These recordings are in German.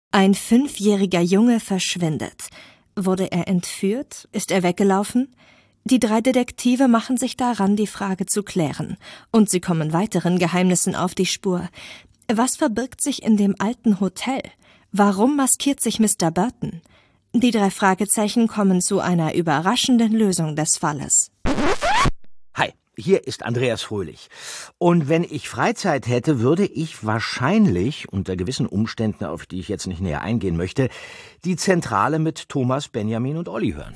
Ein 5-jähriger Junge verschwindet. Wurde er entführt? Ist er weggelaufen? Die 3 Detektive machen sich daran, die Frage zu klären. Und sie kommen weiteren Geheimnissen auf die Spur. Was verbirgt sich in dem alten Hotel? Warum maskiert sich Mr. Burton? Die 3 Fragezeichen kommen zu einer überraschenden Lösung des Falles. Hi, hier ist Andreas Fröhlich. Und wenn ich Freizeit hätte, würde ich wahrscheinlich, unter gewissen Umständen, auf die ich jetzt nicht näher eingehen möchte, die Zentrale mit Thomas, Benjamin und Olli hören.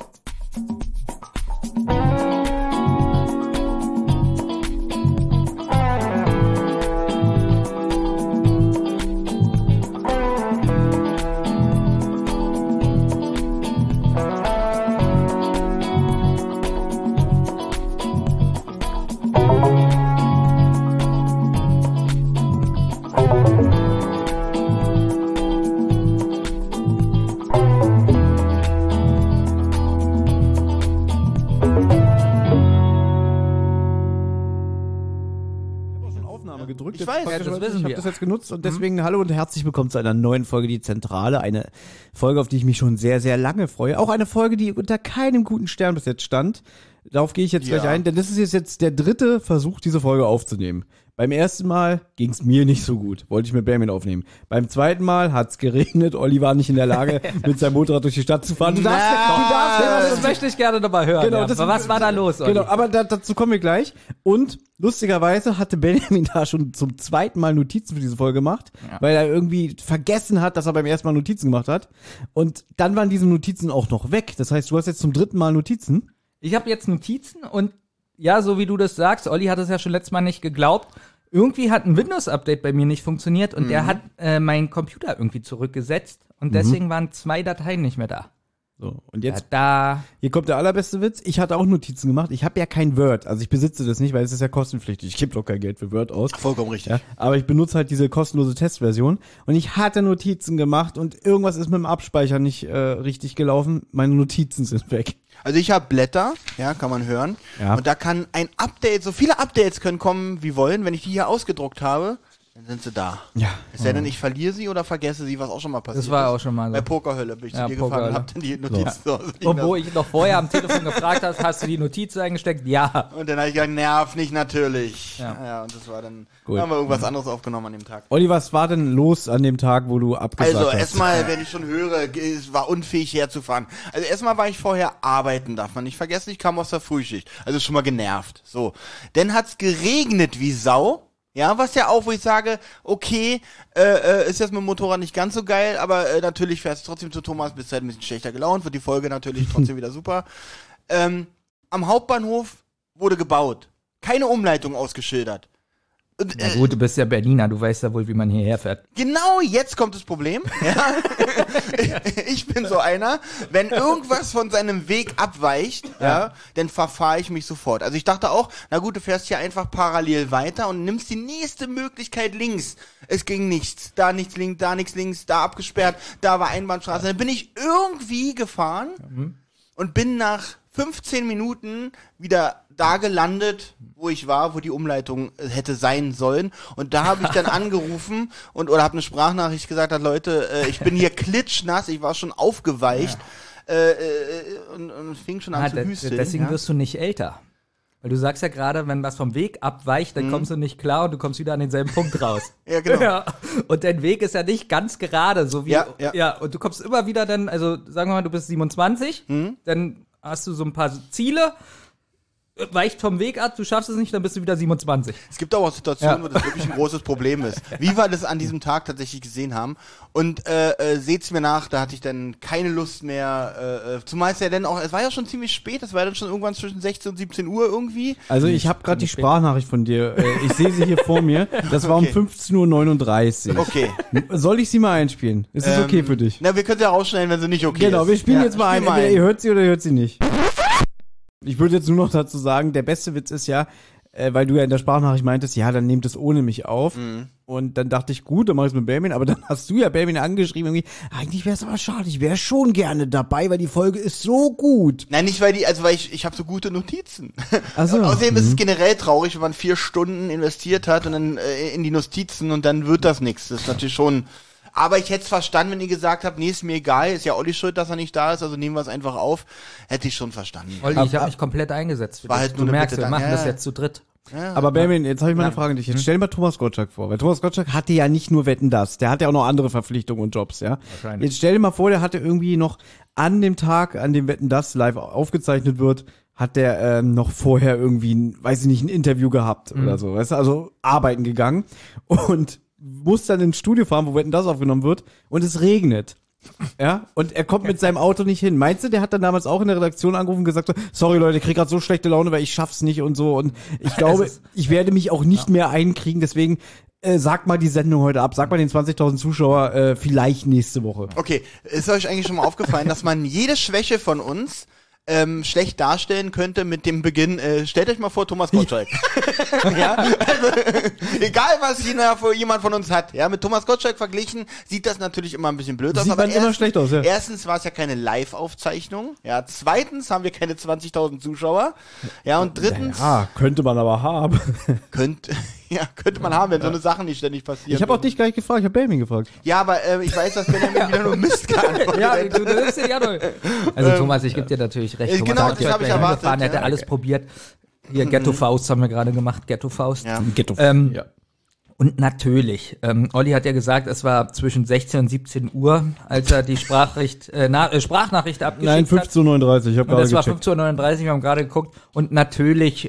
Gedrückt. Ich weiß, das wissen wir. Ich habe das jetzt genutzt und deswegen hallo und herzlich willkommen zu einer neuen Folge Die Zentrale. Eine Folge, auf die ich mich schon sehr, sehr lange freue. Auch eine Folge, die unter keinem guten Stern bis jetzt stand. Darauf gehe ich jetzt gleich ein, denn das ist jetzt der 3. Versuch, diese Folge aufzunehmen. Beim ersten Mal ging es mir nicht so gut, wollte ich mit Benjamin aufnehmen. Beim zweiten Mal hat es geregnet, Olli war nicht in der Lage, mit seinem Motorrad durch die Stadt zu fahren. Du darfst das möchte ich gerne dabei hören. Genau, aber was war da los, Olli? Genau, aber dazu kommen wir gleich. Und lustigerweise hatte Benjamin da schon zum 2. Mal Notizen für diese Folge gemacht, weil er irgendwie vergessen hat, dass er beim ersten Mal Notizen gemacht hat. Und dann waren diese Notizen auch noch weg. Das heißt, du hast jetzt zum 3. Mal Notizen. Ich habe jetzt Notizen und ja, so wie du das sagst, Olli hat es ja schon letztes Mal nicht geglaubt. Irgendwie hat ein Windows-Update bei mir nicht funktioniert und der hat meinen Computer irgendwie zurückgesetzt und deswegen waren 2 Dateien nicht mehr da. So, und jetzt, hier kommt der allerbeste Witz. Ich hatte auch Notizen gemacht. Ich habe ja kein Word, also ich besitze das nicht, weil es ist ja kostenpflichtig. Ich gebe doch kein Geld für Word aus. Vollkommen richtig. Ja, aber ich benutze halt diese kostenlose Testversion und ich hatte Notizen gemacht und irgendwas ist mit dem Abspeicher nicht richtig gelaufen. Meine Notizen sind weg. Also ich habe Blätter, ja, kann man hören. Ja. Und da kann ein Update, so viele Updates können kommen, wie wollen. Wenn ich die hier ausgedruckt habe, dann sind sie da. Ja. Es sei denn, ich verliere sie oder vergesse sie, was auch schon mal passiert ist. Das war auch schon mal so. Bei Pokerhölle bin ich zu dir gefahren und hab dann die Notizen so. Und wo ich noch vorher am Telefon gefragt hast du die Notiz eingesteckt? Ja. Und dann habe ich gesagt, nerv nicht natürlich. Ja, und das war dann, gut. Haben wir irgendwas anderes aufgenommen an dem Tag. Olli, was war denn los an dem Tag, wo du abgesagt hast? Also erstmal, wenn ich schon höre, es war unfähig herzufahren. Also erstmal war ich vorher arbeiten, darf man nicht vergessen, ich kam aus der Frühschicht. Also schon mal genervt. So. Dann hat's geregnet wie Sau. Ja, was ja auch, wo ich sage, okay, ist jetzt mit dem Motorrad nicht ganz so geil, aber natürlich fährst du trotzdem zu Thomas, bist halt ein bisschen schlechter gelaunt, wird die Folge natürlich trotzdem wieder super. Am Hauptbahnhof wurde gebaut. Keine Umleitung ausgeschildert. Und, na gut, du bist ja Berliner, du weißt ja wohl, wie man hierher fährt. Genau, jetzt kommt das Problem. Ja? Ich bin so einer, wenn irgendwas von seinem Weg abweicht, ja, dann verfahre ich mich sofort. Also ich dachte auch, na gut, du fährst hier einfach parallel weiter und nimmst die nächste Möglichkeit links. Es ging nichts. Da nichts links, da nichts links, da abgesperrt, da war Einbahnstraße. Dann bin ich irgendwie gefahren und bin nach 15 Minuten wieder da gelandet, wo ich war, wo die Umleitung hätte sein sollen. Und da habe ich dann angerufen oder habe eine Sprachnachricht gesagt, Leute, ich bin hier klitschnass, ich war schon aufgeweicht und fing schon an zu hüsteln. Deswegen wirst du nicht älter. Weil du sagst ja gerade, wenn was vom Weg abweicht, dann kommst du nicht klar und du kommst wieder an denselben Punkt raus. Ja, genau. Ja. Und dein Weg ist ja nicht ganz gerade, so wie und du kommst immer wieder dann, also sagen wir mal, du bist 27, dann hast du so ein paar Ziele, weicht vom Weg ab, du schaffst es nicht, dann bist du wieder 27. Es gibt aber auch Situationen, wo das wirklich ein großes Problem ist. Wie wir das an diesem Tag tatsächlich gesehen haben. Und seht's mir nach, da hatte ich dann keine Lust mehr, zumal es ja dann auch, es war ja schon ziemlich spät, es war ja dann schon irgendwann zwischen 16 und 17 Uhr irgendwie. Also ich habe gerade die Sprachnachricht von dir, ich sehe sie hier vor mir, das war um 15:39 Uhr. Okay. Soll ich sie mal einspielen? Ist es okay für dich? Na, wir können sie ja rausschneiden, wenn sie nicht okay ist. Genau, wir spielen jetzt mal ein, entweder ihr hört sie oder ihr hört sie nicht. Ich würde jetzt nur noch dazu sagen, der beste Witz ist ja, weil du ja in der Sprachnachricht meintest, ja, dann nehmt es ohne mich auf. Und dann dachte ich, gut, dann mach ich es mit Benjamin, aber dann hast du ja Benjamin angeschrieben, irgendwie, eigentlich wäre es aber schade, ich wäre schon gerne dabei, weil die Folge ist so gut. Nein, nicht weil ich habe so gute Notizen. Ach so. Außerdem ist es generell traurig, wenn man 4 Stunden investiert hat und dann in die Notizen und dann wird das nichts. Das ist natürlich schon. Aber ich hätte es verstanden, wenn ihr gesagt habt, nee, ist mir egal, ist ja Olli schuld, dass er nicht da ist, also nehmen wir es einfach auf. Hätte ich schon verstanden. Olli, ich habe mich komplett eingesetzt für War dich. halt Du nur eine merkst, Bitte wir dann. machen Ja. das jetzt zu dritt. Aber Benjamin, jetzt habe ich mal eine Frage an dich. Jetzt stell dir mal Thomas Gottschalk vor. Weil Thomas Gottschalk hatte ja nicht nur Wetten, das. Der hatte ja auch noch andere Verpflichtungen und Jobs, ja. Wahrscheinlich. Jetzt stell dir mal vor, der hatte irgendwie noch an dem Tag, an dem Wetten, das live aufgezeichnet wird, hat der noch vorher irgendwie, ein Interview gehabt oder so, weißt du, also arbeiten gegangen und muss dann ins Studio fahren, wo Wetten, das aufgenommen wird und es regnet. Ja, und er kommt mit seinem Auto nicht hin. Meinst du, der hat dann damals auch in der Redaktion angerufen und gesagt, so, sorry Leute, ich krieg gerade so schlechte Laune, weil ich schaff's nicht und so und ich glaube, ich werde mich auch nicht mehr einkriegen, deswegen sag mal die Sendung heute ab, sag mal den 20.000 Zuschauer vielleicht nächste Woche. Okay, ist euch eigentlich schon mal aufgefallen, dass man jede Schwäche von uns schlecht darstellen könnte mit dem Beginn, stellt euch mal vor, Thomas Gottschalk. Ja, also, egal was jemand von uns hat, ja, mit Thomas Gottschalk verglichen, sieht das natürlich immer ein bisschen blöd aus. Sieht man immer schlecht aus, ja. Erstens war es ja keine Live-Aufzeichnung, ja, zweitens haben wir keine 20.000 Zuschauer, ja, und drittens Ja, könnte man aber haben. könnte man haben, wenn so eine Sache nicht ständig passiert. Ich habe auch dich gleich gefragt, ich habe Benjamin gefragt. Ja, aber ich weiß, dass Benjamin wieder nur Mist geantwortet Ja, hat. du nimmst den ja nur. Also Thomas, ich gebe dir natürlich recht. Thomas genau, hat das hab ich gleich erwartet, hingefahren, er hat ja. ja alles probiert. Hier, Ghetto Faust haben wir gerade gemacht, Ghetto Faust. Ja. Ghetto. Ja. Und natürlich, Olli hat ja gesagt, es war zwischen 16 und 17 Uhr, als er die Sprachnachricht abgeschickt Nein, hat. 15.39 Uhr, ich habe Und gerade das war gecheckt. 15.39 Uhr, wir haben gerade geguckt. Und natürlich,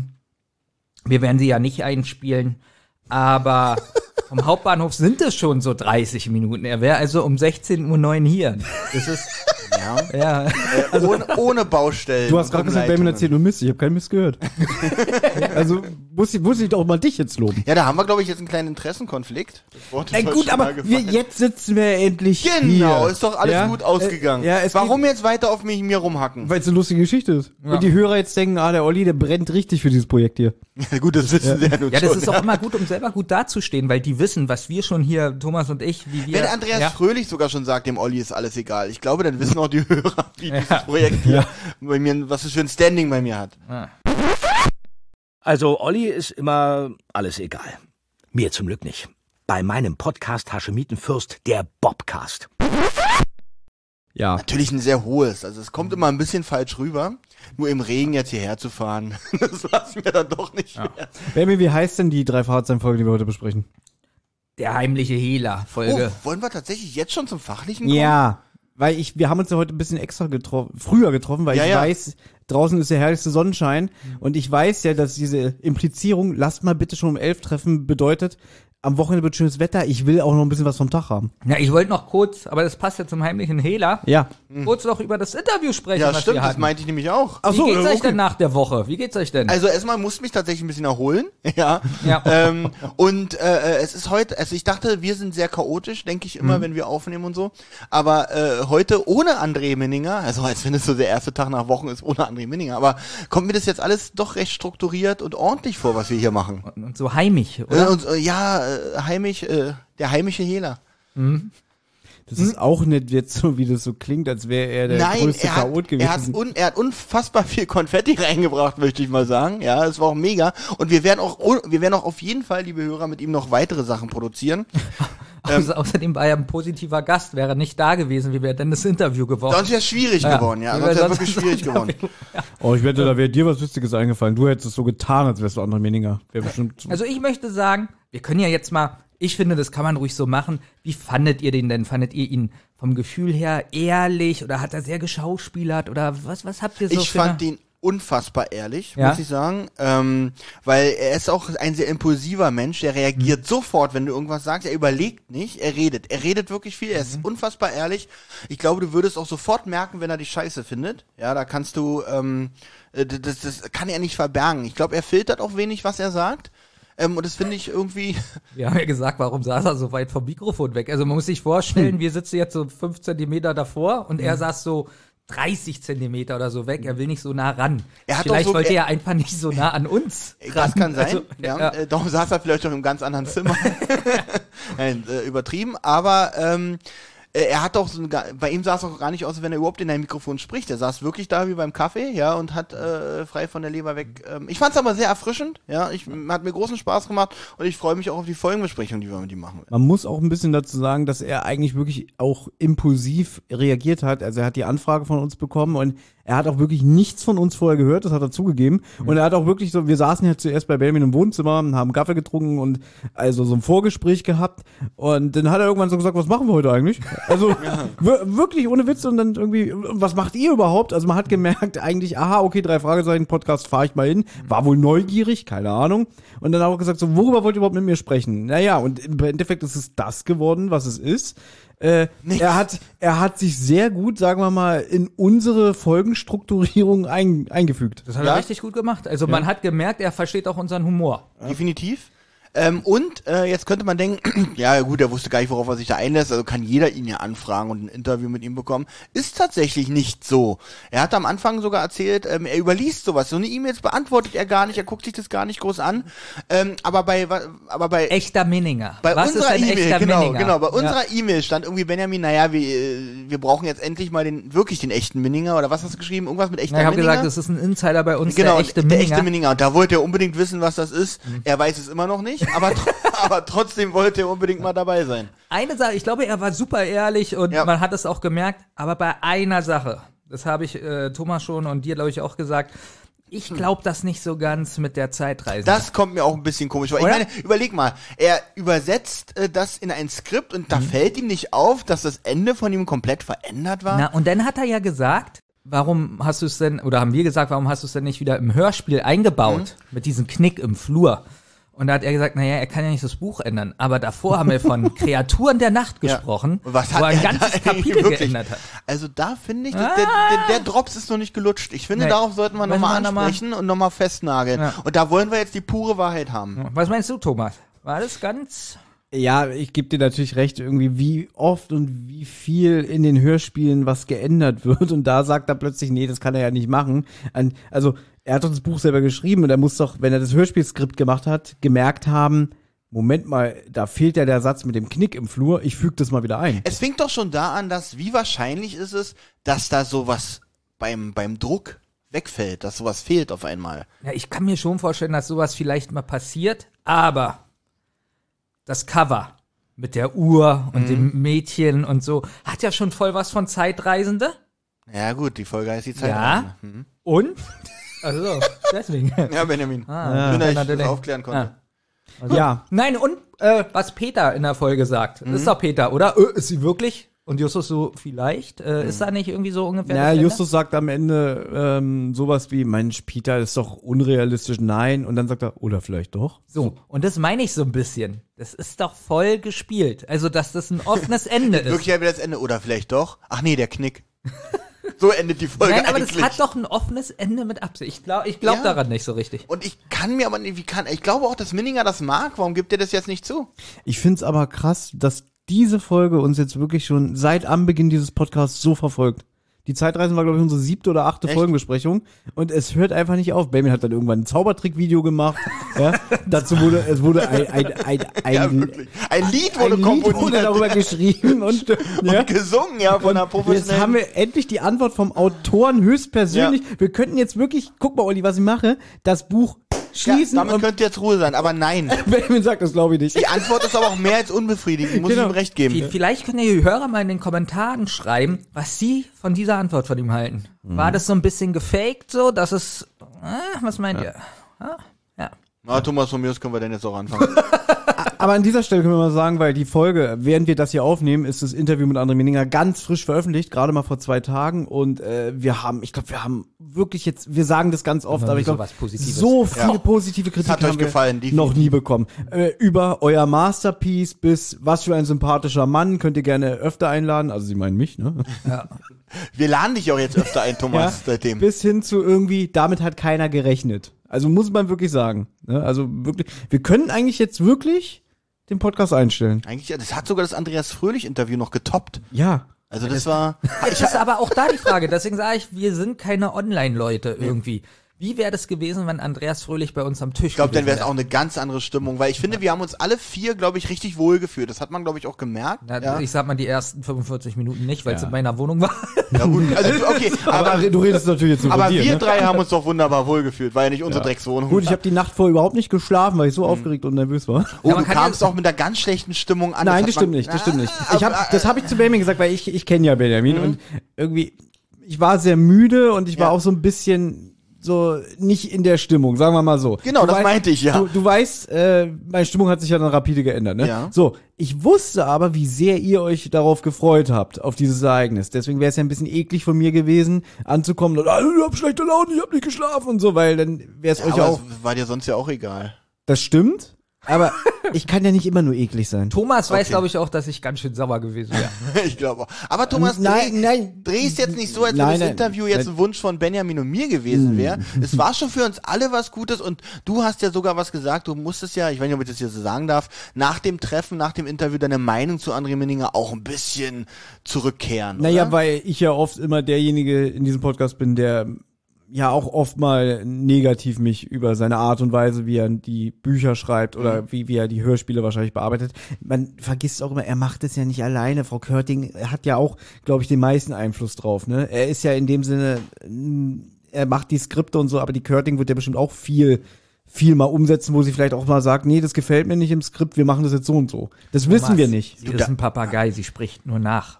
wir werden sie ja nicht einspielen, aber vom Hauptbahnhof sind es schon so 30 Minuten. Er wäre also um 16.09 Uhr hier. Das ist, ja. Ohne Baustellen. Du hast gerade gesagt, Benjamin Umleitungen. erzählt nur Mist, ich habe keinen Mist gehört. Also muss ich doch mal dich jetzt loben. Ja, da haben wir, glaube ich, jetzt einen kleinen Interessenkonflikt. Das Wort ist Na heute gut, schon aber mal gefallen. jetzt sitzen wir endlich hier. Genau, ist doch alles Ja? gut ausgegangen. ja, es Warum jetzt weiter auf mir rumhacken? Weil es eine lustige Geschichte ist. Und die Hörer jetzt denken, der Olli, der brennt richtig für dieses Projekt hier. Ja, gut, das wissen sie ja nun Ja, das schon. ist auch immer gut, um selber gut dazustehen, weil die wissen, was wir schon hier, Thomas und ich, wie wir. Wenn Andreas ja. Fröhlich sogar schon sagt, dem Olli ist alles egal. Ich glaube, dann wissen auch die Hörer, wie dieses Projekt hier bei mir, was es für ein Standing bei mir hat. Also Olli ist immer alles egal. Mir zum Glück nicht. Bei meinem Podcast Haschemitenfürst, der Bobcast. Ja. Natürlich ein sehr hohes. Also es kommt immer ein bisschen falsch rüber. Nur im Regen jetzt hierher zu fahren, das war es mir dann doch nicht wert. Benjamin, wie heißt denn die 3 Fahrzeugenfolge, die wir heute besprechen? Der heimliche Hehler-Folge. Oh, wollen wir tatsächlich jetzt schon zum Fachlichen kommen? Ja, weil wir haben uns ja heute ein bisschen extra früher getroffen, weil Ja, ich ja. weiß, draußen ist der herrlichste Sonnenschein und ich weiß ja, dass diese Implizierung, lasst mal bitte schon um 11 treffen, bedeutet, am Wochenende wird schönes Wetter, ich will auch noch ein bisschen was vom Tag haben. Ja, ich wollte noch kurz, aber das passt ja zum heimlichen Hehler, Ja. kurz noch über das Interview sprechen, Ja, was stimmt, wir das hatten. meinte ich nämlich auch. Ach Wie so, geht's euch okay. denn nach der Woche? Wie geht's euch denn? Also erstmal musste mich tatsächlich ein bisschen erholen, ja. Ja. Und es ist heute, also ich dachte, wir sind sehr chaotisch, denke ich immer, wenn wir aufnehmen und so. Aber heute ohne André Minninger, also als wenn es so der erste Tag nach Wochen ist ohne André Minninger, aber kommt mir das jetzt alles doch recht strukturiert und ordentlich vor, was wir hier machen. Und so heimisch, oder? Heimisch, der heimische Hehler. Das ist auch nicht jetzt so, wie das so klingt, als wäre er der Nein, größte Chaot gewesen. er hat unfassbar viel Konfetti reingebracht, möchte ich mal sagen. Ja, es war auch mega. Und wir werden auch auf jeden Fall, liebe Hörer, mit ihm noch weitere Sachen produzieren. Außerdem war er ein positiver Gast, wäre er nicht da gewesen, wie wäre denn das Interview geworden? Sonst wäre es schwierig geworden, ja. Wie Sonst wäre sonst wirklich schwierig das geworden. Interview? Oh, ich wette, da wäre dir was Lustiges eingefallen. Du hättest es so getan, als wärst du André Meninger. Wäre bestimmt. Also ich möchte sagen, wir können ja jetzt mal, ich finde, das kann man ruhig so machen. Wie fandet ihr den denn? Fandet ihr ihn vom Gefühl her ehrlich oder hat er sehr geschauspielert oder was habt ihr so Ich für fand ihn unfassbar ehrlich, Ja? muss ich sagen, weil er ist auch ein sehr impulsiver Mensch, der reagiert sofort, wenn du irgendwas sagst, er überlegt nicht, er redet wirklich viel, er ist unfassbar ehrlich. Ich glaube, du würdest auch sofort merken, wenn er dich scheiße findet, ja, da kannst du, das kann er nicht verbergen. Ich glaube, er filtert auch wenig, was er sagt. Und das finde ich irgendwie. Wir haben ja gesagt, warum saß er so weit vom Mikrofon weg? Also man muss sich vorstellen, wir sitzen jetzt so 5 Zentimeter davor und er saß so 30 Zentimeter oder so weg. Er will nicht so nah ran. Er hat Vielleicht doch so- wollte er einfach nicht so nah an uns ran. Das kann sein. Also, ja. Darum saß er vielleicht auch im ganz anderen Zimmer. Nein, übertrieben. Aber er hat auch bei ihm sah es auch gar nicht aus, als wenn er überhaupt in ein Mikrofon spricht. Er saß wirklich da wie beim Kaffee, ja, und hat frei von der Leber weg. Ich fand es aber sehr erfrischend, ja. Hat mir großen Spaß gemacht und ich freue mich auch auf die Folgenbesprechung, die wir mit ihm machen werden. Man muss auch ein bisschen dazu sagen, dass er eigentlich wirklich auch impulsiv reagiert hat. Also er hat die Anfrage von uns bekommen und er hat auch wirklich nichts von uns vorher gehört, das hat er zugegeben. Und er hat auch wirklich so, wir saßen ja zuerst bei Benjamin im Wohnzimmer, haben Kaffee getrunken und also so ein Vorgespräch gehabt. Und dann hat er irgendwann so gesagt, was machen wir heute eigentlich? Also wirklich ohne Witz und dann irgendwie, was macht ihr überhaupt? Also man hat gemerkt eigentlich, aha, okay, 3 Fragezeichen, Podcast, fahre ich mal hin. War wohl neugierig, keine Ahnung. Und dann auch gesagt, so, worüber wollt ihr überhaupt mit mir sprechen? Naja, und im Endeffekt ist es das geworden, was es ist. Er hat sich sehr gut, sagen wir mal, in unsere Folgenstrukturierung eingefügt. Das hat er richtig gut gemacht. Also man hat gemerkt, er versteht auch unseren Humor. Definitiv. Und jetzt könnte man denken, ja gut, er wusste gar nicht, worauf er sich da einlässt, also kann jeder ihn ja anfragen und ein Interview mit ihm bekommen. Ist tatsächlich nicht so. Er hat am Anfang sogar erzählt, er überliest sowas. So eine E-Mails beantwortet er gar nicht, er guckt sich das gar nicht groß an. Aber bei Echter Minninger. Bei Was unserer ist ein E-Mail, echter Minninger? genau, bei unserer E-Mail stand irgendwie Benjamin, naja, wir brauchen jetzt endlich mal den echten Minninger, oder was hast du geschrieben? Irgendwas mit echter Ich habe Minninger? gesagt, das ist ein Insider bei uns, Genau, der echte der Minninger. echte Minninger. Und da wollte er unbedingt wissen, was das ist. Er weiß es immer noch nicht, aber trotzdem wollte er unbedingt mal dabei sein. Eine Sache, ich glaube, er war super ehrlich und man hat es auch gemerkt, aber bei einer Sache, das habe ich Thomas schon und dir, glaube ich, auch gesagt, ich glaube das nicht so ganz mit der Zeitreise. Das kommt mir auch ein bisschen komisch vor. Ich meine, überleg mal, er übersetzt das in ein Skript und da fällt ihm nicht auf, dass das Ende von ihm komplett verändert war. Na, und dann hat er ja gesagt, warum hast du es denn, oder haben wir gesagt, warum hast du es denn nicht wieder im Hörspiel eingebaut, mit diesem Knick im Flur? Und da hat er gesagt, naja, er kann ja nicht das Buch ändern. Aber davor haben wir von Kreaturen der Nacht gesprochen, Was wo er ein da ganzes Kapitel wirklich geändert hat. Also da finde ich, der Drops ist noch nicht gelutscht. Ich finde, Nee. darauf sollten wir Müssen nochmal wir nochmal- ansprechen und nochmal festnageln. Ja. Und da wollen wir jetzt die pure Wahrheit haben. Was meinst du, Thomas? War das ganz... Ja, ich gebe dir natürlich recht, irgendwie wie oft und wie viel in den Hörspielen was geändert wird und da sagt er plötzlich, nee, das kann er ja nicht machen. Also er hat doch das Buch selber geschrieben und er muss doch, wenn er das Hörspielskript gemacht hat, gemerkt haben, Moment mal, da fehlt ja der Satz mit dem Knick im Flur, ich füge das mal wieder ein. Es fängt doch schon da an, dass wie wahrscheinlich ist es, dass da sowas beim Druck wegfällt, dass sowas fehlt auf einmal. Ja, ich kann mir schon vorstellen, dass sowas vielleicht mal passiert, aber das Cover mit der Uhr und dem Mädchen und so hat ja schon voll was von Zeitreisende. Ja gut, die Folge heißt die Zeit. Ja. Und? Also, deswegen. Ja, Benjamin. Schön, dass ich das natürlich. aufklären konnte. Ja, Nein, und was Peter in der Folge sagt, ist doch Peter, oder? Ist sie wirklich? Und Justus so, vielleicht? Ist da nicht irgendwie so ungefähr das ja, Ende? Justus sagt am Ende sowas wie, Mensch, Peter, das ist doch unrealistisch, nein. Und dann sagt er, oder vielleicht doch. So, und das meine ich so ein bisschen. Das ist doch voll gespielt. Also, dass das ein offenes Ende ist. Wirklich wieder das Ende. Oder vielleicht doch. Ach nee, der Knick. So endet die Folge Nein, aber eigentlich. das hat doch ein offenes Ende mit Absicht. Ich glaub Ja. daran nicht so richtig. Und ich kann mir aber nicht, ich glaube auch, dass Minninger das mag. Warum gibt er das jetzt nicht zu? Ich find's aber krass, dass diese Folge uns jetzt wirklich schon seit Anbeginn dieses Podcasts so verfolgt. Die Zeitreisen war, glaube ich, unsere 7. oder 8. Echt? Folgenbesprechung. Und es hört einfach nicht auf. Benjamin hat dann irgendwann ein Zaubertrick-Video gemacht. Ja, dazu wurde, es wurde Ja, wirklich. Ein Lied wurde ein Lied wurde komponiert darüber geschrieben und, ja. und gesungen, ja, von einer Jetzt professionellen. haben wir endlich die Antwort vom Autoren höchstpersönlich. Wir könnten jetzt wirklich, guck mal, Olli, was ich mache, das Buch schließen damit und könnte jetzt Ruhe sein, aber nein. Benjamin sagt, das glaube ich nicht. Die Antwort ist aber auch mehr als unbefriedigend, muss ich ihm recht geben. Vielleicht können die Hörer mal in den Kommentaren schreiben, was sie von dieser Antwort von ihm halten. War das so ein bisschen gefaked so, dass es, was meint ihr? Ja. Na, Thomas, von mir aus können wir denn jetzt auch anfangen. Aber an dieser Stelle können wir mal sagen, weil die Folge, während wir das hier aufnehmen, ist das Interview mit André Minninger ganz frisch veröffentlicht, gerade mal vor 2 Tagen. Und wir haben wirklich jetzt, wir sagen das ganz oft, Noch aber nie ich glaube, sowas Positives. so viele positive Kritik Hat euch haben wir gefallen, definitiv. noch nie bekommen. Über euer Masterpiece bis was für ein sympathischer Mann, könnt ihr gerne öfter einladen. Also sie meinen mich, ne? Wir laden dich auch jetzt öfter ein, Thomas, seitdem. Bis hin zu irgendwie, damit hat keiner gerechnet. Also muss man wirklich sagen. Ne? Also wirklich, wir können eigentlich jetzt wirklich den Podcast einstellen. Eigentlich, das hat sogar das Andreas Fröhlich-Interview noch getoppt. Ja. Also das war... Jetzt ist aber auch da die Frage, deswegen sage ich, wir sind keine Online-Leute irgendwie. Wie wäre das gewesen, wenn Andreas Fröhlich bei uns am Tisch Ich glaube, dann wäre es gewesen auch eine ganz andere Stimmung, weil ich finde, wir haben uns alle 4, glaube ich, richtig wohl gefühlt. Das hat man, glaube ich, auch gemerkt. Na, ich sag mal die ersten 45 Minuten nicht, weil es in meiner Wohnung war. Ja, gut, also, okay, Aber du redest natürlich jetzt nur aber von dir, wir ne? 3 haben uns doch wunderbar wohl gefühlt. War ja nicht unsere Dreckswohnung. Gut, ich habe die Nacht vorher überhaupt nicht geschlafen, weil ich so aufgeregt und nervös war. Oh, Ja, man du kann kamst ja- auch mit einer ganz schlechten Stimmung an. Nein, hat das stimmt man- nicht, das stimmt nicht. Ah, Das habe ich zu Benjamin gesagt, weil ich kenne ja Benjamin und irgendwie, ich war sehr müde und ich war auch so ein bisschen so nicht in der Stimmung, sagen wir mal so. Genau, Du das weißt- meinte ich, ja. Du weißt, meine Stimmung hat sich ja dann rapide geändert, ne? Ja. So, ich wusste aber, wie sehr ihr euch darauf gefreut habt, auf dieses Ereignis. Deswegen wäre es ja ein bisschen eklig von mir gewesen, anzukommen und, du habt schlechte Laune, ich hab nicht geschlafen und so, weil dann wäre es euch aber auch. es war dir sonst ja auch egal. Das stimmt, aber ich kann ja nicht immer nur eklig sein. Thomas weiß, Okay. glaube ich, auch, dass ich ganz schön sauer gewesen wäre. Ich glaube auch. Aber Thomas, Nein. drehst jetzt nicht so, als wenn Nein, das nein. Interview jetzt ein Wunsch von Benjamin und mir gewesen wäre. Es war schon für uns alle was Gutes und du hast ja sogar was gesagt, du musstest ja, ich weiß nicht, ob ich das jetzt so sagen darf, nach dem Treffen, nach dem Interview deine Meinung zu André Menninger auch ein bisschen zurückkehren, Naja, oder? weil ich ja oft immer derjenige in diesem Podcast bin, der ja auch oft mal negativ mich über seine Art und Weise, wie er die Bücher schreibt oder wie er die Hörspiele wahrscheinlich bearbeitet. Man vergisst auch immer, er macht es ja nicht alleine. Frau Körting hat ja auch, glaube ich, den meisten Einfluss drauf. Ne? Er ist ja in dem Sinne, er macht die Skripte und so, aber die Körting wird ja bestimmt auch viel mal umsetzen, wo sie vielleicht auch mal sagt, nee, das gefällt mir nicht im Skript, wir machen das jetzt so und so. Das wissen wir nicht. Sie ist ein Papagei, sie spricht nur nach.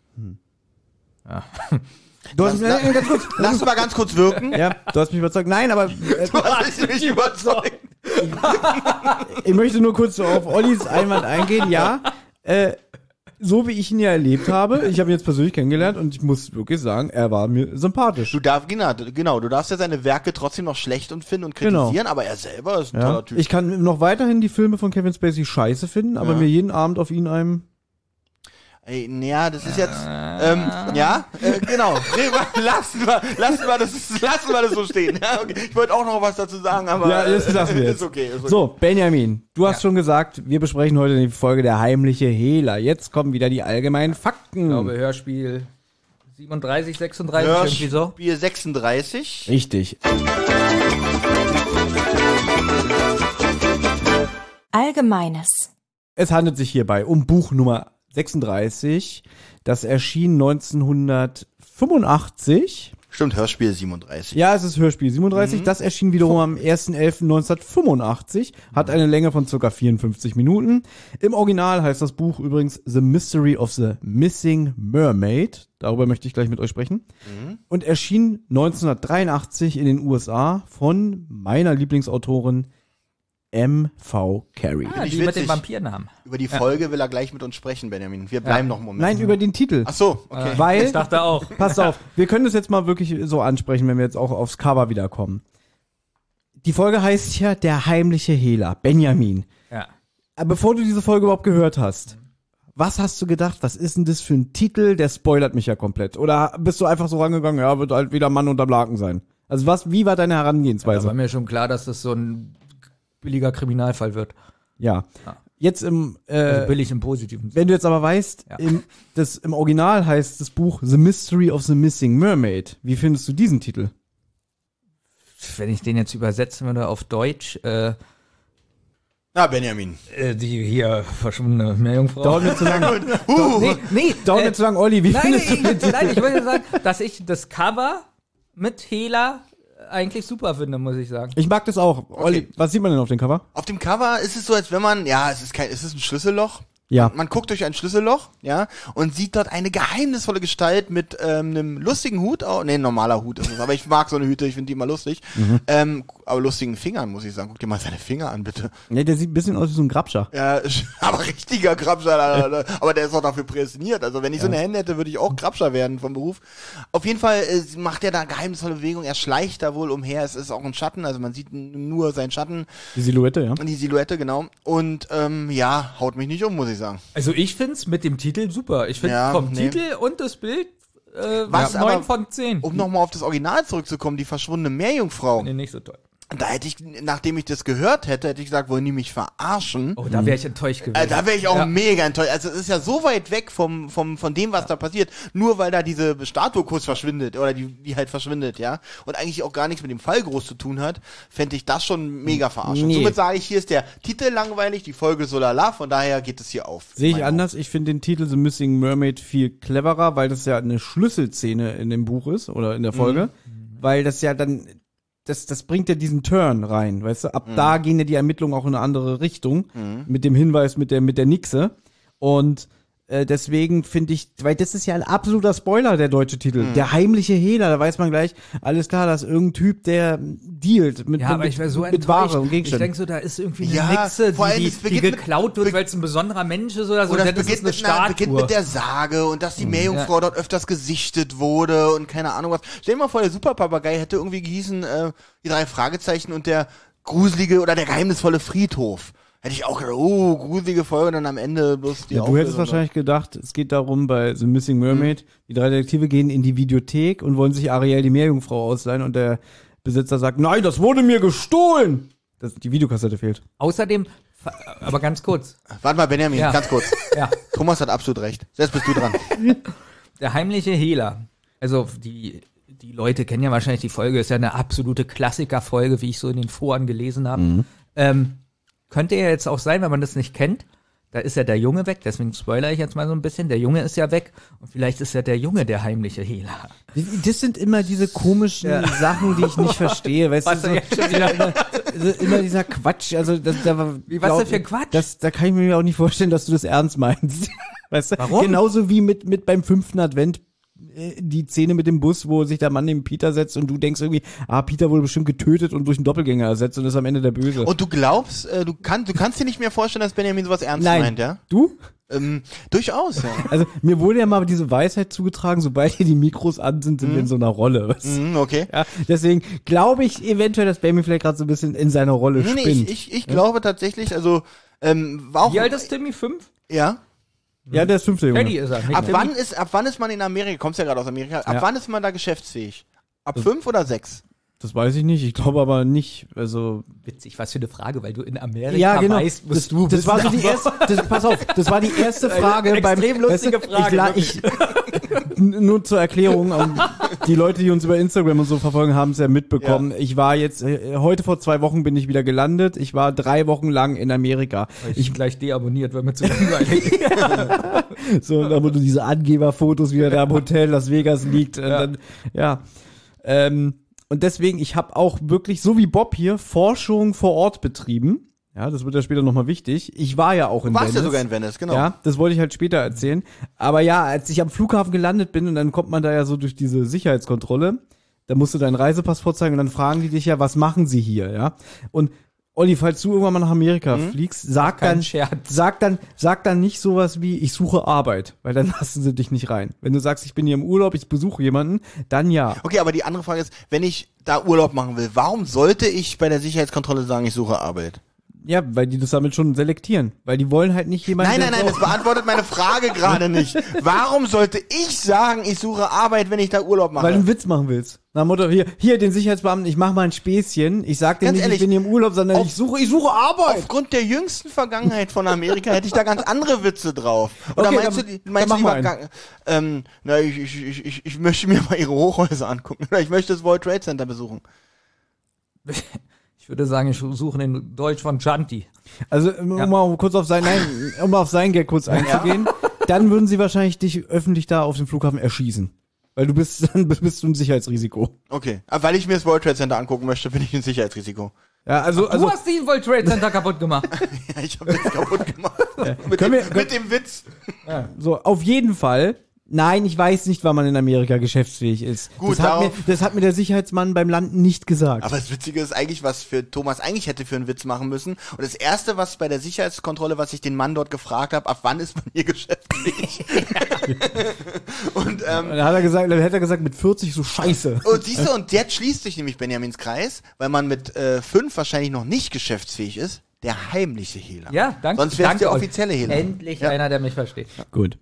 Du hast, ganz kurz, Lass mal ganz kurz wirken. ja, du hast mich überzeugt. Nein, aber Du hast mich überzeugt. ich möchte nur kurz so auf Ollis Einwand eingehen. Ja, so wie ich ihn ja erlebt habe, ich habe ihn jetzt persönlich kennengelernt und ich muss wirklich sagen, er war mir sympathisch. Du darfst, genau, du darfst ja seine Werke trotzdem noch schlecht und finden und Genau. kritisieren, aber er selber ist ein Ja. toller Typ. Ich kann noch weiterhin die Filme von Kevin Spacey scheiße finden, aber Ja. mir jeden Abend auf ihn einem... Ey, naja, das ist jetzt, genau. Nee, lassen wir das so stehen. Ja, okay. Ich wollte auch noch was dazu sagen, aber Ja, das lassen wir jetzt. ist okay. So, Benjamin, du hast schon gesagt, wir besprechen heute die Folge Der heimliche Hehler. Jetzt kommen wieder die allgemeinen Fakten. Ich glaube, Hörspiel 37, 36, irgendwie so. Hörspiel 36. Richtig. Allgemeines. Es handelt sich hierbei um Buch Nummer 36. Das erschien 1985. Stimmt, Hörspiel 37. Ja, es ist Hörspiel 37. Das erschien wiederum am 1.11.1985. Hat eine Länge von ca. 54 Minuten. Im Original heißt das Buch übrigens The Mystery of the Missing Mermaid. Darüber möchte ich gleich mit euch sprechen. Und erschien 1983 in den USA von meiner Lieblingsautorin M.V. Carey. Ah, ich die mit witzig. den Vampirnamen. Über die Folge will er gleich mit uns sprechen, Benjamin. Wir bleiben noch einen Moment. Nein, über den Titel. Ach so, okay. Weil, Ich dachte auch. pass auf, wir können das jetzt mal wirklich so ansprechen, wenn wir jetzt auch aufs Cover wiederkommen. Die Folge heißt ja Der heimliche Hehler, Benjamin. Ja. Aber bevor du diese Folge überhaupt gehört hast, was hast du gedacht, was ist denn das für ein Titel? Der spoilert mich ja komplett. Oder bist du einfach so rangegangen, ja, wird halt wieder Mann unterm Laken sein? Also wie war deine Da Herangehensweise? war mir schon klar, dass das so ein billiger Kriminalfall wird. Ja. Jetzt Also billig im Positiven. wenn du jetzt aber weißt, Ja. im Original heißt das Buch The Mystery of the Missing Mermaid. Wie findest du diesen Titel? Wenn ich den jetzt übersetzen würde auf Deutsch, Na, Benjamin. die hier verschwundene Meerjungfrau. Dauert mir zu lang. nee, Dauert mir zu lang, Olli. Wie nein, findest du den Titel? nein, ich wollte sagen, dass ich das Cover mit Hehler eigentlich super finde, muss ich sagen. Ich mag das auch. Olli, was sieht man denn auf dem Cover? Auf dem Cover ist es so, als wenn man, ja, es ist ein Schlüsselloch. Ja. Man guckt durch ein Schlüsselloch, ja, und sieht dort eine geheimnisvolle Gestalt mit einem lustigen Hut. Nee, ein normaler Hut ist es, aber ich mag so eine Hüte, ich finde die immer lustig. Aber lustigen Fingern, muss ich sagen. Guck dir mal seine Finger an, bitte. Ne, der sieht ein bisschen aus wie so ein Grabscher. Ja, aber richtiger Grabscher, aber der ist auch dafür prädestiniert. Also wenn ich so eine Hände hätte, würde ich auch Grabscher werden vom Beruf. Auf jeden Fall macht er da geheimnisvolle Bewegung. Er schleicht da wohl umher. Es ist auch ein Schatten, also man sieht nur seinen Schatten Die Silhouette, ja. und die Silhouette, genau. Und ja, haut mich nicht um, muss ich sagen. Also ich find's mit dem Titel super. Ich finde Ja, vom nee. Titel und das Bild Was 9 aber- von 10. Um nochmal auf das Original zurückzukommen, die verschwundene Meerjungfrau. Nee, nicht so toll. Da hätte ich, nachdem ich das gehört hätte ich gesagt, wollen die mich verarschen? Oh, da wäre ich enttäuscht gewesen. Da wäre ich auch mega enttäuscht. Also es ist ja so weit weg von dem, was da passiert, nur weil da diese Statue kurz verschwindet oder die halt verschwindet, ja, und eigentlich auch gar nichts mit dem Fall groß zu tun hat, fände ich das schon mega verarschend. Nee. Somit sage ich, hier ist der Titel langweilig, die Folge so lala, von daher geht es hier auf. Sehe ich Meine anders. Ich finde den Titel The Missing Mermaid viel cleverer, weil das ja eine Schlüsselszene in dem Buch ist oder in der Folge. Weil das ja dann, das bringt ja diesen Turn rein, weißt du? Ab da gehen ja die Ermittlungen auch in eine andere Richtung. Mit dem Hinweis mit der Nixe. Und deswegen finde ich, weil das ist ja ein absoluter Spoiler, der deutsche Titel. Der heimliche Hehler, da weiß man gleich, alles klar, das ist irgendein Typ, der dealt mit, aber ich wäre so mit Ware und Ich Gegenständen. denke so, da ist irgendwie eine Ja, Nixe, vor allem, die es beginnt geklaut wird, weil es ein besonderer Mensch ist oder so. Oder Das es ist eine Statue. beginnt mit der Sage und dass die Meerjungfrau dort öfters gesichtet wurde und keine Ahnung was. Stell dir mal vor, der Superpapagei hätte irgendwie gehießen, die 3 Fragezeichen und der gruselige oder der geheimnisvolle Friedhof. Hätte ich auch gedacht, oh, gruselige Folge und dann am Ende bloß die Ja, du hättest wahrscheinlich gedacht, es geht darum, bei The Missing Mermaid, die 3 Detektive gehen in die Videothek und wollen sich Ariel die Meerjungfrau ausleihen und der Besitzer sagt, nein, das wurde mir gestohlen. Die Videokassette fehlt. Außerdem, aber ganz kurz, Warte mal, Benjamin, Ja. ganz kurz. ja, Thomas hat absolut recht. Jetzt bist du dran. der heimliche Hehler. Also die Leute kennen ja wahrscheinlich die Folge, ist ja eine absolute Klassikerfolge, wie ich so in den Foren gelesen habe. Könnte ja jetzt auch sein, wenn man das nicht kennt, da ist ja der Junge weg, deswegen spoilere ich jetzt mal so ein bisschen, der Junge ist ja weg und vielleicht ist ja der Junge der heimliche Hehler. Das sind immer diese komischen Sachen, die ich nicht verstehe. Weißt du, immer dieser Quatsch. Also, was denn für ein Quatsch? Da kann ich mir auch nicht vorstellen, dass du das ernst meinst. Weißt du? Warum? Genauso wie mit beim 5. Advent die Szene mit dem Bus, wo sich der Mann neben Peter setzt und du denkst irgendwie, Peter wurde bestimmt getötet und durch einen Doppelgänger ersetzt und ist am Ende der Böse. Und du glaubst, du kannst dir nicht mehr vorstellen, dass Benjamin sowas ernst Nein. meint, ja? Du? Durchaus, ja. Also mir wurde ja mal diese Weisheit zugetragen, sobald hier die Mikros an sind, sind wir in so einer Rolle. Weißt du? Okay. Ja, deswegen glaube ich eventuell, dass Benjamin vielleicht gerade so ein bisschen in seiner Rolle Nee, spinnt. ich glaube tatsächlich, also, war auch, Wie alt ist Timmy? 5? ja. Ja, der ist 5. Junge. Teddy ist er. nicht Ab Timmy. wann ist man in Amerika, kommst ja gerade aus Amerika, ab Ja. wann ist man da geschäftsfähig? Ab 5 oder 6? Das weiß ich nicht. Ich glaube aber nicht. Also Witzig, was für eine Frage, weil du in Amerika ja, genau. weißt, musst du das war so wissen, die erste. Pass auf, das war die erste Frage beim. extrem lustige Frage, Nur zur Erklärung, die Leute, die uns über Instagram und so verfolgen, haben es ja mitbekommen. Ja. Ich war jetzt heute vor 2 Wochen bin ich wieder gelandet. Ich war 3 Wochen lang in Amerika. Ich gleich deabonniert, weil mir zu langweilig. So, und dann wurde diese Angeberfotos, wie er da im Hotel Las Vegas liegt. Ja. Und dann, und deswegen, ich habe auch wirklich, so wie Bob hier, Forschung vor Ort betrieben. Ja, das wird ja später nochmal wichtig. Ich war ja auch in Du warst Venice. ja sogar in Venice, genau. Ja, das wollte ich halt später erzählen. Aber ja, als ich am Flughafen gelandet bin und dann kommt man da ja so durch diese Sicherheitskontrolle, da musst du deinen Reisepass vorzeigen und dann fragen die dich ja, was machen sie hier, ja? Und Olli, falls du irgendwann mal nach Amerika fliegst, sag dann nicht sowas wie, ich suche Arbeit, weil dann lassen sie dich nicht rein. Wenn du sagst, ich bin hier im Urlaub, ich besuche jemanden, dann ja. Okay, aber die andere Frage ist, wenn ich da Urlaub machen will, warum sollte ich bei der Sicherheitskontrolle sagen, ich suche Arbeit? Ja, weil die das damit schon selektieren. Weil die wollen halt nicht jemanden... Nein, das beantwortet meine Frage gerade nicht. Warum sollte ich sagen, ich suche Arbeit, wenn ich da Urlaub mache? Weil du einen Witz machen willst. Na Motto, hier, den Sicherheitsbeamten, ich mach mal ein Späßchen. Ich sag dir Ganz nicht, ehrlich, ich bin hier im Urlaub, sondern ich suche Arbeit. Aufgrund der jüngsten Vergangenheit von Amerika hätte ich da ganz andere Witze drauf. Oder Okay, meinst dann du mach lieber mal ich möchte mir mal ihre Hochhäuser angucken. Oder ich möchte das World Trade Center besuchen. Ich würde sagen, ich suche den Deutsch von Chanti. Also, um mal kurz auf seinen Gag kurz einzugehen, dann würden sie wahrscheinlich dich öffentlich da auf dem Flughafen erschießen. Weil dann bist du ein Sicherheitsrisiko. Okay, aber weil ich mir das World Trade Center angucken möchte, bin ich ein Sicherheitsrisiko. Ja, also Du hast die World Trade Center kaputt gemacht. Ja, ich habe das kaputt gemacht. mit dem Witz. so, auf jeden Fall. Nein, ich weiß nicht, wann man in Amerika geschäftsfähig ist. Gut, das hat mir der Sicherheitsmann beim Landen nicht gesagt. Aber das Witzige ist eigentlich, was für Thomas eigentlich hätte für einen Witz machen müssen. Und das Erste, was bei der Sicherheitskontrolle, was ich den Mann dort gefragt habe, ab wann ist man hier geschäftsfähig? Und dann hätte er gesagt, mit 40 so scheiße. und siehst du, und jetzt schließt sich nämlich Benjamins Kreis, weil man mit 5 wahrscheinlich noch nicht geschäftsfähig ist. Der heimliche Hehler. Ja, danke. Sonst wär's der Olli. offizielle Hehler. Endlich Ja. einer, der mich versteht. Gut.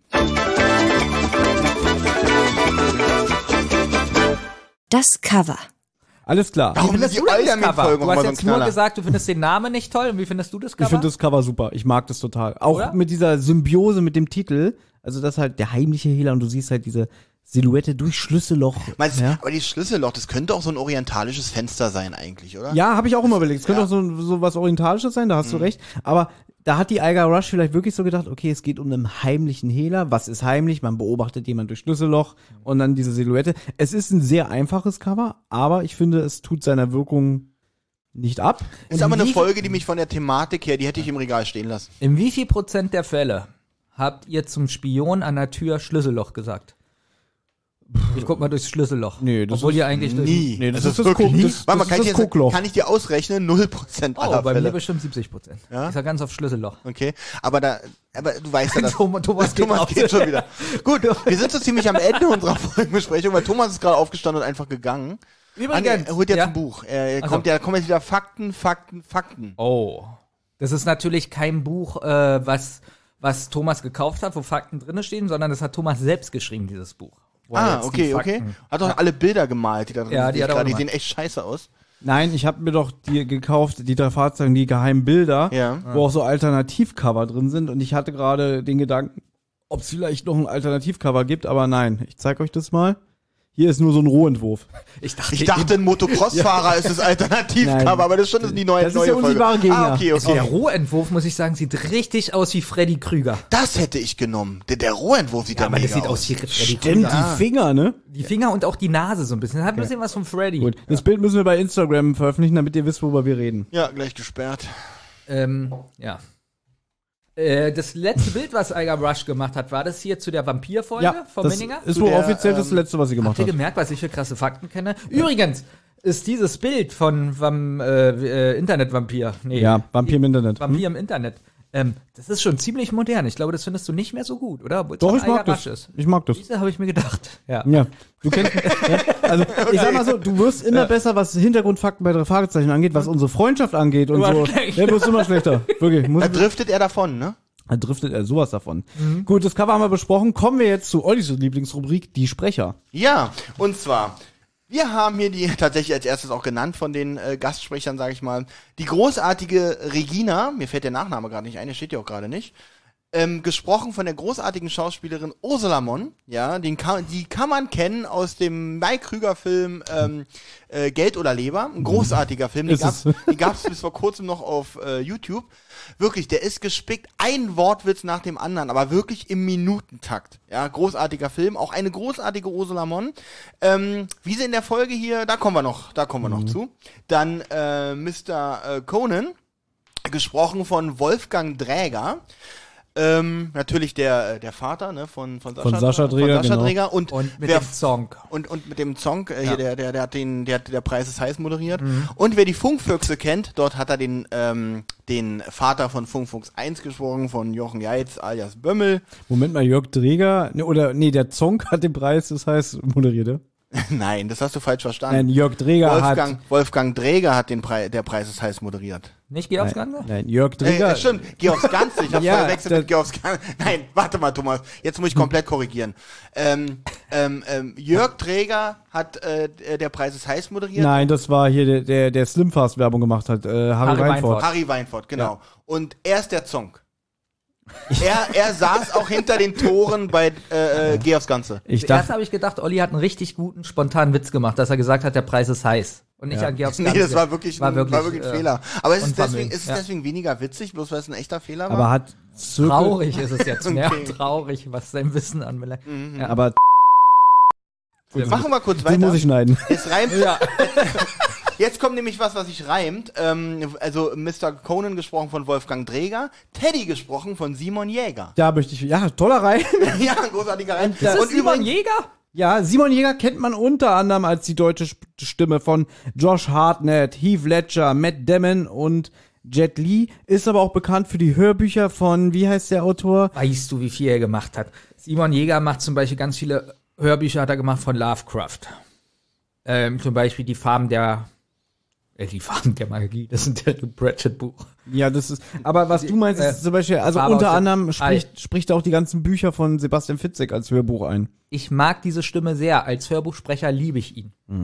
Das Cover. Alles klar. Warum Findest sind du die denn das Alderman-Folgen Cover? auch Du immer hast so ein jetzt nur Knaller? gesagt, du findest den Namen nicht toll. Und wie findest du das Cover? Ich finde das Cover super. Ich mag das total. Auch Oder? mit dieser Symbiose mit dem Titel. Also das ist halt der heimliche Hehler und du siehst halt diese Silhouette durch Schlüsselloch. Meinst du, Ja, aber dieses Schlüsselloch, das könnte auch so ein orientalisches Fenster sein eigentlich, oder? ja habe ich auch immer überlegt. Es könnte auch so was Orientalisches sein, da hast du recht. Aber da hat die Eiger Rush vielleicht wirklich so gedacht, okay, es geht um einen heimlichen Hehler. Was ist heimlich? Man beobachtet jemanden durch Schlüsselloch und dann diese Silhouette. Es ist ein sehr einfaches Cover, aber ich finde, es tut seiner Wirkung nicht ab. Ist aber eine Folge, die mich von der Thematik her, die hätte ich im Regal stehen lassen. In wie viel Prozent der Fälle habt ihr zum Spion an der Tür Schlüsselloch gesagt? Ich guck mal durchs Schlüsselloch. Nee, das Obwohl ist ihr eigentlich durch Nie. Nee, das Also ist das wirklich Guck- nie. das- Warte mal, das ist das Guckloch. kann ich dir ausrechnen? 0% Oh, aller bei mir Fälle. bestimmt 70%. Ja? Ich sag ganz auf Schlüsselloch. Okay, aber du weißt ja, dass Thomas geht raus. geht schon wieder. Gut, wir sind so ziemlich am Ende unserer Folgenbesprechung, weil Thomas ist gerade aufgestanden und einfach gegangen. Übrigens. Er holt jetzt ja? ein Buch. Ach Kommt jetzt wieder Fakten. Oh. Das ist natürlich kein Buch, was Thomas gekauft hat, wo Fakten drin stehen, sondern das hat Thomas selbst geschrieben, dieses Buch. Wo er jetzt die Okay. Fakten- Hat doch alle Bilder gemalt, die da drin Ja, sind. die hat er auch Die gemalt. sehen echt scheiße aus. Nein, ich habe mir doch die gekauft, die 3 Fahrzeuge, die geheimen Bilder, Ja. wo auch so Alternativcover drin sind. Und ich hatte gerade den Gedanken, ob es vielleicht noch ein Alternativcover gibt, aber nein. Ich zeige euch das mal. Hier ist nur so ein Rohentwurf. Ich dachte, Ich dachte, ein Motocross-Fahrer ist das Nein. Alternativcover, aber das ist schon die neue Das ist der Folge. unsichtbare Gegner. Okay. der Rohentwurf, muss ich sagen, sieht richtig aus wie Freddy Krüger. Das hätte ich genommen. Der Rohentwurf sieht ja Aber mega das sieht aus wie Freddy Stimmt, Krüger. die Finger, ne? Die Finger und auch die Nase so ein bisschen. Das hat ein bisschen was von Freddy. Gut. Das Bild müssen wir bei Instagram veröffentlichen, damit ihr wisst, worüber wir reden. Ja, gleich gesperrt. Ja. Das letzte Bild, was Eiger Rush gemacht hat, war das hier zu der Vampir-Folge von das Minninger? ist Zu wohl der, offiziell das letzte, was sie gemacht Habt ihr hat. gemerkt, was ich für krasse Fakten kenne? Übrigens ist dieses Bild von Internetvampir. Nee, Ja, Vampir im Internet. Vampir im Internet. Das ist schon ziemlich modern. Ich glaube, das findest du nicht mehr so gut, oder? Obwohl's Doch, von ich mag Eiger das. Rush ist. Ich mag das. Diese habe ich mir gedacht. Ja. Ja, du kennst, ja, also ich sag mal so, du wirst immer besser, was Hintergrundfakten bei 3 Fragezeichen angeht, was unsere Freundschaft angeht und Immer so. schlechter. Ja, du wirst immer schlechter. Wirklich. Da driftet er davon, ne? Da driftet er sowas davon. Gut, das Cover haben wir besprochen. Kommen wir jetzt zu Ollis Lieblingsrubrik, die Sprecher. Ja, und zwar, wir haben hier die tatsächlich als erstes auch genannt von den Gastsprechern, sage ich mal, die großartige Regina, mir fällt der Nachname gerade nicht ein, der steht ja auch gerade nicht, gesprochen von der großartigen Schauspielerin Ursula Monn, ja, die kann man kennen aus dem Mike Krüger-Film Geld oder Leber, ein großartiger Film, Ist es. den gab's bis vor kurzem noch auf YouTube. Wirklich, der ist gespickt, ein Wortwitz nach dem anderen, aber wirklich im Minutentakt. Ja, großartiger Film, auch eine großartige Ursula Monn. Wie sie in der Folge hier, da kommen wir noch zu. Dann Mr. Conan, gesprochen von Wolfgang Dräger. Natürlich der Vater, ne, von Sascha Dräger, genau. Dräger und Und mit wer dem Song. und mit dem Song hier der hat der Preis ist heiß moderiert und wer die Funkfüchse kennt, dort hat er den Vater von Funkfuchs 1 gesprochen, von Jochen Jeitz alias Bömmel. Moment mal, Jörg Dräger, der Zong hat den Preis, das heißt, moderierte. Nein, das hast du falsch verstanden. Nein, Jörg Dräger Wolfgang Dräger hat der Preis ist heiß moderiert. Nicht geh aufs Ganze? Nein, Jörg Dräger. Stimmt, geh aufs Ganze. Ich hab's Ja, verwechselt mit geh aufs Ganze. Nein, warte mal, Thomas. Jetzt muss ich komplett korrigieren. Jörg Träger hat der Preis ist heiß moderiert. Nein, das war hier der Slimfast Werbung gemacht hat, Harry Weinfurt. Harry Weinfurt, genau. Und er ist der Zonk. Er saß auch hinter den Toren bei Geh aufs Ganze. Ich Zuerst dachte, habe ich gedacht, Olli hat einen richtig guten, spontanen Witz gemacht, dass er gesagt hat, der Preis ist heiß. Und nicht an Geh aufs Nee, Ganze. das war wirklich ein Fehler. Aber ist es unvermögend, deswegen weniger witzig, bloß weil es ein echter Fehler war? aber hat Zirkel, Traurig ist es jetzt, mehr Okay. traurig, was sein Wissen anbelangt. Ja. aber Machen wir kurz das muss weiter. ich schneiden. Es reimt. Ja. Jetzt kommt nämlich was sich reimt. Also Mr. Conan gesprochen von Wolfgang Dräger, Teddy gesprochen von Simon Jäger. Da möchte ich, ja, toller Reim. Ja, ein großartiger Reim. Das ist Und Simon Jäger? Ja, Simon Jäger kennt man unter anderem als die deutsche Stimme von Josh Hartnett, Heath Ledger, Matt Damon und Jet Li, ist aber auch bekannt für die Hörbücher von, wie heißt der Autor? Weißt du, wie viel er gemacht hat? Simon Jäger macht zum Beispiel ganz viele Hörbücher, hat er gemacht von Lovecraft. Zum Beispiel die Farben der Magie, das ist ein Pratchett-Buch. Ja, das ist, aber was du meinst, ist zum Beispiel, also Farbe unter aus anderem All. spricht er auch die ganzen Bücher von Sebastian Fitzek als Hörbuch ein. Ich mag diese Stimme sehr. Als Hörbuchsprecher liebe ich ihn.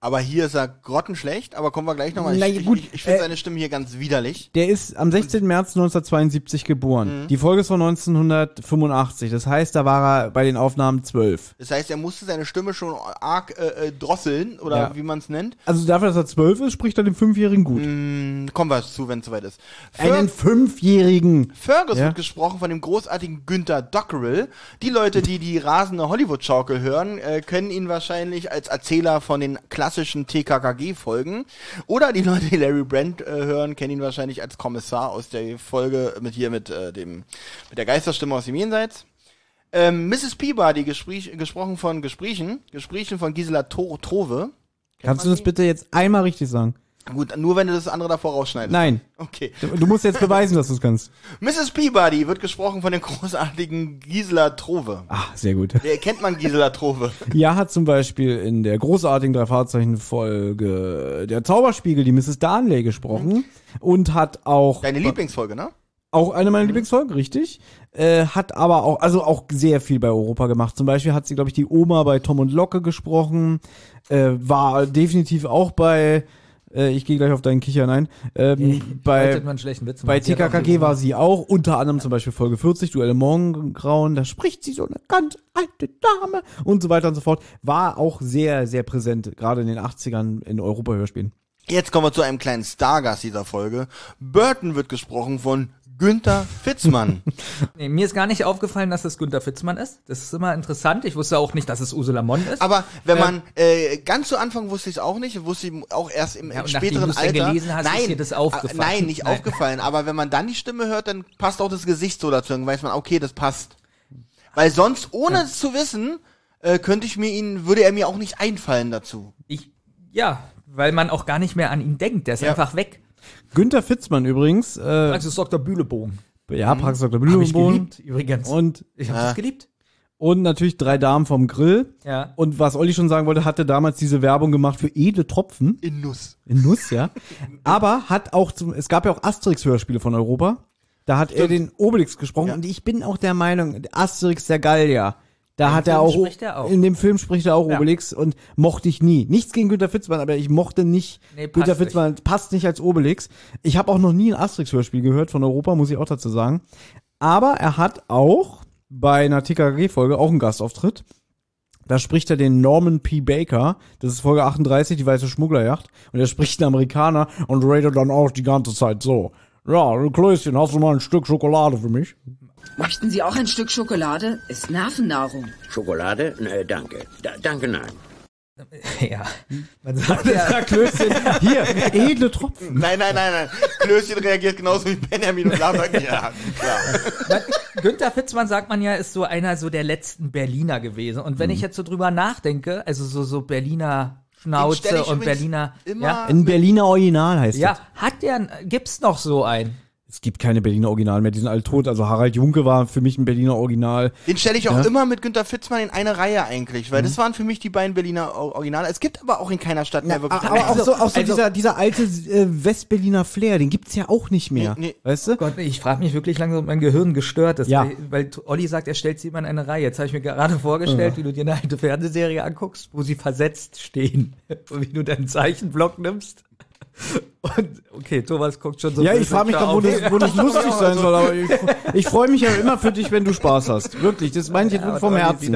Aber hier ist er grottenschlecht, aber kommen wir gleich nochmal. Ich finde seine Stimme hier ganz widerlich. Der ist am 16. März 1972 geboren. Die Folge ist von 1985. Das heißt, da war er bei den Aufnahmen 12. Das heißt, er musste seine Stimme schon arg drosseln, oder wie man es nennt. Also dafür, dass er 12 ist, spricht er dem 5-Jährigen gut. Kommen wir zu, wenn es soweit ist. Einen 5-Jährigen. Fergus wird gesprochen von dem großartigen Günther Dockerel. Die Leute, die rasende Hollywood-Schaukel hören, kennen ihn wahrscheinlich als Erzähler von den klassischen TKKG-Folgen. Oder die Leute, die Larry Brand hören, kennen ihn wahrscheinlich als Kommissar aus der Folge mit der Geisterstimme aus dem Jenseits. Mrs. Peabody, gesprochen von Gesprächen von Gisela Trove. Kannst du das bitte jetzt einmal richtig sagen? Gut, nur wenn du das andere davor rausschneidest. Nein. Okay. Du musst jetzt beweisen, dass du es kannst. Mrs. Peabody wird gesprochen von der großartigen Gisela Trove. Ah, sehr gut. Wer kennt man Gisela Trove? Ja, hat zum Beispiel in der großartigen Drei-Fahrzeichen-Folge der Zauberspiegel die Mrs. Darnley gesprochen und hat auch... Deine Lieblingsfolge, ne? Auch eine meiner Lieblingsfolgen, richtig. Hat aber auch sehr viel bei Europa gemacht. Zum Beispiel hat sie, glaube ich, die Oma bei Tom und Locke gesprochen. War definitiv auch bei... ich gehe gleich auf deinen Kichern ein. Bei TKKG war sie auch, unter anderem zum Beispiel Folge 40, Duelle Morgengrauen, da spricht sie so eine ganz alte Dame und so weiter und so fort. War auch sehr, sehr präsent, gerade in den 80ern in Europa-Hörspielen. Jetzt kommen wir zu einem kleinen Stargast dieser Folge. Burton wird gesprochen von Günther Fitzmann. Nee, mir ist gar nicht aufgefallen, dass es Günther Fitzmann ist. Das ist immer interessant. Ich wusste auch nicht, dass es Ursula Monn ist. Aber wenn man, ganz zu Anfang wusste ich es auch nicht, wusste ich auch erst im späteren Alter. Gelesen hast, ist dir das aufgefallen. Nein, nicht aufgefallen. Aber wenn man dann die Stimme hört, dann passt auch das Gesicht so dazu. Dann weiß man, okay, das passt. Weil sonst, ohne es zu wissen, würde er mir auch nicht einfallen dazu. Weil man auch gar nicht mehr an ihn denkt. Der ist einfach weg. Günther Fitzmann übrigens. Praxis Dr. Bühlebogen. Ja, Praxis Dr. Hab ich Bühlebogen. geliebt, übrigens. Und Ich habe das geliebt. Und natürlich 3 Damen vom Grill. Ja. Und was Olli schon sagen wollte, hatte damals diese Werbung gemacht für edle Tropfen. In Nuss. In Nuss, ja. Aber hat auch es gab ja auch Asterix-Hörspiele von Europa. Da hat er den Obelix gesprochen. Ja. Und ich bin auch der Meinung, Asterix der Gallier. Da hat er auch, in dem Film spricht er auch Obelix und mochte ich nie. Nichts gegen Günther Fitzmann, aber ich mochte nicht, Günther Fitzmann passt nicht als Obelix. Ich habe auch noch nie ein Asterix-Hörspiel gehört von Europa, muss ich auch dazu sagen. Aber er hat auch bei einer TKKG-Folge auch einen Gastauftritt. Da spricht er den Norman P. Baker. Das ist Folge 38, die weiße Schmugglerjacht. Und er spricht einen Amerikaner und redet dann auch die ganze Zeit so. Ja, Klößchen, hast du mal ein Stück Schokolade für mich? Möchten Sie auch ein Stück Schokolade? Ist Nervennahrung. Schokolade? Nee, danke. Danke, nein. Ja. Man sagt ja, Klößchen, hier, edle Tropfen. Nein. Klößchen reagiert genauso wie Benjamin und Lava. Ja, klar. Günther Fitzmann, sagt man ja, ist so einer so der letzten Berliner gewesen. Und wenn ich jetzt so drüber nachdenke, also so Berliner Schnauze und Berliner... Ein Berliner Original heißt das. Ja, gibt's noch so einen? Es gibt keine Berliner Original mehr, die sind alle tot. Also Harald Junke war für mich ein Berliner Original. Den stelle ich auch immer mit Günther Fitzmann in eine Reihe eigentlich, weil das waren für mich die beiden Berliner Originale. Es gibt aber auch in keiner Stadt mehr wirklich. Aber auch so dieser alte Westberliner Flair, den gibt's ja auch nicht mehr. Nee. Weißt du? Gott, ich frage mich wirklich langsam, ob mein Gehirn gestört ist. Weil Olli sagt, er stellt sie immer in eine Reihe. Jetzt habe ich mir gerade vorgestellt, wie du dir eine alte Fernsehserie anguckst, wo sie versetzt stehen. Und wie du deinen Zeichenblock nimmst. Und okay, Thomas guckt schon so. Ja, ich frage mich gerade, wo das lustig sein soll, aber ich freue mich ja immer für dich, wenn du Spaß hast. Wirklich, das meine ich jetzt vom Herzen.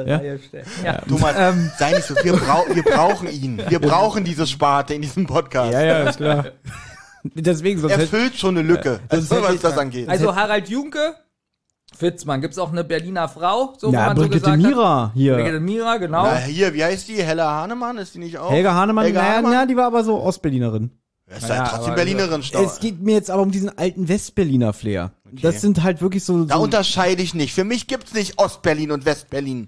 Thomas, sei nicht so, wir brauchen ihn. Wir brauchen diese Sparte in diesem Podcast. Ja, ist klar. Deswegen, er füllt schon eine Lücke, was das angeht. Also Harald Junke, Fitzmann, gibt's auch eine Berliner Frau? So, Brigitte Mira hier. Brigitte Mira, genau. Na, hier, wie heißt die? Hella Hahnemann, ist die nicht auch? Helga Hahnemann, die war aber so Ostberlinerin. Ist ja trotzdem Berlinerin. Es geht mir jetzt aber um diesen alten Westberliner Flair. Okay. Das sind halt wirklich so... Da unterscheide ich nicht. Für mich gibt's nicht Ostberlin und Westberlin.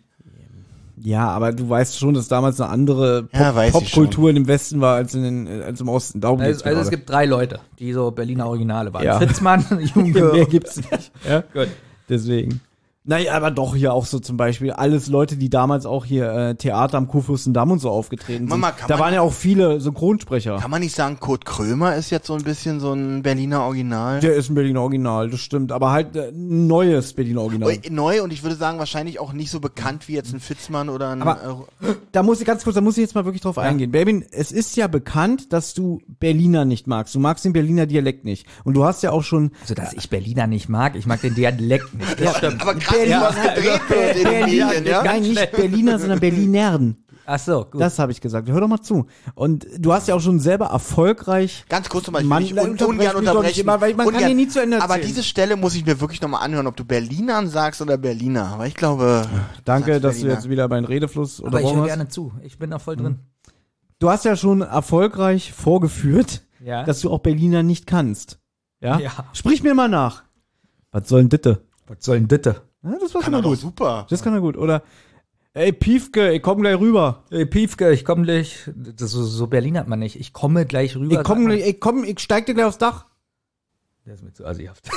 Ja, aber du weißt schon, dass damals eine andere Popkultur im Westen war als im Osten. Darum also es gibt 3 Leute, die so Berliner Originale waren. Ja. Fitzmann, Junke. Mehr gibt's nicht. Ja? Gut. Deswegen. Naja, aber doch hier auch so zum Beispiel alles Leute, die damals auch hier Theater am Kurfürstendamm und so aufgetreten sind. Da waren ja auch viele Synchronsprecher. Kann man nicht sagen, Kurt Krömer ist jetzt so ein bisschen so ein Berliner Original? Der ist ein Berliner Original, das stimmt. Aber halt ein neues Berliner Original. Neu und ich würde sagen, wahrscheinlich auch nicht so bekannt wie jetzt ein Fitzmann oder ein... Aber da muss ich jetzt mal wirklich drauf eingehen. Babin, es ist ja bekannt, dass du Berliner nicht magst. Du magst den Berliner Dialekt nicht. Und du hast ja auch schon... Also, dass ich Berliner nicht mag, ich mag den Dialekt nicht. Das stimmt. Aber gerade was gedreht wird in den Medien, ja? Nein, nicht Berliner, sondern Berlinern. Ach so, gut. Das habe ich gesagt. Hör doch mal zu. Und du hast ja auch schon selber erfolgreich... Ganz kurz nochmal, ich will dich ungern unterbrechen. Immer, weil man kann hier nie zu Ende erzählen. Aber diese Stelle muss ich mir wirklich nochmal anhören, ob du Berlinern sagst oder Berliner. Aber ich glaube... Danke, dass du jetzt wieder meinen Redefluss aber ich höre hast. gerne zu. Ich bin da voll drin. Du hast ja schon erfolgreich vorgeführt, Ja. dass du auch Berliner nicht kannst. Ja? Ja. Sprich mir mal nach. Was soll denn Ditte? Was soll denn Ditte? Ja, das war Kann schon mal er doch gut. super. Das kann er gut. Oder, ey Piefke, ich komm gleich rüber. Ey, Piefke, ich komm gleich. So Berlin hat man nicht. Ich komme gleich rüber. Ich steig dir gleich aufs Dach. Der ist mir zu assihaft.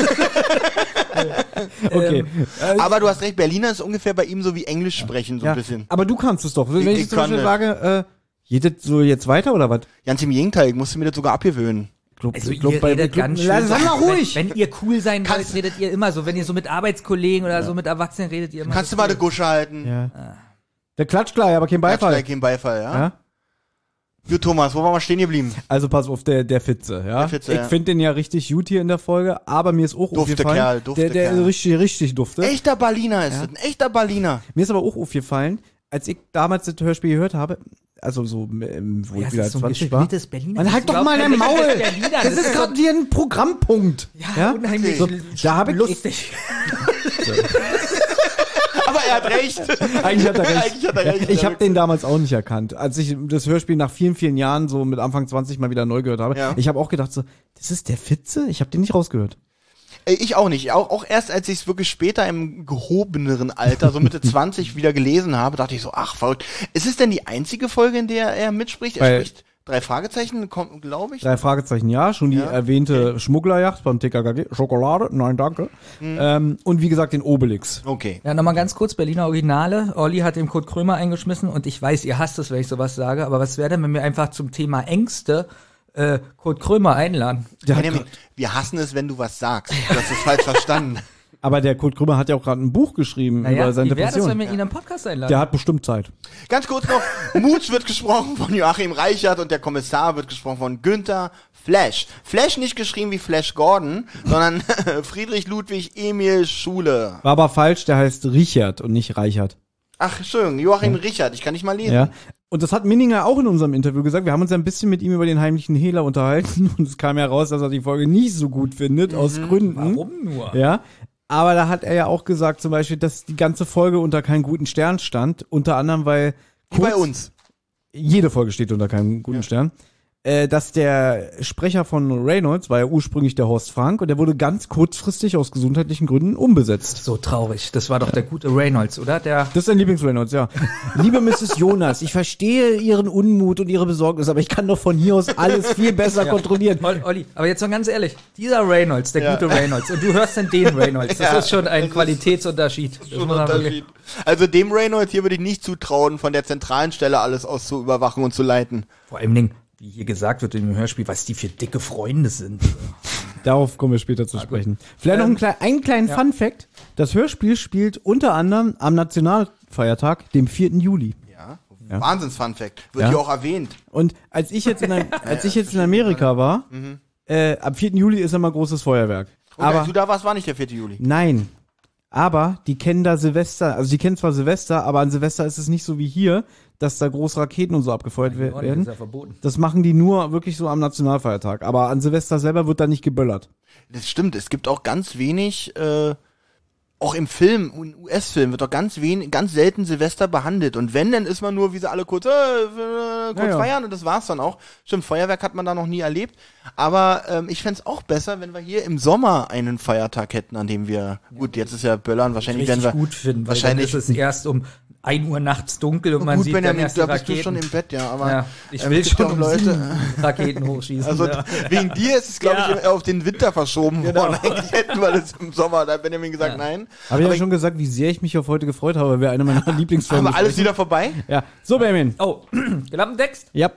Okay. Aber du hast recht, Berliner ist ungefähr bei ihm so wie Englisch sprechen, so ein bisschen. Aber du kannst es doch. Wenn ich zum Beispiel kann sage, geht das so jetzt weiter oder was? Ganz im Gegenteil, ich musste mir das sogar abgewöhnen. Also ihr redet ganz schön. Lass mal ruhig. Wenn ihr cool sein wollt, redet ihr immer so. Wenn ihr so mit Arbeitskollegen oder so mit Erwachsenen redet, ihr immer Kannst so du mal cool. eine Gusche halten? Ja. Der klatscht gleich, aber kein Beifall. Kein Beifall, ja? Ja? Du Thomas, wo waren wir stehen geblieben? Also pass auf, der Fitze, ja. Der Fitze, ich ja. finde den ja richtig gut hier in der Folge, aber mir ist auch Dufte aufgefallen, Kerl, dufte der Kerl. richtig dufte. Echter Berliner ist das, ein echter Berliner. Mir ist aber auch aufgefallen, als ich damals das Hörspiel gehört habe, also so, wo ich wieder 20 war. Berliner. Man halt doch mal dein Maul! Das ist gerade hier ein Programmpunkt. Ja, unheimlich So, da habe ich lustig. Aber er hat recht. Eigentlich hat er recht. Eigentlich hat er recht, Ich ja, habe den damals auch nicht erkannt. Als ich das Hörspiel nach vielen Jahren so mit Anfang 20 mal wieder neu gehört habe, Ja. ich habe auch gedacht so, das ist der Fitze? Ich habe den nicht rausgehört. Ich auch nicht. Auch erst als ich es wirklich später im gehobeneren Alter, so Mitte 20 wieder gelesen habe, dachte ich so, ach verrückt. Ist es denn die einzige Folge, in der er mitspricht? Er spricht 3 Fragezeichen, glaube ich. 3 Fragezeichen, ja. Schon die erwähnte Schmugglerjacht beim TKKG. Schokolade? Nein, danke. Und wie gesagt, den Obelix. Okay. Ja, nochmal ganz kurz, Berliner Originale. Olli hat den Kurt Krömer eingeschmissen und ich weiß, ihr hasst es, wenn ich sowas sage, aber was wäre denn, wenn wir einfach zum Thema Ängste Kurt Krömer einladen? Benjamin, wir hassen es, wenn du was sagst. Du hast es falsch verstanden. Aber der Kurt Krömer hat ja auch gerade ein Buch geschrieben über seine wie wäre das, wenn Depression. wir ihn im Podcast einladen? Der hat bestimmt Zeit. Ganz kurz noch, Moods wird gesprochen von Joachim Reichert und der Kommissar wird gesprochen von Günther Flash. Flash nicht geschrieben wie Flash Gordon, sondern Friedrich Ludwig Emil Schule. War aber falsch, der heißt Richard und nicht Reichert. Ach, schön, Joachim Richard, ich kann nicht mal lesen. Ja. Und das hat Minninger auch in unserem Interview gesagt. Wir haben uns ja ein bisschen mit ihm über den heimlichen Hehler unterhalten und es kam ja raus, dass er die Folge nicht so gut findet, aus Gründen. Warum nur? Ja. Aber da hat er ja auch gesagt, zum Beispiel, dass die ganze Folge unter keinem guten Stern stand. Unter anderem, weil Wie bei uns. jede Folge steht unter keinem guten Stern. Dass der Sprecher von Reynolds war ja ursprünglich der Horst Frank und der wurde ganz kurzfristig aus gesundheitlichen Gründen umbesetzt. So traurig. Das war doch der gute Reynolds, oder? Der Das ist dein Lieblings-Reynolds, ja. Liebe Mrs. Jonas, ich verstehe Ihren Unmut und Ihre Besorgnis, aber ich kann doch von hier aus alles viel besser kontrollieren. Olli, aber jetzt mal ganz ehrlich, dieser Reynolds, der gute Reynolds, und du hörst dann den Reynolds, das ist schon ein Qualitätsunterschied. Das muss man wirklich- Also dem Reynolds hier würde ich nicht zutrauen, von der zentralen Stelle alles aus zu überwachen und zu leiten. Vor allem Dingen, wie hier gesagt wird im Hörspiel, was die für dicke Freunde sind. Darauf kommen wir später zu sprechen. Vielleicht noch einen kleinen Fun-Fact. Das Hörspiel spielt unter anderem am Nationalfeiertag, dem 4. Juli. Ja. Wahnsinns-Fun-Fact. Wird Ja. hier auch erwähnt. Und als ich jetzt in Amerika war, am 4. Juli ist immer großes Feuerwerk. Und Aber als du da warst, war nicht der 4. Juli. nein. Aber die kennen da Silvester, also die kennen zwar Silvester, aber an Silvester ist es nicht so wie hier, dass da große Raketen und so abgefeuert Das werden. ist ja verboten. Das machen die nur wirklich so am Nationalfeiertag. Aber an Silvester selber wird da nicht geböllert. Das stimmt, es gibt auch ganz wenig, auch im Film, in US-Filmen wird doch ganz selten Silvester behandelt. Und wenn, dann ist man nur, wie sie alle kurz Ja. feiern und das war's dann auch. Stimmt, Feuerwerk hat man da noch nie erlebt. Aber ich fänd's auch besser, wenn wir hier im Sommer einen Feiertag hätten, an dem wir, gut, jetzt ist ja Böllern, wahrscheinlich werden Richtig wir, gut finden, weil wahrscheinlich dann ist es erst um 1 Uhr nachts dunkel und man Gut, sieht dann Benjamin, erst die da bist du Raketen. schon im Bett, ja, aber Ja, ich es will gibt ja schon auch Leute, Raketen hochschießen. also ja. wegen dir ist es, glaube ich, auf den Winter verschoben worden. Eigentlich hätten wir das im Sommer, da hat Benjamin gesagt, nein. Habe ich ja schon gesagt, wie sehr ich mich auf heute gefreut habe, weil wir eine meiner Lieblingsfolgen Aber alles besprechen. wieder vorbei? Ja, so Benjamin. Oh, Klappentext? Ja.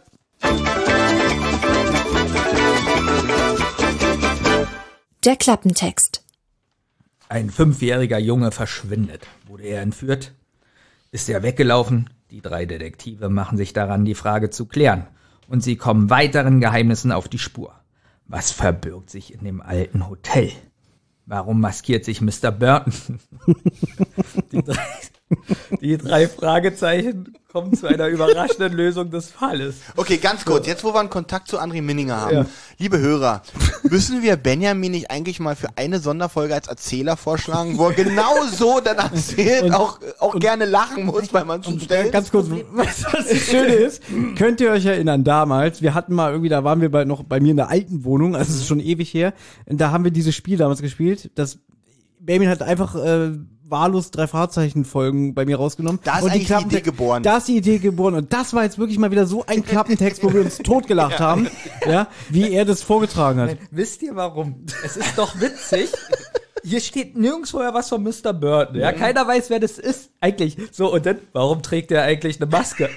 Der Klappentext. Ein 5-jähriger Junge verschwindet. Wurde er entführt? Ist er weggelaufen? Die 3 Detektive machen sich daran, die Frage zu klären. Und sie kommen weiteren Geheimnissen auf die Spur. Was verbirgt sich in dem alten Hotel? Warum maskiert sich Mr. Burton? Die drei Fragezeichen kommen zu einer überraschenden Lösung des Falles. Okay, ganz kurz, jetzt wo wir einen Kontakt zu André Minninger haben. Liebe Hörer, müssen wir Benjamin nicht eigentlich mal für eine Sonderfolge als Erzähler vorschlagen, wo er genau so dann erzählt, auch gerne lachen muss, weil man schon stellt. Ganz kurz, was das Schöne ist, könnt ihr euch erinnern, damals, wir hatten mal irgendwie, da waren wir noch bei mir in der alten Wohnung, also es ist schon ewig her, und da haben wir dieses Spiel damals gespielt, das Benjamin hat einfach wahllos 3 Fragezeichen-Folgen bei mir rausgenommen. Da ist und eigentlich die Idee geboren. Da ist die Idee geboren. Und das war jetzt wirklich mal wieder so ein Klappentext, wo wir uns totgelacht haben, ja, wie er das vorgetragen hat. Wisst ihr warum? Es ist doch witzig. Hier steht nirgendwo was von Mr. Burton. Ja, keiner weiß, wer das ist. Eigentlich. So, und dann, warum trägt er eigentlich eine Maske?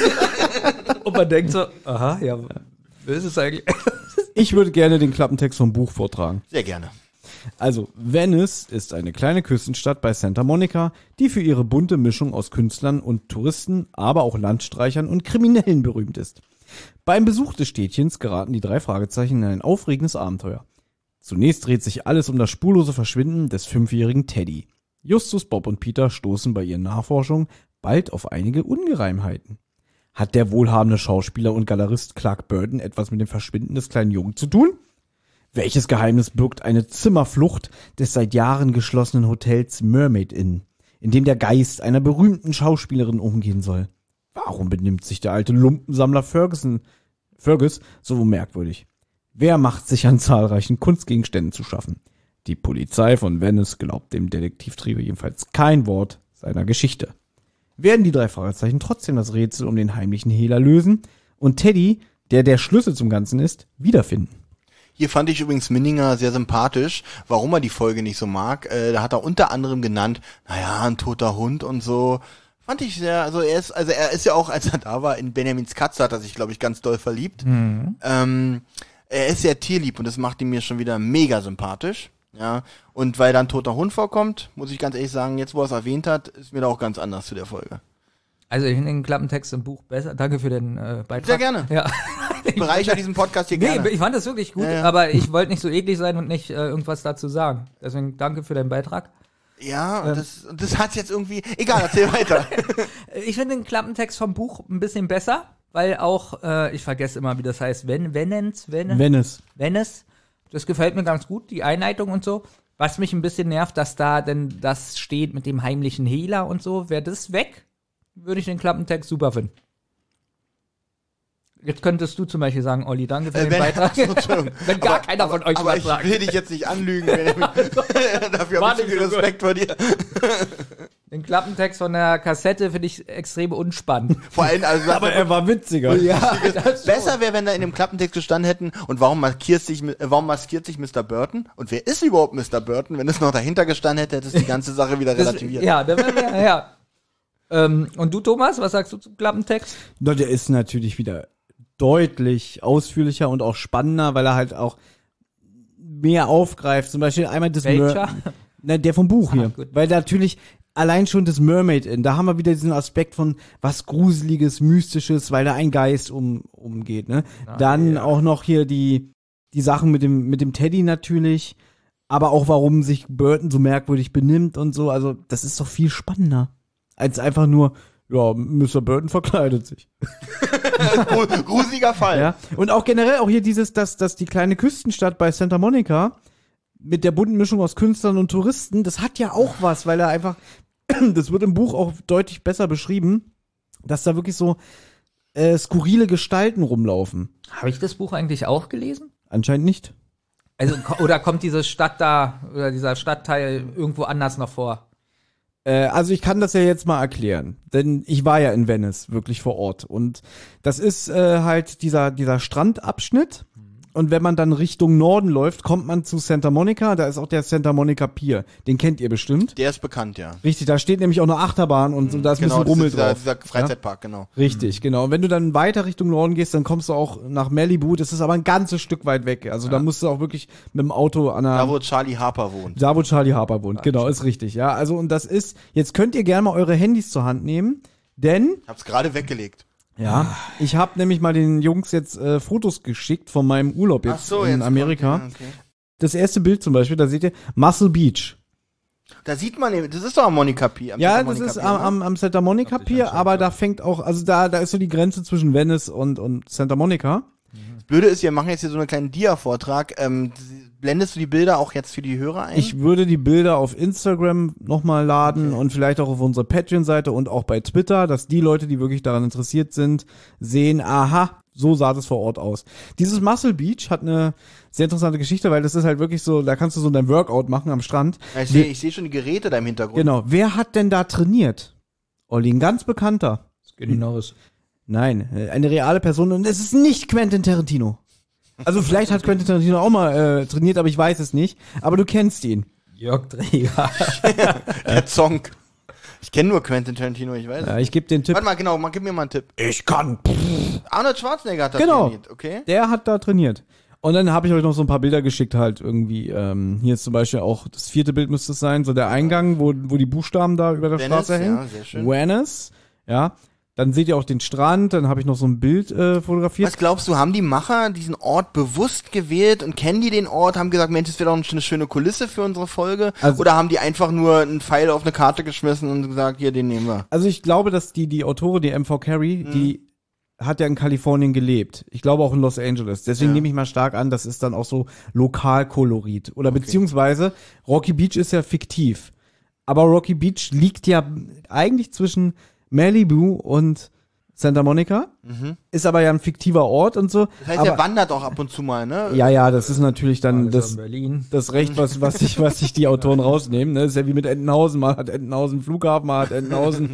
Und man denkt so, aha, ja, wer ist es eigentlich? Ich würde gerne den Klappentext vom Buch vortragen. Sehr gerne. Also, Venice ist eine kleine Küstenstadt bei Santa Monica, die für ihre bunte Mischung aus Künstlern und Touristen, aber auch Landstreichern und Kriminellen berühmt ist. Beim Besuch des Städtchens geraten die 3 Fragezeichen in ein aufregendes Abenteuer. Zunächst dreht sich alles um das spurlose Verschwinden des 5-jährigen Teddy. Justus, Bob und Peter stoßen bei ihren Nachforschungen bald auf einige Ungereimheiten. Hat der wohlhabende Schauspieler und Galerist Clark Burton etwas mit dem Verschwinden des kleinen Jungen zu tun? Welches Geheimnis birgt eine Zimmerflucht des seit Jahren geschlossenen Hotels Mermaid Inn, in dem der Geist einer berühmten Schauspielerin umgehen soll? Warum benimmt sich der alte Lumpensammler Fergus so merkwürdig? Wer macht sich an zahlreichen Kunstgegenständen zu schaffen? Die Polizei von Venice glaubt dem Detektivtrio jedenfalls kein Wort seiner Geschichte. Werden die 3 Fragezeichen trotzdem das Rätsel um den heimlichen Hehler lösen und Teddy, der Schlüssel zum Ganzen ist, wiederfinden? Hier fand ich übrigens Minninger sehr sympathisch, warum er die Folge nicht so mag. Da hat er unter anderem genannt, naja, ein toter Hund und so. Fand ich sehr, also er ist ja auch, als er da war, in Benjamins Katze hat er sich, glaube ich, ganz doll verliebt. Er ist sehr tierlieb und das macht ihn mir schon wieder mega sympathisch. Ja, und weil da ein toter Hund vorkommt, muss ich ganz ehrlich sagen, jetzt wo er es erwähnt hat, ist mir da auch ganz anders zu der Folge. Also ich finde den Klappentext im Buch besser. Danke für den Beitrag. Sehr gerne. Ja. Bereicher diesen Podcast hier gerne. Nee, ich fand das wirklich gut, aber ich wollte nicht so eklig sein und nicht irgendwas dazu sagen. Deswegen danke für deinen Beitrag. Ja, und das hat's jetzt irgendwie, egal, erzähl weiter. Ich finde den Klappentext vom Buch ein bisschen besser, weil auch, ich vergesse immer, wie das heißt, Venice. Das gefällt mir ganz gut, die Einleitung und so. Was mich ein bisschen nervt, dass da denn das steht mit dem heimlichen Hehler und so. Wäre das weg, würde ich den Klappentext super finden. Jetzt könntest du zum Beispiel sagen, Olli, danke für den Beitrag. Wenn gar keiner von euch aber was sagt. ich will dich jetzt nicht anlügen, dafür habe ich so viel Respekt vor dir. Den Klappentext von der Kassette finde ich extrem unspannend. Vor allem, also Aber er war witziger. Ja, besser wäre, wenn da in dem Klappentext gestanden hätten, und warum maskiert sich Mr. Burton? Und wer ist überhaupt Mr. Burton? Wenn es noch dahinter gestanden hätte, hätte es die ganze Sache wieder relativiert. Ja, da wären wir, ja. Und du, Thomas, was sagst du zum Klappentext? Na, der ist natürlich wieder deutlich ausführlicher und auch spannender, weil er halt auch mehr aufgreift. Zum Beispiel einmal das Welcher? Der vom Buch hier. Gut. Weil natürlich allein schon das Mermaid Inn, da haben wir wieder diesen Aspekt von was Gruseliges, Mystisches, weil da ein Geist umgeht, ne? Dann auch noch hier die Sachen mit dem Teddy natürlich, aber auch warum sich Burton so merkwürdig benimmt und so. Also das ist doch viel spannender als einfach nur, ja, Mr. Burton verkleidet sich. Gruseliger Fall. Ja. Und auch generell auch hier dass die kleine Küstenstadt bei Santa Monica mit der bunten Mischung aus Künstlern und Touristen, das hat ja auch was, weil er einfach, das wird im Buch auch deutlich besser beschrieben, dass da wirklich so skurrile Gestalten rumlaufen. Habe ich das Buch eigentlich auch gelesen? Anscheinend nicht. Also, oder kommt diese Stadt da, oder dieser Stadtteil irgendwo anders noch vor? Also ich kann das ja jetzt mal erklären, denn ich war ja in Venice, wirklich vor Ort. Und das ist halt dieser Strandabschnitt. Und wenn man dann Richtung Norden läuft, kommt man zu Santa Monica. Da ist auch der Santa Monica Pier. Den kennt ihr bestimmt. Der ist bekannt, ja. Richtig, da steht nämlich auch eine Achterbahn und so, da ist ein bisschen Rummel drauf. Dieser Freizeitpark, genau. Richtig, genau. Und wenn du dann weiter Richtung Norden gehst, dann kommst du auch nach Malibu. Das ist aber ein ganzes Stück weit weg. Also da musst du auch wirklich mit dem Auto an Da, wo Charlie Harper wohnt. Da, wo Charlie Harper wohnt. Genau, ist richtig. Ja, also und das ist, jetzt könnt ihr gerne mal eure Handys zur Hand nehmen, denn Ich hab's gerade weggelegt. ja, ich habe nämlich mal den Jungs jetzt Fotos geschickt von meinem Urlaub jetzt in Amerika. Okay. Das erste Bild zum Beispiel, da seht ihr Muscle Beach. Da sieht man, das ist doch am Monica Pier. Ja, das ist am Santa Monica Pier, aber da fängt auch, also da ist so die Grenze zwischen Venice und Santa Monica. Das Blöde ist, wir machen jetzt hier so einen kleinen Dia-Vortrag. Blendest du die Bilder auch jetzt für die Hörer ein? Ich würde die Bilder auf Instagram nochmal laden und vielleicht auch auf unsere Patreon-Seite und auch bei Twitter, dass die Leute, die wirklich daran interessiert sind, sehen, aha, so sah das vor Ort aus. Dieses Muscle Beach hat eine sehr interessante Geschichte, weil das ist halt wirklich so, da kannst du so dein Workout machen am Strand. Ja, ich seh schon die Geräte da im Hintergrund. Genau. Wer hat denn da trainiert? Olli, ein ganz bekannter. Skinny Norris. Nein, eine reale Person und es ist nicht Quentin Tarantino. Also vielleicht hat Quentin Tarantino auch mal trainiert, aber ich weiß es nicht. Aber du kennst ihn. Jörg Träger. Der Zonk. Ich kenne nur Quentin Tarantino, ich weiß. Ja, ich gebe den Tipp. Warte mal, genau, gib mir mal einen Tipp. Ich kann. Arnold Schwarzenegger hat das Genau. trainiert, okay? Der hat da trainiert. Und dann habe ich euch noch so ein paar Bilder geschickt halt irgendwie. Hier ist zum Beispiel auch, das 4. Bild müsste es sein, so der Eingang, wo die Buchstaben da über der Venice, Straße hängen. ja, sehr schön. Venice, ja. Dann seht ihr auch den Strand, dann habe ich noch so ein Bild fotografiert. Was glaubst du, haben die Macher diesen Ort bewusst gewählt und kennen die den Ort, haben gesagt, Mensch, das wäre doch eine schöne Kulisse für unsere Folge? Also- Oder haben die einfach nur einen Pfeil auf eine Karte geschmissen und gesagt, hier, den nehmen wir? Also ich glaube, dass die Autorin, die MV Carey, die hat ja in Kalifornien gelebt. Ich glaube auch in Los Angeles. Deswegen nehme ich mal stark an, das ist dann auch so Lokalkolorit. Oder beziehungsweise Rocky Beach ist ja fiktiv. Aber Rocky Beach liegt ja eigentlich zwischen Malibu und Santa Monica. Ist aber ja ein fiktiver Ort und so. Das heißt, aber, er wandert auch ab und zu mal, ne? ja, das ist natürlich dann Das das, in Berlin. das Recht, was sich die Autoren rausnehmen. Ne? Das ist ja wie mit Entenhausen. Mal hat Entenhausen einen Flughafen, mal hat Entenhausen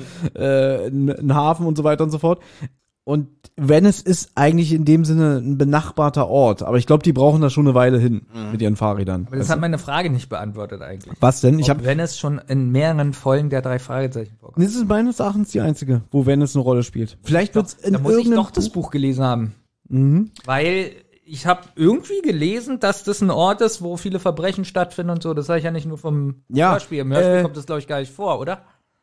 einen Hafen und so weiter und so fort. Und Venice ist eigentlich in dem Sinne ein benachbarter Ort. Aber ich glaube, die brauchen da schon eine Weile hin mit ihren Fahrrädern. Aber das hat meine Frage nicht beantwortet eigentlich. Was denn? Ich Ob habe Venice schon in mehreren Folgen der 3 Fragezeichen vorkommt. Das ist meines Erachtens die einzige, wo Venice eine Rolle spielt. Vielleicht wird's in Da muss ich irgendeinem doch das Buch gelesen haben. Mhm. Weil ich habe irgendwie gelesen, dass das ein Ort ist, wo viele Verbrechen stattfinden und so. Das sage ich ja nicht nur vom Ja, Hörspiel. Im Hörspiel kommt das, glaube ich, gar nicht vor, oder?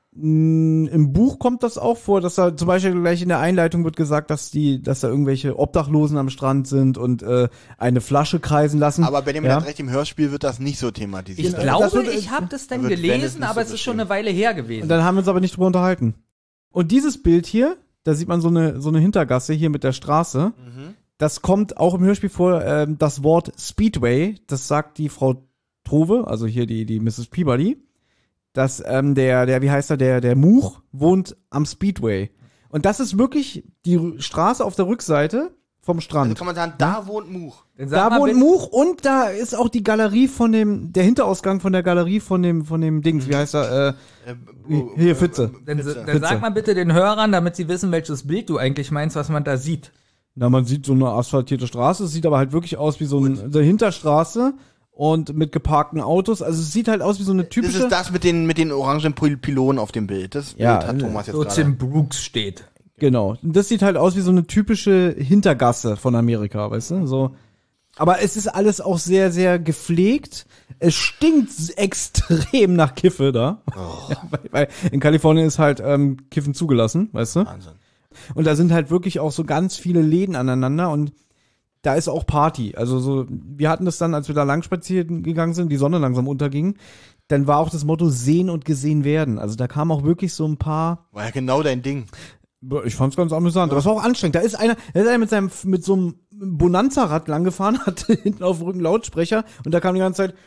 Im Buch kommt das auch vor, dass da zum Beispiel gleich in der Einleitung wird gesagt, dass da irgendwelche Obdachlosen am Strand sind und eine Flasche kreisen lassen. Aber Benjamin ja. hat recht, im Hörspiel wird das nicht so thematisiert. Ich das glaube, wird- ich habe das dann wird Venice gelesen, nicht aber so es ist schon bestimmt. eine Weile her gewesen. Und dann haben wir uns aber nicht drüber unterhalten. Und dieses Bild hier, da sieht man so eine Hintergasse hier mit der Straße. Das kommt auch im Hörspiel vor, das Wort Speedway, das sagt die Frau Trove, also hier die Mrs. Peabody, dass der wie heißt er, der Much wohnt am Speedway. Und das ist wirklich die Straße auf der Rückseite vom Also Strand. kann man sagen, da wohnt Much. Dann sag Da mal wohnt bitte- Much und da ist auch die Galerie der Hinterausgang von der Galerie von dem Dings, wie heißt er, hier, Fitze. Dann Pizza. sag mal bitte den Hörern, damit sie wissen, welches Bild du eigentlich meinst, was man da sieht. Na, man sieht so eine asphaltierte Straße, es sieht aber halt wirklich aus wie so eine Hinterstraße und mit geparkten Autos, also es sieht halt aus wie so eine Das typische... ist das mit den orangen Pylonen auf dem Bild. Das Ja, Bild hat Thomas jetzt So gerade. Tim Brooks steht. Genau. Und das sieht halt aus wie so eine typische Hintergasse von Amerika, weißt du? So. Aber es ist alles auch sehr, sehr gepflegt. Es stinkt extrem nach Kiffe da. weil in Kalifornien ist halt Kiffen zugelassen, weißt du? Wahnsinn. Und da sind halt wirklich auch so ganz viele Läden aneinander und da ist auch Party. Also so, wir hatten das dann, als wir da lang spazieren gegangen sind, die Sonne langsam unterging, dann war auch das Motto sehen und gesehen werden. Also da kamen auch wirklich so ein paar. War ja genau dein Ding. Ich fand's ganz amüsant, aber es war auch anstrengend. Da ist einer mit so einem Bonanza-Rad langgefahren, hatte hinten auf dem Rücken Lautsprecher und da kam die ganze Zeit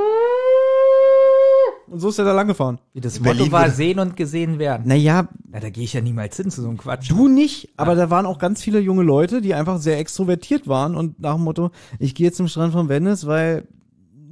und so ist er da langgefahren. Wie das In Motto Berlin war, wird- sehen und gesehen werden. Naja, Na, da gehe ich ja niemals hin zu so einem Quatsch. du nicht, aber da waren auch ganz viele junge Leute, die einfach sehr extrovertiert waren und nach dem Motto, ich gehe jetzt zum Strand von Venice, weil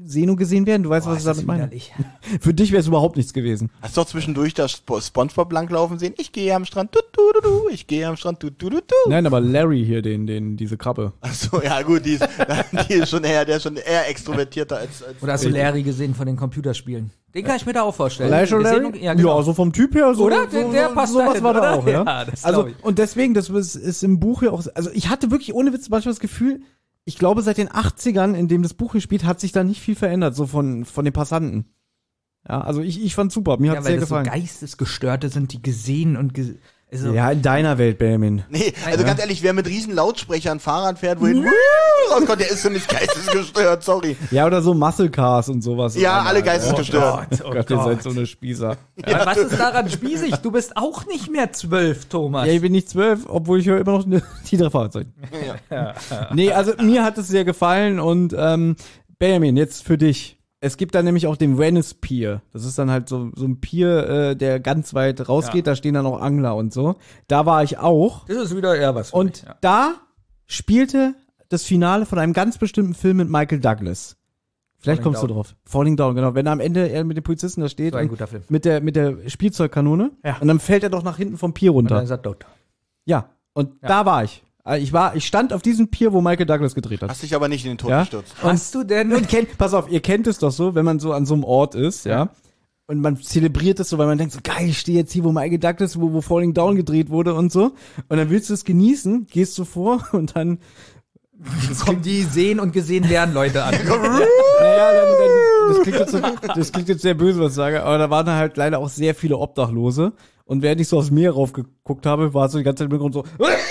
sehen und gesehen werden. Du weißt, was ich damit meine. Für dich wäre es überhaupt nichts gewesen. Hast du doch zwischendurch das SpongeBob langlaufen sehen? Ich gehe am Strand, ich gehe am Strand, Nein, aber Larry hier, diese Krabbe. Achso, ja gut, die ist schon eher extrovertierter als Oder hast du Larry gesehen von den Computerspielen? Den kann ich mir da auch vorstellen. Larry? Ja, genau. Ja, so vom Typ her. So, oder? Der passt sowas dahin, war da oder? auch, ja. Ja, das also, glaub ich. und deswegen, das ist im Buch ja auch, also ich hatte wirklich ohne Witz manchmal das Gefühl, ich glaube, seit den 80ern, in dem das Buch hier spielt, hat sich da nicht viel verändert, so von den Passanten. Ja, also ich fand's super, mir hat's sehr gefallen. So Geistesgestörte sind, die gesehen und also Ja, in deiner Welt, Benjamin. Nee, also ganz ehrlich, wer mit riesen Lautsprechern Fahrrad fährt, wohin rauskommt, der ist für mich geistesgestört, sorry. Ja, oder so Muscle Cars und sowas. Ja, alle geistesgestört. Oh Gott, ihr seid so eine Spießer. Ja, was ist daran spießig? Du bist auch nicht mehr 12, Thomas. Ja, ich bin nicht 12, obwohl ich höre immer noch die 3 Fahrzeuge. Nee, also mir hat es sehr gefallen und Benjamin, jetzt für dich. Es gibt da nämlich auch den Venice Pier. Das ist dann halt so ein Pier, der ganz weit rausgeht. Da stehen dann auch Angler und so. Da war ich auch. Das ist wieder eher was für Und mich, ja. da spielte das Finale von einem ganz bestimmten Film mit Michael Douglas. Vielleicht kommst du drauf. Falling Down, genau. Wenn er am Ende mit den Polizisten da steht. So ein guter Film. Mit der Spielzeugkanone. Ja. Und dann fällt er doch nach hinten vom Pier Und dann runter. ist er tot. Ja. Und da war ich. Ich stand auf diesem Pier, wo Michael Douglas gedreht hat. Hast dich aber nicht in den Tod Ja? gestürzt. Hast du denn? Und pass auf, ihr kennt es doch so, wenn man so an so einem Ort ist, ja. Und man zelebriert es so, weil man denkt so, geil, ich stehe jetzt hier, wo Michael Douglas, wo Falling Down gedreht wurde und so. Und dann willst du es genießen, gehst du vor und dann kommen die sehen und gesehen werden Leute an. naja, das klingt jetzt sehr böse, was ich sage, aber da waren halt leider auch sehr viele Obdachlose. Und während ich so aufs Meer raufgeguckt habe, war so die ganze Zeit im Hintergrund so.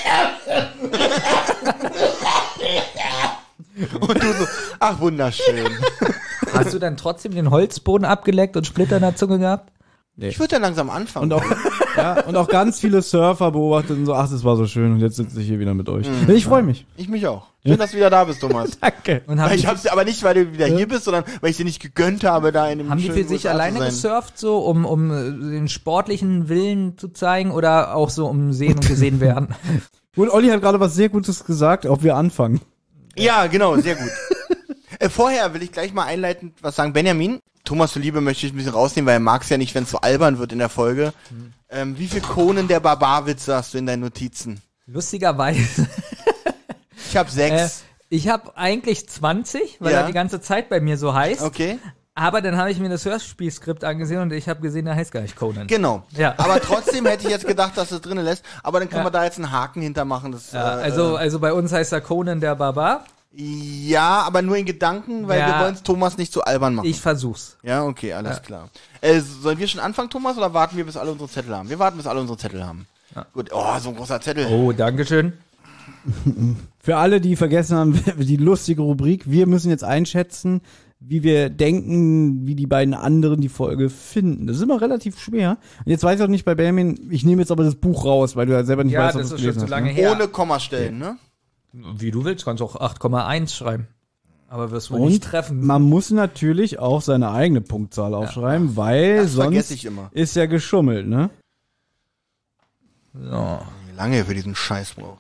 Und du so, ach wunderschön. Hast du dann trotzdem den Holzboden abgeleckt und Splitter in der Zunge gehabt? Ich würde ja langsam anfangen. Und auch ganz viele Surfer beobachteten so, ach, das war so schön und jetzt sitze ich hier wieder mit euch. Ich freue mich. Ich mich auch. Schön, dass du wieder da bist, Thomas. Danke. Und Ich hab's aber nicht, weil du wieder hier bist, sondern weil ich dir nicht gegönnt habe, da in dem haben die für schönen sich USA zu alleine sein. gesurft, so um den sportlichen Willen zu zeigen oder auch so um sehen und gesehen werden? Und Olli hat gerade was sehr Gutes gesagt, ob wir anfangen. Ja, genau, sehr gut. Vorher will ich gleich mal einleitend was sagen. Benjamin, Thomas zuliebe möchte ich ein bisschen rausnehmen, weil er mag es ja nicht, wenn es so albern wird in der Folge. Wie viel Conan der Barbarwitze hast du in deinen Notizen? Lustigerweise. Ich habe 6. Ich habe eigentlich 20, weil Ja. er die ganze Zeit bei mir so heißt. Okay. Aber dann habe ich mir das Hörspielskript angesehen und ich habe gesehen, der heißt gar nicht Conan. Genau. Ja. Aber trotzdem hätte ich jetzt gedacht, dass es drinnen lässt. Aber dann können wir da jetzt einen Haken hintermachen. Das, Ja, also bei uns heißt er Conan der Barbar. ja, aber nur in Gedanken, weil Ja. wir wollen es Thomas nicht zu albern machen. Ich versuch's. Ja, okay, alles klar. Sollen wir schon anfangen, Thomas, oder warten wir, bis alle unsere Zettel haben? Wir warten, bis alle unsere Zettel haben. Ja. Gut. Oh, so ein großer Zettel. Oh, dankeschön. Für alle, die vergessen haben, die lustige Rubrik, wir müssen jetzt einschätzen, wie wir denken, wie die beiden anderen die Folge finden. Das ist immer relativ schwer. Und jetzt weiß ich auch nicht bei Benjamin, ich nehme jetzt aber das Buch raus, weil du ja selber nicht Ja, weißt, das was ist du schon gelesen zu hast. lange Ne? her. Ohne Kommastellen, ne? Wie du willst, kannst auch 8,1 schreiben. Aber wirst wohl Und nicht treffen. man muss natürlich auch seine eigene Punktzahl aufschreiben, weil Das vergesse sonst ich immer. ist ja geschummelt, ne? So. Wie lange ihr für diesen Scheiß braucht.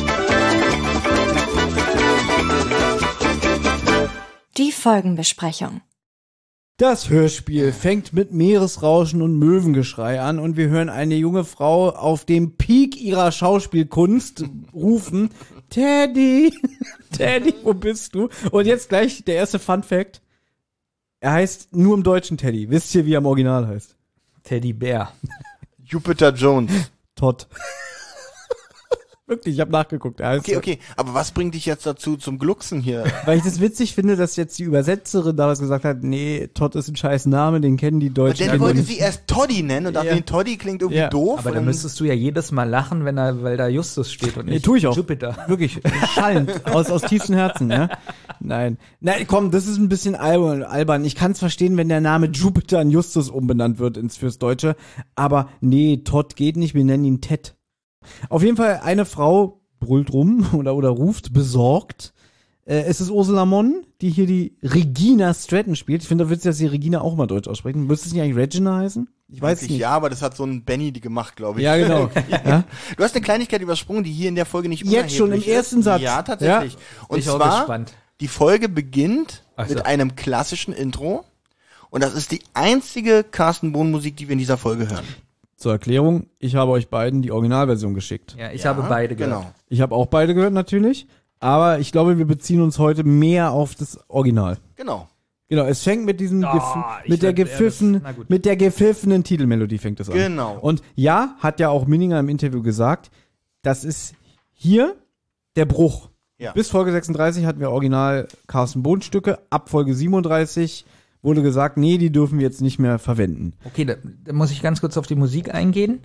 Die Folgenbesprechung. Das Hörspiel fängt mit Meeresrauschen und Möwengeschrei an und wir hören eine junge Frau auf dem Peak ihrer Schauspielkunst rufen, Teddy, Teddy, wo bist du? Und jetzt gleich der erste Fun Fact. Er heißt nur im Deutschen Teddy. Wisst ihr, wie er im Original heißt? Teddybär. Jupiter Jones. Todd. Wirklich, ich habe nachgeguckt. Er heißt Okay. Aber was bringt dich jetzt dazu zum Glucksen hier? Weil ich das witzig finde, dass jetzt die Übersetzerin damals gesagt hat, nee, Todd ist ein scheiß Name, den kennen die Deutschen. Denn alle wollte nicht. sie erst Toddy nennen und dachte, Ja. nee, Toddy klingt irgendwie Ja. doof. Aber da und müsstest du ja jedes Mal lachen, weil da Justus steht und Nee, nicht tu ich auch. Jupiter. Wirklich, schallend, aus tiefstem Herzen, ja. Nein, komm, das ist ein bisschen albern. Ich kann es verstehen, wenn der Name Jupiter in Justus umbenannt wird fürs Deutsche. Aber nee, Todd geht nicht, wir nennen ihn Ted. Auf jeden Fall, eine Frau brüllt rum oder ruft besorgt. Es ist Ursula Monn, die hier die Regina Stratton spielt. Ich finde, da würdest du die Regina auch mal deutsch aussprechen. Müsste es nicht eigentlich Regina heißen? Ich weiß es Eigentlich nicht. ja, aber das hat so ein Benny die gemacht, glaube ich. Ja, genau. Ja? Du hast eine Kleinigkeit übersprungen, die hier in der Folge nicht Jetzt schon im unerheblich ist. ersten Satz. Ja, tatsächlich. Und Bin ich auch zwar gespannt. Die Folge beginnt Ach so. mit einem klassischen Intro. Und das ist die einzige Carsten Bohn-Musik, die wir in dieser Folge hören. Zur Erklärung, ich habe euch beiden die Originalversion geschickt. Ja, ich habe beide gehört. Genau. Ich habe auch beide gehört natürlich, aber ich glaube, wir beziehen uns heute mehr auf das Original. Genau. Genau, es fängt mit diesem ich mit der find, na gut. mit der gepfiffenen Titelmelodie fängt es an. Genau. Und ja, hat ja auch Minninger im Interview gesagt, das ist hier der Bruch. Ja. Bis Folge 36 hatten wir Original Carsten Bohn Stücke, ab Folge 37 wurde gesagt, nee, die dürfen wir jetzt nicht mehr verwenden. Okay, da muss ich ganz kurz auf die Musik eingehen.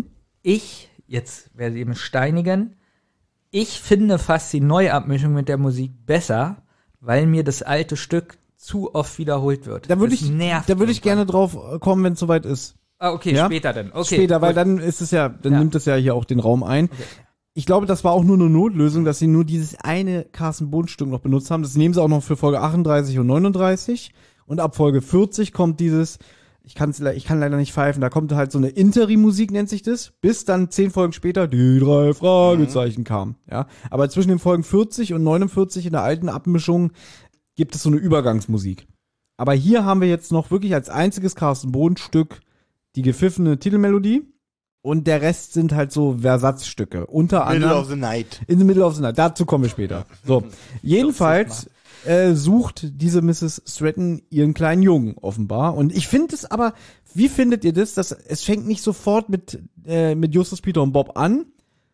Jetzt werde ich eben steinigen, ich finde fast die Neuabmischung mit der Musik besser, weil mir das alte Stück zu oft wiederholt wird. Da würde Das nervt ich irgendwann. gerne drauf kommen, wenn es soweit ist. Ah, okay, Ja? später dann. Okay, Später, weil gut. dann ist es ja, dann Ja. nimmt es ja hier auch den Raum ein. Okay. Ich glaube, das war auch nur eine Notlösung, dass sie nur dieses eine Carsten Bohn Stück noch benutzt haben. Das nehmen sie auch noch für Folge 38 und 39. Und ab Folge 40 kommt dieses, ich kann leider nicht pfeifen, da kommt halt so eine Interim-Musik, nennt sich das, bis dann 10 Folgen später die 3 Fragezeichen kam. Ja, aber zwischen den Folgen 40 und 49 in der alten Abmischung gibt es so eine Übergangsmusik. Aber hier haben wir jetzt noch wirklich als einziges Carsten Bohn Stück die gepfiffene Titelmelodie. Und der Rest sind halt so Versatzstücke. Unter Middle anderem of the Night. in the Middle of the Night. Dazu kommen wir später. So. Jedenfalls sucht diese Mrs. Stratton ihren kleinen Jungen offenbar. Und ich finde es aber, wie findet ihr das? Es fängt nicht sofort mit Justus, Peter und Bob an,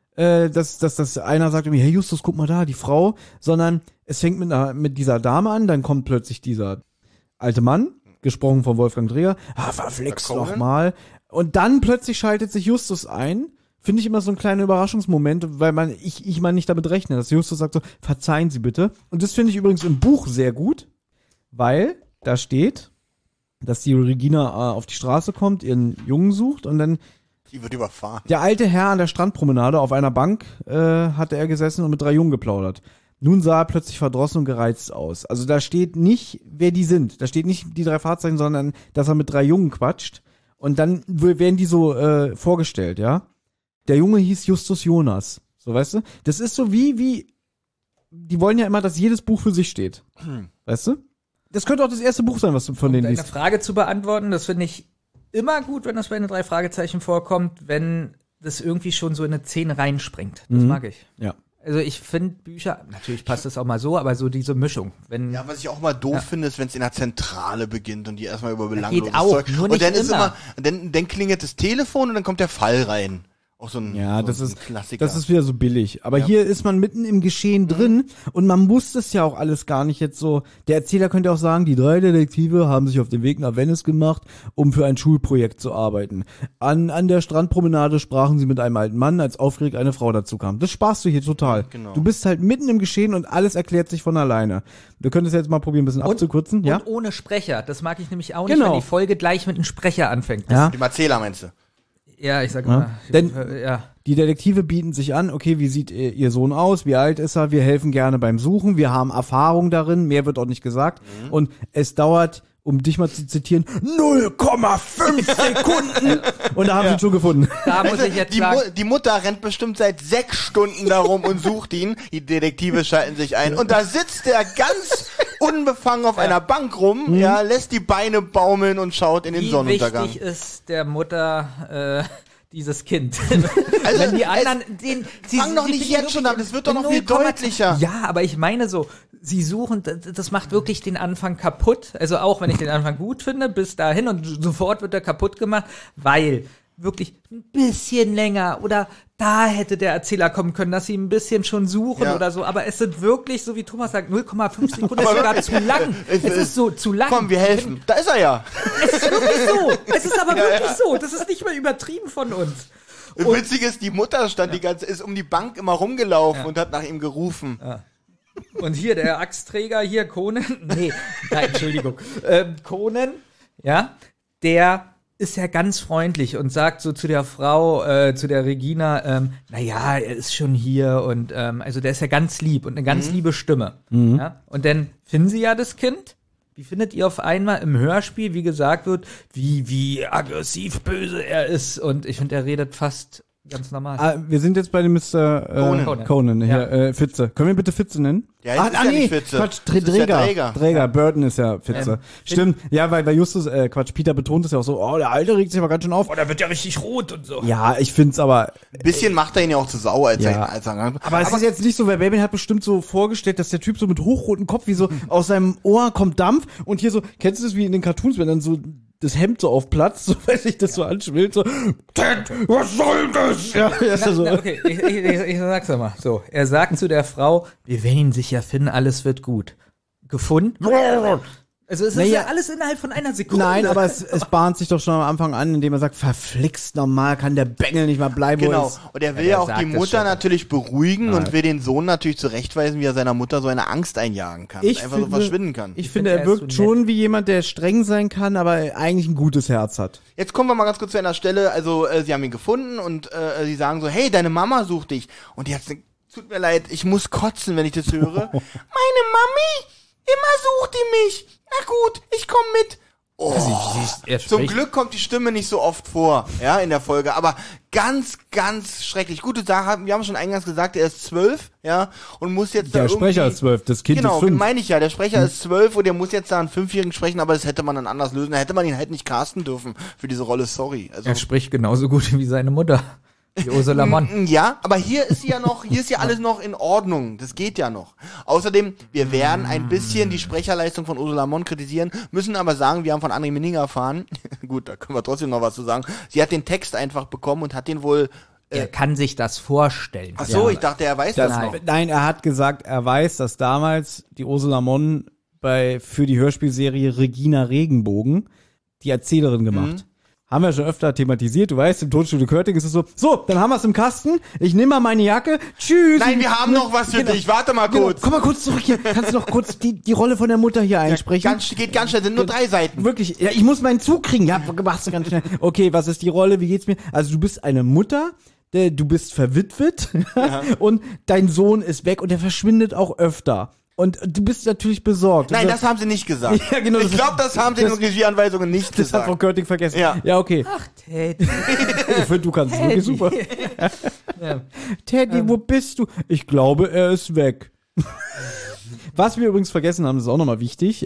dass einer sagt irgendwie, hey Justus, guck mal da, die Frau, sondern es fängt mit dieser Dame an, dann kommt plötzlich dieser alte Mann, gesprochen von Wolfgang Dreher, verflixt Conan. doch mal. Und dann plötzlich schaltet sich Justus ein. Finde ich immer so ein kleiner Überraschungsmoment, weil ich mal nicht damit rechne, dass Justus sagt so, verzeihen Sie bitte. Und das finde ich übrigens im Buch sehr gut, weil da steht, dass die Regina auf die Straße kommt, ihren Jungen sucht und dann Die wird überfahren. der alte Herr an der Strandpromenade auf einer Bank hatte er gesessen und mit 3 Jungen geplaudert. Nun sah er plötzlich verdrossen und gereizt aus. Also da steht nicht, wer die sind. Da steht nicht die 3 Fahrzeichen, sondern dass er mit 3 Jungen quatscht. Und dann werden die so vorgestellt, ja. Der Junge hieß Justus Jonas. So, weißt du? Das ist so wie, die wollen ja immer, dass jedes Buch für sich steht. Weißt du? Das könnte auch das erste Buch sein, was du von denen Deine liest. Frage zu beantworten, das finde ich immer gut, wenn das bei den 3 Fragezeichen vorkommt, wenn das irgendwie schon so in eine 10 reinspringt. Das mag ich. Ja. Also ich finde Bücher, natürlich passt das auch mal so, aber so diese Mischung. Wenn Ja, was ich auch mal doof finde, ist, wenn es in der Zentrale beginnt und die erstmal über belangloses geht auch, Zeug. nur Und nicht dann ist immer. dann klingelt das Telefon und dann kommt der Fall rein. Auch so ein, Ja, so das ein ist Klassiker. Das ist wieder so billig. Aber Ja. hier ist man mitten im Geschehen drin und man muss das ja auch alles gar nicht jetzt so. Der Erzähler könnte auch sagen, die 3 Detektive haben sich auf den Weg nach Venice gemacht, um für ein Schulprojekt zu arbeiten. An der Strandpromenade sprachen sie mit einem alten Mann, als aufgeregt eine Frau dazu kam. Das sparst du hier total. Genau. Du bist halt mitten im Geschehen und alles erklärt sich von alleine. Wir können das jetzt mal probieren, ein bisschen abzukürzen. Ja? Und ohne Sprecher. Das mag ich nämlich auch nicht, Genau. wenn die Folge gleich mit einem Sprecher anfängt. Ja. Die Erzähler meinst du? Ja, ich sag Ja. mal. Denn- ja. Die Detektive bieten sich an, okay, wie sieht ihr Sohn aus, wie alt ist er, wir helfen gerne beim Suchen, wir haben Erfahrung darin, mehr wird auch nicht gesagt. Und es dauert, um dich mal zu zitieren, 0,5 Sekunden. Und da haben sie ihn schon gefunden. Da muss ich jetzt Die, sagen, die Mutter rennt bestimmt seit 6 Stunden darum und sucht ihn. Die Detektive schalten sich ein. Und da sitzt der ganz unbefangen auf einer Bank rum, ja, lässt die Beine baumeln und schaut in den wie Sonnenuntergang. wichtig ist der Mutter dieses Kind. Also, wenn die anderen, fang doch sie nicht finden jetzt schon wirklich an, das wird doch noch viel 0,2. deutlicher. Ja, aber ich meine so, sie suchen, das macht wirklich den Anfang kaputt. Also auch wenn ich den Anfang gut finde, bis dahin und sofort wird er kaputt gemacht, weil wirklich ein bisschen länger oder da hätte der Erzähler kommen können, dass sie ein bisschen schon suchen Ja. oder so. Aber es sind wirklich, so wie Thomas sagt, 0,5 Sekunden ist sogar zu lang. Es ist so zu lang. Komm, wir helfen. Da ist er ja. Es ist wirklich so. Es ist aber wirklich so. Das ist nicht mehr übertrieben von uns. Und witzig ist, die Mutter ist um die Bank immer rumgelaufen und hat nach ihm gerufen. Und hier der Axtträger, hier Conan. Nee, nein, Entschuldigung. Conan, ja, der ist ja ganz freundlich und sagt so zu der Frau, zu der Regina, naja, er ist schon hier und also der ist ja ganz lieb und eine ganz liebe Stimme. Ja? Und dann finden sie ja das Kind. Wie findet ihr auf einmal im Hörspiel, wie gesagt wird, wie aggressiv böse er ist? Und ich finde, er redet fast Ganz normal. Wir sind jetzt bei dem Mr. Conan hier, Fitze. Können wir bitte Fitze nennen? Ja, ist ja nicht Fitze. Quatsch, Das ist ja Träger. Ja. Burton ist ja Fitze. Stimmt, ja, weil Justus, Peter betont es ja auch so, oh, der Alte regt sich aber ganz schön auf. Oh, der wird ja richtig rot und so. Ja, ich find's aber... Ein bisschen macht er ihn ja auch zu sau, als Ja. er Aber es ist jetzt nicht so, weil Baby hat bestimmt so vorgestellt, dass der Typ so mit hochrotem Kopf, wie so aus seinem Ohr kommt Dampf und hier so, kennst du das wie in den Cartoons, wenn dann so das Hemd so auf Platz, so weil sich das so anschwillt, so, Ted, was soll das? Ja, ist ja so. Okay, ich sag's mal. So, er sagt zu der Frau, wir werden ihn sicher finden, alles wird gut. Gefunden? Also es ist ja alles innerhalb von einer Sekunde. Nein, aber es bahnt sich doch schon am Anfang an, indem er sagt, verflixt normal, kann der Bengel nicht mal bleiben. Genau. Und er will ja auch die Mutter natürlich beruhigen und will den Sohn natürlich zurechtweisen, wie er seiner Mutter so eine Angst einjagen kann. Einfach so verschwinden kann. Ich finde, er wirkt schon wie jemand, der streng sein kann, aber eigentlich ein gutes Herz hat. Jetzt kommen wir mal ganz kurz zu einer Stelle, also sie haben ihn gefunden und sie sagen so, hey, deine Mama sucht dich. Und die hat tut mir leid, ich muss kotzen, wenn ich das höre. Meine Mami, immer sucht die mich. Na gut, ich komm mit. Oh. Zum Glück kommt die Stimme nicht so oft vor, ja, in der Folge, aber ganz, ganz schrecklich. Gute Sache, wir haben schon eingangs gesagt, er ist 12, ja, und muss jetzt der Sprecher ist 12, das Kind ist 5. Genau, meine ich ja, der Sprecher ist 12 und der muss jetzt da einen 5-Jährigen sprechen, aber das hätte man dann anders lösen, da hätte man ihn halt nicht casten dürfen für diese Rolle, sorry. Also, er spricht genauso gut wie seine Mutter. Die Ursula Monn. Ja, aber hier ist ja alles noch in Ordnung. Das geht ja noch. Außerdem, wir werden ein bisschen die Sprecherleistung von Ursula Monn kritisieren, müssen aber sagen, wir haben von André Menninger erfahren, gut, da können wir trotzdem noch was zu sagen, sie hat den Text einfach bekommen und hat den wohl... Er kann sich das vorstellen. Ach so, ich dachte, er weiß das noch. Nein, er hat gesagt, er weiß, dass damals die Ursula Monn für die Hörspielserie Regina Regenbogen die Erzählerin gemacht. Haben wir schon öfter thematisiert. Du weißt, im Tonstudio Körting ist es so, dann haben wir es im Kasten. Ich nehme mal meine Jacke. Tschüss. Nein, wir haben noch was für dich. Warte mal kurz. Komm mal kurz zurück hier. Kannst du noch kurz die Rolle von der Mutter hier einsprechen? Geht ganz schnell, sind nur 3 Seiten. Wirklich, ja, ich muss meinen Zug kriegen. Ja, machst du ganz schnell. Okay, was ist die Rolle? Wie geht's mir? Also du bist eine Mutter, du bist verwitwet und dein Sohn ist weg und der verschwindet auch öfter. Und du bist natürlich besorgt. Nein, das haben sie nicht gesagt. Ja, genau, ich glaube, das haben sie in den Regieanweisungen nicht gesagt. Das hat Frau Körting vergessen. Ja, okay. Ach, Teddy. Ich finde, du kannst es wirklich super. Teddy, wo bist du? Ich glaube, er ist weg. Was wir übrigens vergessen haben, ist auch nochmal wichtig.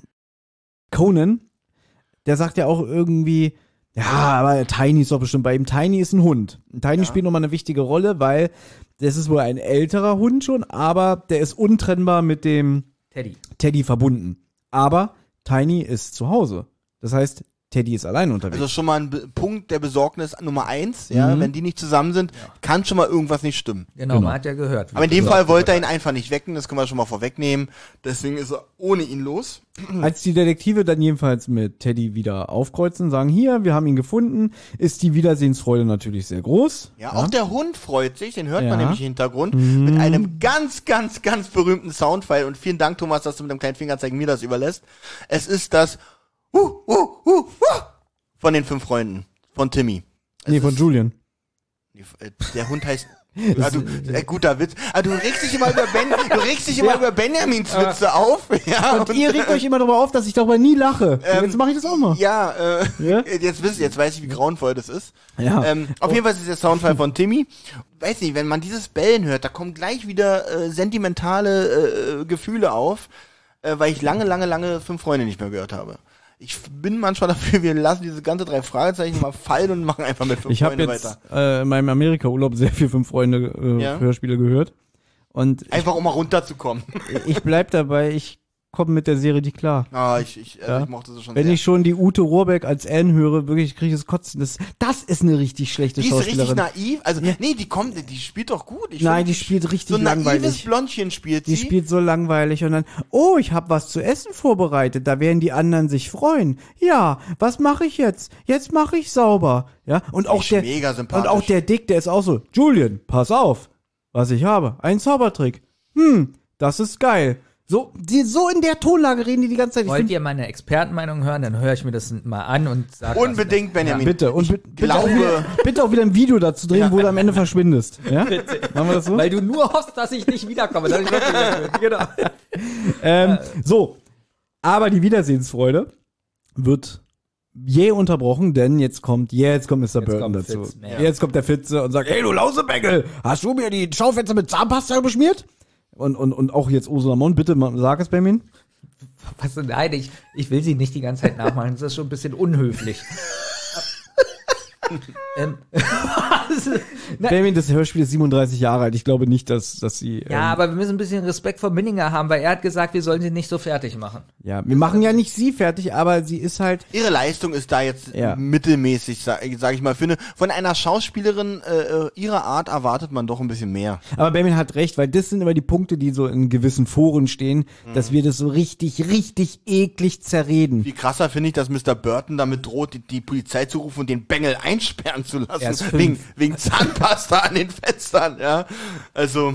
Conan, der sagt ja auch irgendwie, ja, aber Tiny ist doch bestimmt bei ihm. Tiny ist ein Hund. Tiny spielt nochmal eine wichtige Rolle, weil das ist wohl ein älterer Hund schon, aber der ist untrennbar mit dem Teddy verbunden. Aber Tiny ist zu Hause. Das heißt, Teddy ist allein unterwegs. Also schon mal ein Punkt der Besorgnis Nummer 1, ja, wenn die nicht zusammen sind, kann schon mal irgendwas nicht stimmen. Genau. Man hat ja gehört. Aber in dem Fall wollte er ihn einfach nicht wecken, das können wir schon mal vorwegnehmen. Deswegen ist er ohne ihn los. Als die Detektive dann jedenfalls mit Teddy wieder aufkreuzen, sagen, hier, wir haben ihn gefunden, ist die Wiedersehensfreude natürlich sehr groß. Ja, auch der Hund freut sich, den hört man nämlich im Hintergrund, mit einem ganz, ganz, ganz berühmten Soundfile. Und vielen Dank, Thomas, dass du mit dem kleinen Fingerzeigen mir das überlässt. Es ist das von den 5 Freunden, von Timmy. Von Julian. Der Hund heißt... guter Witz. Du regst dich immer über Benjamins Witze auf. Ja, und ihr regt euch immer darüber auf, dass ich darüber nie lache. Jetzt mache ich das auch mal. Jetzt weiß ich, wie grauenvoll das ist. Ja. Auf jeden Fall ist es der Soundfile von Timmy. Weiß nicht, wenn man dieses Bellen hört, da kommen gleich wieder sentimentale Gefühle auf, weil ich lange 5 Freunde nicht mehr gehört habe. Ich bin manchmal dafür, wir lassen diese ganze 3 Fragezeichen mal fallen und machen einfach mit 5 Freunde weiter. Ich habe jetzt in meinem Amerika-Urlaub sehr viel 5 Freunde Hörspiele gehört. Und einfach um mal runterzukommen. Ich bleib dabei, ich komme mit der Serie nicht klar. Ich mochte sie schon Wenn sehr. ich schon die Ute Rohrbeck als Anne höre, wirklich kriege ich das Kotzen. Das ist eine richtig schlechte Schauspielerin. Die ist richtig naiv. Also, nee, die spielt doch gut. Die spielt richtig langweilig. So ein naives Blondchen spielt sie. Die spielt so langweilig und dann, ich habe was zu essen vorbereitet, da werden die anderen sich freuen. Ja, was mache ich jetzt? Jetzt mache ich sauber. Ja, und auch mega sympathisch. Und auch der Dick, der ist auch so, Julian, pass auf, was ich habe. Ein Zaubertrick. Das ist geil. So in der Tonlage reden die ganze Zeit. Wollt ihr meine Expertenmeinung hören? Dann höre ich mir das mal an und sage. Unbedingt, Benjamin. Bitte. Und bitte auch wieder ein Video dazu drehen, wo du am Ende verschwindest. Ja? Bitte. Machen wir das so? Weil du nur hoffst, dass ich nicht wiederkomme. Dass ich genau. Aber die Wiedersehensfreude wird jäh unterbrochen, denn jetzt kommt Mr. Burton kommt dazu. Fitz, ja. Jetzt kommt der Fitze und sagt, hey du Lausebengel, hast du mir die Schaufenster mit Zahnpasta beschmiert? Und auch jetzt Ursula Mon, bitte sag es, Benjamin. Was, nein, ich will sie nicht die ganze Zeit nachmachen, das ist schon ein bisschen unhöflich. Benjamin, das Hörspiel ist 37 Jahre alt. Ich glaube nicht, dass sie... Ja, aber wir müssen ein bisschen Respekt vor Minninger haben, weil er hat gesagt, wir sollen sie nicht so fertig machen. Ja, wir machen ja nicht sie fertig, aber sie ist halt... Ihre Leistung ist da jetzt Ja. mittelmäßig, sag ich mal. Finde, von einer Schauspielerin ihrer Art erwartet man doch ein bisschen mehr. Aber Benjamin hat recht, weil das sind immer die Punkte, die so in gewissen Foren stehen, dass wir das so richtig eklig zerreden. Viel krasser finde ich, dass Mr. Burton damit droht, die Polizei zu rufen und den Bengel einsperren zu lassen. Er ist 5. Wegen Zahnpasta an den Fenstern, ja. Also,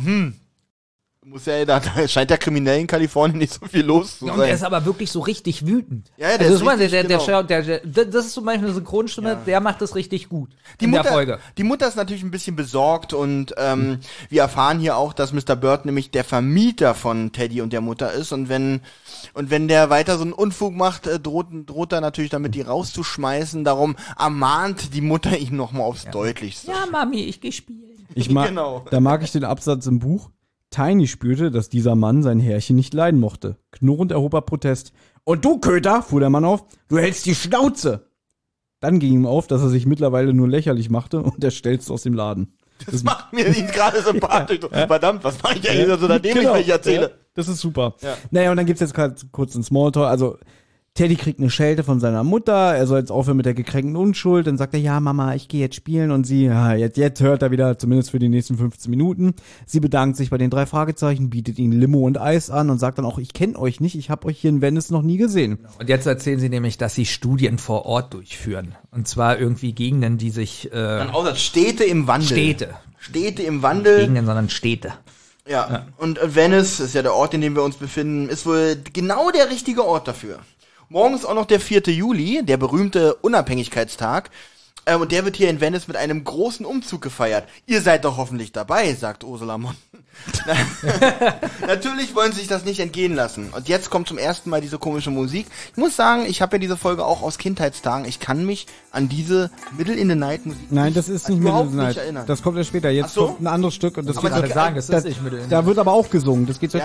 muss ja, da scheint der Kriminell in Kalifornien nicht so viel los zu Ja, sein. und er ist aber wirklich so richtig wütend. Ja, der also, ist guck mal, richtig, genau. das ist zum Beispiel eine Synchronstimme, der macht das richtig gut Die in Mutter, der Folge. Die Mutter ist natürlich ein bisschen besorgt und wir erfahren hier auch, dass Mr. Burton nämlich der Vermieter von Teddy und der Mutter ist und wenn der weiter so einen Unfug macht, droht er natürlich damit, die rauszuschmeißen. Darum ermahnt die Mutter ihn nochmal aufs Deutlichste. Ja, Mami, ich geh spielen. Genau. Da mag ich den Absatz im Buch. Tiny spürte, dass dieser Mann sein Herrchen nicht leiden mochte. Knurrend erhob er Protest. Und du, Köter, fuhr der Mann auf, du hältst die Schnauze! Dann ging ihm auf, dass er sich mittlerweile nur lächerlich machte und er stelzte aus dem Laden. Das macht mir ihn gerade sympathisch. Verdammt, was mache ich eigentlich so dämlich, wenn ich erzähle? Ja, das ist super. Ja. Naja, und dann gibt's jetzt kurz einen Smalltalk. Also, Teddy kriegt eine Schelte von seiner Mutter, er soll jetzt aufhören mit der gekränkten Unschuld, dann sagt er, ja Mama, ich gehe jetzt spielen und sie, ja, jetzt hört er wieder, zumindest für die nächsten 15 Minuten. Sie bedankt sich bei den 3 Fragezeichen, bietet ihnen Limo und Eis an und sagt dann auch, ich kenne euch nicht, ich habe euch hier in Venice noch nie gesehen. Und jetzt erzählen sie nämlich, dass sie Studien vor Ort durchführen. Und zwar irgendwie Gegenden, die sich Dann auch Städte im Wandel. Städte im Wandel. Gegenden, sondern Städte. Ja. Und Venice ist ja der Ort, in dem wir uns befinden, ist wohl genau der richtige Ort dafür. Morgen ist auch noch der 4. Juli, der berühmte Unabhängigkeitstag. Und der wird hier in Venice mit einem großen Umzug gefeiert. Ihr seid doch hoffentlich dabei, sagt Ursula Mon. Natürlich wollen sie sich das nicht entgehen lassen. Und jetzt kommt zum ersten Mal diese komische Musik. Ich muss sagen, ich habe ja diese Folge auch aus Kindheitstagen. Ich kann mich an diese Middle in the Night Musik Nein, das ist nicht Middle überhaupt in the Night. nicht erinnern. Das kommt ja später. Jetzt Ach so? kommt ein anderes Stück und das Aber geht die- Gerade sagen, es das- ist nicht mit da wird aber auch gesungen. Das geht so Ja?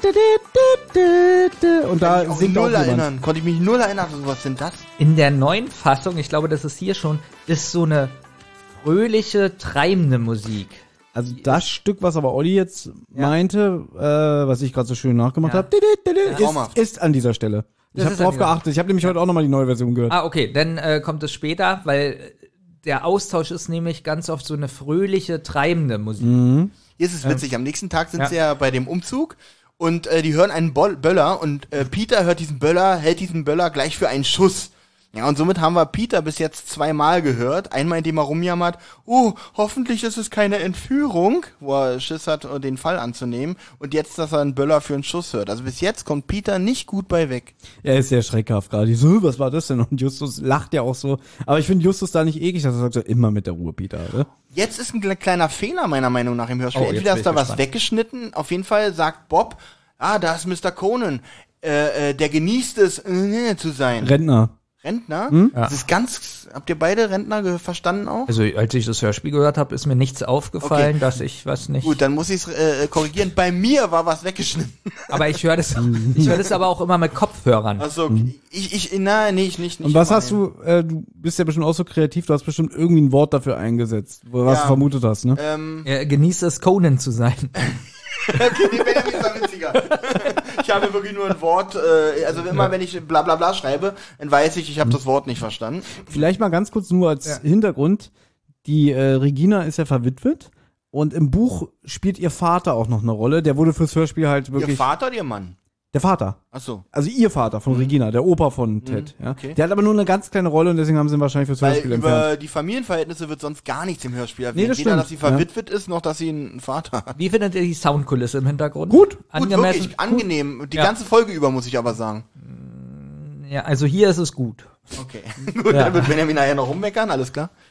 und da Kann ich singt auch null jemand. erinnern. Konnte ich mich null erinnern. Was sind das? In der neuen Fassung, ich glaube, das ist hier schon, ist so eine fröhliche, treibende Musik. Also das Stück, was aber Olli jetzt meinte, was ich gerade so schön nachgemacht Ja. habe, Traumhaft. ist an dieser Stelle. Ich Das habe ist an drauf dieser- geachtet. Ich habe nämlich heute auch nochmal die neue Version gehört. Ah, okay, dann kommt es später, weil der Austausch ist nämlich ganz oft so eine fröhliche, treibende Musik. Mhm. Hier ist es witzig. Am nächsten Tag sind Ja. sie ja bei dem Umzug und die hören einen Böller und Peter hält diesen Böller gleich für einen Schuss. Ja, und somit haben wir Peter bis jetzt 2-mal gehört. Einmal, indem er rumjammert, hoffentlich ist es keine Entführung, wo er Schiss hat, den Fall anzunehmen. Und jetzt, dass er einen Böller für einen Schuss hört. Also bis jetzt kommt Peter nicht gut bei weg. Er ist sehr schreckhaft gerade. Die so, was war das denn? Und Justus lacht ja auch so. Aber ich finde Justus da nicht eklig, dass er sagt so, immer mit der Ruhe, Peter. Oder? Jetzt ist ein kleiner Fehler meiner Meinung nach im Hörspiel. Oh, jetzt Entweder bin ist da ich was gespannt. weggeschnitten. Auf jeden Fall sagt Bob, da ist Mr. Conan. Der genießt es, zu sein. Rentner. Rentner? Ja. Das ist habt ihr beide Rentner verstanden auch? Also als ich das Hörspiel gehört habe, ist mir nichts aufgefallen, Okay. dass ich was nicht... Gut, dann muss ich es korrigieren. Bei mir war was weggeschnitten. Aber ich höre das aber auch immer mit Kopfhörern. Also, ich nicht. Und was hast du, du bist ja bestimmt auch so kreativ, du hast bestimmt irgendwie ein Wort dafür eingesetzt, was du vermutet hast, ne? Er genießt es, Conan zu sein. Okay, die Benjamin ist ja witziger. Ich habe wirklich nur ein Wort, also immer wenn ich bla bla bla schreibe, dann weiß ich habe das Wort nicht verstanden. Vielleicht mal ganz kurz nur als Hintergrund, die Regina ist ja verwitwet und im Buch spielt ihr Vater auch noch eine Rolle, der wurde fürs Hörspiel halt Ihr wirklich... Vater oder ihr Mann? Der Vater. Ach so. Also ihr Vater von Regina, der Opa von Ted. Ja. okay. Der hat aber nur eine ganz kleine Rolle und deswegen haben sie ihn wahrscheinlich fürs Weil Hörspiel entfernt. über die Familienverhältnisse wird sonst gar nichts im Hörspiel erwähnt. Nee, das Weder, stimmt. dass sie verwitwet ist, noch dass sie einen Vater hat. Wie findet ihr die Soundkulisse im Hintergrund? Gut. Gut, Angemessen? wirklich, angenehm. Die Ja. ganze Folge über, muss ich aber sagen. Ja, also hier ist es gut. Okay. Gut, dann wird Benjamin nachher noch rummeckern, alles klar.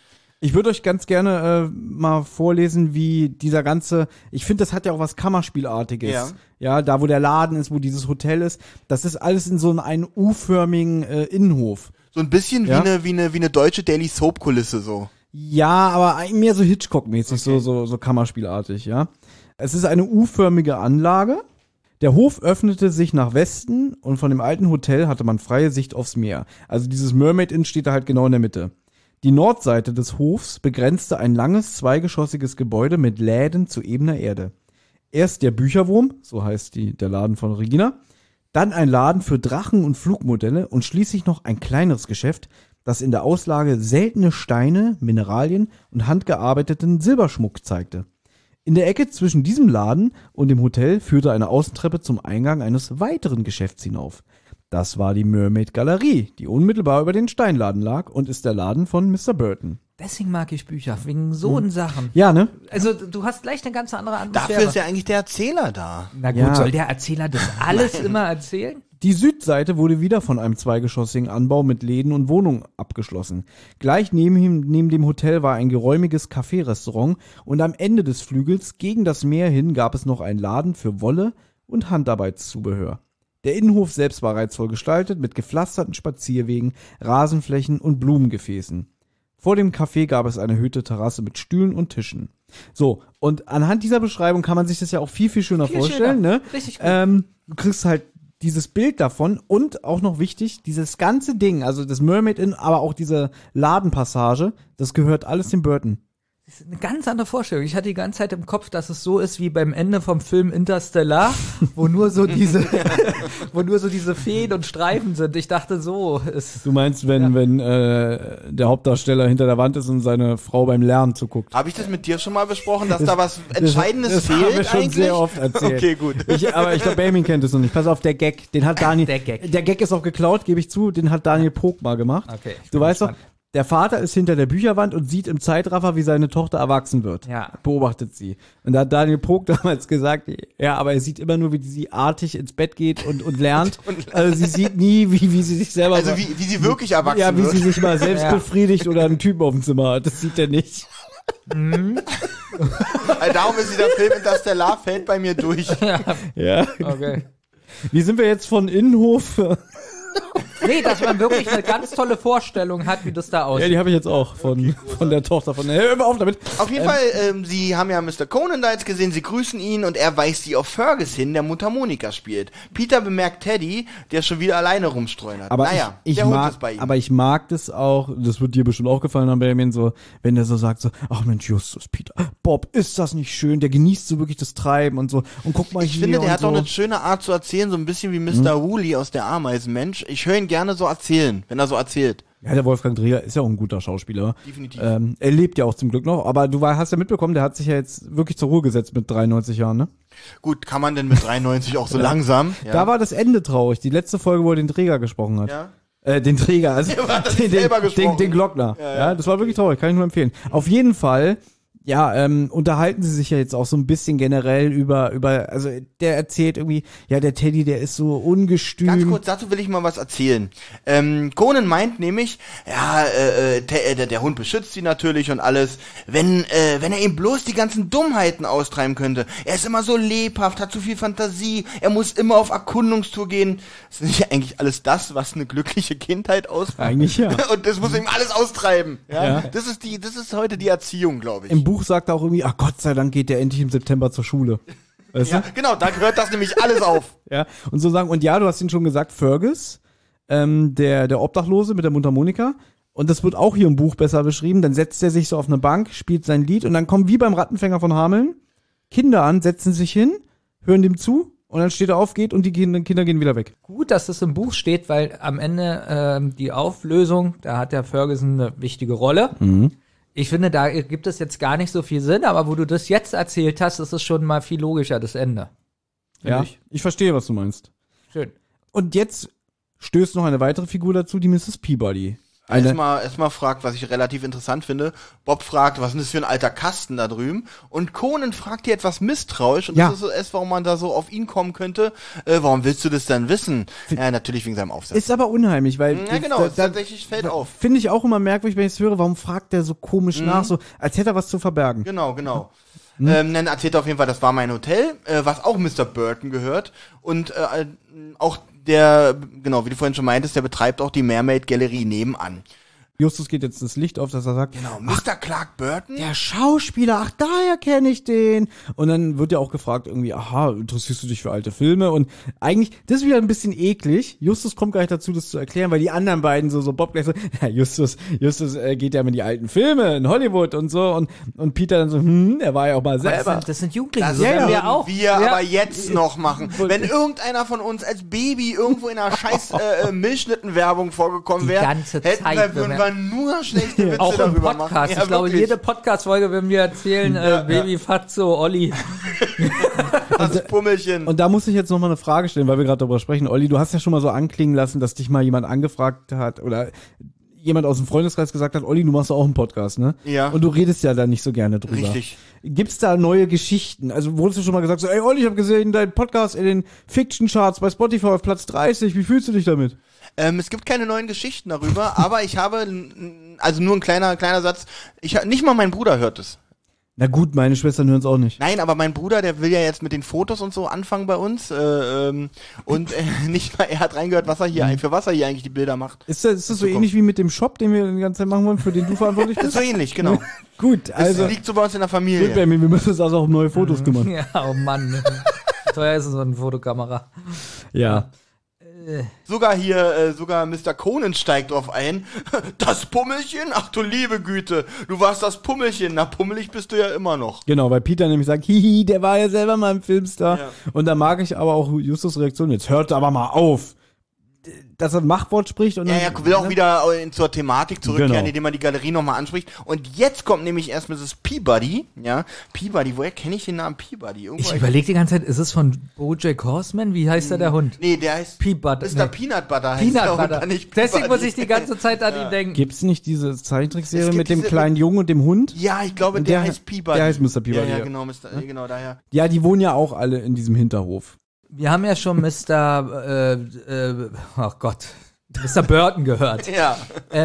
Ich würde euch ganz gerne mal vorlesen, wie dieser ganze, ich finde, das hat ja auch was Kammerspielartiges. Ja. Ja, da wo der Laden ist, wo dieses Hotel ist, das ist alles in so einem U-förmigen Innenhof. So ein bisschen Ja? wie eine deutsche Daily Soap Kulisse so. Ja, aber mehr so Hitchcock-mäßig, so Kammerspielartig, ja. Es ist eine U-förmige Anlage. Der Hof öffnete sich nach Westen und von dem alten Hotel hatte man freie Sicht aufs Meer. Also dieses Mermaid Inn steht da halt genau in der Mitte. Die Nordseite des Hofs begrenzte ein langes, zweigeschossiges Gebäude mit Läden zu ebener Erde. Erst der Bücherwurm, so heißt der Laden von Regina, dann ein Laden für Drachen und Flugmodelle und schließlich noch ein kleineres Geschäft, das in der Auslage seltene Steine, Mineralien und handgearbeiteten Silberschmuck zeigte. In der Ecke zwischen diesem Laden und dem Hotel führte eine Außentreppe zum Eingang eines weiteren Geschäfts hinauf. Das war die Mermaid Galerie, die unmittelbar über den Steinladen lag und ist der Laden von Mr. Burton. Deswegen mag ich Bücher, wegen so Sachen. Ja, ne? Also du hast gleich eine ganz andere Atmosphäre. Dafür ist ja eigentlich der Erzähler da. Na gut, Ja. soll der Erzähler das alles immer erzählen? Die Südseite wurde wieder von einem zweigeschossigen Anbau mit Läden und Wohnungen abgeschlossen. Gleich neben dem Hotel war ein geräumiges Café-Restaurant und am Ende des Flügels gegen das Meer hin gab es noch einen Laden für Wolle und Handarbeitszubehör. Der Innenhof selbst war reizvoll gestaltet mit gepflasterten Spazierwegen, Rasenflächen und Blumengefäßen. Vor dem Café gab es eine erhöhte Terrasse mit Stühlen und Tischen. So, und anhand dieser Beschreibung kann man sich das ja auch viel, viel schöner vorstellen. Ne? Richtig gut. Du kriegst halt dieses Bild davon und auch noch wichtig, dieses ganze Ding, also das Mermaid Inn, aber auch diese Ladenpassage, das gehört alles dem Burton. Das ist eine ganz andere Vorstellung. Ich hatte die ganze Zeit im Kopf, dass es so ist wie beim Ende vom Film Interstellar, wo nur so diese Feen und Streifen sind. Ich dachte, so ist. Du meinst, wenn der Hauptdarsteller hinter der Wand ist und seine Frau beim Lernen zuguckt. Habe ich das mit dir schon mal besprochen, dass da was Entscheidendes das fehlt haben wir schon eigentlich? sehr oft erzählt. Okay, gut. Aber ich glaube, Benjamin kennt es noch nicht. Pass auf, der Gag, den hat Daniel. Der Gag. Der Gag ist auch geklaut, gebe ich zu, den hat Daniel Pog mal gemacht. Okay, ich Du bin weißt gespannt. doch, der Vater ist hinter der Bücherwand und sieht im Zeitraffer, wie seine Tochter erwachsen wird. Ja. Beobachtet sie. Und da hat Daniel Pog damals gesagt, ja, aber er sieht immer nur, wie sie artig ins Bett geht und lernt. Also sie sieht nie, wie sie sich selber... Also wie sie wirklich erwachsen ja, wie wird. sie sich mal selbst befriedigt oder einen Typen auf dem Zimmer hat. Das sieht er nicht. Darum ist dieser Film Interstellar fällt bei mir durch. Ja. Okay. Wie sind wir jetzt von Innenhof? Nee, dass man wirklich eine ganz tolle Vorstellung hat, wie das da Ja, aussieht. die habe ich jetzt auch von der Tochter von. Hör mal auf damit. Auf jeden Fall, sie haben ja Mr. Conan da jetzt gesehen, sie grüßen ihn und er weist sie auf Fergus hin, der Mundharmonika spielt. Peter bemerkt Teddy, der schon wieder alleine rumstreunert. Aber naja, ich der Hund mag, ist bei ihm. aber ich mag das auch, das wird dir bestimmt auch gefallen haben, Benjamin, so, wenn der so sagt, so, ach Mensch, Justus, Peter, Bob, ist das nicht schön? Der genießt so wirklich das Treiben und so. Und guck mal Ich hier finde, der und hat so. doch eine schöne Art zu erzählen, so ein bisschen wie Mr. Woolley aus der Ameisenmensch. Ich höre ihn gerne so erzählen, wenn er so erzählt. Ja, der Wolfgang Dreher ist ja auch ein guter Schauspieler. Definitiv. Er lebt ja auch zum Glück noch, aber du hast ja mitbekommen, der hat sich ja jetzt wirklich zur Ruhe gesetzt mit 93 Jahren, ne? Gut, kann man denn mit 93 auch so langsam? Ja. Da war das Ende traurig, die letzte Folge, wo er den Träger gesprochen hat. Ja. Den Träger, also hat sich selber gesprochen. den Glockner. Ja, das war wirklich traurig, kann ich nur empfehlen. Auf jeden Fall, ja, unterhalten sie sich ja jetzt auch so ein bisschen generell über, also der erzählt irgendwie, ja, der Teddy, der ist so ungestüm. Ganz kurz, dazu will ich mal was erzählen. Conan meint nämlich, ja, der Hund beschützt sie natürlich und alles, wenn er ihm bloß die ganzen Dummheiten austreiben könnte. Er ist immer so lebhaft, hat so viel Fantasie, er muss immer auf Erkundungstour gehen. Das ist nicht eigentlich alles das, was eine glückliche Kindheit ausmacht. Eigentlich ja. Und das muss ihm alles austreiben. Ja? Ja. Das ist heute die Erziehung, glaube ich. Im Buch sagt er auch irgendwie, ach Gott sei Dank geht der endlich im September zur Schule. Weißt Ja, du? genau, da gehört das nämlich alles auf. Ja. Und so sagen, und ja, du hast ihn schon gesagt, Fergus, der Obdachlose mit der Mundharmonika. Und das wird auch hier im Buch besser beschrieben. Dann setzt er sich so auf eine Bank, spielt sein Lied und dann kommen wie beim Rattenfänger von Hameln Kinder an, setzen sich hin, hören dem zu und dann steht er auf, geht und die Kinder gehen wieder weg. Gut, dass das im Buch steht, weil am Ende die Auflösung, da hat der Ferguson eine wichtige Rolle. Ich finde, da gibt es jetzt gar nicht so viel Sinn, aber wo du das jetzt erzählt hast, ist es schon mal viel logischer, das Ende. Ja, ich verstehe, was du meinst. Schön. Und jetzt stößt noch eine weitere Figur dazu, die Mrs. Peabody. Erstmal fragt, was ich relativ interessant finde. Bob fragt, was ist das für ein alter Kasten da drüben? Und Conan fragt hier etwas misstrauisch. Und das ist so erst, warum man da so auf ihn kommen könnte. Warum willst du das denn wissen? Ja, natürlich wegen seinem Aufsatz. Ist aber unheimlich, weil... Ja, genau, tatsächlich fällt auf. Finde ich auch immer merkwürdig, wenn ich es höre, warum fragt der so komisch nach, so als hätte er was zu verbergen. Genau. Dann erzählt er auf jeden Fall, das war mein Hotel, was auch Mr. Burton gehört. Und auch der, genau, wie du vorhin schon meintest, der betreibt auch die Mermaid-Galerie nebenan. Justus geht jetzt das Licht auf, dass er sagt, Genau, Mr. Clark Burton? der Schauspieler, ach, daher kenne ich den. Und dann wird ja auch gefragt irgendwie, aha, interessierst du dich für alte Filme? Und eigentlich, das ist wieder ein bisschen eklig. Justus kommt gar nicht dazu, das zu erklären, weil die anderen beiden so Bob gleich so, ja, Justus geht ja mit die alten Filme in Hollywood und so. Und Peter dann so, er war ja auch mal selber. Das sind Jugendliche, Das so werden würden wir auch. wir aber jetzt noch machen. Wenn irgendeiner von uns als Baby irgendwo in einer scheiß Milchschnittenwerbung vorgekommen Die wäre, ganze hätten Zeit, würden wir nur schlechte Witze auch im darüber Podcast. machen. Ich glaube, wirklich. jede Podcast-Folge, wenn wir erzählen, Baby Fatso, Olli. Das Pummelchen. Und da muss ich jetzt noch mal eine Frage stellen, weil wir gerade darüber sprechen. Olli, du hast ja schon mal so anklingen lassen, dass dich mal jemand angefragt hat oder jemand aus dem Freundeskreis gesagt hat, Olli, du machst auch einen Podcast, ne? Ja. Und du redest ja da nicht so gerne drüber. Richtig. Gibt's da neue Geschichten? Also wurdest du schon mal gesagt, so, ey Olli, ich habe gesehen, dein Podcast in den Fiction-Charts bei Spotify auf Platz 30. Wie fühlst du dich damit? Es gibt keine neuen Geschichten darüber, aber ich habe, also nur ein kleiner Satz, nicht mal mein Bruder hört es. Na gut, meine Schwestern hören es auch nicht. Nein, aber mein Bruder, der will ja jetzt mit den Fotos und so anfangen bei uns nicht mal, er hat reingehört, für was er hier eigentlich die Bilder macht. Ist das so ähnlich wie mit dem Shop, den wir die ganze Zeit machen wollen, für den du verantwortlich Das bist? ist so ähnlich, genau. Gut, also Das liegt so bei uns in der Familie. gut, Benjamin, wir müssen uns also auch um neue Fotos kümmern. Ja, oh Mann. Teuer ist so eine Fotokamera. Ja. Sogar Mr. Conan steigt drauf ein. Das Pummelchen? Ach du liebe Güte, du warst das Pummelchen. Na, pummelig bist du ja immer noch. Genau, weil Peter nämlich sagt, hihi, der war ja selber mal im Filmstar. Ja. Und da mag ich aber auch Justus' Reaktion, jetzt hört aber mal auf, dass er ein Machtwort spricht. Und Ja, dann, er will auch wieder zur Thematik zurückkehren, Genau. indem er die Galerie nochmal anspricht. Und jetzt kommt nämlich erst Mrs. Peabody. Ja, Peabody, woher kenne ich den Namen Peabody? Irgendwo Ich überlege die ganze Zeit, ist es von BoJack Horseman? Wie heißt da der Hund? Nee, der heißt Peabody. Mr. Peanut Butter. heißt der Peanut Hund, Butter. nicht Deswegen Peabody. muss ich die ganze Zeit an ihn denken. Gibt's nicht diese Zeichentrickserie Es gibt mit dem diese- kleinen Jungen und dem Hund? Ja, ich glaube, Und der der- heißt Peabody. der heißt Mr. Peabody, Ja, ja. genau, genau daher. Ja, die wohnen ja auch alle in diesem Hinterhof. Wir haben ja schon Mr. Burton gehört. Ja.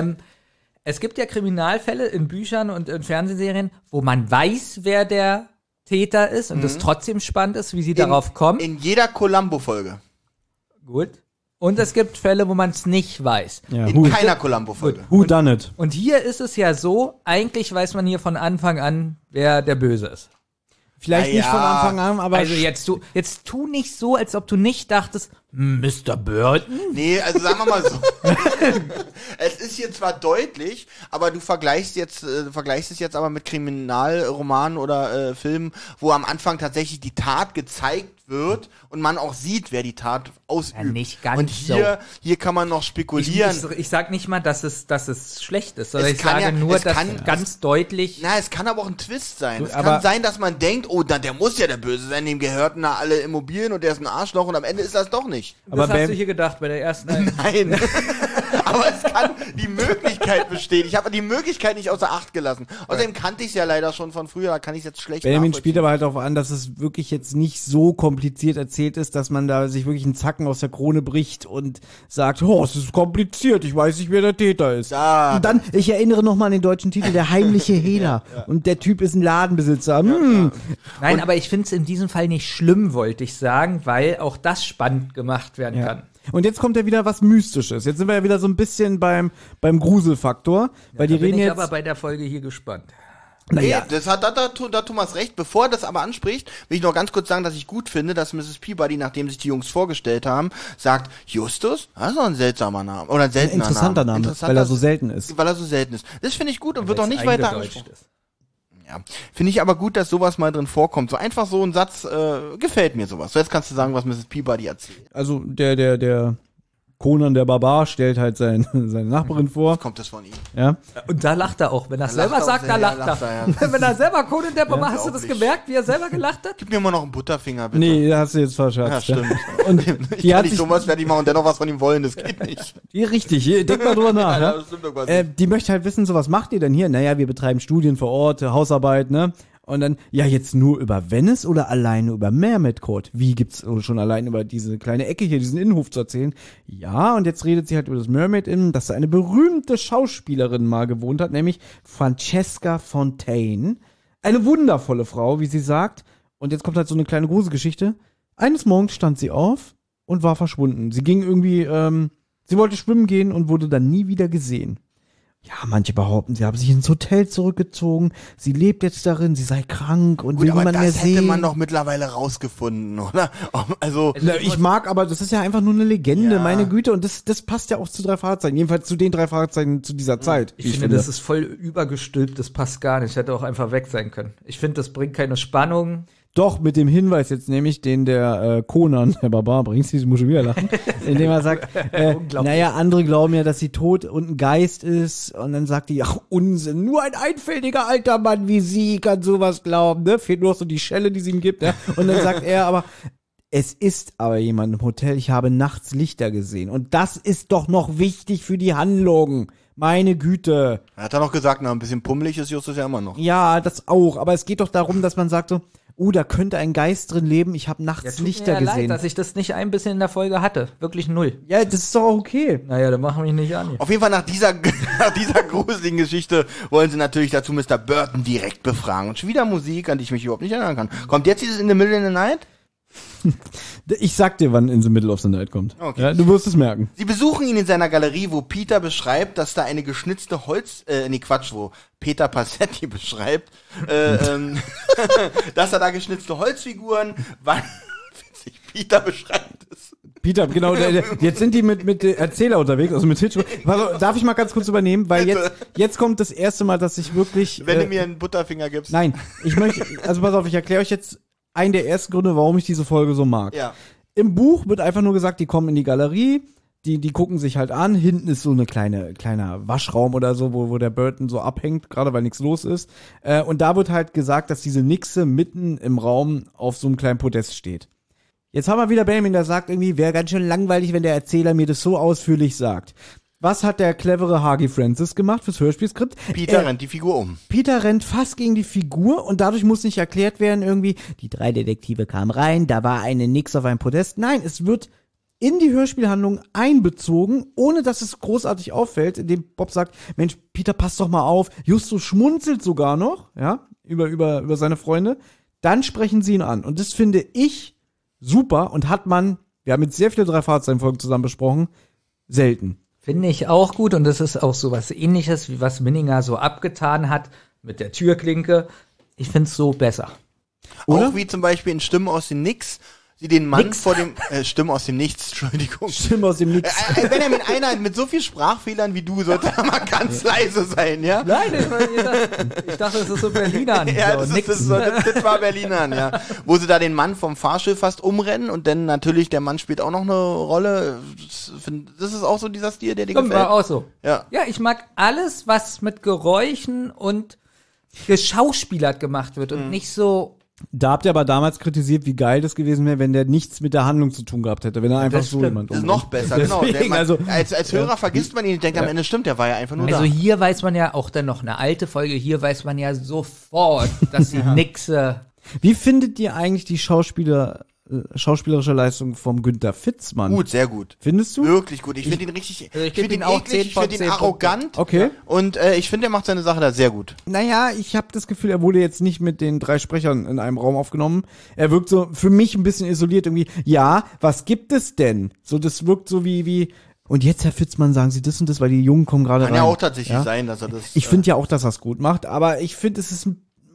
Es gibt ja Kriminalfälle in Büchern und in Fernsehserien, wo man weiß, wer der Täter ist und es trotzdem spannend ist, wie sie darauf kommen. In jeder Columbo-Folge. Gut. Und es gibt Fälle, wo man es nicht weiß. Ja, In keiner Columbo-Folge. who done it? Und hier ist es ja so, eigentlich weiß man hier von Anfang an, wer der Böse ist. Vielleicht Na nicht von ja. Anfang an, aber Also jetzt tu nicht so, als ob du nicht dachtest, Mr. Burton? Nee, also sagen wir mal so. Es ist hier zwar deutlich, aber du vergleichst es jetzt aber mit Kriminalromanen oder Filmen, wo am Anfang tatsächlich die Tat gezeigt wird und man auch sieht, wer die Tat ausübt. Ja, nicht ganz und hier kann man noch spekulieren. Ich sag nicht mal, dass es schlecht ist, sondern Es ich kann sage ja- nur, es dass kann- ganz deutlich. Na, es kann aber auch ein Twist sein. Es aber- kann sein, dass man denkt, oh, der muss ja der Böse sein, dem gehörten da alle Immobilien und der ist ein Arschloch und am Ende ist das doch nicht. aber das hast Bam- du hier gedacht bei der ersten. Nein. Aber es kann die Möglichkeit bestehen. Ich habe die Möglichkeit nicht außer Acht gelassen. Außerdem kannte ich es ja leider schon von früher, da kann ich es jetzt schlecht Benjamin nachvollziehen. spielt aber halt darauf an, dass es wirklich jetzt nicht so kompliziert erzählt ist, dass man da sich wirklich einen Zacken aus der Krone bricht und sagt, oh, es ist kompliziert, ich weiß nicht, wer der Täter ist. Ja. Und dann, ich erinnere nochmal an den deutschen Titel, der heimliche Hehler. Und der Typ ist ein Ladenbesitzer. Hm. Nein, aber ich finde es in diesem Fall nicht schlimm, wollte ich sagen, weil auch das spannend gemacht werden kann. Und jetzt kommt ja wieder was Mystisches. Jetzt sind wir ja wieder so ein bisschen beim Gruselfaktor, weil die Da bin reden ich jetzt. aber bei der Folge hier gespannt. Naja, Nee, da Thomas recht. Bevor er das aber anspricht, will ich noch ganz kurz sagen, dass ich gut finde, dass Mrs. Peabody, nachdem sich die Jungs vorgestellt haben, sagt, Justus? Das ist doch ein seltsamer Name. Oder ein seltener interessanter Name, weil er so selten ist. Weil er so selten ist. Das finde ich gut und wird auch Weil's nicht weiter eingedeutscht angesprochen. ist. Ja. Finde ich aber gut, dass sowas mal drin vorkommt. So einfach so ein Satz, gefällt mir sowas. So, jetzt kannst du sagen, was Mrs. Peabody erzählt. Also der Conan der Barbar stellt halt seine Nachbarin vor. Kommt das von ihm? Ja. Und da lacht er auch. Wenn er es selber lacht er auch sagt, da sehr, lacht lacht er, er. Wenn er selber Conan der Barbar, hast du das unglaublich. gemerkt, wie er selber gelacht hat? Gib mir mal noch einen Butterfinger, bitte. Nee, da hast du jetzt verschatzt. Ja, stimmt. Und Ich die kann hat nicht sich, sowas fertig machen und dennoch was von ihm wollen, das geht nicht. richtig, denk mal drüber nach. Ja, Ja? das stimmt doch quasi. Die möchte halt wissen, so was macht ihr denn hier? Naja, wir betreiben Studien vor Ort, Hausarbeit, ne? Und dann, ja, jetzt nur über Venice oder alleine über Mermaid Court? Wie gibt's schon allein über diese kleine Ecke hier, diesen Innenhof zu erzählen? Ja, und jetzt redet sie halt über das Mermaid Inn, dass da eine berühmte Schauspielerin mal gewohnt hat, nämlich Francesca Fontaine. Eine wundervolle Frau, wie sie sagt. Und jetzt kommt halt so eine kleine Gruselgeschichte. Eines Morgens stand sie auf und war verschwunden. Sie ging irgendwie, sie wollte schwimmen gehen und wurde dann nie wieder gesehen. Ja, manche behaupten, sie haben sich ins Hotel zurückgezogen, sie lebt jetzt darin, sie sei krank und Gut, will aber niemand mehr das hätte sehen. man doch mittlerweile rausgefunden, oder? Also, Na, ich mag, aber das ist ja einfach nur eine Legende, Ja. meine Güte. Und das passt ja auch zu 3 Fragezeichen. Jedenfalls zu den 3 Fragezeichen zu dieser Zeit. Ich finde, das ist voll übergestülpt, das passt gar nicht. Hätte auch einfach weg sein können. Ich finde, das bringt keine Spannung. Doch, mit dem Hinweis jetzt nämlich, den der Conan, der Barbar, bringt, ich muss schon wieder lachen, indem er sagt, naja, andere glauben ja, dass sie tot und ein Geist ist. Und dann sagt die, ach Unsinn, nur ein einfältiger alter Mann wie sie kann sowas glauben, ne? Fehlt nur noch so die Schelle, die sie ihm gibt, ne? Und dann sagt er aber, es ist aber jemand im Hotel, ich habe nachts Lichter gesehen. Und das ist doch noch wichtig für die Handlung. Meine Güte. er hat er noch gesagt, na, ein bisschen pummelig ist Justus ja immer noch. Ja, das auch. Aber es geht doch darum, dass man sagt so, da könnte ein Geist drin leben, ich habe nachts Lichter Mir ja gesehen. leid, dass ich das nicht ein bisschen in der Folge hatte. Wirklich 0. Ja, das ist doch auch okay. Naja, dann machen wir mich nicht an. Auf jeden Fall nach dieser gruseligen Geschichte wollen sie natürlich dazu Mr. Burton direkt befragen. Und schon wieder Musik, an die ich mich überhaupt nicht erinnern kann. Kommt jetzt dieses In the Middle of the Night? Ich sag dir, wann In the Middle of the Night kommt. Okay. Ja, du wirst es merken. Sie besuchen ihn in seiner Galerie, wo Peter beschreibt, dass da eine geschnitzte wo Peter Passetti beschreibt, dass er da geschnitzte Holzfiguren, wann, witzig, Peter beschreibt es. Peter, genau, jetzt sind die mit Erzähler unterwegs, also mit Hitchcock. Also, darf ich mal ganz kurz übernehmen, weil jetzt kommt das erste Mal, dass ich wirklich... Wenn du mir einen Butterfinger gibst. Nein, ich möchte, also pass auf, ich erkläre euch jetzt einen der ersten Gründe, warum ich diese Folge so mag. Ja. Im Buch wird einfach nur gesagt, die kommen in die Galerie, die gucken sich halt an, hinten ist so eine kleiner Waschraum oder so, wo der Burton so abhängt, gerade weil nichts los ist. Und da wird halt gesagt, dass diese Nixe mitten im Raum auf so einem kleinen Podest steht. Jetzt haben wir wieder Benjamin, der sagt irgendwie, wäre ganz schön langweilig, wenn der Erzähler mir das so ausführlich sagt. Was hat der clevere Harvey Francis gemacht fürs Hörspielskript? Peter rennt die Figur um. Peter rennt fast gegen die Figur und dadurch muss nicht erklärt werden irgendwie, die 3 Detektive kamen rein, da war eine Nix auf einem Podest. Nein, es wird in die Hörspielhandlung einbezogen, ohne dass es großartig auffällt, indem Bob sagt, Mensch, Peter, pass doch mal auf. Justus schmunzelt sogar noch, ja, über seine Freunde. Dann sprechen sie ihn an. Und das finde ich super und hat man, wir haben jetzt sehr viele 3 Fragezeichen-Folgen zusammen besprochen, selten. Finde ich auch gut und das ist auch so was Ähnliches, wie was Minninger so abgetan hat mit der Türklinke. Ich finde es so besser. Oder? Auch wie zum Beispiel in Stimmen aus dem Nix, sie den Mann vor dem, Stimmen aus dem Nichts, Entschuldigung. Stimme aus dem Nix. Benjamin, einer mit so viel Sprachfehlern wie du sollte mal ganz leise sein, ja? Nein, ich dachte, das ist so Berlinern. Ja, so, das war Berlinern, ja. Wo sie da den Mann vom Fahrschiff fast umrennen und dann natürlich der Mann spielt auch noch eine Rolle. Das ist auch so dieser Stil, der dir Stimmt, gefällt. war auch so. Ja. Ja, ich mag alles, was mit Geräuschen und geschauspielert gemacht wird und nicht so. Da habt ihr aber damals kritisiert, wie geil das gewesen wäre, wenn der nichts mit der Handlung zu tun gehabt hätte, wenn er einfach das so stimmt. jemand Das ist umbringt. noch besser, genau. Deswegen, Man, also, als Hörer vergisst man ihn und denkt am Ende, stimmt, der war ja einfach nur Also da. hier weiß man ja auch dann noch eine alte Folge, hier weiß man ja sofort, dass die Nixe. wie findet ihr eigentlich die schauspielerische Leistung vom Günther Fitzmann? Gut, sehr gut. Findest du? Wirklich gut. Ich finde ihn richtig, ich ich geb finde ihn ihm auch eklig, 10 ich von finde ihn 10 arrogant. Okay. Und ich finde, er macht seine Sache da sehr gut. Naja, ich habe das Gefühl, er wurde jetzt nicht mit den 3 Sprechern in einem Raum aufgenommen. Er wirkt so für mich ein bisschen isoliert irgendwie. Ja, was gibt es denn? So, das wirkt so wie und jetzt, Herr Fitzmann, sagen Sie das und das, weil die Jungen kommen gerade rein. Kann ja auch tatsächlich Ja? sein, dass er das... Ich finde ja auch, dass er es gut macht, aber ich finde, es ist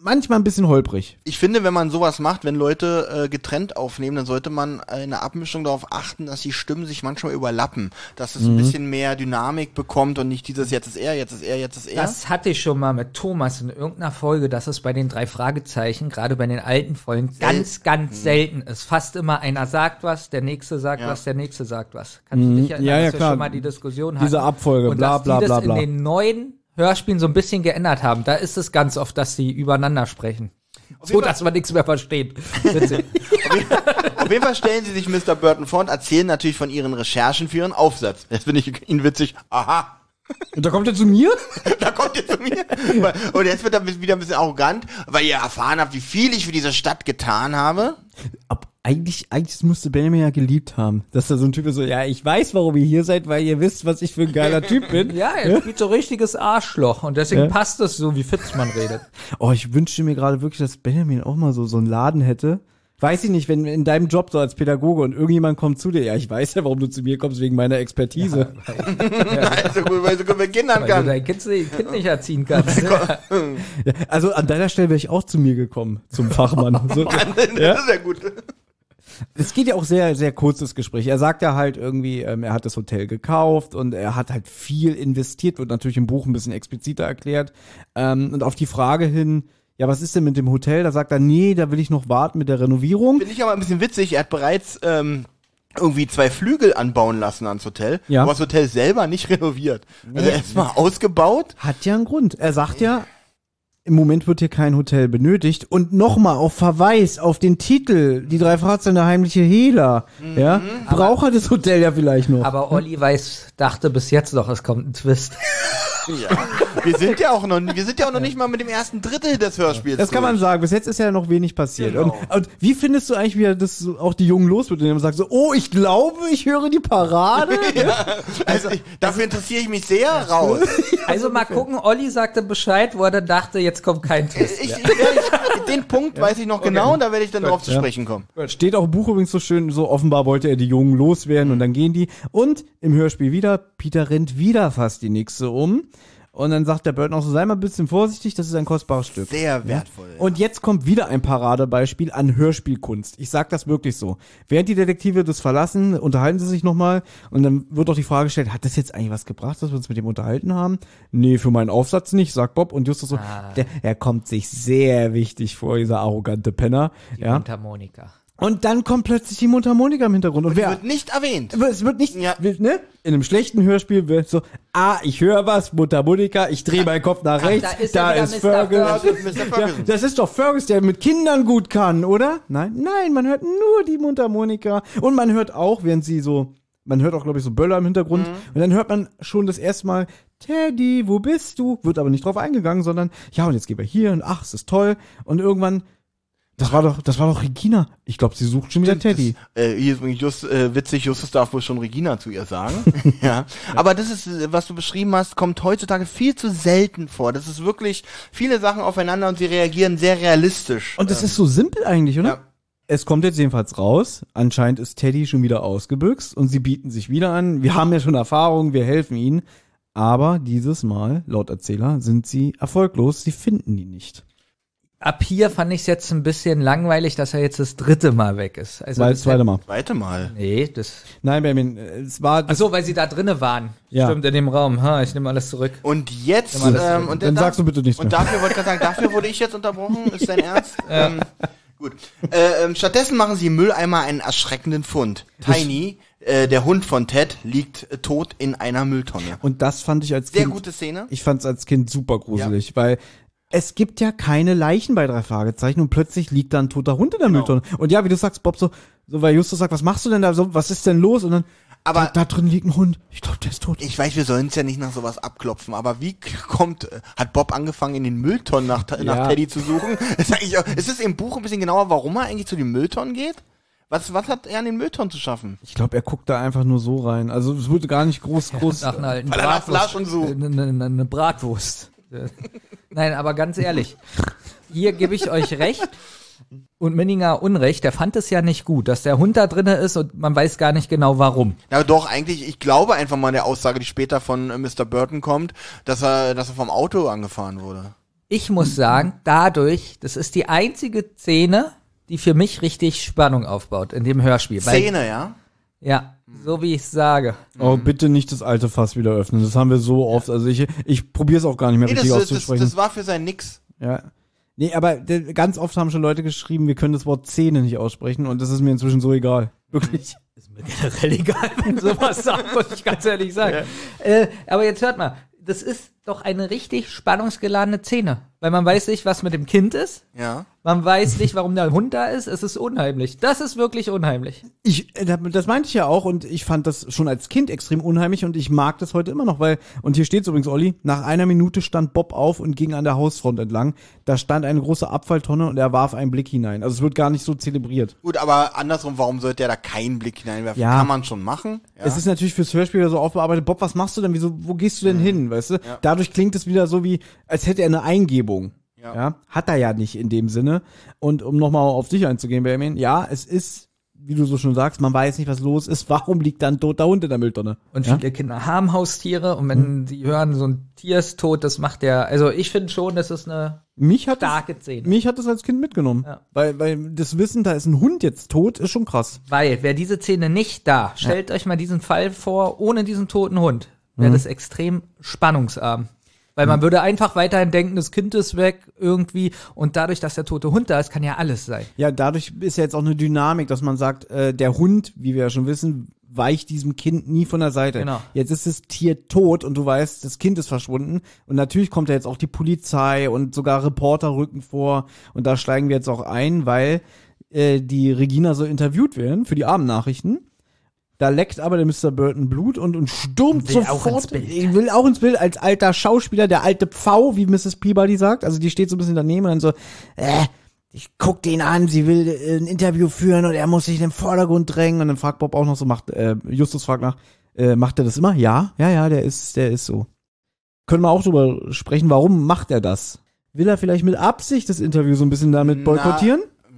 manchmal ein bisschen holprig. Ich finde, wenn man sowas macht, wenn Leute getrennt aufnehmen, dann sollte man in der Abmischung darauf achten, dass die Stimmen sich manchmal überlappen, dass es ein bisschen mehr Dynamik bekommt und nicht dieses jetzt ist er, jetzt ist er, jetzt ist er. Das hatte ich schon mal mit Thomas in irgendeiner Folge, dass es bei den 3 Fragezeichen, gerade bei den alten Folgen, ganz selten ist. Fast immer einer sagt was, der nächste sagt was, der nächste sagt was. Kannst du dich erinnern, Ja, dass wir klar. schon mal die Diskussion hatten? Diese Abfolge, und bla, dass bla, die bla, das bla. in den neuen Hörspielen so ein bisschen geändert haben. Da ist es ganz oft, dass sie übereinander sprechen. So, dass man nichts mehr versteht. Witzig. Auf jeden Fall stellen sie sich Mr. Burton vor und erzählen natürlich von ihren Recherchen für ihren Aufsatz. Jetzt finde ich ihn witzig. Aha. Und da kommt er zu mir? Da kommt ihr zu mir. Und jetzt wird er wieder ein bisschen arrogant, weil ihr erfahren habt, wie viel ich für diese Stadt getan habe. Eigentlich müsste Benjamin ja geliebt haben. Dass da so ein Typ ist so, ja, ich weiß, warum ihr hier seid, weil ihr wisst, was ich für ein geiler Typ bin. Ja, er spielt so richtiges Arschloch und deswegen passt es so, wie Fitzmann redet. Oh, ich wünschte mir gerade wirklich, dass Benjamin auch mal so einen Laden hätte. Weiß ich nicht, wenn in deinem Job so als Pädagoge und irgendjemand kommt zu dir, ja, ich weiß ja, warum du zu mir kommst, wegen meiner Expertise. Also gut, weil du mit Kindern Weil du kannst. dein Kind nicht erziehen kannst. Ja, also an deiner Stelle wäre ich auch zu mir gekommen, zum Fachmann. So, Das ist ja gut. es geht ja auch sehr, sehr kurzes Gespräch. Er sagt ja halt irgendwie, er hat das Hotel gekauft und er hat halt viel investiert, wird natürlich im Buch ein bisschen expliziter erklärt. Und auf die Frage hin, ja, was ist denn mit dem Hotel? Da sagt er, nee, da will ich noch warten mit der Renovierung. Finde ich aber ein bisschen witzig. Er hat bereits irgendwie 2 Flügel anbauen lassen ans Hotel, Ja. aber das Hotel selber nicht renoviert. Also erstmal ausgebaut. Hat ja einen Grund. Er sagt ja, im Moment wird hier kein Hotel benötigt. Und nochmal auf Verweis auf den Titel, die 3 Fragezeichen, der heimliche Hehler. Ja, braucht er das Hotel ja vielleicht noch. Aber Olli dachte bis jetzt noch, es kommt ein Twist. Ja. Wir sind ja auch noch nicht mal mit dem ersten Drittel des Hörspiels. Das kann man durch. sagen. Bis jetzt ist ja noch wenig passiert. Genau. Und wie findest du eigentlich, wie er das so, auch die Jungen los wird und er sagt so, oh, ich glaube, ich höre die Parade. Also dafür interessiere ich mich sehr raus. Also mal gucken, Olli sagte Bescheid, wo er dann dachte, jetzt kommt kein Twist. Den Punkt weiß ich noch genau und da werde ich dann drauf zu sprechen kommen. Steht auch im Buch übrigens so schön, so offenbar wollte er die Jungen loswerden und dann gehen die. Und im Hörspiel wieder, Peter rennt wieder fast die Nixe um. Und dann sagt der Burton auch so, sei mal ein bisschen vorsichtig, das ist ein kostbares Stück. Sehr wertvoll. Und jetzt kommt wieder ein Paradebeispiel an Hörspielkunst. Ich sag das wirklich so. Während die Detektive das verlassen, unterhalten sie sich nochmal und dann wird auch die Frage gestellt, hat das jetzt eigentlich was gebracht, dass wir uns mit dem unterhalten haben? Nee, für meinen Aufsatz nicht, sagt Bob. Und Justus so, er kommt sich sehr wichtig vor, dieser arrogante Penner. Die Mundharmonika. Und dann kommt plötzlich die Mundharmonika im Hintergrund. Und Die wird nicht erwähnt. es wird nicht, Ja. ne? In einem schlechten Hörspiel wird so, ich höre was, Mundharmonika, ich drehe meinen Kopf nach rechts, da ist er wieder, Mr. Fergus. Mr. Ja, Ferguson. das ist doch Fergus, der mit Kindern gut kann, oder? Nein, man hört nur die Mundharmonika. Und man hört auch, während sie so, man hört auch, glaube ich, so Böller im Hintergrund. Und dann hört man schon das erste Mal, Teddy, wo bist du? Wird aber nicht drauf eingegangen, sondern, ja, und jetzt gehen wir hier und ach, es ist toll. Und irgendwann, das war doch Regina. Ich glaube, sie sucht schon wieder Teddy. Hier ist übrigens witzig, Justus darf wohl schon Regina zu ihr sagen. Ja. Aber das ist, was du beschrieben hast, kommt heutzutage viel zu selten vor. Das ist wirklich viele Sachen aufeinander und sie reagieren sehr realistisch. Und das ist so simpel eigentlich, oder? Ja. Es kommt jetzt jedenfalls raus. Anscheinend ist Teddy schon wieder ausgebüxt und sie bieten sich wieder an. Wir haben ja schon Erfahrung, wir helfen ihnen. Aber dieses Mal, laut Erzähler, sind sie erfolglos. Sie finden die nicht. Ab hier fand ich es jetzt ein bisschen langweilig, dass er jetzt das 3. Mal weg ist. Also Weil das zweite Mal. Zweite Mal. Nee, das. Nein, Benjamin, es war. Ach so, weil sie da drinnen waren. Ja. Stimmt, in dem Raum. Ich nehme alles zurück. Und jetzt, Wenn man das- und dann sagst du bitte nichts Und mehr. dafür wollte ich gerade sagen, dafür wurde ich jetzt unterbrochen. Ist dein Ernst? Gut. Stattdessen machen sie im Mülleimer einen erschreckenden Fund. Tiny, der Hund von Ted, liegt tot in einer Mülltonne. Und das fand ich als Sehr Kind. gute Szene. Ich fand es als Kind super gruselig, weil es gibt ja keine Leichen bei 3 Fragezeichen und plötzlich liegt da ein toter Hund in der Mülltonne. Und ja, wie du sagst, Bob, so weil Justus sagt, was machst du denn da? So, was ist denn los? Und dann, Aber da drin liegt ein Hund. Ich glaube, der ist tot. ich weiß, wir sollen es ja nicht nach sowas abklopfen, aber wie hat Bob angefangen, in den Mülltonnen nach Teddy zu suchen? Ist es im Buch ein bisschen genauer, warum er eigentlich zu den Mülltonnen geht? Was hat er an den Mülltonnen zu schaffen? Ich glaube, er guckt da einfach nur so rein. Also es wurde gar nicht groß. Nach einer alten Weil er nach Flaschen sucht. Eine Bratwurst. Nein, aber ganz ehrlich, hier gebe ich euch recht und Minninger Unrecht. Der fand es ja nicht gut, dass der Hund da drinne ist und man weiß gar nicht genau warum. Ja, doch, eigentlich, ich glaube einfach mal der Aussage, die später von Mr. Burton kommt, dass er vom Auto angefahren wurde. ich muss sagen, dadurch, das ist die einzige Szene, die für mich richtig Spannung aufbaut in dem Hörspiel. Szene, ja? Ja, so wie ich sage. Oh, bitte nicht das alte Fass wieder öffnen. Das haben wir so oft. Also ich probiere es auch gar nicht mehr richtig auszusprechen. Das war für sein Nix. Ja. Nee, aber ganz oft haben schon Leute geschrieben, wir können das Wort Szene nicht aussprechen und das ist mir inzwischen so egal. Wirklich. Ist mir generell egal, wenn sowas sagt, muss ich ganz ehrlich sagen. Aber jetzt hört mal, das ist doch eine richtig spannungsgeladene Szene. Weil man weiß nicht, was mit dem Kind ist. Ja. Man weiß nicht, warum der Hund da ist. Es ist unheimlich. Das ist wirklich unheimlich. Das meinte ich ja auch und ich fand das schon als Kind extrem unheimlich und ich mag das heute immer noch, weil, und hier steht's übrigens, Olli, nach einer Minute stand Bob auf und ging an der Hausfront entlang. Da stand eine große Abfalltonne und er warf einen Blick hinein. Also es wird gar nicht so zelebriert. Gut, aber andersrum, warum sollte er da keinen Blick hineinwerfen? Ja. Kann man schon machen. Ja. Es ist natürlich fürs Hörspiel so aufbearbeitet. Bob, was machst du denn? Wo gehst du denn hin? Weißt du? Ja. Dadurch klingt es wieder so wie, als hätte er eine Eingebung. Ja. Ja. Hat er ja nicht in dem Sinne. Und um nochmal auf dich einzugehen, Benjamin, ja, es ist, wie du so schon sagst, man weiß nicht, was los ist. Warum liegt da ein toter Hund in der Mülltonne? Und ja? viele Kinder haben Haustiere und wenn die hören, so ein Tier ist tot, das macht der, also ich finde schon, das ist eine starke Szene. Mich hat das als Kind mitgenommen. Ja. Weil das Wissen, da ist ein Hund jetzt tot, ist schon krass. Weil, wäre diese Szene nicht da, stellt euch mal diesen Fall vor, ohne diesen toten Hund, wäre das extrem spannungsarm. Weil man würde einfach weiterhin denken, das Kind ist weg irgendwie und dadurch, dass der tote Hund da ist, kann ja alles sein. Ja, dadurch ist ja jetzt auch eine Dynamik, dass man sagt, der Hund, wie wir ja schon wissen, weicht diesem Kind nie von der Seite. Genau. Jetzt ist das Tier tot und du weißt, das Kind ist verschwunden und natürlich kommt ja jetzt auch die Polizei und sogar Reporter rücken vor und da steigen wir jetzt auch ein, weil die Regina so interviewt werden für die Abendnachrichten. Da leckt aber der Mr. Burton Blut und stürmt Will auch sofort. ins Bild. Ich will auch ins Bild als alter Schauspieler, der alte Pfau, wie Mrs. Peabody sagt. Also die steht so ein bisschen daneben und dann so, ich guck den an, sie will ein Interview führen und er muss sich in den Vordergrund drängen. Und dann fragt Bob auch noch so, Justus fragt nach, macht er das immer? Ja, der ist so. Können wir auch drüber sprechen, warum macht er das? Will er vielleicht mit Absicht das Interview so ein bisschen damit boykottieren?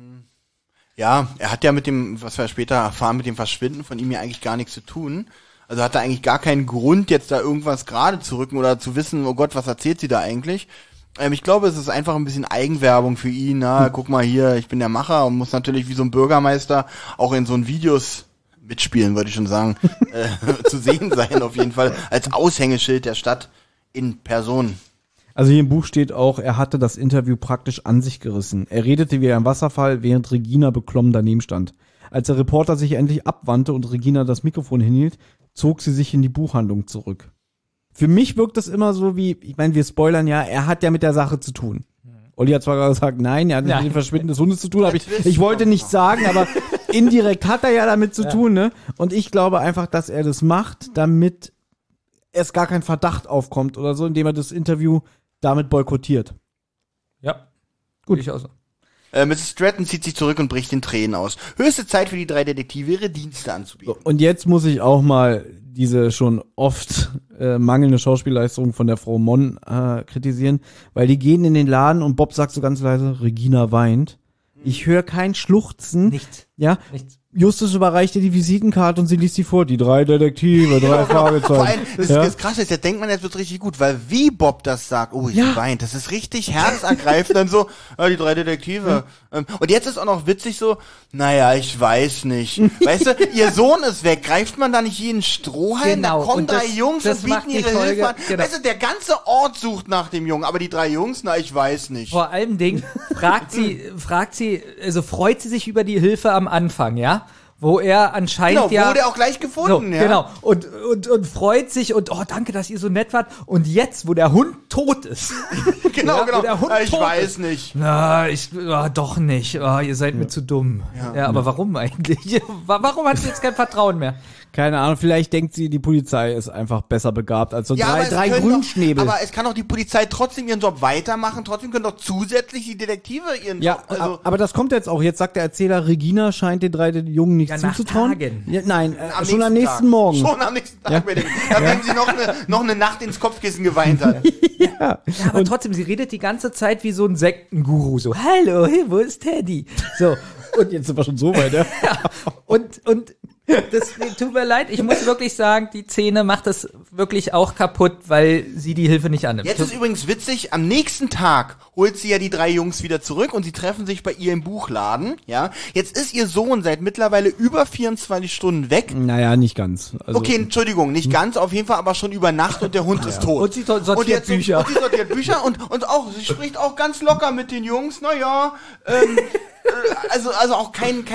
Ja, er hat ja mit dem, was wir später erfahren, mit dem Verschwinden von ihm ja eigentlich gar nichts zu tun. Also hat er eigentlich gar keinen Grund, jetzt da irgendwas gerade zu rücken oder zu wissen, oh Gott, was erzählt sie da eigentlich? Ich glaube, es ist einfach ein bisschen Eigenwerbung für ihn. Na, guck mal hier, ich bin der Macher und muss natürlich wie so ein Bürgermeister auch in so einen Videos mitspielen, würde ich schon sagen, zu sehen sein auf jeden Fall, als Aushängeschild der Stadt in Person. Also hier im Buch steht auch, er hatte das Interview praktisch an sich gerissen. Er redete wie ein Wasserfall, während Regina beklommen daneben stand. Als der Reporter sich endlich abwandte und Regina das Mikrofon hinhielt, zog sie sich in die Buchhandlung zurück. Für mich wirkt das immer so wie, ich meine, wir spoilern ja, er hat ja mit der Sache zu tun. Olli hat zwar gerade gesagt, nein, er hat mit dem Verschwinden des Hundes zu tun, aber ich wollte nicht sagen, aber indirekt hat er ja damit zu tun, ne? Und ich glaube einfach, dass er das macht, damit erst gar kein Verdacht aufkommt oder so, indem er das Interview damit boykottiert. Ja, gut. Ich auch so. Mrs. Stratton zieht sich zurück und bricht in Tränen aus. Höchste Zeit für die 3 Detektive, ihre Dienste anzubieten. Und jetzt muss ich auch mal diese schon oft mangelnde Schauspielleistung von der Frau Mon kritisieren, weil die gehen in den Laden und Bob sagt so ganz leise, Regina weint. Ich höre kein Schluchzen. Nichts. Ja. Nichts. Justus überreicht ihr die Visitenkarte und sie liest sie vor. Die 3 Detektive, 3 Fragezeichen. Vor allem, das Krasse ist, jetzt denkt man, jetzt wird's richtig gut, weil wie Bob das sagt, oh, sie weint, das ist richtig herzergreifend, dann so, die 3 Detektive. Und jetzt ist auch noch witzig so, naja, ich weiß nicht. Weißt du, ihr Sohn ist weg, greift man da nicht jeden Strohhalm? Genau. Da kommen Und 3 das- Jungs das und bieten macht die ihre Folge, Hilfe an. genau. Weißt du, der ganze Ort sucht nach dem Jungen, aber die 3 Jungs, na, ich weiß nicht. Vor allem Ding, fragt sie, also freut sie sich über die Hilfe am Anfang, ja? Wo er anscheinend Genau, wurde auch gleich gefunden, ja. Genau. Und freut sich und, oh, danke, dass ihr so nett wart. Und jetzt, wo der Hund tot ist. Genau, Ja, wo der Hund ich tot weiß ist. nicht. Na, doch nicht. Ihr seid mir zu dumm. Ja, aber warum eigentlich? Warum hat sie jetzt kein Vertrauen mehr? Keine Ahnung, vielleicht denkt sie, die Polizei ist einfach besser begabt als so aber es 3 können Grünschnäbel. Doch, aber es kann doch die Polizei trotzdem ihren Job weitermachen, trotzdem können doch zusätzlich die Detektive ihren Ja, Job, also aber das kommt jetzt auch. Jetzt sagt der Erzähler, Regina scheint den 3 Jungen nicht Ja, nach zuzutrauen. Tagen. Ja, nein, schon am nächsten Tag. Morgen. Schon am nächsten Tag, nachdem sie noch eine Nacht ins Kopfkissen geweint hat. Ja. Ja, aber trotzdem, sie redet die ganze Zeit wie so ein Sektenguru. So, hallo, hey, wo ist Teddy? So. Und jetzt sind wir schon so weit, ja. Und Tut mir leid, ich muss wirklich sagen, die Szene macht das wirklich auch kaputt, weil sie die Hilfe nicht annimmt. Jetzt ist übrigens witzig, am nächsten Tag holt sie ja die 3 Jungs wieder zurück und sie treffen sich bei ihr im Buchladen, ja. Jetzt ist ihr Sohn seit mittlerweile über 24 Stunden weg. Naja, nicht ganz. Also, Okay, Entschuldigung, nicht ganz, auf jeden Fall, aber schon über Nacht und der Hund ist tot. Und sie sortiert Bücher. Und sie sortiert Bücher und auch, sie spricht auch ganz locker mit den Jungs, naja, also auch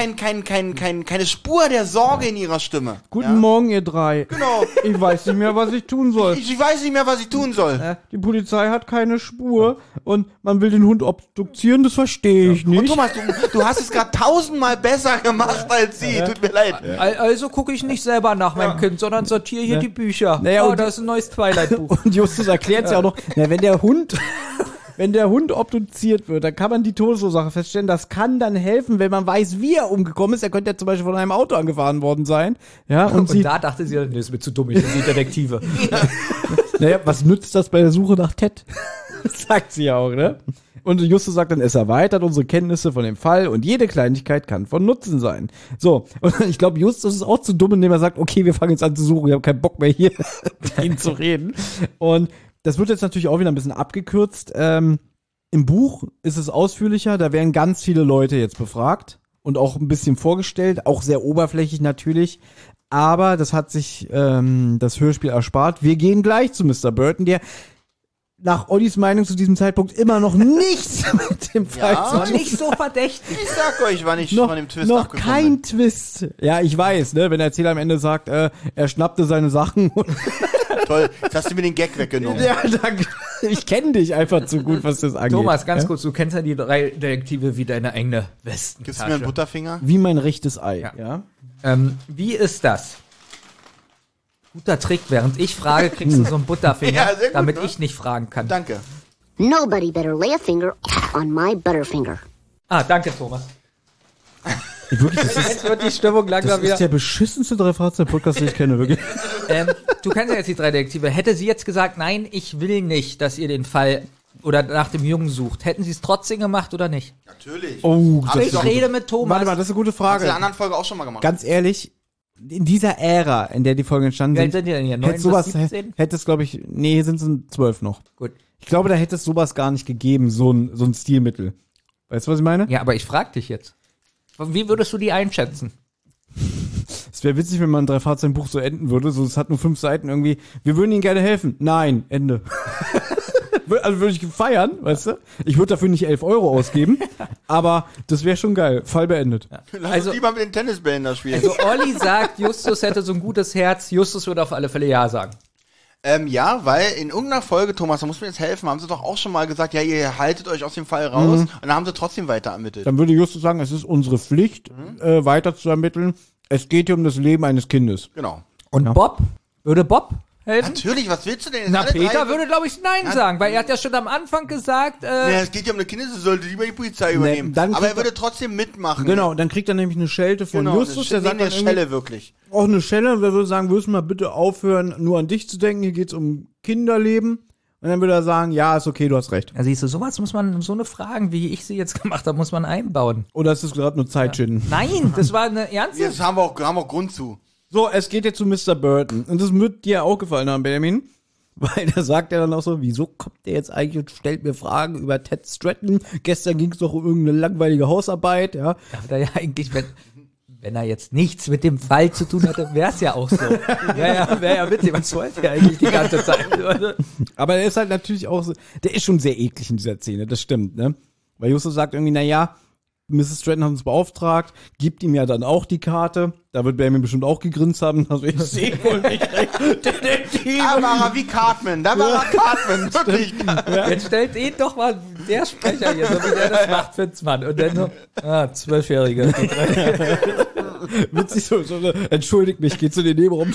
keine Spur der Sorge in ihrer Stimme. Guten Morgen, ihr 3. Genau. Ich weiß nicht mehr, was ich tun soll. Ich weiß nicht mehr, was ich tun soll. Die Polizei hat keine Spur und man will den Hund obduzieren, das verstehe ich Und nicht. Thomas, du hast es gerade 1000-mal besser gemacht als sie. Tut mir leid. Also gucke ich nicht selber nach meinem Kind, sondern sortiere hier die Bücher. Naja, Oh, und- da ist ein neues Twilight-Buch. Und Justus erklärt es ja auch noch, na, wenn der Hund obduziert wird, dann kann man die Todesursache feststellen. Das kann dann helfen, wenn man weiß, wie er umgekommen ist. Er könnte ja zum Beispiel von einem Auto angefahren worden sein. Ja, und Und da dachte sie, nee, ist mir zu dumm, ich bin die Detektive. naja, was nützt das bei der Suche nach Ted? Das sagt sie ja auch, ne? Und Justus sagt dann, es erweitert unsere Kenntnisse von dem Fall und jede Kleinigkeit kann von Nutzen sein. So, und ich glaube, Justus ist auch zu dumm, indem er sagt, okay, wir fangen jetzt an zu suchen, ich habe keinen Bock mehr hier mit ihnen zu reden. Und das wird jetzt natürlich auch wieder ein bisschen abgekürzt. Im Buch ist es ausführlicher, da werden ganz viele Leute jetzt befragt und auch ein bisschen vorgestellt, auch sehr oberflächlich natürlich. Aber das hat sich das Hörspiel erspart. Wir gehen gleich zu Mr. Burton, der nach Ollis Meinung zu diesem Zeitpunkt immer noch nichts mit dem Fall Ja, zu War tun. nicht so verdächtig. Ich sag euch, wann ich Noch, von dem Twist noch abgekommen kein Twist. Ja, ich weiß, ne, wenn der Erzähler am Ende sagt, er schnappte seine Sachen und bin. Toll, jetzt hast du mir den Gag weggenommen. ja, danke. Ich kenne dich einfach zu gut, was das angeht. Thomas, ganz ja? kurz, du kennst ja die 3 Detektive wie deine eigene Westentasche. Gibst du mir einen Butterfinger? Wie mein rechtes Ei, Ja. ja? Wie ist das? Guter Trick, während ich frage, kriegst du so einen Butterfinger, Ja, sehr gut, damit ne? ich nicht fragen kann. Danke. Nobody better lay a finger on my butterfinger. Ah, danke, Thomas. Wirklich, das ist, Jetzt wird die Stimmung das langsam wieder. ist der beschissenste Drei-Fahrzeuge-Podcast, den ich kenne, wirklich. Du kennst ja jetzt die 3 Detektive. Hätte sie jetzt gesagt, nein, ich will nicht, dass ihr den Fall oder nach dem Jungen sucht, hätten sie es trotzdem gemacht oder nicht? Natürlich. Oh, Hab Ich doch- rede mit Thomas. Warte mal, das ist eine gute Hast du in der Frage. anderen Folge auch schon mal gemacht. Ganz ehrlich, in dieser Ära, in der die Folgen entstanden Wie alt sind, sind die denn hier? 9 hätte bis sowas, 17? hätte es, glaube ich, nee, hier sind es 12 noch. Gut. Ich glaube, da hätte es sowas gar nicht gegeben, so ein Stilmittel. Weißt du, was ich meine? Ja, aber ich frag dich jetzt. Wie würdest du die einschätzen? Es wäre witzig, wenn man ein Drei-Fahrzeugen-Buch so enden würde. So, es hat nur 5 Seiten irgendwie. Wir würden Ihnen gerne helfen. Nein, Ende. Also würde ich feiern, weißt du? Ich würde dafür nicht 11 Euro ausgeben, aber das wäre schon geil. Fall beendet. Lass Also- uns lieber mit den Tennisbällen da spielen. Also Olli sagt, Justus hätte so ein gutes Herz. Justus würde auf alle Fälle Ja sagen. Ja, weil in irgendeiner Folge, Thomas, da muss mir jetzt helfen, haben sie doch auch schon mal gesagt, ja, ihr haltet euch aus dem Fall raus. Und dann haben sie trotzdem weiter ermittelt. Dann würde Justus sagen, es ist unsere Pflicht, weiter zu ermitteln. Es geht hier um das Leben eines Kindes. Genau. Und Bob? Würde Bob helfen? Natürlich, was willst du denn? Na, Alle Peter drei- würde, glaube ich, Nein sagen, weil er hat ja schon am Anfang gesagt, Ja, es geht ja um eine Kinder, sie sollte lieber die Polizei übernehmen. dann Aber er kriegt würde trotzdem mitmachen. Genau, dann kriegt er nämlich eine Schelte von Genau, Justus, der sagt eine dann irgendwie, Schelle wirklich. auch eine Schelle, und der würde sagen, würdest du mal bitte aufhören, nur an dich zu denken, hier geht's um Kinderleben. Und dann würde er sagen, ja, ist okay, du hast recht. ja, siehst du, sowas muss man, so eine Fragen, wie ich sie jetzt gemacht habe, muss man einbauen. Oder ist das gerade nur Zeitschinden? Nein, das war eine ernste. Jetzt haben wir auch Grund zu. So, es geht jetzt zu Mr. Burton. Und das wird dir auch gefallen haben, Benjamin. Weil da sagt er dann auch so, wieso kommt der jetzt eigentlich und stellt mir Fragen über Ted Stratton? Gestern ging es doch um irgendeine langweilige Hausarbeit, ja. Da hat er ja eigentlich, wenn er jetzt nichts mit dem Fall zu tun hätte, wäre es ja auch so. Wäre ja witzig, was wollte er eigentlich die ganze Zeit? Aber er ist halt natürlich auch so, der ist schon sehr eklig in dieser Szene, das stimmt, ne? Weil Justus sagt irgendwie, naja, Mrs. Stratton hat uns beauftragt, gibt ihm ja dann auch die Karte. Da wird Benjamin bestimmt auch gegrinst haben. Also ich sehe wohl nicht recht. Detektive. Da war er wie Cartman, wirklich. Jetzt stellt ihn doch mal der Sprecher hier, so wie der das macht, Fitzmann. Und dann so, 12-Jährige. Witzig so, entschuldigt mich, geht zu den Nebenraum.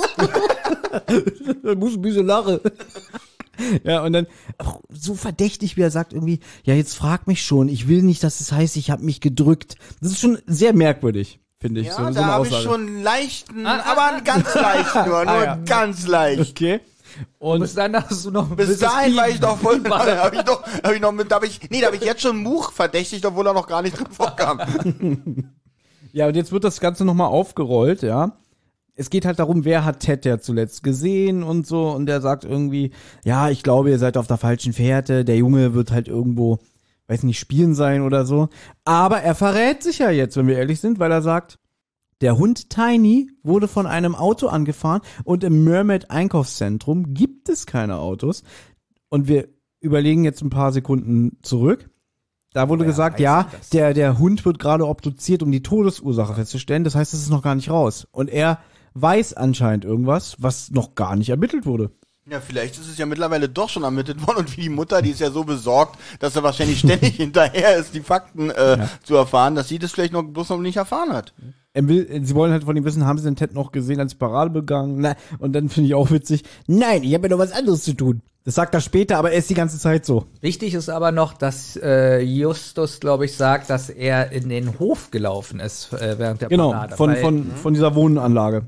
Da muss ein bisschen lachen. Ja, und dann auch so verdächtig, wie er sagt irgendwie, ja, jetzt frag mich schon, ich will nicht, dass es heißt, ich habe mich gedrückt. Das ist schon sehr merkwürdig, finde ich. Ja, so da eine habe ich Aussage. schon einen leichten, aber einen ganz leicht nur ja. ganz leicht. Okay. Und Bis dann hast du noch Bis dahin war ich noch voll, War- da habe ich jetzt schon Much verdächtigt, obwohl er noch gar nicht drin vorkam. Ja, und jetzt wird das Ganze nochmal aufgerollt, ja. Es geht halt darum, wer hat Ted ja zuletzt gesehen und so. Und der sagt irgendwie, ja, ich glaube, ihr seid auf der falschen Fährte. Der Junge wird halt irgendwo, weiß nicht, spielen sein oder so. Aber er verrät sich ja jetzt, wenn wir ehrlich sind, weil er sagt, der Hund Tiny wurde von einem Auto angefahren und im Mermaid Einkaufszentrum gibt es keine Autos. Und wir überlegen jetzt ein paar Sekunden zurück. Da wurde gesagt, ja, der Hund wird gerade obduziert, um die Todesursache festzustellen. Das heißt, es ist noch gar nicht raus. Und er weiß anscheinend irgendwas, was noch gar nicht ermittelt wurde. Ja, vielleicht ist es ja mittlerweile doch schon ermittelt worden und wie die Mutter, die ist ja so besorgt, dass er wahrscheinlich ständig hinterher ist, die Fakten zu erfahren, dass sie das vielleicht noch bloß noch nicht erfahren hat. Sie wollen halt von ihm wissen, haben sie den Ted noch gesehen, als Parade begangen? Na, und dann finde ich auch witzig, nein, ich habe ja noch was anderes zu tun. Das sagt er später, aber er ist die ganze Zeit so. Wichtig ist aber noch, dass Justus, glaube ich, sagt, dass er in den Hof gelaufen ist während der Parade. Genau, von dieser Wohnanlage.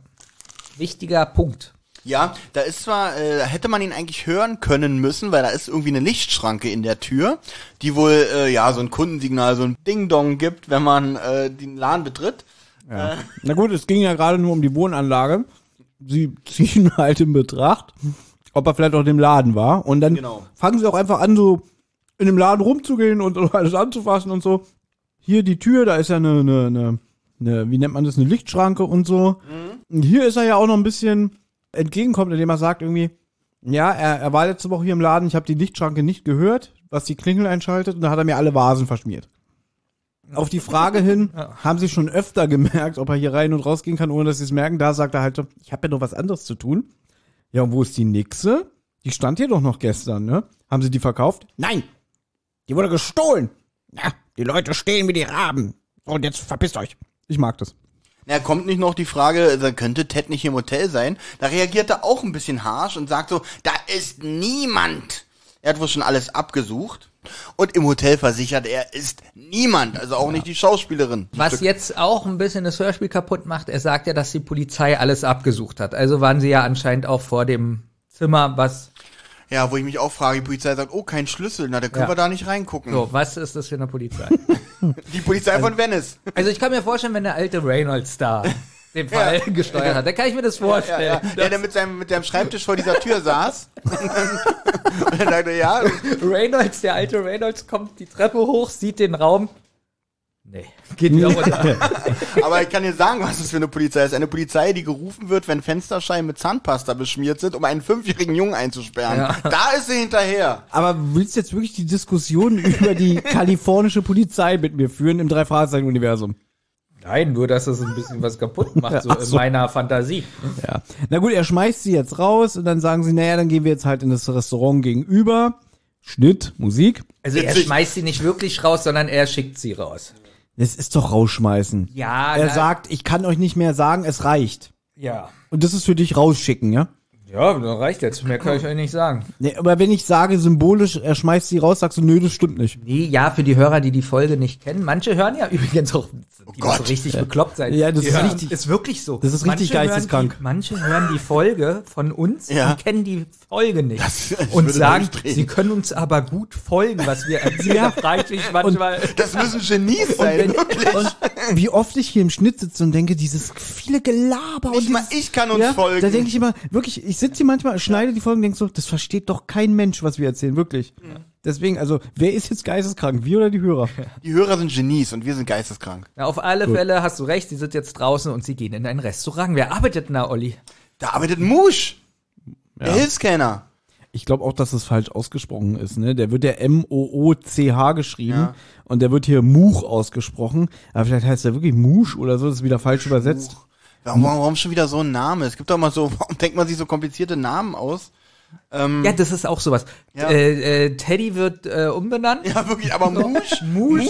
Wichtiger Punkt. Ja, da ist zwar, hätte man ihn eigentlich hören können müssen, weil da ist irgendwie eine Lichtschranke in der Tür, die wohl, so ein Kundensignal, so ein Ding-Dong gibt, wenn man den Laden betritt. Ja. Na gut, es ging ja gerade nur um die Wohnanlage. Sie ziehen halt in Betracht, ob er vielleicht auch in dem Laden war. Und dann fangen sie auch einfach an, so in dem Laden rumzugehen und alles anzufassen und so. Hier die Tür, da ist ja eine wie nennt man das, eine Lichtschranke und so. Und hier ist er ja auch noch ein bisschen entgegenkommt, indem er sagt irgendwie, ja, er war letzte Woche hier im Laden, ich habe die Lichtschranke nicht gehört, was die Klingel einschaltet, und da hat er mir alle Vasen verschmiert. Auf die Frage hin, haben sie schon öfter gemerkt, ob er hier rein und rausgehen kann, ohne dass sie es merken. Da sagt er halt, ich habe ja noch was anderes zu tun. Ja, und wo ist die Nixe? Die stand hier doch noch gestern, ne? Haben sie die verkauft? Nein! Die wurde gestohlen! Ja, die Leute stehen wie die Raben. Und jetzt verpisst euch. Ich mag das. Na, kommt nicht noch die Frage, könnte Ted nicht hier im Hotel sein? Da reagiert er auch ein bisschen harsch und sagt so, da ist niemand. Er hat wohl schon alles abgesucht. Und im Hotel versichert er, ist niemand, also auch nicht die Schauspielerin. Was jetzt auch ein bisschen das Hörspiel kaputt macht, er sagt ja, dass die Polizei alles abgesucht hat. Also waren sie ja anscheinend auch vor dem Zimmer, was... Ja, wo ich mich auch frage, die Polizei sagt, oh, kein Schlüssel, na, da können wir da nicht reingucken. So, was ist das für eine Polizei? Die Polizei von Venice. Also ich kann mir vorstellen, wenn der alte Reynolds da den Fall gesteuert hat, dann kann ich mir das vorstellen. Ja, der mit seinem Schreibtisch vor dieser Tür saß. Und dann dachte ja. Reynolds, der alte Reynolds kommt die Treppe hoch, sieht den Raum. Nee, geht wieder runter. Aber ich kann dir sagen, was das für eine Polizei ist. Eine Polizei, die gerufen wird, wenn Fensterscheiben mit Zahnpasta beschmiert sind, um einen 5-jährigen Jungen einzusperren. Ja. Da ist sie hinterher. Aber willst du jetzt wirklich die Diskussion über die kalifornische Polizei mit mir führen im Drei-Fragezeichen-Universum? Nein, nur, dass es ein bisschen was kaputt macht, so in meiner Fantasie. Ja. Na gut, er schmeißt sie jetzt raus und dann sagen sie, naja, dann gehen wir jetzt halt in das Restaurant gegenüber. Schnitt, Musik. Also er schmeißt sie nicht wirklich raus, sondern er schickt sie raus. Das ist doch rausschmeißen. Ja. Er sagt, ich kann euch nicht mehr sagen, es reicht. Ja. Und das ist für dich rausschicken, ja? Ja, das reicht jetzt. Mehr kann ich euch nicht sagen. Nee, aber wenn ich sage symbolisch, er schmeißt sie raus, sagst du, nö, das stimmt nicht. Nee, ja, für die Hörer, die die Folge nicht kennen. Manche hören ja übrigens auch, die so richtig bekloppt sein. Ja, das ist richtig. Ist wirklich so. Das ist richtig geisteskrank. Manche hören die Folge von uns und kennen die Folge nicht. Und sagen, sie können uns aber gut folgen, was wir erzählen. Ja. Da frage ich mich manchmal. Das müssen Genies sein, wirklich. Und wie oft ich hier im Schnitt sitze und denke, dieses viele Gelaber. Ich kann uns folgen. Da denke ich immer, wirklich, ich sitze hier manchmal, schneide die Folgen und denke so, das versteht doch kein Mensch, was wir erzählen, wirklich. Ja. Deswegen, also, wer ist jetzt geisteskrank, wir oder die Hörer? Die Hörer sind Genies und wir sind geisteskrank. Ja, auf alle Fälle hast du recht, sie sind jetzt draußen und sie gehen in ein Restaurant. Wer arbeitet denn da, Olli? Da arbeitet Musch, der Hilfskenner. Ich glaube auch, dass es falsch ausgesprochen ist, ne? Der wird ja M-O-O-C-H geschrieben und der wird hier Much ausgesprochen. Aber vielleicht heißt der wirklich Musch oder so, das ist wieder falsch übersetzt. Warum schon wieder so ein Name? Es gibt doch mal so, warum denkt man sich so komplizierte Namen aus? Ja, das ist auch sowas. Ja. Teddy wird umbenannt. Ja, wirklich, aber Musch? Musch.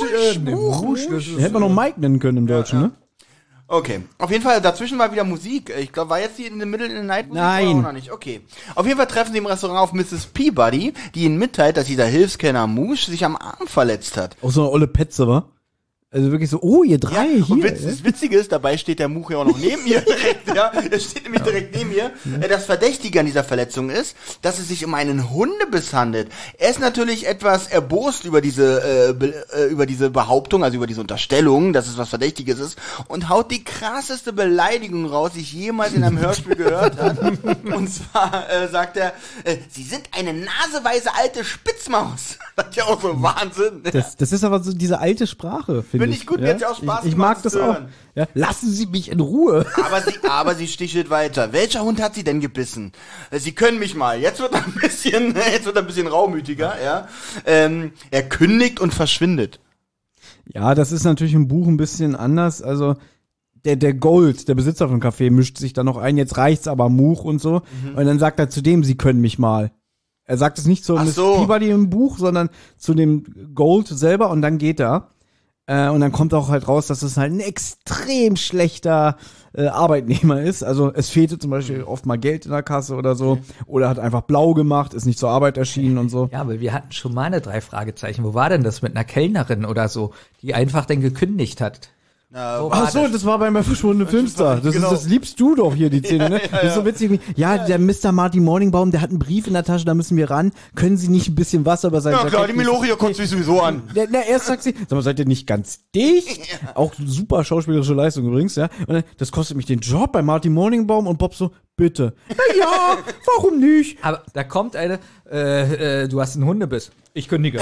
Hätte man noch Mike nennen können im Deutschen, ne? Okay. Auf jeden Fall, dazwischen war wieder Musik. Ich glaube, war jetzt die in the Middle in the Night Musik? Nein. Oder noch nicht? Okay. Auf jeden Fall treffen sie im Restaurant auf Mrs. Peabody, die ihnen mitteilt, dass dieser Hilfskenner Musch sich am Arm verletzt hat. Auch so eine olle Petze, wa? Also wirklich so, oh, ihr drei Ja, hier. und das Witzige ist, dabei steht der Much ja auch noch neben mir direkt, ja. Er steht nämlich direkt neben mir. Das Verdächtige an dieser Verletzung ist, dass es sich um einen Hundebiss handelt. Er ist natürlich etwas erbost über diese Behauptung, also über diese Unterstellung, dass es was Verdächtiges ist, und haut die krasseste Beleidigung raus, die ich jemals in einem Hörspiel gehört habe. Und zwar sagt er, Sie sind eine naseweise alte Spitzmaus. Das ist ja auch so ein Wahnsinn. Das ist aber so diese alte Sprache, finde Finde ich gut, mir hat's ja auch Spaß ich gemacht, mag das zu auch. hören. Ja, lassen Sie mich in Ruhe. Aber sie stichelt weiter. Welcher Hund hat sie denn gebissen? Sie können mich mal. Jetzt wird er ein bisschen raumütiger, ja. Er kündigt und verschwindet. Ja, das ist natürlich im Buch ein bisschen anders. Also der Gold, der Besitzer vom Café, mischt sich da noch ein. Jetzt reicht's aber Much und so. Und dann sagt er zu dem, Sie können mich mal. Er sagt es nicht zu Miss Peabody im Buch, sondern zu dem Gold selber und dann geht er. Und dann kommt auch halt raus, dass es halt ein extrem schlechter Arbeitnehmer ist. Also es fehlte zum Beispiel oft mal Geld in der Kasse oder so. Oder hat einfach blau gemacht, ist nicht zur Arbeit erschienen und so. Ja, aber wir hatten schon mal eine 3 Fragezeichen. Wo war denn das mit einer Kellnerin oder so, die einfach dann gekündigt hat? Ach so, das war beim verschwundenen Filmstar. Das liebst du doch hier, die Szene, ne? Das ist so witzig. Ja, der Mr. Marty Morningbaum, der hat einen Brief in der Tasche, da müssen wir ran. Können Sie nicht ein bisschen Wasser über sein Ja klar, die Meloria kotzt mich sowieso an. Erst sagt sie, sag mal, seid ihr nicht ganz dicht? Auch super schauspielerische Leistung übrigens, ja. Und dann, das kostet mich den Job bei Marty Morningbaum und Bob so, bitte. Na ja, warum nicht? Aber da kommt eine, du hast einen Hundebiss. Ich kündige.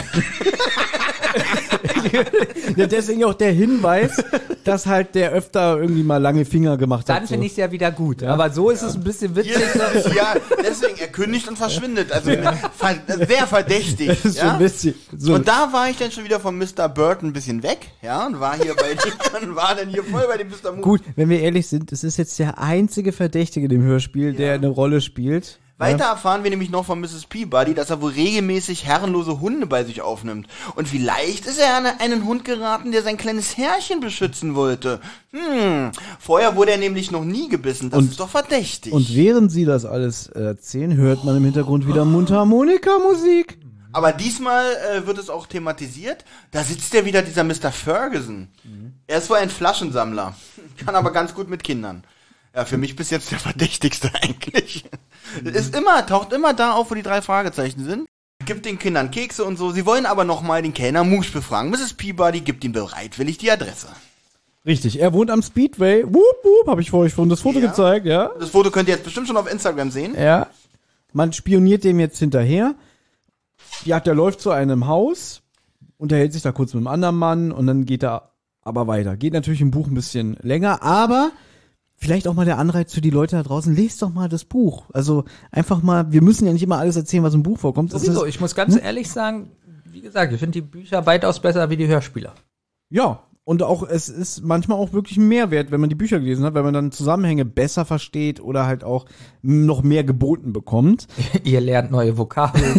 Ja, deswegen auch der Hinweis, dass halt der öfter irgendwie mal lange Finger gemacht hat. Dann finde ich es ja wieder gut. Ja. Aber so ist es ein bisschen witzig. Ja, deswegen, er kündigt und verschwindet. Also sehr verdächtig. Das ist schon witzig. So. Und da war ich dann schon wieder von Mr. Burton ein bisschen weg, ja, und war hier war dann hier voll bei dem Mr. Moon. Gut, wenn wir ehrlich sind, es ist jetzt der einzige Verdächtige in dem Hörspiel, der eine Rolle spielt. Weiter erfahren wir nämlich noch von Mrs. Peabody, dass er wohl regelmäßig herrenlose Hunde bei sich aufnimmt. Und vielleicht ist er an einen Hund geraten, der sein kleines Herrchen beschützen wollte. Vorher wurde er nämlich noch nie gebissen. Das ist doch verdächtig. Und während sie das alles erzählen, hört man im Hintergrund wieder Mundharmonika-Musik. Aber diesmal wird es auch thematisiert. Da sitzt ja wieder dieser Mr. Ferguson. Er ist wohl ein Flaschensammler. Kann aber ganz gut mit Kindern. Ja, für mich bis jetzt der Verdächtigste eigentlich. Taucht immer da auf, wo die 3 Fragezeichen sind. Gibt den Kindern Kekse und so. Sie wollen aber nochmal den Kellner Much befragen. Mrs. Peabody gibt ihm bereitwillig die Adresse. Richtig, er wohnt am Speedway. Wup, wup, habe ich vorhin schon das Foto gezeigt, ja. Das Foto könnt ihr jetzt bestimmt schon auf Instagram sehen. Ja. Man spioniert dem jetzt hinterher. Ja, der läuft zu einem Haus, unterhält sich da kurz mit einem anderen Mann und dann geht er aber weiter. Geht natürlich im Buch ein bisschen länger, aber vielleicht auch mal der Anreiz für die Leute da draußen, lest doch mal das Buch. Also einfach mal, wir müssen ja nicht immer alles erzählen, was im Buch vorkommt. Sowieso, ich muss ganz ehrlich sagen, wie gesagt, ich finde die Bücher weitaus besser wie die Hörspiele. Ja, und auch es ist manchmal auch wirklich ein Mehrwert, wenn man die Bücher gelesen hat, weil man dann Zusammenhänge besser versteht oder halt auch noch mehr geboten bekommt. Ihr lernt neue Vokabeln.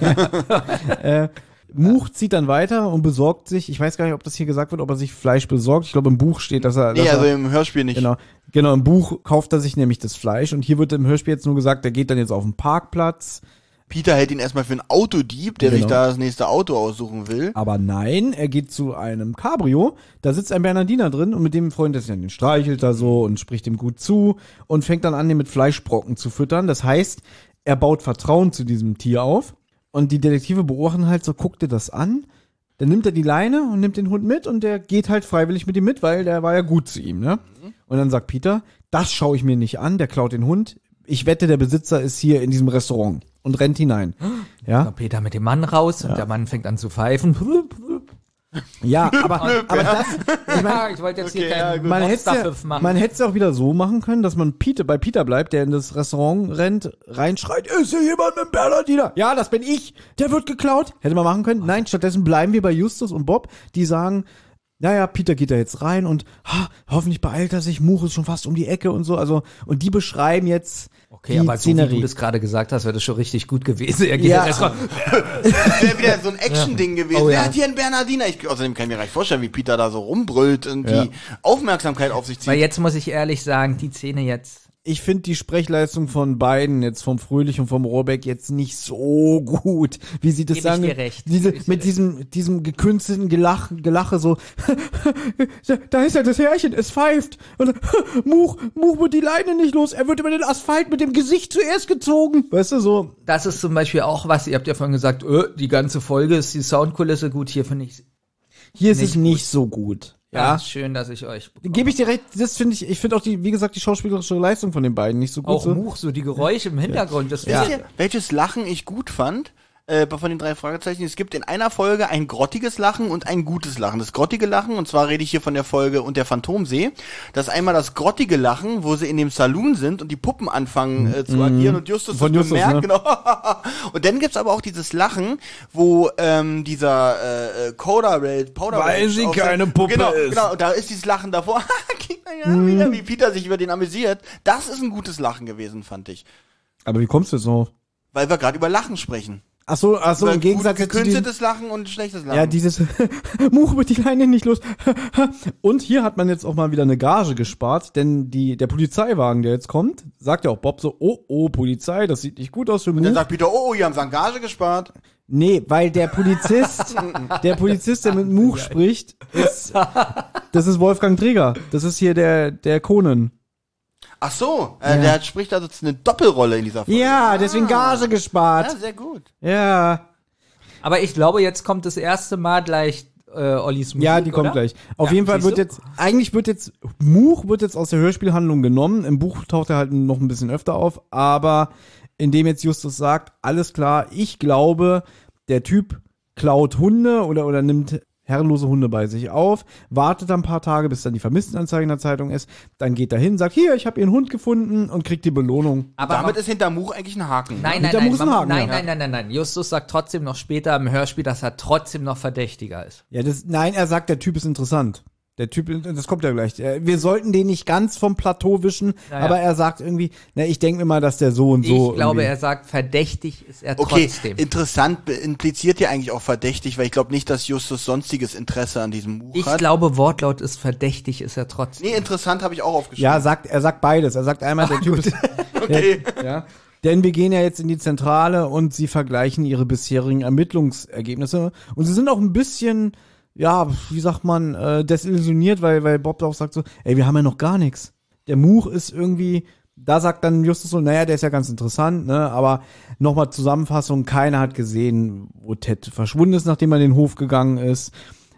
Much zieht dann weiter und besorgt sich, ich weiß gar nicht, ob das hier gesagt wird, ob er sich Fleisch besorgt. Ich glaube, im Buch steht, dass er... Nee, also im Hörspiel nicht. Genau, im Buch kauft er sich nämlich das Fleisch und hier wird im Hörspiel jetzt nur gesagt, er geht dann jetzt auf den Parkplatz. Peter hält ihn erstmal für einen Autodieb, der sich da das nächste Auto aussuchen will. Aber nein, er geht zu einem Cabrio, da sitzt ein Bernardiner drin und mit dem freundet er sich dann, den streichelt er so und spricht ihm gut zu und fängt dann an, den mit Fleischbrocken zu füttern. Das heißt, er baut Vertrauen zu diesem Tier auf. Und die Detektive beobachten halt so, guckt er das an, dann nimmt er die Leine und nimmt den Hund mit und der geht halt freiwillig mit ihm mit, weil der war ja gut zu ihm, ne? Und dann sagt Peter, das schaue ich mir nicht an, der klaut den Hund. Ich wette, der Besitzer ist hier in diesem Restaurant und rennt hinein. Ja? Peter mit dem Mann raus und der Mann fängt an zu pfeifen. Ja, aber das, ich wollte jetzt hier keinen Monsterpfiff machen. Man hätte es ja auch wieder so machen können, dass man bei Peter bleibt, der in das Restaurant rennt, reinschreit, ist hier jemand mit dem Bernardiner? Ja, das bin ich, der wird geklaut. Hätte man machen können. Nein, stattdessen bleiben wir bei Justus und Bob, die sagen, naja, Peter geht da jetzt rein und hoffentlich beeilt er sich, Much ist schon fast um die Ecke und so, also, und die beschreiben jetzt okay, aber so wie du das gerade gesagt hast, wäre das schon richtig gut gewesen. Er geht erstmal. Das wäre wieder so ein Action-Ding gewesen. Wer hat hier einen Bernardiner? Außerdem kann ich mir gar nicht vorstellen, wie Peter da so rumbrüllt und die Aufmerksamkeit auf sich zieht. Weil jetzt muss ich ehrlich sagen, die Szene jetzt, ich finde die Sprechleistung von beiden, jetzt vom Fröhlich und vom Rohrbeck, jetzt nicht so gut, wie sie das Geb ich sagen. dir recht. Mit diesem gekünstelten Gelache so, da ist ja das Härchen, es pfeift. Und Much wird die Leine nicht los, er wird über den Asphalt mit dem Gesicht zuerst gezogen. Weißt du, so. Das ist zum Beispiel auch was, ihr habt ja vorhin gesagt, die ganze Folge ist die Soundkulisse gut, hier finde ich Hier ist es nicht so gut. Ja, schön, dass ich euch bekomme. gebe ich dir recht, das finde ich finde auch wie gesagt, die schauspielerische Leistung von den beiden nicht so gut. Auch Much, so die Geräusche im Hintergrund. Das Wisst ihr, welches Lachen ich gut fand? Von den 3 Fragezeichen. Es gibt in einer Folge ein grottiges Lachen und ein gutes Lachen. Das grottige Lachen, und zwar rede ich hier von der Folge Und der Phantomsee. Das ist einmal das grottige Lachen, wo sie in dem Saloon sind und die Puppen anfangen zu agieren und Justus das bemerkt. Ne? Genau. Und dann gibt's aber auch dieses Lachen, wo dieser Powder Weil sie keine Puppe ist. Genau, und da ist dieses Lachen davor. Wieder, wie Peter sich über den amüsiert. Das ist ein gutes Lachen gewesen, fand ich. Aber wie kommst du jetzt drauf? Weil wir gerade über Lachen sprechen. Ach so, im Gegensatz zu gekünsteltes Lachen und schlechtes Lachen. Ja, dieses Much wird die Leine nicht los. Und hier hat man jetzt auch mal wieder eine Gage gespart, denn der Polizeiwagen, der jetzt kommt, sagt ja auch Bob so, oh, Polizei, das sieht nicht gut aus für Much. Und dann sagt Peter, hier haben sie an Gage gespart. Nee, weil der Polizist, der mit Much spricht, das ist Wolfgang Träger. Das ist hier der Conan. Ach so, der spricht also eine Doppelrolle in dieser Folge. Ja, deswegen Gage gespart. Ja, sehr gut. Ja. Aber ich glaube, jetzt kommt das erste Mal gleich Ollis Musik, Ja, die kommt oder? gleich. Auf jeden Fall Much wird jetzt aus der Hörspielhandlung genommen. Im Buch taucht er halt noch ein bisschen öfter auf, aber indem jetzt Justus sagt, alles klar, ich glaube, der Typ klaut Hunde oder nimmt herrenlose Hunde bei sich auf, wartet ein paar Tage, bis dann die Vermisstenanzeige in der Zeitung ist, dann geht er hin, sagt, hier, ich habe ihren Hund gefunden und kriegt die Belohnung. Aber damit ist hinter Much eigentlich ein Haken. Nein. Justus sagt trotzdem noch später im Hörspiel, dass er trotzdem noch verdächtiger ist. Ja, er sagt, der Typ ist interessant. Der Typ, das kommt ja gleich. Wir sollten den nicht ganz vom Plateau wischen, aber er sagt irgendwie, ich denke mir mal, dass der so und so. Ich glaube, er sagt, verdächtig ist er Okay, trotzdem. interessant impliziert ja eigentlich auch verdächtig, weil ich glaube nicht, dass Justus sonstiges Interesse an diesem Much Ich hat. glaube, Wortlaut ist verdächtig ist er trotzdem. Nee, interessant habe ich auch aufgeschrieben. Ja, er sagt beides. Er sagt einmal, der Typ ist. Okay. Ja. Denn wir gehen ja jetzt in die Zentrale und sie vergleichen ihre bisherigen Ermittlungsergebnisse. Und sie sind auch ein bisschen, wie sagt man, desillusioniert, weil Bob auch sagt so, wir haben ja noch gar nichts. Der Much ist irgendwie, da sagt dann Justus so, der ist ja ganz interessant, ne, aber nochmal Zusammenfassung, keiner hat gesehen, wo Ted verschwunden ist, nachdem er in den Hof gegangen ist.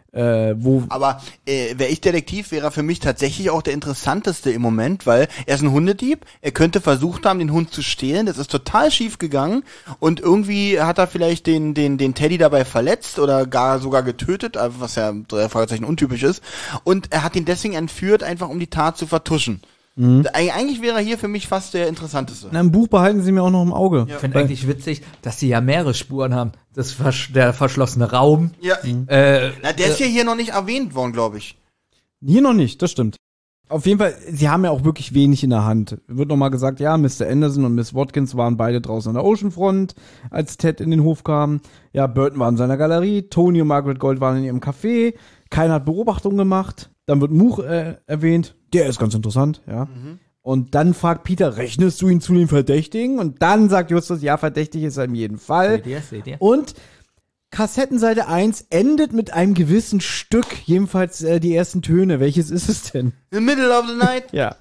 Aber wäre ich Detektiv, wäre er für mich tatsächlich auch der interessanteste im Moment, weil er ist ein Hundedieb, er könnte versucht haben, den Hund zu stehlen, das ist total schief gegangen und irgendwie hat er vielleicht den Teddy dabei verletzt oder gar sogar getötet, was ja 3 Fragezeichen untypisch ist, und er hat ihn deswegen entführt, einfach um die Tat zu vertuschen. Eigentlich wäre er hier für mich fast der interessanteste. Im Buch behalten sie mir auch noch im Auge. Ich finde eigentlich witzig, dass sie ja mehrere Spuren haben. Der verschlossene Raum. Ja. Der ist ja hier noch nicht erwähnt worden, glaube ich. Hier noch nicht, das stimmt. Auf jeden Fall, sie haben ja auch wirklich wenig in der Hand. Wird nochmal gesagt, ja, Mr. Anderson und Miss Watkins waren beide draußen an der Oceanfront, als Ted in den Hof kam. Ja, Burton war in seiner Galerie, Tony und Margaret Gold waren in ihrem Café. Keiner hat Beobachtungen gemacht. Dann wird Much erwähnt. Der ist ganz interessant, ja. Und dann fragt Peter, rechnest du ihn zu den Verdächtigen? Und dann sagt Justus, ja, verdächtig ist er in jedem Fall. Seht ihr? Und Kassettenseite 1 endet mit einem gewissen Stück, jedenfalls die ersten Töne. Welches ist es denn? In the middle of the night. Ja.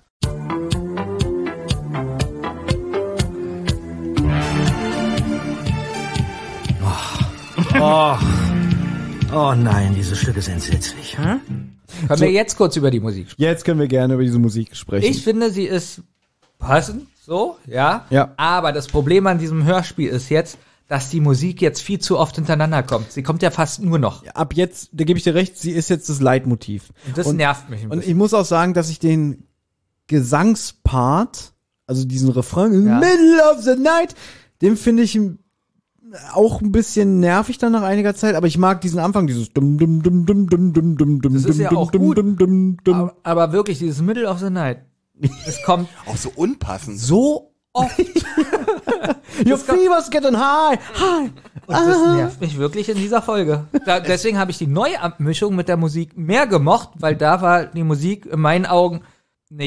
Oh nein, dieses Stück ist entsetzlich. Können wir jetzt kurz über die Musik sprechen? Jetzt können wir gerne über diese Musik sprechen. Ich finde, sie ist passend, so, ja. Ja. Aber das Problem an diesem Hörspiel ist jetzt, dass die Musik jetzt viel zu oft hintereinander kommt. Sie kommt ja fast nur noch. Ab jetzt, da gebe ich dir recht, sie ist jetzt das Leitmotiv. Und das nervt mich ein bisschen. Und ich muss auch sagen, dass ich den Gesangspart, also diesen Refrain, in the middle of the night, den finde ich auch ein bisschen nervig dann nach einiger Zeit, aber ich mag diesen Anfang, dieses dum dum dum dum dum dum dum dum. Das ist ja auch gut, dum. aber wirklich, dieses Middle of the Night, es kommt Auch so unpassend. so oft. Your fever's getting high. Und das nervt mich wirklich in dieser Folge. Deswegen habe ich die Neuabmischung mit der Musik mehr gemocht, weil da war die Musik in meinen Augen nicht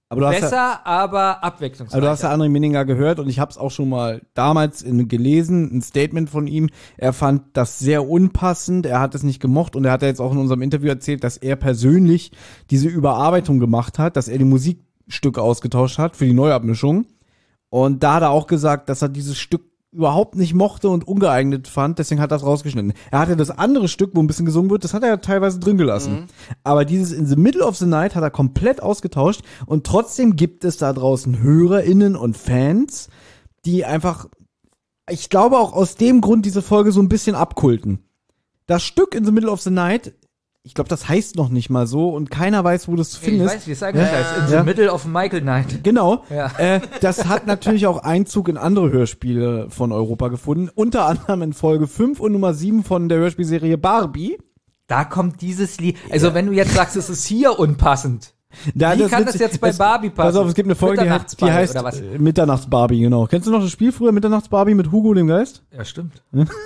Aber du hast besser, aber abwechslungsreicher. Also du hast ja André Minninger gehört und ich habe es auch schon mal damals gelesen, ein Statement von ihm. Er fand das sehr unpassend, er hat es nicht gemocht und er hat ja jetzt auch in unserem Interview erzählt, dass er persönlich diese Überarbeitung gemacht hat, dass er die Musikstücke ausgetauscht hat für die Neuabmischung. Und da hat er auch gesagt, dass er dieses Stück überhaupt nicht mochte und ungeeignet fand, deswegen hat er das rausgeschnitten. Er hatte das andere Stück, wo ein bisschen gesungen wird, das hat er ja teilweise drin gelassen. Aber dieses In the Middle of the Night hat er komplett ausgetauscht und trotzdem gibt es da draußen HörerInnen und Fans, die einfach, ich glaube auch aus dem Grund diese Folge so ein bisschen abkulten. Das Stück In the Middle of the Night, ich glaube, das heißt noch nicht mal so und keiner weiß, wo das zu finden ist. Ich weiß, wie es eigentlich heißt. In the Middle of Michael Night. Genau. Ja. Das hat natürlich auch Einzug in andere Hörspiele von Europa gefunden. Unter anderem in Folge 5 und Nummer 7 von der Hörspielserie Barbie. Da kommt dieses Lied. Also wenn du jetzt sagst, es ist hier unpassend. Wie kann das jetzt bei Barbie passen? Pass auf, es gibt eine Folge, die heißt Mitternachts-Barbie, genau. Kennst du noch das Spiel früher, Mitternachts-Barbie mit Hugo dem Geist? Ja, stimmt.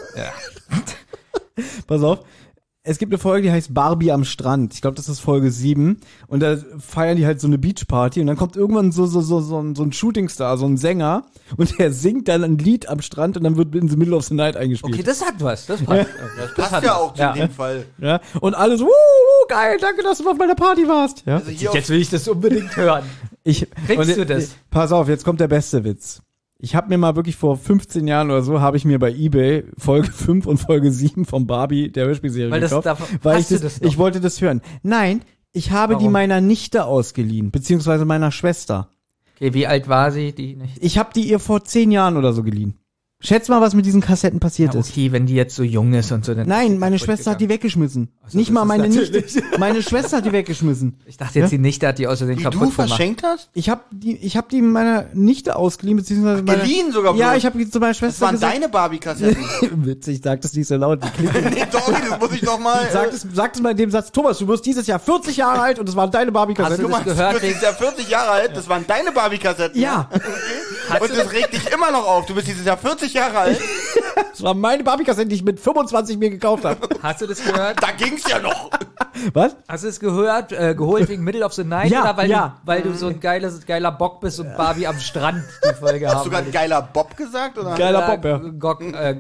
Pass auf. Es gibt eine Folge, die heißt Barbie am Strand. Ich glaube, das ist Folge 7. Und da feiern die halt so eine Beachparty. Und dann kommt irgendwann so ein Shootingstar, so ein Sänger. Und der singt dann ein Lied am Strand und dann wird In the Middle of the Night eingespielt. Okay, das hat was. Das passt. Das passt ja auch in dem Fall. Ja. Und alles, geil, danke, dass du auf meiner Party warst. Ja. Also hier Jetzt will ich das unbedingt hören. Kriegst du das? Pass auf, jetzt kommt der beste Witz. Ich habe mir mal wirklich vor 15 Jahren oder so, habe ich mir bei eBay Folge 5 und Folge 7 von Barbie, der Hörspielserie, gekauft. Weil ich wollte das hören. Nein, ich habe die meiner Nichte ausgeliehen, beziehungsweise meiner Schwester. Okay, wie alt war sie, die nicht? Ich habe die ihr vor 10 Jahren oder so geliehen. Schätz mal, was mit diesen Kassetten passiert ist. Okay, wenn die jetzt so jung ist und so. Dann Nein, meine Schwester hat die weggeschmissen. Also, nicht mal meine Nichte. Meine Schwester hat die weggeschmissen. Ich dachte jetzt, die Nichte hat die außerdem kaputt gemacht. Die du verschenkt hast? Ich hab die meiner Nichte ausgeliehen, beziehungsweise geliehen sogar. Ja, ich habe die zu meiner Schwester gesagt. Das waren deine Barbie-Kassetten. Witzig, sag das nicht so laut. Nee, doch, das muss ich doch mal. Sag es mal in dem Satz, Thomas, du wirst dieses Jahr 40 Jahre alt und das waren deine Barbie-Kassetten. Hast du das gehört? Du bist dieses Jahr 40 Jahre alt, das waren deine Barbie-Kassetten. Ja. Okay. Und das regt dich immer noch auf. Du bist dieses Jahr 40 Jahre alt. Das war meine Barbie-Kassette, die ich mit 25 mir gekauft habe. Hast du das gehört? Da ging's ja noch. Was? Hast du es gehört? Geholt wegen Middle of the Night? Ja, oder weil du so ein geiler Bock bist und Barbie am Strand die Folge haben? Hast du sogar geiler Bob gesagt? Oder? Geiler Bob, ja.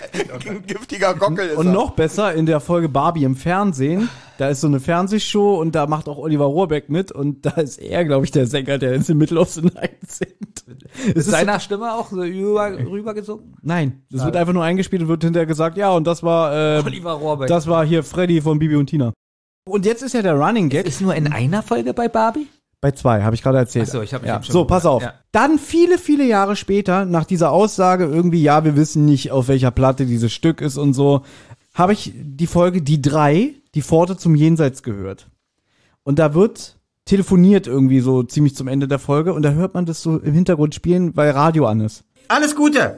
Giftiger Gockel ist Und noch besser, in der Folge Barbie im Fernsehen, da ist so eine Fernsehshow und da macht auch Oliver Rohrbeck mit und da ist er, glaube ich, der Sänger, der in the Middle of the Night singt. Ist seiner Stimme auch so rübergesungen? Nein, das wird einfach nur eingespielt und wird hinterher gesagt, ja, und das war Oliver Rohrbeck. Das war hier Freddy von Bibi und Tina. Und jetzt ist ja der Running Gag. Ist nur in einer Folge bei Barbie? Bei 2, habe ich gerade erzählt. Achso, ich habe mich schon so, pass auf. Ja. Dann viele, viele Jahre später, nach dieser Aussage irgendwie, ja, wir wissen nicht, auf welcher Platte dieses Stück ist und so, habe ich die Folge Die 3, die Pforte zum Jenseits gehört. Und da wird telefoniert irgendwie so ziemlich zum Ende der Folge und da hört man das so im Hintergrund spielen, weil Radio an ist. Alles Gute!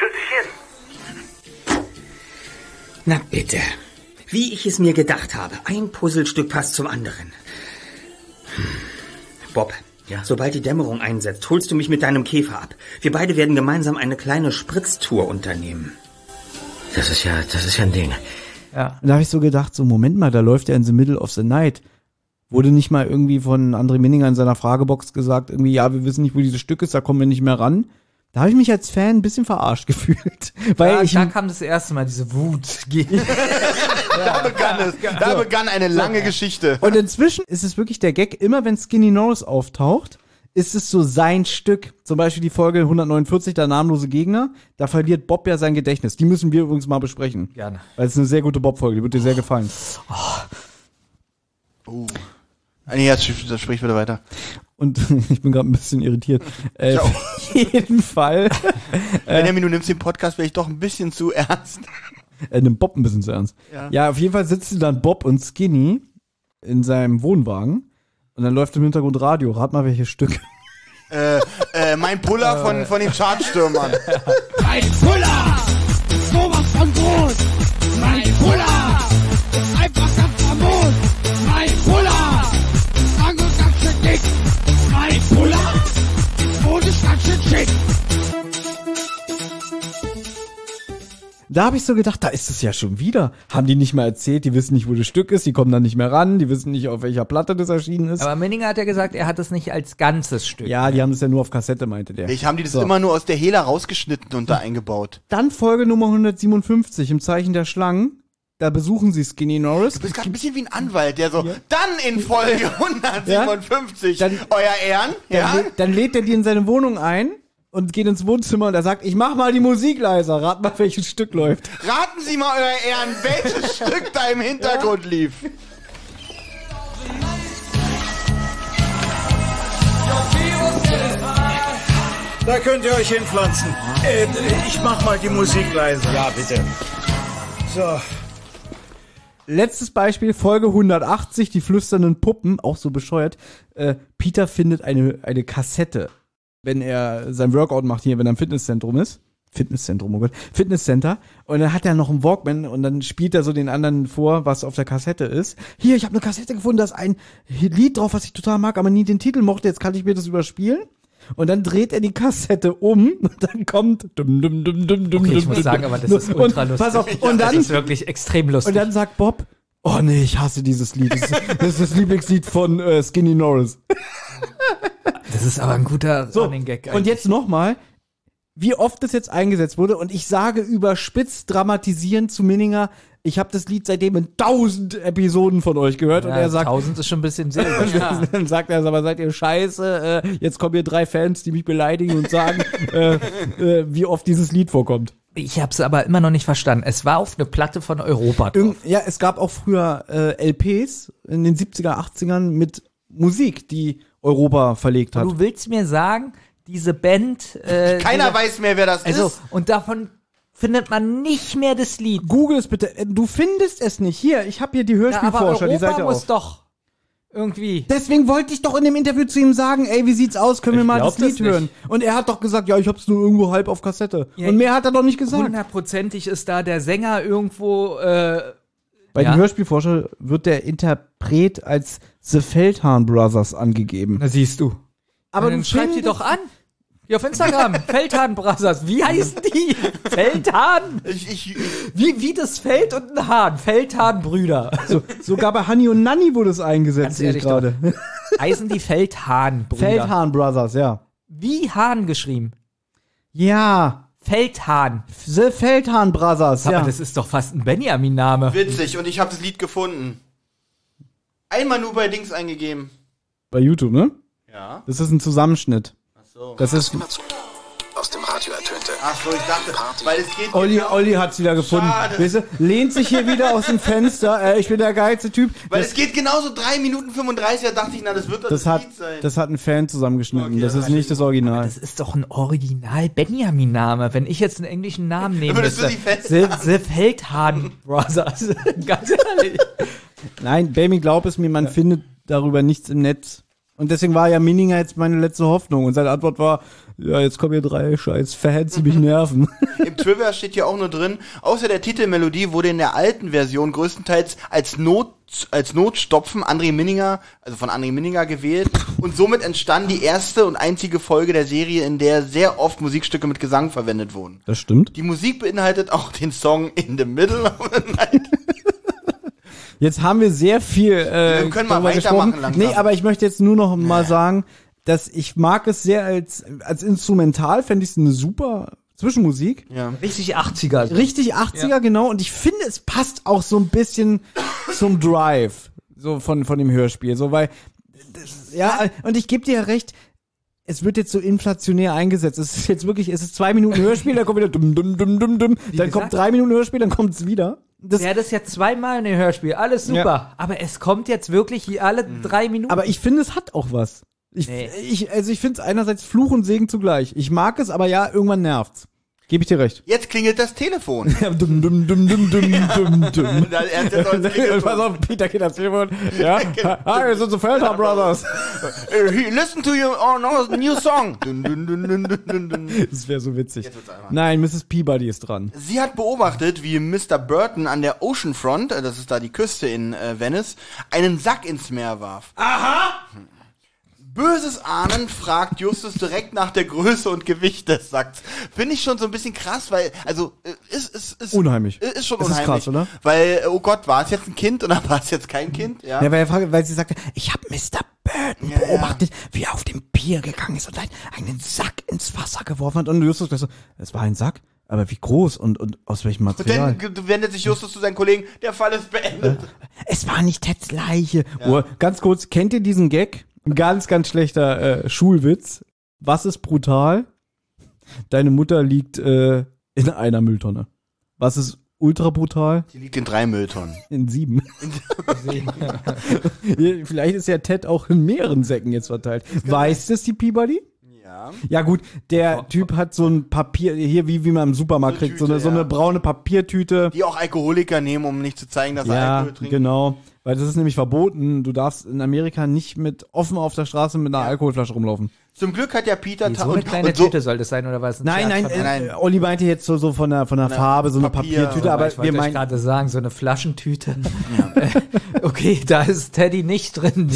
Tschüsschen! Na bitte. Wie ich es mir gedacht habe. Ein Puzzlestück passt zum anderen. Bob, ja? Sobald die Dämmerung einsetzt, holst du mich mit deinem Käfer ab. Wir beide werden gemeinsam eine kleine Spritztour unternehmen. Das ist ja ein Ding. Ja. Und da habe ich so gedacht, so Moment mal, da läuft er in the Middle of the Night. Wurde nicht mal irgendwie von André Minninger in seiner Fragebox gesagt, irgendwie, ja, wir wissen nicht, wo dieses Stück ist, da kommen wir nicht mehr ran. Da habe ich mich als Fan ein bisschen verarscht gefühlt. Weil da kam das erste Mal diese Wut. Da begann eine lange Geschichte. Und inzwischen ist es wirklich der Gag, immer wenn Skinny Norris auftaucht, ist es so sein Stück. Zum Beispiel die Folge 149, der namenlose Gegner. Da verliert Bob ja sein Gedächtnis. Die müssen wir übrigens mal besprechen. Gerne. Weil es ist eine sehr gute Bob-Folge, die wird dir sehr gefallen. Ja, das spricht wieder weiter. Und ich bin gerade ein bisschen irritiert. Auf jeden Fall. Benjamin, du nimmst den Podcast vielleicht doch ein bisschen zu ernst. Nimm Bob ein bisschen zu ernst. Ja, auf jeden Fall sitzen dann Bob und Skinny in seinem Wohnwagen und dann läuft im Hintergrund Radio. Rat mal, welches Stück. Mein Puller von den Chartstürmern. Mein Puller! Sowas von groß! Mein Puller! Ist einfach ganz famos! Mein Puller! Ist lang und ganz schön dick! Mein Puller! Und ist ganz schön schick! Da habe ich so gedacht, da ist es ja schon wieder. Haben die nicht mal erzählt, die wissen nicht, wo das Stück ist, die kommen dann nicht mehr ran, die wissen nicht, auf welcher Platte das erschienen ist. Aber Minninger hat ja gesagt, er hat es nicht als ganzes Stück. Ja, die haben es ja nur auf Kassette, meinte der. Ich haben die das immer nur aus der Hela rausgeschnitten und da eingebaut. Dann Folge Nummer 157 im Zeichen der Schlangen. Da besuchen sie Skinny Norris. Du bist gerade ein bisschen wie ein Anwalt, der so, dann in Folge 157, Dann- euer Ehren, Dann lädt er die in seine Wohnung ein und geht ins Wohnzimmer und er sagt, ich mach mal die Musik leiser, rat mal, welches Stück läuft. Raten Sie mal, euer Ehren, welches Stück da im Hintergrund lief. Da könnt ihr euch hinpflanzen. Ich mach mal die Musik leise. Ja, bitte. So. Letztes Beispiel, Folge 180, die flüsternden Puppen, auch so bescheuert. Peter findet eine Kassette, wenn er sein Workout macht hier, wenn er im Fitnesszentrum ist. Fitnesszentrum, oh Gott. Fitnesscenter. Und dann hat er noch einen Walkman und dann spielt er so den anderen vor, was auf der Kassette ist. Hier, ich habe eine Kassette gefunden, da ist ein Lied drauf, was ich total mag, aber nie den Titel mochte, jetzt kann ich mir das überspielen. Und dann dreht er die Kassette um und dann kommt Okay, ich muss sagen, aber das ist ultra lustig. Pass auf, und das dann, ist wirklich extrem lustig. und dann sagt Bob, oh nee, ich hasse dieses Lied. Das ist das Lieblingslied von Skinny Norris. Das ist aber ein guter So, Running Gag. und jetzt nochmal, wie oft das jetzt eingesetzt wurde. Und ich sage überspitzt dramatisierend zu Minninger, ich habe das Lied seitdem in 1000 Episoden von euch gehört. ja, Und er sagt, 1000 ist schon ein bisschen sehr. dann sagt er, aber seid ihr scheiße, jetzt kommen hier 3 Fans, die mich beleidigen und sagen, wie oft dieses Lied vorkommt. Ich habe es aber immer noch nicht verstanden. Es war auf eine Platte von Europa drauf. Ja, es gab auch früher LPs in den 70er, 80ern mit Musik, die Europa verlegt hat. Du willst mir sagen, diese Band... Keiner weiß mehr, wer das ist. Und davon findet man nicht mehr das Lied. Google es bitte. Du findest es nicht. Hier, ich habe hier die Hörspielforscher, aber die Seite Europa muss auf. doch irgendwie... Deswegen wollte ich doch in dem Interview zu ihm sagen, ey, wie sieht's aus, können wir mal das Lied hören? Und er hat doch gesagt, ja, ich hab's nur irgendwo halb auf Kassette. Ja, und mehr hat er doch nicht gesagt. 100%ig ist da der Sänger irgendwo... Bei den Hörspielforscher wird der Interpret als The Feldhahn Brothers angegeben. Na siehst du. Aber dann du schreib die findest- doch an. Hier auf Instagram. Feldhahn Brothers. Wie heißen die? Feldhahn? Wie das Feld und ein Hahn. Feldhahn Brüder. So, sogar bei Honey und Nanny wurde es eingesetzt, Ganz sehe ich ehrlich gerade. Heißen die Feldhahn Brüder? Feldhahn Brothers, ja. Wie Hahn geschrieben? Ja. Feldhahn. The Feldhahn Brothers, Aber ja. das ist doch fast ein Benjamin-Name. Witzig, und ich habe das Lied gefunden. Einmal nur bei Dings eingegeben. Bei YouTube, ne? Ja. Das ist ein Zusammenschnitt. Ach so. Das ist... Aus dem Radio ertönte. Ach so, ich dachte, weil es geht... Olli hat's wieder gefunden. Schade. Weißt du, lehnt sich hier wieder aus dem Fenster. Ich bin der geilste Typ. Weil es geht genauso 3 Minuten 35, da dachte ich, na, das wird das hat, Lied sein. das hat ein Fan zusammengeschnitten. Okay, das dann ist nicht das Original. Das ist doch ein Original-Benjamin-Name. Wenn ich jetzt einen englischen Namen nehmen Würdest du müsste. die festhalten? The Feldhahn Brothers. Ganz ehrlich. Nein, Baby, glaub es mir, man findet darüber nichts im Netz. Und deswegen war ja Minninger jetzt meine letzte Hoffnung. Und seine Antwort war, ja, jetzt kommen hier 3 scheiß Fans, die mich nerven. Im Trivia steht hier auch nur drin, außer der Titelmelodie wurde in der alten Version größtenteils als Notstopfen von André Minninger gewählt und somit entstand die erste und einzige Folge der Serie, in der sehr oft Musikstücke mit Gesang verwendet wurden. Das stimmt. Die Musik beinhaltet auch den Song In the Middle of the Night. Jetzt haben wir sehr viel Wir können mal darüber weitermachen gesprochen. langsam. Nee, aber ich möchte jetzt nur noch mal sagen, dass ich mag es sehr als Instrumental, fände ich es eine super Zwischenmusik. Ja. Richtig 80er. Richtig 80er, genau. Und ich finde, es passt auch so ein bisschen zum Drive, so von dem Hörspiel. So, weil, und ich gebe dir ja recht, es wird jetzt so inflationär eingesetzt. Es ist jetzt wirklich, es ist 2 Minuten Hörspiel, dann kommt wieder dumm, dann kommt 3 Minuten Hörspiel, dann kommt es wieder. Das ist jetzt 2-mal ein Hörspiel, alles super. Ja. Aber es kommt jetzt wirklich alle 3 Minuten. Aber ich finde, es hat auch was. Ich finde es einerseits Fluch und Segen zugleich. Ich mag es, aber ja, irgendwann nervt's. Gebe ich dir recht. Jetzt klingelt das Telefon. Ja, dumm. Und dann erst jetzt als Klingelton. Pass auf, Peter geht ans Telefon. Ja. Hi, wir sind so Feldhahn Brothers. Listen to your new song. Das wäre so witzig. Nein, Mrs. Peabody ist dran. Sie hat beobachtet, wie Mr. Burton an der Oceanfront, das ist da die Küste in Venice, einen Sack ins Meer warf. Aha! Böses Ahnen fragt Justus direkt nach der Größe und Gewicht des Sacks. Finde ich schon so ein bisschen krass, weil, also, ist unheimlich. Ist schon das unheimlich. Ist krass, oder? Weil, oh Gott, war es jetzt ein Kind oder war es jetzt kein Kind? Ja, weil sie sagte, ich habe Mr. Burton beobachtet, wie er auf dem Pier gegangen ist und einen Sack ins Wasser geworfen hat. Und Justus so, es war ein Sack? Aber wie groß und aus welchem Material? Und dann wendet sich Justus zu seinen Kollegen, der Fall ist beendet. Es war nicht Teds Leiche. Ja. Ganz kurz, kennt ihr diesen Gag? Ein ganz, ganz schlechter Schulwitz. Was ist brutal? Deine Mutter liegt in einer Mülltonne. Was ist ultra brutal? Die liegt in 3 Mülltonnen. In 7. Vielleicht ist ja Ted auch in mehreren Säcken jetzt verteilt. Weiß das die Peabody? Ja. Ja gut, der Typ hat so ein Papier, hier wie man im Supermarkt kriegt, so eine braune Papiertüte. Die auch Alkoholiker nehmen, um nicht zu zeigen, dass sie Alkohol trinken. Ja, genau. Weil das ist nämlich verboten. Du darfst in Amerika nicht mit offen auf der Straße mit einer Alkoholflasche rumlaufen. Zum Glück hat ja Peter... So eine kleine Tüte soll das sein, oder was? Nein. Olli meinte jetzt so von der Farbe, so eine Papiertüte, aber wir meinen... Ich gerade sagen, so eine Flaschentüte. Okay, da ist Teddy nicht drin.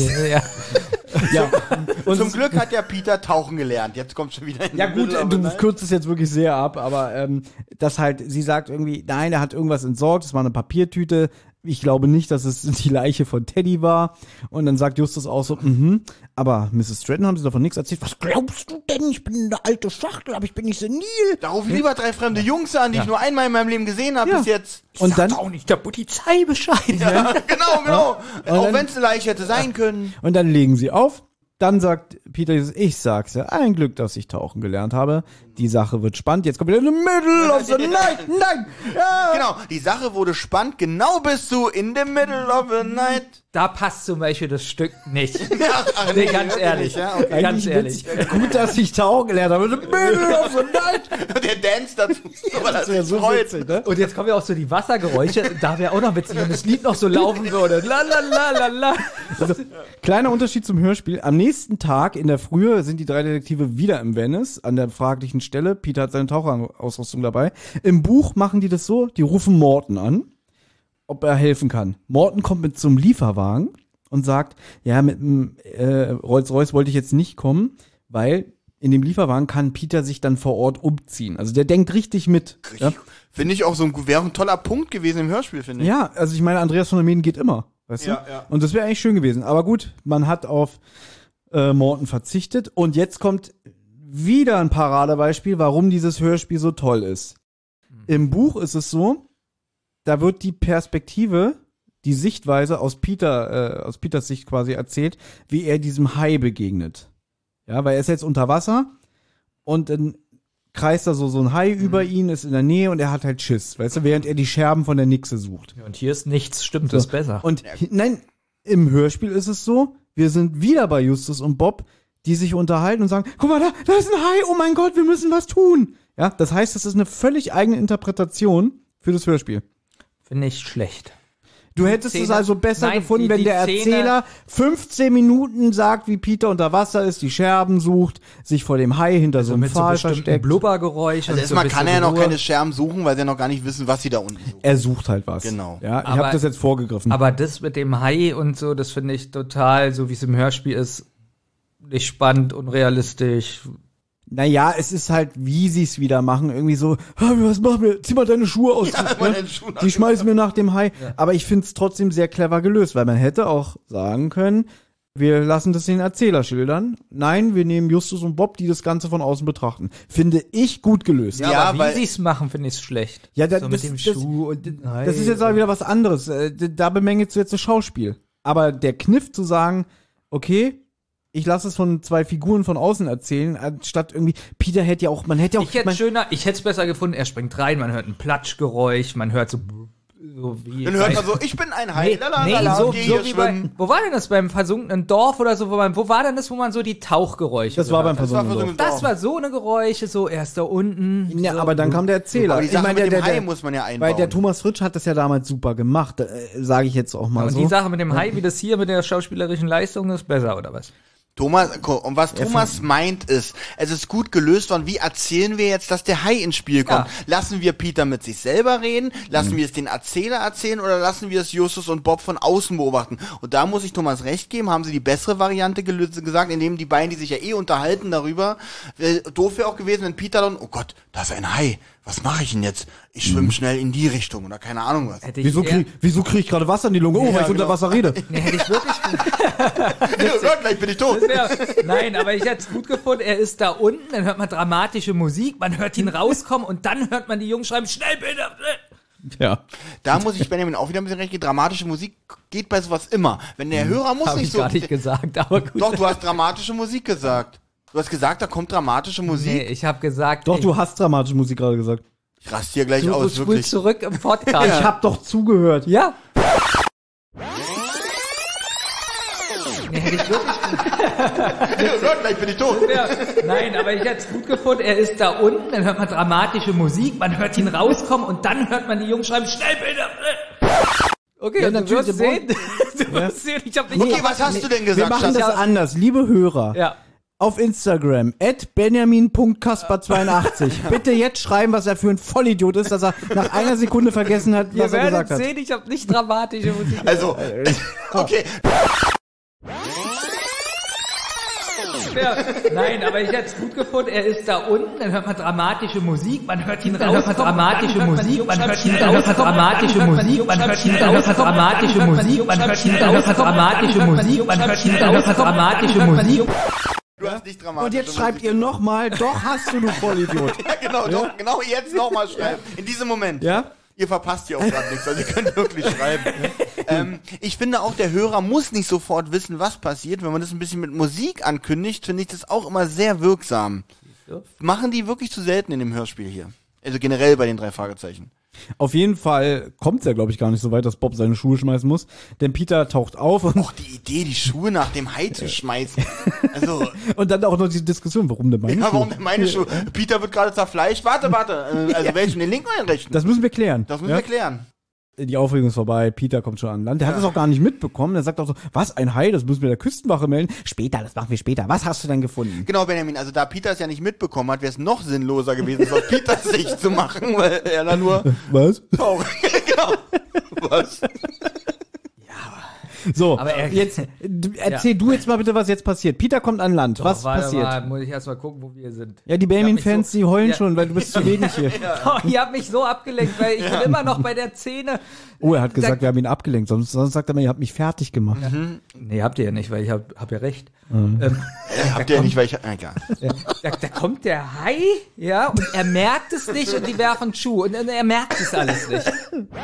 Ja. Und zum Glück hat ja Peter tauchen gelernt. Jetzt kommt schon wieder in Ja gut, du kürzt es jetzt wirklich sehr ab, aber das halt, sie sagt irgendwie, nein, er hat irgendwas entsorgt, es war eine Papiertüte. Ich glaube nicht, dass es die Leiche von Teddy war. Und dann sagt Justus auch so, aber Mrs. Stratton haben sie davon nichts erzählt. Was glaubst du denn? Ich bin eine alte Schachtel, aber ich bin nicht senil. Da rufe ich lieber 3 fremde Jungs an, die ich nur einmal in meinem Leben gesehen habe bis jetzt. Und dann auch nicht der Polizei Bescheid. Ja, genau. Auch wenn es eine Leiche hätte sein können. Und dann legen sie auf. Dann sagt Peter, ich sag's ja, ein Glück, dass ich tauchen gelernt habe. Die Sache wird spannend. Jetzt kommt wieder in the middle of the night. Nein! Ja. Genau, die Sache wurde spannend, genau bis zu in the middle of the night. Da passt zum Beispiel das Stück nicht. Nee, ganz ehrlich. Ja, okay. Ganz ehrlich. Gut, dass ich tauchen gelernt habe. In the middle of the night. Und der Dance dazu, weil er sich so freut. witzig, ne? Und jetzt kommen ja auch so die Wassergeräusche. Da wäre auch noch witzig, wenn das Lied noch so laufen würde. La la la la la. Also, kleiner Unterschied zum Hörspiel. Am nächsten Tag in der Frühe sind die 3 Detektive wieder im Venice an der fraglichen Stelle. Peter hat seine Taucherausrüstung dabei. Im Buch machen die das so, die rufen Morton an, ob er helfen kann. Morton kommt mit zum Lieferwagen und sagt, ja, mit dem Rolls-Royce wollte ich jetzt nicht kommen, weil in dem Lieferwagen kann Peter sich dann vor Ort umziehen. Also der denkt richtig mit. Ja? Finde ich auch wäre ein toller Punkt gewesen im Hörspiel, finde ich. Ja, also ich meine, Andreas von der Meden geht immer. Weißt du? Ja. Und das wäre eigentlich schön gewesen. Aber gut, man hat auf Morton verzichtet. Und jetzt kommt wieder ein Paradebeispiel, warum dieses Hörspiel so toll ist. Im Buch ist es so, da wird die Perspektive, die Sichtweise aus Peters Sicht quasi erzählt, wie er diesem Hai begegnet. Ja, weil er ist jetzt unter Wasser und dann kreist da so ein Hai über ihn, ist in der Nähe und er hat halt Schiss, weißt du, während er die Scherben von der Nixe sucht. Ja, und hier ist nichts, stimmt, das ist besser. Und nein, im Hörspiel ist es so, wir sind wieder bei Justus und Bob, die sich unterhalten und sagen, guck mal, da ist ein Hai, oh mein Gott, wir müssen was tun. Ja, das heißt, das ist eine völlig eigene Interpretation für das Hörspiel. Finde ich schlecht. Du hättest es also besser gefunden, wenn der Erzähler 15 Minuten sagt, wie Peter unter Wasser ist, die Scherben sucht, sich vor dem Hai hinter so einem Pfahl versteckt. Blubbergeräusch. Also erstmal kann er ja noch keine Scherben suchen, weil sie noch gar nicht wissen, was sie da unten suchen. Er sucht halt was. Genau. Ja, ich habe das jetzt vorgegriffen. Aber das mit dem Hai und so, das finde ich total, so wie es im Hörspiel ist, nicht spannend und realistisch. Naja, es ist halt, wie sie es wieder machen, irgendwie so, was machen wir? Zieh mal deine Schuhe aus. Ja, die schmeißen wir nach dem Hai. Ja. Aber ich finde es trotzdem sehr clever gelöst, weil man hätte auch sagen können, wir lassen das den Erzähler schildern. Nein, wir nehmen Justus und Bob, die das Ganze von außen betrachten. Finde ich gut gelöst. Ja, aber wie sie es machen, finde ich schlecht. Ja, so mit dem Schuh und das ist jetzt aber wieder was anderes. Da bemängelst du jetzt das Schauspiel. Aber der Kniff zu sagen, okay, ich lasse es von 2 Figuren von außen erzählen, anstatt irgendwie, Peter hätte ja auch, man hätte ja auch... Ich hätte es besser gefunden, er springt rein, man hört ein Platschgeräusch, man hört so wie... Dann hört man so, ich bin ein Hai, so wie wo war denn das, beim versunkenen Dorf oder so, wo war denn das, wo man so die Tauchgeräusche... Das war beim versunkenen Dorf. Das war so eine Geräusche, so erst da unten... Ja, so. Aber dann kam der Erzähler. Aber die Sache mit dem Hai muss man ja einbauen. Weil der Thomas Fritsch hat das ja damals super gemacht, sage ich jetzt auch mal so. Und die Sache mit dem Hai, wie das hier mit der schauspielerischen Leistung ist, besser, oder was? Thomas, und was Thomas meint ist, es ist gut gelöst worden, wie erzählen wir jetzt, dass der Hai ins Spiel kommt? Ja. Lassen wir Peter mit sich selber reden? Lassen wir es den Erzähler erzählen? Oder lassen wir es Justus und Bob von außen beobachten? Und da muss ich Thomas recht geben, haben sie die bessere Variante gesagt, indem die beiden, die sich ja unterhalten darüber, doof wäre auch gewesen, wenn Peter dann, oh Gott, da ist ein Hai. Was mache ich denn jetzt? Ich schwimme schnell in die Richtung oder keine Ahnung was. Wieso krieg ich gerade Wasser in die Lunge? Oh, weil ich unter Wasser rede. Nee, hätte ich wirklich oh Gott, gleich bin ich tot. Nein, aber ich hätte es gut gefunden. Er ist da unten, dann hört man dramatische Musik, man hört ihn rauskommen und dann hört man die Jungs schreiben, schnell bitte. Ja. Da muss ich Benjamin auch wieder ein bisschen recht geben. Dramatische Musik geht bei sowas immer. Wenn der Hörer muss nicht so... Hab ich gar nicht gesagt, aber gut. Doch, du hast dramatische Musik gesagt. Du hast gesagt, da kommt dramatische Musik. Nee, ich habe gesagt... Doch, du hast dramatische Musik gerade gesagt. Ich raste hier gleich aus, Du wirklich. zurück im Podcast. Ich hab doch zugehört. Ja. Nee, hätte ich wirklich... oh Gott, gleich bin ich tot. Nein, aber ich hätte es gut gefunden. Er ist da unten, dann hört man dramatische Musik, man hört ihn rauskommen und dann hört man die Jungs schreiben, schnell bitte. Okay, ja, und du wirst sehen. Ich hab nicht was hast du denn gesagt? Wir machen das anders. Liebe Hörer. Ja. Auf Instagram, @benjamin.kasper82. Bitte jetzt schreiben, was er für ein Vollidiot ist, dass er nach einer Sekunde vergessen hat, was er gesagt hat. Ihr werdet sehen, ich habe nicht dramatische Musik. Also, okay. Ja, nein, aber ich hätte es gut gefunden. Er ist da unten, dann hört man dramatische Musik, man hört ihn rauskommen, dramatische Musik, man hört ihn rauskommen, dramatische Musik, man hört ihn rauskommen, dramatische Musik, man hört ihn rauskommen, dramatische Musik, man hört ihn rauskommen, dramatische Musik. Du hast nicht dramatisch. Und jetzt schreibt ihr nochmal, doch hast du Vollidiot. Ja, genau, ja? Doch, genau jetzt nochmal schreiben. In diesem Moment. Ja? Ihr verpasst hier auch gerade nichts, also ihr könnt wirklich schreiben. Ich finde auch, der Hörer muss nicht sofort wissen, was passiert. Wenn man das ein bisschen mit Musik ankündigt, finde ich das auch immer sehr wirksam. Machen die wirklich zu selten in dem Hörspiel hier. Also generell bei den 3 Fragezeichen. Auf jeden Fall kommt es ja, glaube ich, gar nicht so weit, dass Bob seine Schuhe schmeißen muss. Denn Peter taucht auf und... Och, die Idee, die Schuhe nach dem Hai zu schmeißen. Also... und dann auch noch die Diskussion, warum denn meine Schuhe? Ja, warum denn meine Schuhe? Peter wird gerade zerfleischt. Warte. Also welchen, den linken oder den rechten? Das müssen wir klären. Das müssen wir klären. Die Aufregung ist vorbei, Peter kommt schon an Land. Der hat es auch gar nicht mitbekommen. Er sagt auch so, was, ein Hai, das müssen wir der Küstenwache melden. Später, das machen wir später. Was hast du denn gefunden? Genau, Benjamin, also da Peter es ja nicht mitbekommen hat, wäre es noch sinnloser gewesen, es aus Peters Sicht zu machen, weil er da nur... Was? Oh, genau. Was? So, aber jetzt erzähl du jetzt mal bitte, was jetzt passiert. Peter kommt an Land. Doch, was passiert? Mal, muss ich erst mal gucken, wo wir sind. Ja, die Benjamin-Fans, die heulen schon, weil du bist zu wenig hier. Oh, ihr habt mich so abgelenkt, weil ich bin immer noch bei der Szene. Oh, er hat gesagt, wir haben ihn abgelenkt. Sonst sagt er mal, ihr habt mich fertig gemacht. Mhm. Nee, habt ihr ja nicht, weil ich hab ja recht. Habt ihr ja nicht, weil ich... Egal. Da kommt der Hai, ja, und er merkt es nicht und die werfen Schuhe. Und er merkt es alles nicht.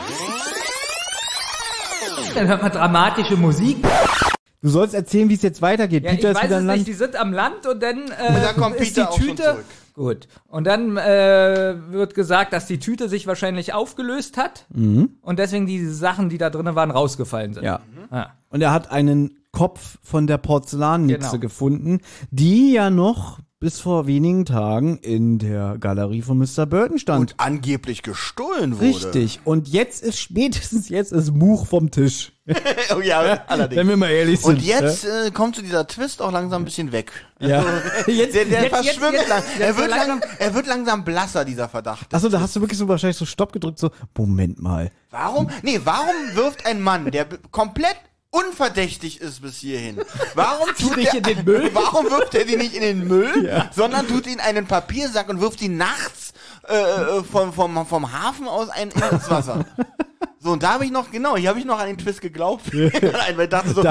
Dann hört man dramatische Musik. Du sollst erzählen, wie es jetzt weitergeht. Ja, Peter ich ist weiß wieder es an Land. nicht, die sind am Land und dann, kommt ist Peter die auch Tüte. schon zurück. Gut. Und dann wird gesagt, dass die Tüte sich wahrscheinlich aufgelöst hat und deswegen die Sachen, die da drin waren, rausgefallen sind. Ja. Und er hat einen Kopf von der Porzellannixe gefunden, die ja noch bis vor wenigen Tagen in der Galerie von Mr. Burton stand. Und angeblich gestohlen wurde. Richtig. Und spätestens jetzt ist Buch vom Tisch. Oh ja, allerdings. Wenn wir mal ehrlich sind. Und jetzt kommt so dieser Twist auch langsam ein bisschen weg. Ja. Der verschwimmt langsam. Er wird langsam blasser, dieser Verdacht. Achso, da hast du wirklich so wahrscheinlich so Stopp gedrückt, so, Moment mal. Warum wirft ein Mann, der komplett unverdächtig ist bis hierhin. Warum wirft er die nicht in den Müll, sondern tut ihn in einen Papiersack und wirft ihn nachts vom Hafen aus ins Wasser. So, und da habe ich noch, hier habe ich noch an den Twist geglaubt. Weil ich dachte so,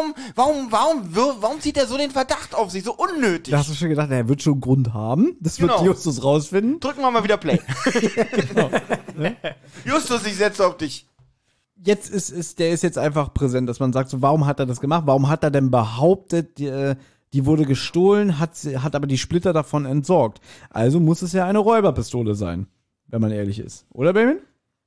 warum zieht er so den Verdacht auf sich, so unnötig? Da hast du schon gedacht, er wird schon einen Grund haben. Das wird Justus rausfinden. Drücken wir mal wieder Play. Genau. Justus, ich setze auf dich. Jetzt der ist jetzt einfach präsent, dass man sagt, so, warum hat er das gemacht? Warum hat er denn behauptet, die wurde gestohlen, hat aber die Splitter davon entsorgt? Also muss es ja eine Räuberpistole sein, wenn man ehrlich ist. Oder, Benjamin?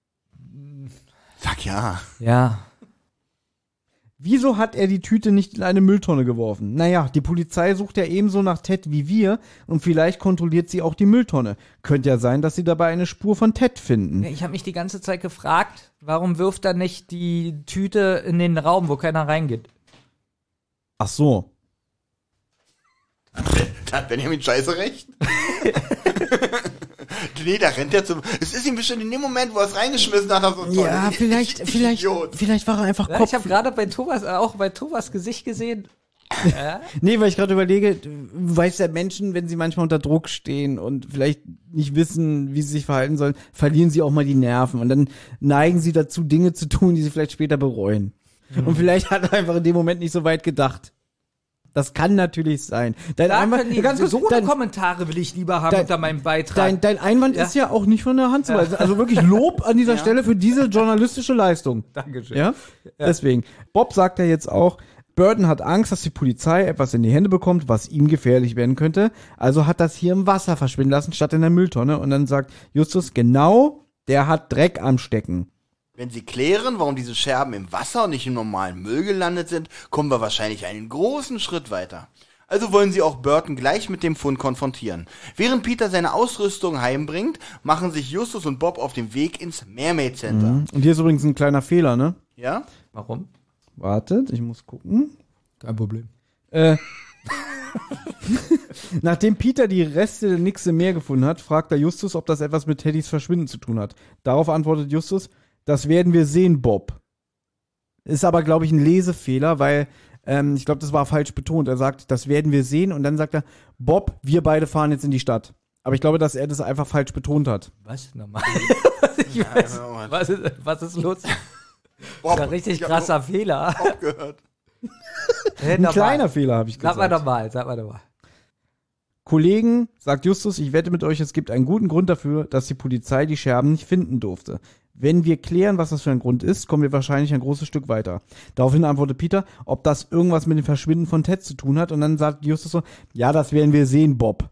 Sag ja. Ja. Wieso hat er die Tüte nicht in eine Mülltonne geworfen? Naja, die Polizei sucht ja ebenso nach Ted wie wir und vielleicht kontrolliert sie auch die Mülltonne. Könnte ja sein, dass sie dabei eine Spur von Ted finden. Ich habe mich die ganze Zeit gefragt, warum wirft er nicht die Tüte in den Raum, wo keiner reingeht? Ach so. Da hat Benjamin scheiße recht. Nee, da rennt er zum... Es ist ihm bestimmt in dem Moment, wo er es reingeschmissen hat, so toll. Ja, vielleicht war er einfach Ja, Kopf. ich habe gerade bei Thomas Gesicht gesehen. Nee, weil ich gerade überlege, du weißt ja, Menschen, wenn sie manchmal unter Druck stehen und vielleicht nicht wissen, wie sie sich verhalten sollen, verlieren sie auch mal die Nerven und dann neigen sie dazu, Dinge zu tun, die sie vielleicht später bereuen. Und vielleicht hat er einfach in dem Moment nicht so weit gedacht. Das kann natürlich sein. Kommentare will ich lieber haben unter meinem Beitrag. Dein Einwand ist ja auch nicht von der Hand zu weisen. Also wirklich Lob an dieser Stelle für diese journalistische Leistung. Dankeschön. Ja? Deswegen. Bob sagt ja jetzt auch, Burton hat Angst, dass die Polizei etwas in die Hände bekommt, was ihm gefährlich werden könnte. Also hat das hier im Wasser verschwinden lassen, statt in der Mülltonne. Und dann sagt Justus, genau, der hat Dreck am Stecken. Wenn sie klären, warum diese Scherben im Wasser und nicht im normalen Müll gelandet sind, kommen wir wahrscheinlich einen großen Schritt weiter. Also wollen sie auch Burton gleich mit dem Fund konfrontieren. Während Peter seine Ausrüstung heimbringt, machen sich Justus und Bob auf den Weg ins Mermaid Center. Und hier ist übrigens ein kleiner Fehler, ne? Ja? Warum? Wartet, ich muss gucken. Kein Problem. Nachdem Peter die Reste der Nixe im Meer gefunden hat, fragt er Justus, ob das etwas mit Teddys Verschwinden zu tun hat. Darauf antwortet Justus, das werden wir sehen, Bob. Ist aber, glaube ich, ein Lesefehler, weil ich glaube, das war falsch betont. Er sagt, das werden wir sehen und dann sagt er, Bob, wir beide fahren jetzt in die Stadt. Aber ich glaube, dass er das einfach falsch betont hat. Was? Normal. Ich weiß. Was ist los? Bob, Das ist ein richtig krasser Fehler. Bob gehört. Ein kleiner Fehler, habe ich gesagt. Sag mal doch mal. Kollegen, sagt Justus, ich wette mit euch, es gibt einen guten Grund dafür, dass die Polizei die Scherben nicht finden durfte. Wenn wir klären, was das für ein Grund ist, kommen wir wahrscheinlich ein großes Stück weiter. Daraufhin antwortet Peter, ob das irgendwas mit dem Verschwinden von Ted zu tun hat. Und dann sagt Justus so, ja, das werden wir sehen, Bob.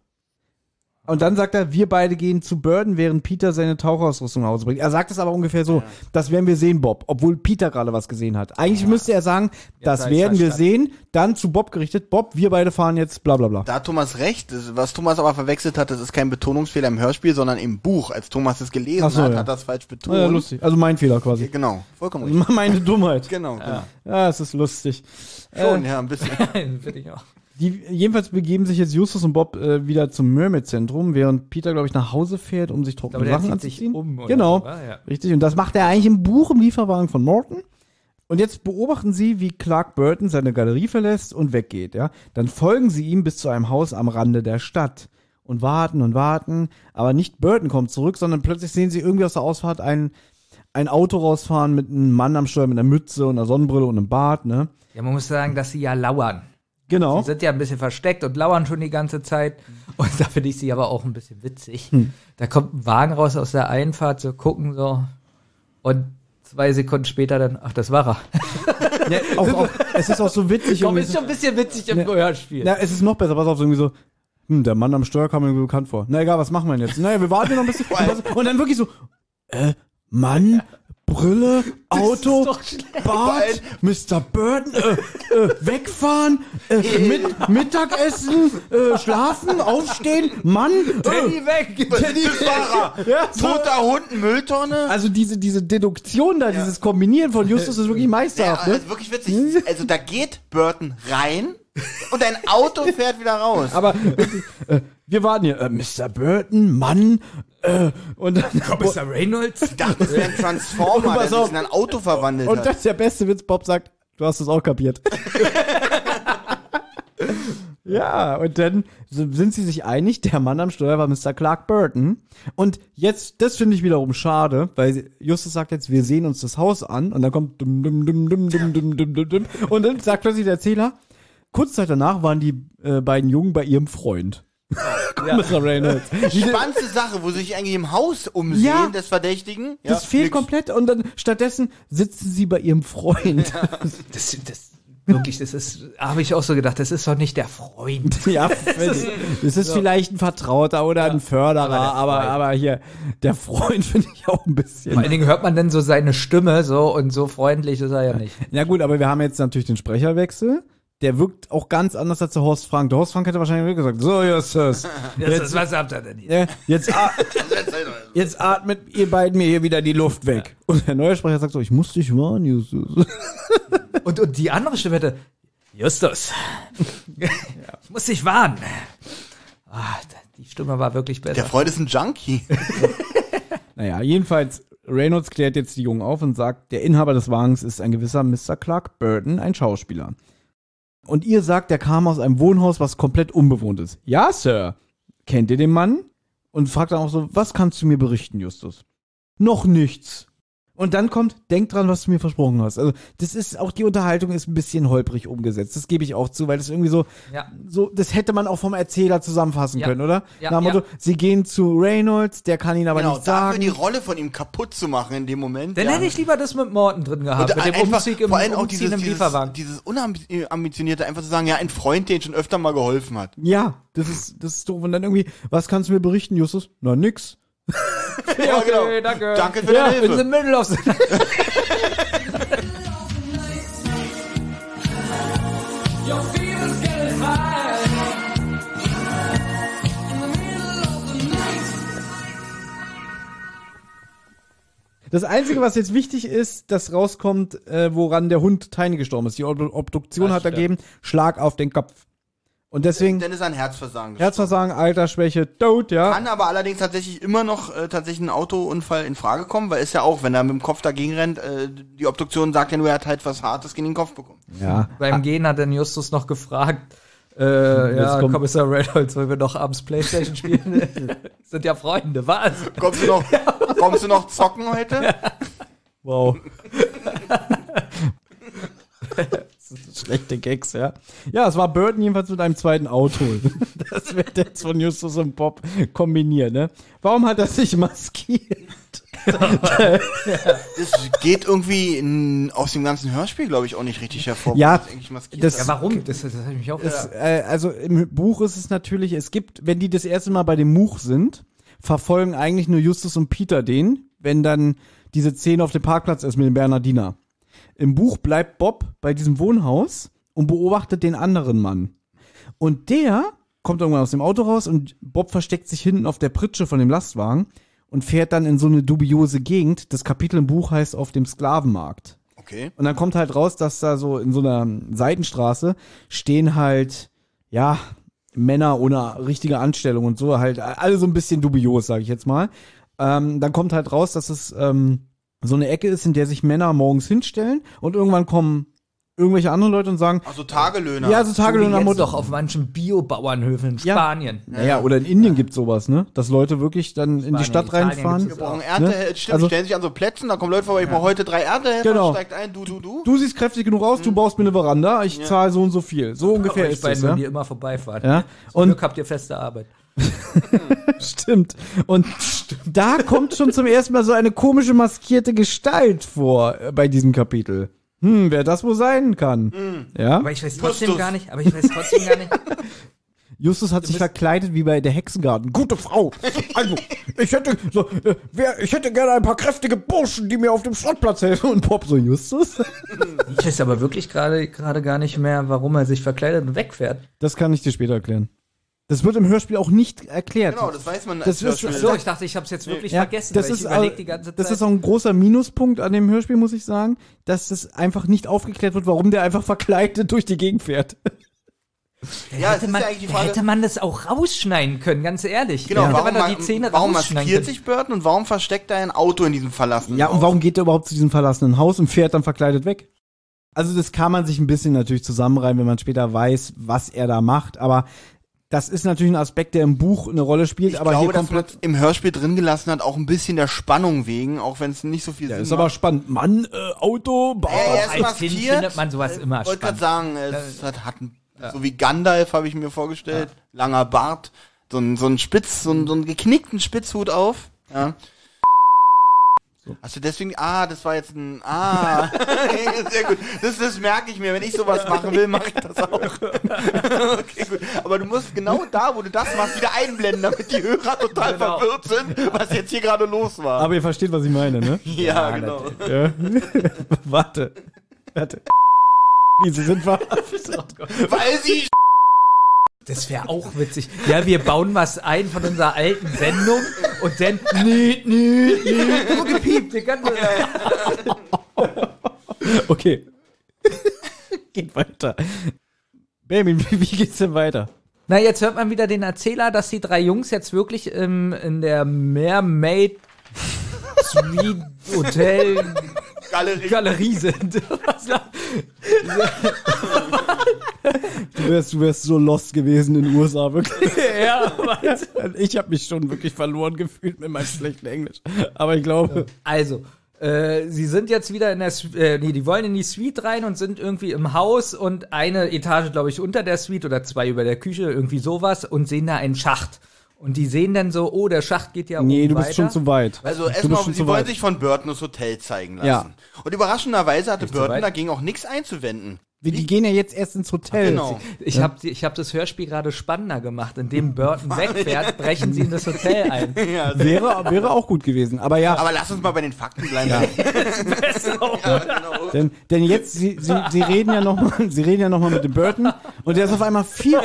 Und dann sagt er, wir beide gehen zu Burton, während Peter seine Tauchausrüstung nach Hause bringt. Er sagt es aber ungefähr so, das werden wir sehen, Bob, obwohl Peter gerade was gesehen hat. Eigentlich müsste er sagen, das werden wir sehen, dann zu Bob gerichtet, Bob, wir beide fahren jetzt, bla bla bla. Da hat Thomas recht. Was Thomas aber verwechselt hat, das ist kein Betonungsfehler im Hörspiel, sondern im Buch. Als Thomas es gelesen hat, hat das falsch betont. Ja, lustig. Also mein Fehler quasi. Genau, vollkommen richtig. Meine Dummheit. Genau. Ja, es ist lustig. Schon, ja, ein bisschen. Finde ich auch. Jedenfalls begeben sich jetzt Justus und Bob wieder zum Mermaid-Zentrum, während Peter, glaube ich, nach Hause fährt, um sich trockene Sachen anzuziehen. Genau, richtig. Und das macht er eigentlich im Buch im Lieferwagen von Morton. Und jetzt beobachten sie, wie Clark Burton seine Galerie verlässt und weggeht. Ja, dann folgen sie ihm bis zu einem Haus am Rande der Stadt und warten. Aber nicht Burton kommt zurück, sondern plötzlich sehen sie irgendwie aus der Ausfahrt ein Auto rausfahren mit einem Mann am Steuer mit einer Mütze und einer Sonnenbrille und einem Bart. Ne? Ja, man muss sagen, dass sie ja lauern. Genau. Sie sind ja ein bisschen versteckt und lauern schon die ganze Zeit. Und da finde ich sie aber auch ein bisschen witzig. Da kommt ein Wagen raus aus der Einfahrt, so gucken so. Und 2 Sekunden später dann, ach, das war er. Ja, es ist auch so witzig. Komm, ist schon ein bisschen witzig im Hörspiel. Ja, es ist noch besser. Pass auf, so irgendwie so, der Mann am Steuer kam mir irgendwie bekannt vor. Na egal, was machen wir denn jetzt? Naja, wir warten noch ein bisschen. Und dann wirklich so, Mann, Brille, Auto, Bart, Mr. Burton, wegfahren, Mittagessen, schlafen, aufstehen, Mann, Teddy weg! Teddyfahrer! Ja, toter Hund, Mülltonne. Also diese Deduktion da, dieses Kombinieren von Justus ist wirklich meisterhaft. Ja, ist wirklich witzig. Also da geht Burton rein und ein Auto fährt wieder raus. Aber wir warten hier, Mr. Burton, Mann, und dann Mr. Reynolds? Ich dachte, das wäre ein Transformer, der sich in ein Auto verwandelt hat. Und das ist der beste Witz, Bob sagt, du hast es auch kapiert. Ja, und dann sind sie sich einig, der Mann am Steuer war Mr. Clark Burton. Und jetzt, das finde ich wiederum schade, weil Justus sagt jetzt, wir sehen uns das Haus an, und dann kommt und dann sagt plötzlich der Erzähler, kurz Zeit danach waren die beiden Jungen bei ihrem Freund. Ja. Mr. Reynolds. Spannendste Sache, wo sie sich eigentlich im Haus umsehen, des Verdächtigen. Das fehlt komplett, und dann stattdessen sitzen sie bei ihrem Freund. Ja. Das ist, habe ich auch so gedacht, das ist doch nicht der Freund. Ja, das ist vielleicht ein Vertrauter oder ein Förderer, aber hier, der Freund finde ich auch ein bisschen. Vor allen Dingen hört man dann so seine Stimme so, und so freundlich ist er ja nicht. Ja gut, aber wir haben jetzt natürlich den Sprecherwechsel. Der wirkt auch ganz anders als der Horst Frank. Der Horst Frank hätte wahrscheinlich gesagt, so, Justus. Was habt ihr denn hier? Jetzt atmet ihr beiden mir hier wieder die Luft weg. Und der neue Sprecher sagt so, ich muss dich warnen, Justus. Und die andere Stimme hätte, Justus, ich muss dich warnen. Die Stimme war wirklich besser. Der Freund ist ein Junkie. Naja, jedenfalls, Reynolds klärt jetzt die Jungen auf und sagt, der Inhaber des Wagens ist ein gewisser Mr. Clark Burton, ein Schauspieler. Und ihr sagt, der kam aus einem Wohnhaus, was komplett unbewohnt ist. Ja, Sir. Kennt ihr den Mann? Und fragt dann auch so, was kannst du mir berichten, Justus? Noch nichts. Und dann kommt, denk dran, was du mir versprochen hast. Also, das ist, auch die Unterhaltung ist ein bisschen holprig umgesetzt. Das gebe ich auch zu, weil das irgendwie so, das hätte man auch vom Erzähler zusammenfassen können, oder? Ja, Nach dem Motto, sie gehen zu Reynolds, der kann ihnen aber nicht sagen. Dafür die Rolle von ihm kaputt zu machen in dem Moment. Dann hätte ich lieber das mit Morton drin gehabt, mit dem Umzug im Lieferwagen. Dieses Unambitionierte, einfach zu sagen, ja, ein Freund, den schon öfter mal geholfen hat. Ja, das ist doof. Und dann irgendwie, was kannst du mir berichten, Justus? Na, nix. Ja, genau. Okay, danke. Danke für deine Hilfe. In the middle of the Das Einzige, was jetzt wichtig ist, dass rauskommt, woran der Hund Tiny gestorben ist. Die Obduktion hat ergeben, Schlag auf den Kopf. Und deswegen. Dann ist ein Herzversagen. Herzversagen, Altersschwäche, Tod, ja. Kann aber allerdings tatsächlich immer noch tatsächlich ein Autounfall in Frage kommen, weil ist ja auch, wenn er mit dem Kopf dagegen rennt, die Obduktion sagt ja nur, er hat halt was Hartes gegen den Kopf bekommen. Ja. Beim Gehen hat dann Justus noch gefragt, Kommissar Reynolds, wollen wir doch abends Playstation spielen? Sind ja Freunde, was? Kommst du noch zocken heute? Wow. Schlechte Gags, ja. Ja, es war Burton jedenfalls mit einem zweiten Auto. Das wird jetzt von Justus und Bob kombiniert, ne? Warum hat er sich maskiert? Das geht irgendwie aus dem ganzen Hörspiel, glaube ich, auch nicht richtig hervor. Ja, warum? Das hat mich auch also im Buch ist es natürlich, es gibt, wenn die das erste Mal bei dem Much sind, verfolgen eigentlich nur Justus und Peter den, wenn dann diese Szene auf dem Parkplatz ist mit dem Bernardiner. Im Buch bleibt Bob bei diesem Wohnhaus und beobachtet den anderen Mann. Und der kommt irgendwann aus dem Auto raus und Bob versteckt sich hinten auf der Pritsche von dem Lastwagen und fährt dann in so eine dubiose Gegend. Das Kapitel im Buch heißt auf dem Sklavenmarkt. Okay. Und dann kommt halt raus, dass da so in so einer Seitenstraße stehen halt, ja, Männer ohne richtige Anstellung und so, halt alle so ein bisschen dubios, sage ich jetzt mal. Dann kommt halt raus, dass es so eine Ecke ist, in der sich Männer morgens hinstellen und irgendwann kommen irgendwelche andere Leute und sagen... Also Tagelöhner. Ja, so Tagelöhner. So doch auf manchen Biobauernhöfen in Spanien. Naja, oder in Indien gibt's sowas, ne? Dass Leute wirklich dann in die Stadt reinfahren. Wir brauchen Erntehelfer, stimmt, also, stellen sich an so Plätzen, da kommen Leute vorbei, ich brauche heute 3 Erntehelfer, genau. Steigt ein, du. Du siehst kräftig genug aus, du baust mir eine Veranda, ich zahle so und so viel. So ungefähr ist das, wenn ihr immer vorbeifahrt. Ja? Zum Glück habt ihr feste Arbeit. Stimmt. Und da kommt schon zum ersten Mal so eine komische maskierte Gestalt vor bei diesem Kapitel. Wer das wohl sein kann. Ja? Aber ich weiß trotzdem gar nicht. Justus hat sich verkleidet wie bei der Hexengarten. Gute Frau. Also, ich hätte gerne ein paar kräftige Burschen, die mir auf dem Schrottplatz helfen. Und Bob so, Justus? Ich weiß aber wirklich gerade gar nicht mehr, warum er sich verkleidet und wegfährt. Das kann ich dir später erklären. Das wird im Hörspiel auch nicht erklärt. Genau, das weiß man. Das ist so, ich dachte, ich habe es jetzt wirklich vergessen. Das ist, das ist auch ein großer Minuspunkt an dem Hörspiel, muss ich sagen, dass das einfach nicht aufgeklärt wird, warum der einfach verkleidet durch die Gegend fährt. Ja, hätte man das auch rausschneiden können, ganz ehrlich. Genau, ja. warum maskiert sich Burton und warum versteckt er ein Auto in diesem verlassenen Haus? Ja, und warum geht er überhaupt zu diesem verlassenen Haus und fährt dann verkleidet weg? Also das kann man sich ein bisschen natürlich zusammenreimen, wenn man später weiß, was er da macht, aber das ist natürlich ein Aspekt, der im Buch eine Rolle spielt, aber glaube, hier komplett dass man im Hörspiel drin gelassen hat, auch ein bisschen der Spannung wegen, auch wenn es nicht so viel Sinn macht. Ist aber spannend. Mann, Auto, Bart. Als Kind findet man sowas immer spannend. Ich wollte gerade sagen, es hat so wie Gandalf, habe ich mir vorgestellt, langer Bart, so ein geknickten Spitzhut auf, ja. Hast du deswegen, das war jetzt sehr gut. Das merke ich mir, wenn ich sowas machen will, mache ich das auch. Okay, gut. Aber du musst genau da, wo du das machst, wieder einblenden, damit die Hörer total verwirrt sind, was jetzt hier gerade los war. Aber ihr versteht, was ich meine, ne? Ja, genau. Ja. Warte. Diese sind verhaftet. Weil sie... Das wäre auch witzig. Ja, wir bauen was ein von unserer alten Sendung und dann nur gepiept. Okay. Geht weiter. Baby, wie geht's denn weiter? Na, jetzt hört man wieder den Erzähler, dass die 3 Jungs jetzt wirklich in der Mermaid Suite Hotel Galerie sind. Du wärst so lost gewesen in den USA, wirklich. Ja, was? Ich habe mich schon wirklich verloren gefühlt mit meinem schlechten Englisch. Aber ich glaube... Also, sie sind jetzt wieder in der die wollen in die Suite rein und sind irgendwie im Haus und eine Etage, glaube ich, unter der Suite oder 2 über der Küche, irgendwie sowas, und sehen da einen Schacht. Und die sehen dann so, oh, der Schacht geht ja Nee, oben du bist weiter. schon zu weit. Also erstmal, sie wollen sich von Burton das Hotel zeigen lassen. Ja. Und überraschenderweise hatte Nicht so Burton weit? dagegen auch nichts einzuwenden. Die gehen ja jetzt erst ins Hotel. Genau. Ich hab das Hörspiel gerade spannender gemacht. Indem Burton wegfährt, brechen sie in das Hotel ein. Ja, Wäre auch gut gewesen. Aber ja, aber lass uns mal bei den Fakten bleiben. Ja. Ja, genau. denn jetzt, sie reden ja noch mal mit dem Burton und der ist auf einmal viel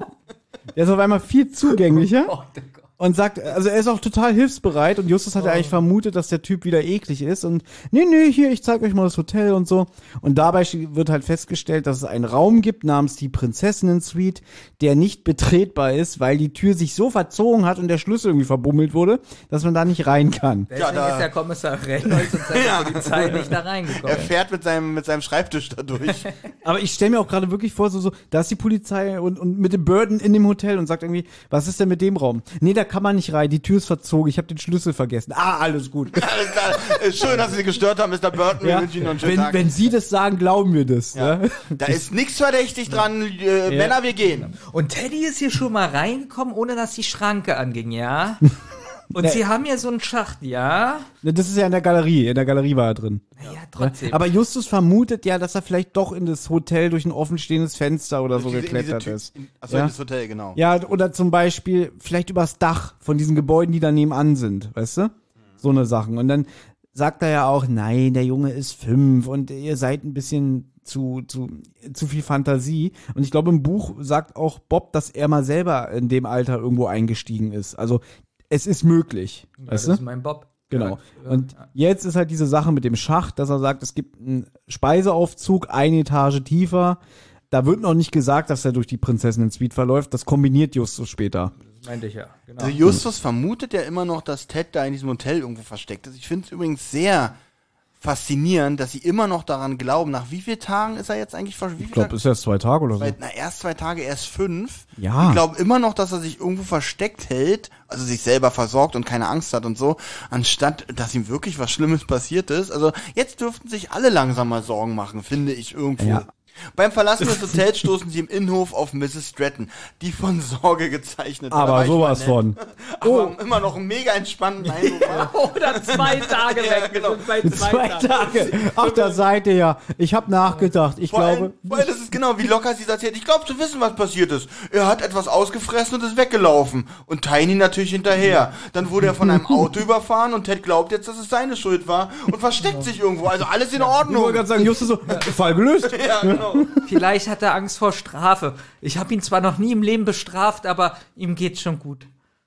zugänglicher. Und sagt, also er ist auch total hilfsbereit und Justus hat ja eigentlich vermutet, dass der Typ wieder eklig ist und nee, hier, ich zeig euch mal das Hotel und so. Und dabei wird halt festgestellt, dass es einen Raum gibt namens die Prinzessinnen-Suite, der nicht betretbar ist, weil die Tür sich so verzogen hat und der Schlüssel irgendwie verbummelt wurde, dass man da nicht rein kann. Deswegen ist der Kommissar Reynolds und seine Polizei nicht da reingekommen. Er fährt mit seinem Schreibtisch da durch. Aber ich stelle mir auch gerade wirklich vor, so, da ist die Polizei und mit dem Burton in dem Hotel und sagt irgendwie, was ist denn mit dem Raum? Nee, da kann man nicht rein, die Tür ist verzogen, ich habe den Schlüssel vergessen. Alles gut. Alles klar. Schön, dass Sie sich gestört haben, Mr. Burton. Wir wünschen Ihnen noch einen schönen Tag. Wenn Sie das sagen, glauben wir das. Ja. Da ist nichts verdächtig dran. Männer, wir gehen. Und Teddy ist hier schon mal reingekommen, ohne dass die Schranke anging, ja? Und sie haben ja so einen Schacht, ja? Das ist ja in der Galerie. In der Galerie war er drin. Ja, trotzdem. Aber Justus vermutet ja, dass er vielleicht doch in das Hotel durch ein offenstehendes Fenster oder so geklettert ist. Achso, in das Hotel, genau. Ja, oder zum Beispiel vielleicht übers Dach von diesen Gebäuden, die da nebenan sind, weißt du? So eine Sachen. Und dann sagt er ja auch, nein, der Junge ist 5 und ihr seid ein bisschen zu viel Fantasie. Und ich glaube, im Buch sagt auch Bob, dass er mal selber in dem Alter irgendwo eingestiegen ist. Also es ist möglich. Ja, weißt das du? ist mein Bob. Genau. Und jetzt ist halt diese Sache mit dem Schacht, dass er sagt, es gibt einen Speiseaufzug, eine Etage tiefer. Da wird noch nicht gesagt, dass er durch die Prinzessinnen-Suite verläuft. Das kombiniert Justus später. Das meinte ich ja, genau. Also Justus vermutet ja immer noch, dass Ted da in diesem Hotel irgendwo versteckt ist. Ich finde es übrigens sehr faszinierend, dass sie immer noch daran glauben. Nach wie vielen Tagen ist er jetzt eigentlich verschwunden? Ich glaube, ist erst 2 Tage oder so. Erst 2 Tage, erst 5. Ja. Die glauben immer noch, dass er sich irgendwo versteckt hält, also sich selber versorgt und keine Angst hat und so, anstatt, dass ihm wirklich was Schlimmes passiert ist. Also jetzt dürften sich alle langsam mal Sorgen machen, finde ich irgendwo. Ja. Beim Verlassen des Hotels stoßen sie im Innenhof auf Mrs. Stratton, die von Sorge gezeichnet war. Aber sowas von. Aber immer noch einen mega entspannten Eindruck. Oder 2 Tage weg. Genau. Bei 2 Tage. Ach, da seid ihr ja. Ich habe nachgedacht. Ich glaube. Weil das ist genau, wie locker sie erzählt. Ich glaube zu wissen, was passiert ist. Er hat etwas ausgefressen und ist weggelaufen. Und Tiny natürlich hinterher. Dann wurde er von einem Auto überfahren und Ted glaubt jetzt, dass es seine Schuld war und versteckt sich irgendwo. Also alles in Ordnung. Ich wollte gerade sagen, Justus so, Fall gelöst. Ja, genau. Vielleicht hat er Angst vor Strafe. Ich habe ihn zwar noch nie im Leben bestraft, aber ihm geht's schon gut.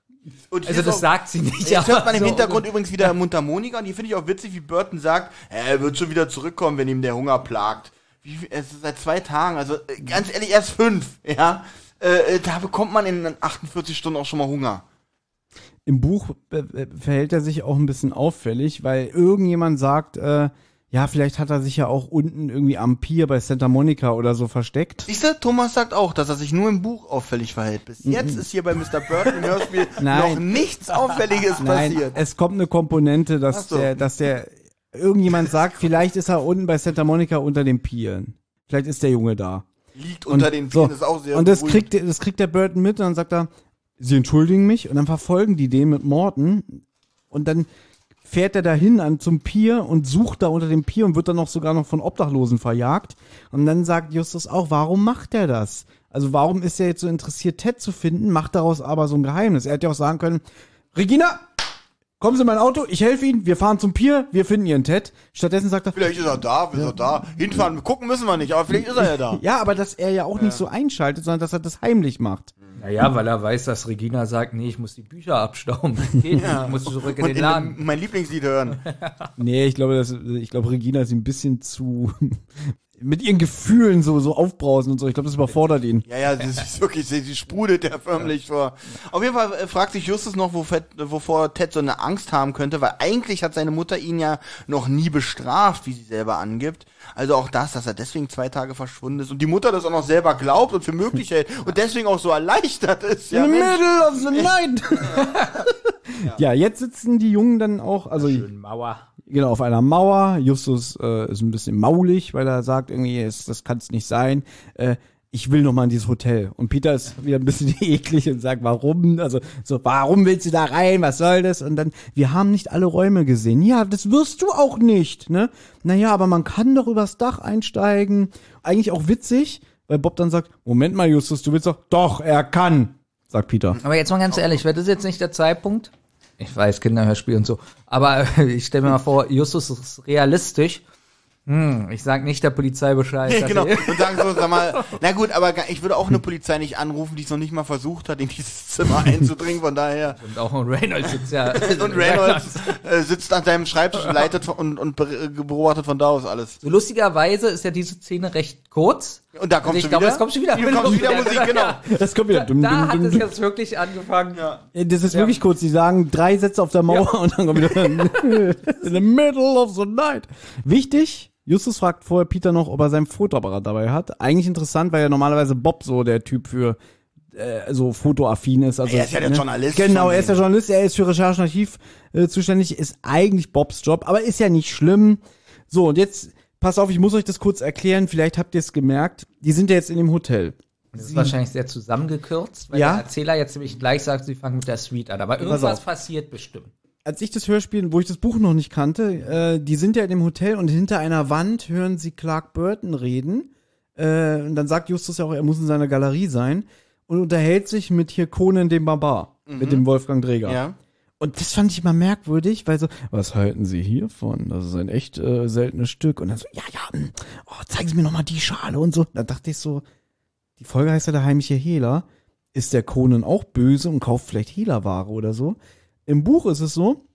Und also das sagt sie nicht. Jetzt hört man im Hintergrund übrigens wieder Mundharmonika und die finde ich auch witzig, wie Burton sagt, er wird schon wieder zurückkommen, wenn ihm der Hunger plagt. Es ist seit 2 Tagen, also ganz ehrlich, erst 5, ja. Da bekommt man in 48 Stunden auch schon mal Hunger. Im Buch verhält er sich auch ein bisschen auffällig, weil irgendjemand sagt, ja, vielleicht hat er sich ja auch unten irgendwie am Pier bei Santa Monica oder so versteckt. Siehste, Thomas sagt auch, dass er sich nur im Buch auffällig verhält. Bis jetzt ist hier bei Mr. Burton im Hörspiel noch nichts Auffälliges passiert. Es kommt eine Komponente, dass der irgendjemand sagt, vielleicht ist er unten bei Santa Monica unter den Pieren. Vielleicht ist der Junge da. Liegt unter den Pieren, so. ist auch sehr Und das kriegt der Burton mit und dann sagt er, sie entschuldigen mich und dann verfolgen die den mit Morton und dann fährt er dahin zum Pier und sucht da unter dem Pier und wird dann sogar noch von Obdachlosen verjagt. Und dann sagt Justus auch, warum macht er das? Also warum ist er jetzt so interessiert, Ted zu finden, macht daraus aber so ein Geheimnis. Er hätte ja auch sagen können, Regina, kommen Sie in mein Auto, ich helfe Ihnen, wir fahren zum Pier, wir finden Ihren Ted. Stattdessen sagt er, vielleicht ist er da, hinfahren, gucken müssen wir nicht, aber vielleicht ist er ja da. Ja, aber dass er ja auch nicht so einschaltet, sondern dass er das heimlich macht. Naja, weil er weiß, dass Regina sagt, nee, ich muss die Bücher abstauben. Geht nicht, ich muss zurück in den Laden. Mein Lieblingslied hören. Nee, ich glaube, Regina ist ein bisschen zu mit ihren Gefühlen so aufbrausen und so. Ich glaube, das überfordert ihn. Ja, das ist wirklich, sie sprudelt ja förmlich vor. Auf jeden Fall fragt sich Justus noch, wovor Ted so eine Angst haben könnte, weil eigentlich hat seine Mutter ihn ja noch nie bestraft, wie sie selber angibt. Also auch das, dass er deswegen 2 Tage verschwunden ist und die Mutter das auch noch selber glaubt und für möglich hält und deswegen auch so erleichtert ist. Ja, In the middle of the night! Ja, jetzt sitzen die Jungen dann auch, also Schön Mauer. genau, auf einer Mauer. Justus ist ein bisschen maulig, weil er sagt irgendwie, das kann es nicht sein. Ich will noch mal in dieses Hotel. Und Peter ist wieder ein bisschen eklig und sagt, warum? Also so, warum willst du da rein? Was soll das? Und dann, wir haben nicht alle Räume gesehen. Ja, das wirst du auch nicht, ne? Naja, aber man kann doch übers Dach einsteigen. Eigentlich auch witzig, weil Bob dann sagt, Moment mal, Justus, du willst doch, er kann, sagt Peter. Aber jetzt mal ganz ehrlich, wäre das jetzt nicht der Zeitpunkt? Ich weiß, Kinderhörspiel und so. Aber ich stelle mir mal vor, Justus ist realistisch. Ich sag nicht der Polizei Bescheid. Ja, genau. Und sagen so, sag mal, na gut, aber ich würde auch eine Polizei nicht anrufen, die es noch nicht mal versucht hat, in dieses Zimmer einzudringen, von daher. Und auch Reynolds sitzt ja. Und Reynolds sitzt an seinem Schreibtisch, leitet und beobachtet von da aus alles. So lustigerweise ist ja diese Szene recht kurz. Und da kommt ich glaube, es kommt schon wieder. Hier kommt wieder Musik, genau. Das kommt wieder. Da hat es jetzt wirklich angefangen. Ja. Das ist wirklich kurz. Die sagen 3 Sätze auf der Mauer und dann kommt wieder in the middle of the night. Wichtig, Justus fragt vorher Peter noch, ob er sein Fotoapparat dabei hat. Eigentlich interessant, weil ja normalerweise Bob so der Typ für so fotoaffin ist. Also, er ist ja der Journalist. Genau, er ist der Journalist, er ist für Recherche und Archiv zuständig, ist eigentlich Bobs Job, aber ist ja nicht schlimm. So, und jetzt, pass auf, ich muss euch das kurz erklären, vielleicht habt ihr es gemerkt, die sind ja jetzt in dem Hotel. Das ist wahrscheinlich sehr zusammengekürzt, weil der Erzähler jetzt nämlich gleich sagt, sie fangen mit der Suite an. Aber irgendwas passiert bestimmt. Als ich das Hörspiel, wo ich das Buch noch nicht kannte, die sind ja in dem Hotel und hinter einer Wand hören sie Clark Burton reden. Und dann sagt Justus ja auch, er muss in seiner Galerie sein und unterhält sich mit hier Conan dem Barbar, mit dem Wolfgang Dreger. Ja. Und das fand ich immer merkwürdig, weil so, was halten Sie hiervon? Das ist ein echt seltenes Stück. Und dann so, zeigen Sie mir noch mal die Schale und so. Da dachte ich so, die Folge heißt ja der heimliche Hehler. Ist der Conan auch böse und kauft vielleicht Hehlerware oder so? Im Buch ist es so,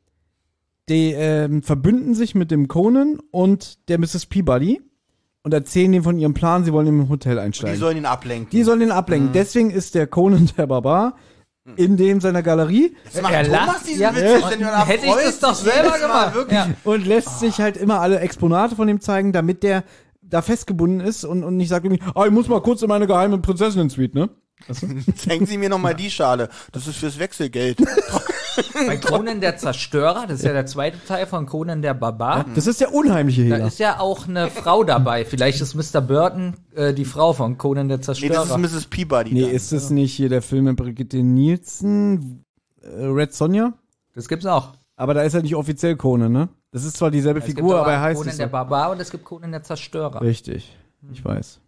die verbünden sich mit dem Conan und der Mrs. Peabody und erzählen ihm von ihrem Plan, sie wollen im Hotel einsteigen. Die sollen ihn ablenken. Deswegen ist der Conan der Barbar in dem seiner Galerie. Das macht Thomas diesen Witz, denn hätte ich das doch selber gemacht. Wirklich. Ja. Und lässt sich halt immer alle Exponate von ihm zeigen, damit der da festgebunden ist und nicht sagt irgendwie, ich muss mal kurz in meine geheime Prinzessinnen-Suite, ne? Zeigen Sie mir noch mal die Schale. Das ist fürs Wechselgeld. Bei Conan der Zerstörer, das ist ja der zweite Teil von Conan der Barbar. Das ist der unheimliche Hehler. Da ist ja auch eine Frau dabei. Vielleicht ist Mr. Burton die Frau von Conan der Zerstörer. Nee, das ist Mrs. Peabody. Nee, ist das nicht hier der Film mit Brigitte Nielsen, Red Sonja? Das gibt's auch. Aber da ist er nicht offiziell Conan, ne? Das ist zwar dieselbe Figur, aber er heißt Conan der Barbar und es gibt Conan der Zerstörer. Richtig, ich weiß.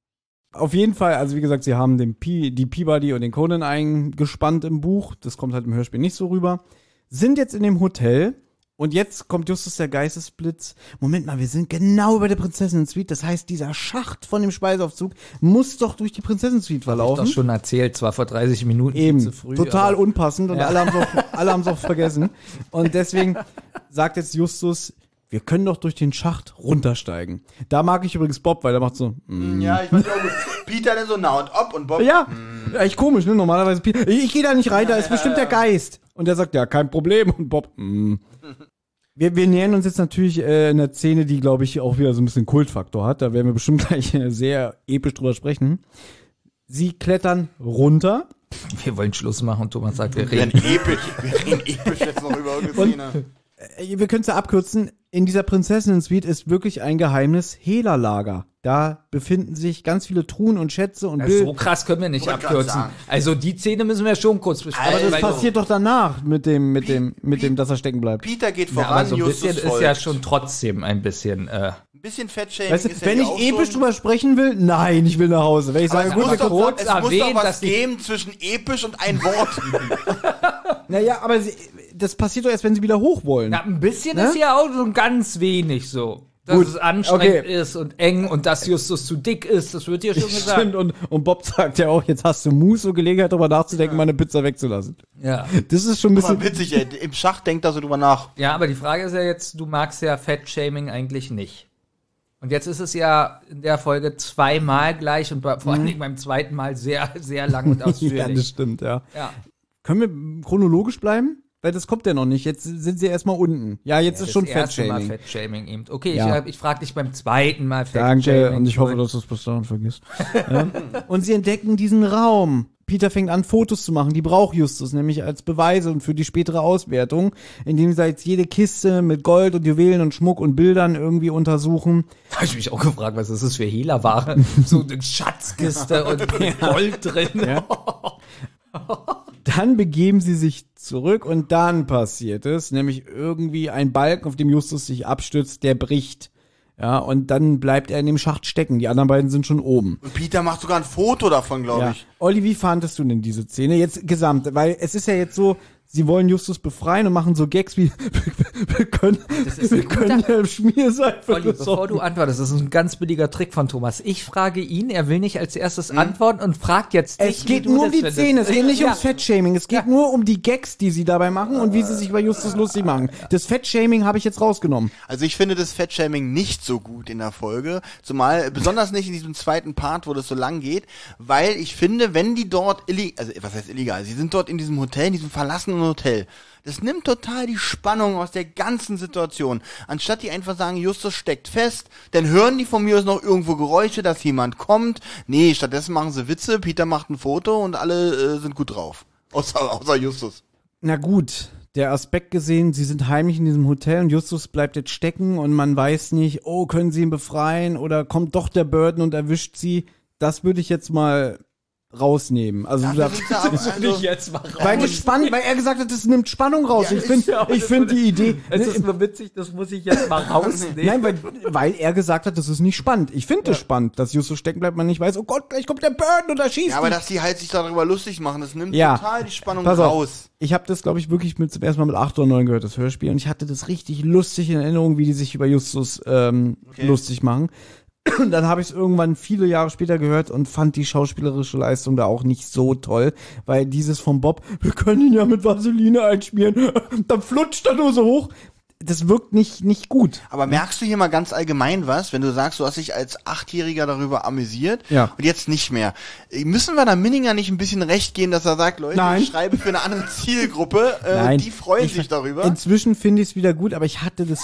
Auf jeden Fall, also wie gesagt, sie haben die Peabody und den Conan eingespannt im Buch. Das kommt halt im Hörspiel nicht so rüber. Sind jetzt in dem Hotel und jetzt kommt Justus der Geistesblitz. Moment mal, wir sind genau bei der Prinzessinnen-Suite. Das heißt, dieser Schacht von dem Speiseaufzug muss doch durch die Prinzessinnen-Suite verlaufen. Hab ich doch schon erzählt, zwar vor 30 Minuten Eben, viel zu früh. Total unpassend und alle haben es auch vergessen. Und deswegen sagt jetzt Justus, wir können doch durch den Schacht runtersteigen. Da mag ich übrigens Bob, weil der macht so. Ja, ich weiß auch gut. Peter dann so nah und ob und Bob. Ja, echt komisch, ne? Normalerweise Peter. Ich gehe da nicht rein, da ist bestimmt der Geist. Und der sagt, ja, kein Problem. Und Bob, Wir nähern uns jetzt natürlich einer Szene, die, glaube ich, auch wieder so ein bisschen Kultfaktor hat. Da werden wir bestimmt gleich sehr episch drüber sprechen. Sie klettern runter. Wir wollen Schluss machen und Thomas sagt, wir reden episch jetzt noch über irgendeine Szene. Wir können es ja abkürzen. In dieser Prinzessinnen-Suite ist wirklich ein geheimes Hehlerlager. Da befinden sich ganz viele Truhen und Schätze und so krass können wir nicht abkürzen. Also die Szene müssen wir schon kurz besprechen. Aber das passiert doch danach mit dem, dass er stecken bleibt. Peter geht voran, aber so ein Justus bisschen ist ja schon trotzdem ein bisschen. Ein bisschen Fettshaming. Weißt du, wenn ich episch drüber sprechen will, nein, ich will nach Hause. Wenn ich sage, gut, es muss doch was geben zwischen episch und ein Wort. Naja, aber das passiert doch erst, wenn sie wieder hoch wollen. Ja, ein bisschen ist ja auch so ganz wenig so. Dass es anstrengend ist und eng und dass Justus zu dick ist, das wird dir schon gesagt. Stimmt, und Bob sagt ja auch, jetzt hast du Muße und Gelegenheit, darüber nachzudenken, meine Pizza wegzulassen. Ja. Das ist schon ein bisschen witzig, ey. Im Schach denkt er so drüber nach. Ja, aber die Frage ist ja jetzt, du magst ja Fettshaming eigentlich nicht. Und jetzt ist es ja in der Folge zweimal gleich und vor allen Dingen beim zweiten Mal sehr, sehr lang und ausführlich. Ja, das stimmt, ja. Ja. Können wir chronologisch bleiben? Weil das kommt ja noch nicht. Jetzt sind sie erstmal unten. Ja, jetzt ist schon Fettshaming. Fettshaming eben. Okay, Ja. ich frage dich beim zweiten Mal Fettshaming. Danke, und ich hoffe, dass du es bis dahin vergisst. Ja. Und sie entdecken diesen Raum. Peter fängt an, Fotos zu machen. Die braucht Justus nämlich als Beweise und für die spätere Auswertung, indem sie jetzt jede Kiste mit Gold und Juwelen und Schmuck und Bildern irgendwie untersuchen. Da habe ich mich auch gefragt, was ist das für Hehlerware? So eine Schatzkiste und Gold drin. Ja. Dann begeben sie sich zurück und dann passiert es, nämlich irgendwie ein Balken, auf dem Justus sich abstützt, der bricht. Ja, und dann bleibt er in dem Schacht stecken. Die anderen beiden sind schon oben. Und Peter macht sogar ein Foto davon, glaube ich. Olli, wie fandest du denn diese Szene? Jetzt gesamt, weil es ist ja jetzt so, sie wollen Justus befreien und machen so Gags wie, wir können ja Schmierseife Olli, bevor du antwortest, das ist ein ganz billiger Trick von Thomas. Ich frage ihn, er will nicht als erstes antworten und fragt jetzt dich, Es geht nur um die Szene, es geht nicht ums Fettshaming, es geht nur um die Gags, die sie dabei machen und wie sie sich über Justus lustig machen. Das Fettshaming habe ich jetzt rausgenommen. Also ich finde das Fettshaming nicht so gut in der Folge, zumal besonders nicht in diesem zweiten Part, wo das so lang geht, weil ich finde, wenn die dort was heißt illegal, sie sind dort in diesem Hotel, in diesem verlassenen Hotel. Das nimmt total die Spannung aus der ganzen Situation. Anstatt die einfach sagen, Justus steckt fest, dann hören die von mir aus noch irgendwo Geräusche, dass jemand kommt. Nee, stattdessen machen sie Witze, Peter macht ein Foto und alle sind gut drauf. Außer Justus. Na gut, der Aspekt gesehen, sie sind heimlich in diesem Hotel und Justus bleibt jetzt stecken und man weiß nicht, oh, können sie ihn befreien oder kommt doch der Burden und erwischt sie. Das würde ich jetzt mal rausnehmen. Also weil er gesagt hat, das nimmt Spannung raus. Ja, ich finde die Idee. Es ist nur witzig, das muss ich jetzt mal rausnehmen. Nein, weil er gesagt hat, das ist nicht spannend. Ich finde das spannend, dass Justus stecken bleibt, man nicht weiß, oh Gott, gleich kommt der Burden und er schießt. Ja, aber dass die halt sich darüber lustig machen, das nimmt total die Spannung raus. Auf. Ich habe das, glaube ich, wirklich zum ersten Mal mit 8 oder 9 gehört, das Hörspiel, und ich hatte das richtig lustig in Erinnerung, wie die sich über Justus lustig machen. Und dann habe ich es irgendwann viele Jahre später gehört und fand die schauspielerische Leistung da auch nicht so toll, weil dieses von Bob, wir können ihn ja mit Vaseline einschmieren, dann flutscht er nur so hoch. Das wirkt nicht gut. Aber merkst du hier mal ganz allgemein was, wenn du sagst, du hast dich als 8-Jähriger darüber amüsiert und jetzt nicht mehr? Müssen wir da Minninger nicht ein bisschen recht geben, dass er sagt, Leute, ich schreibe für eine andere Zielgruppe, die freuen sich darüber? Inzwischen finde ich es wieder gut, aber ich hatte das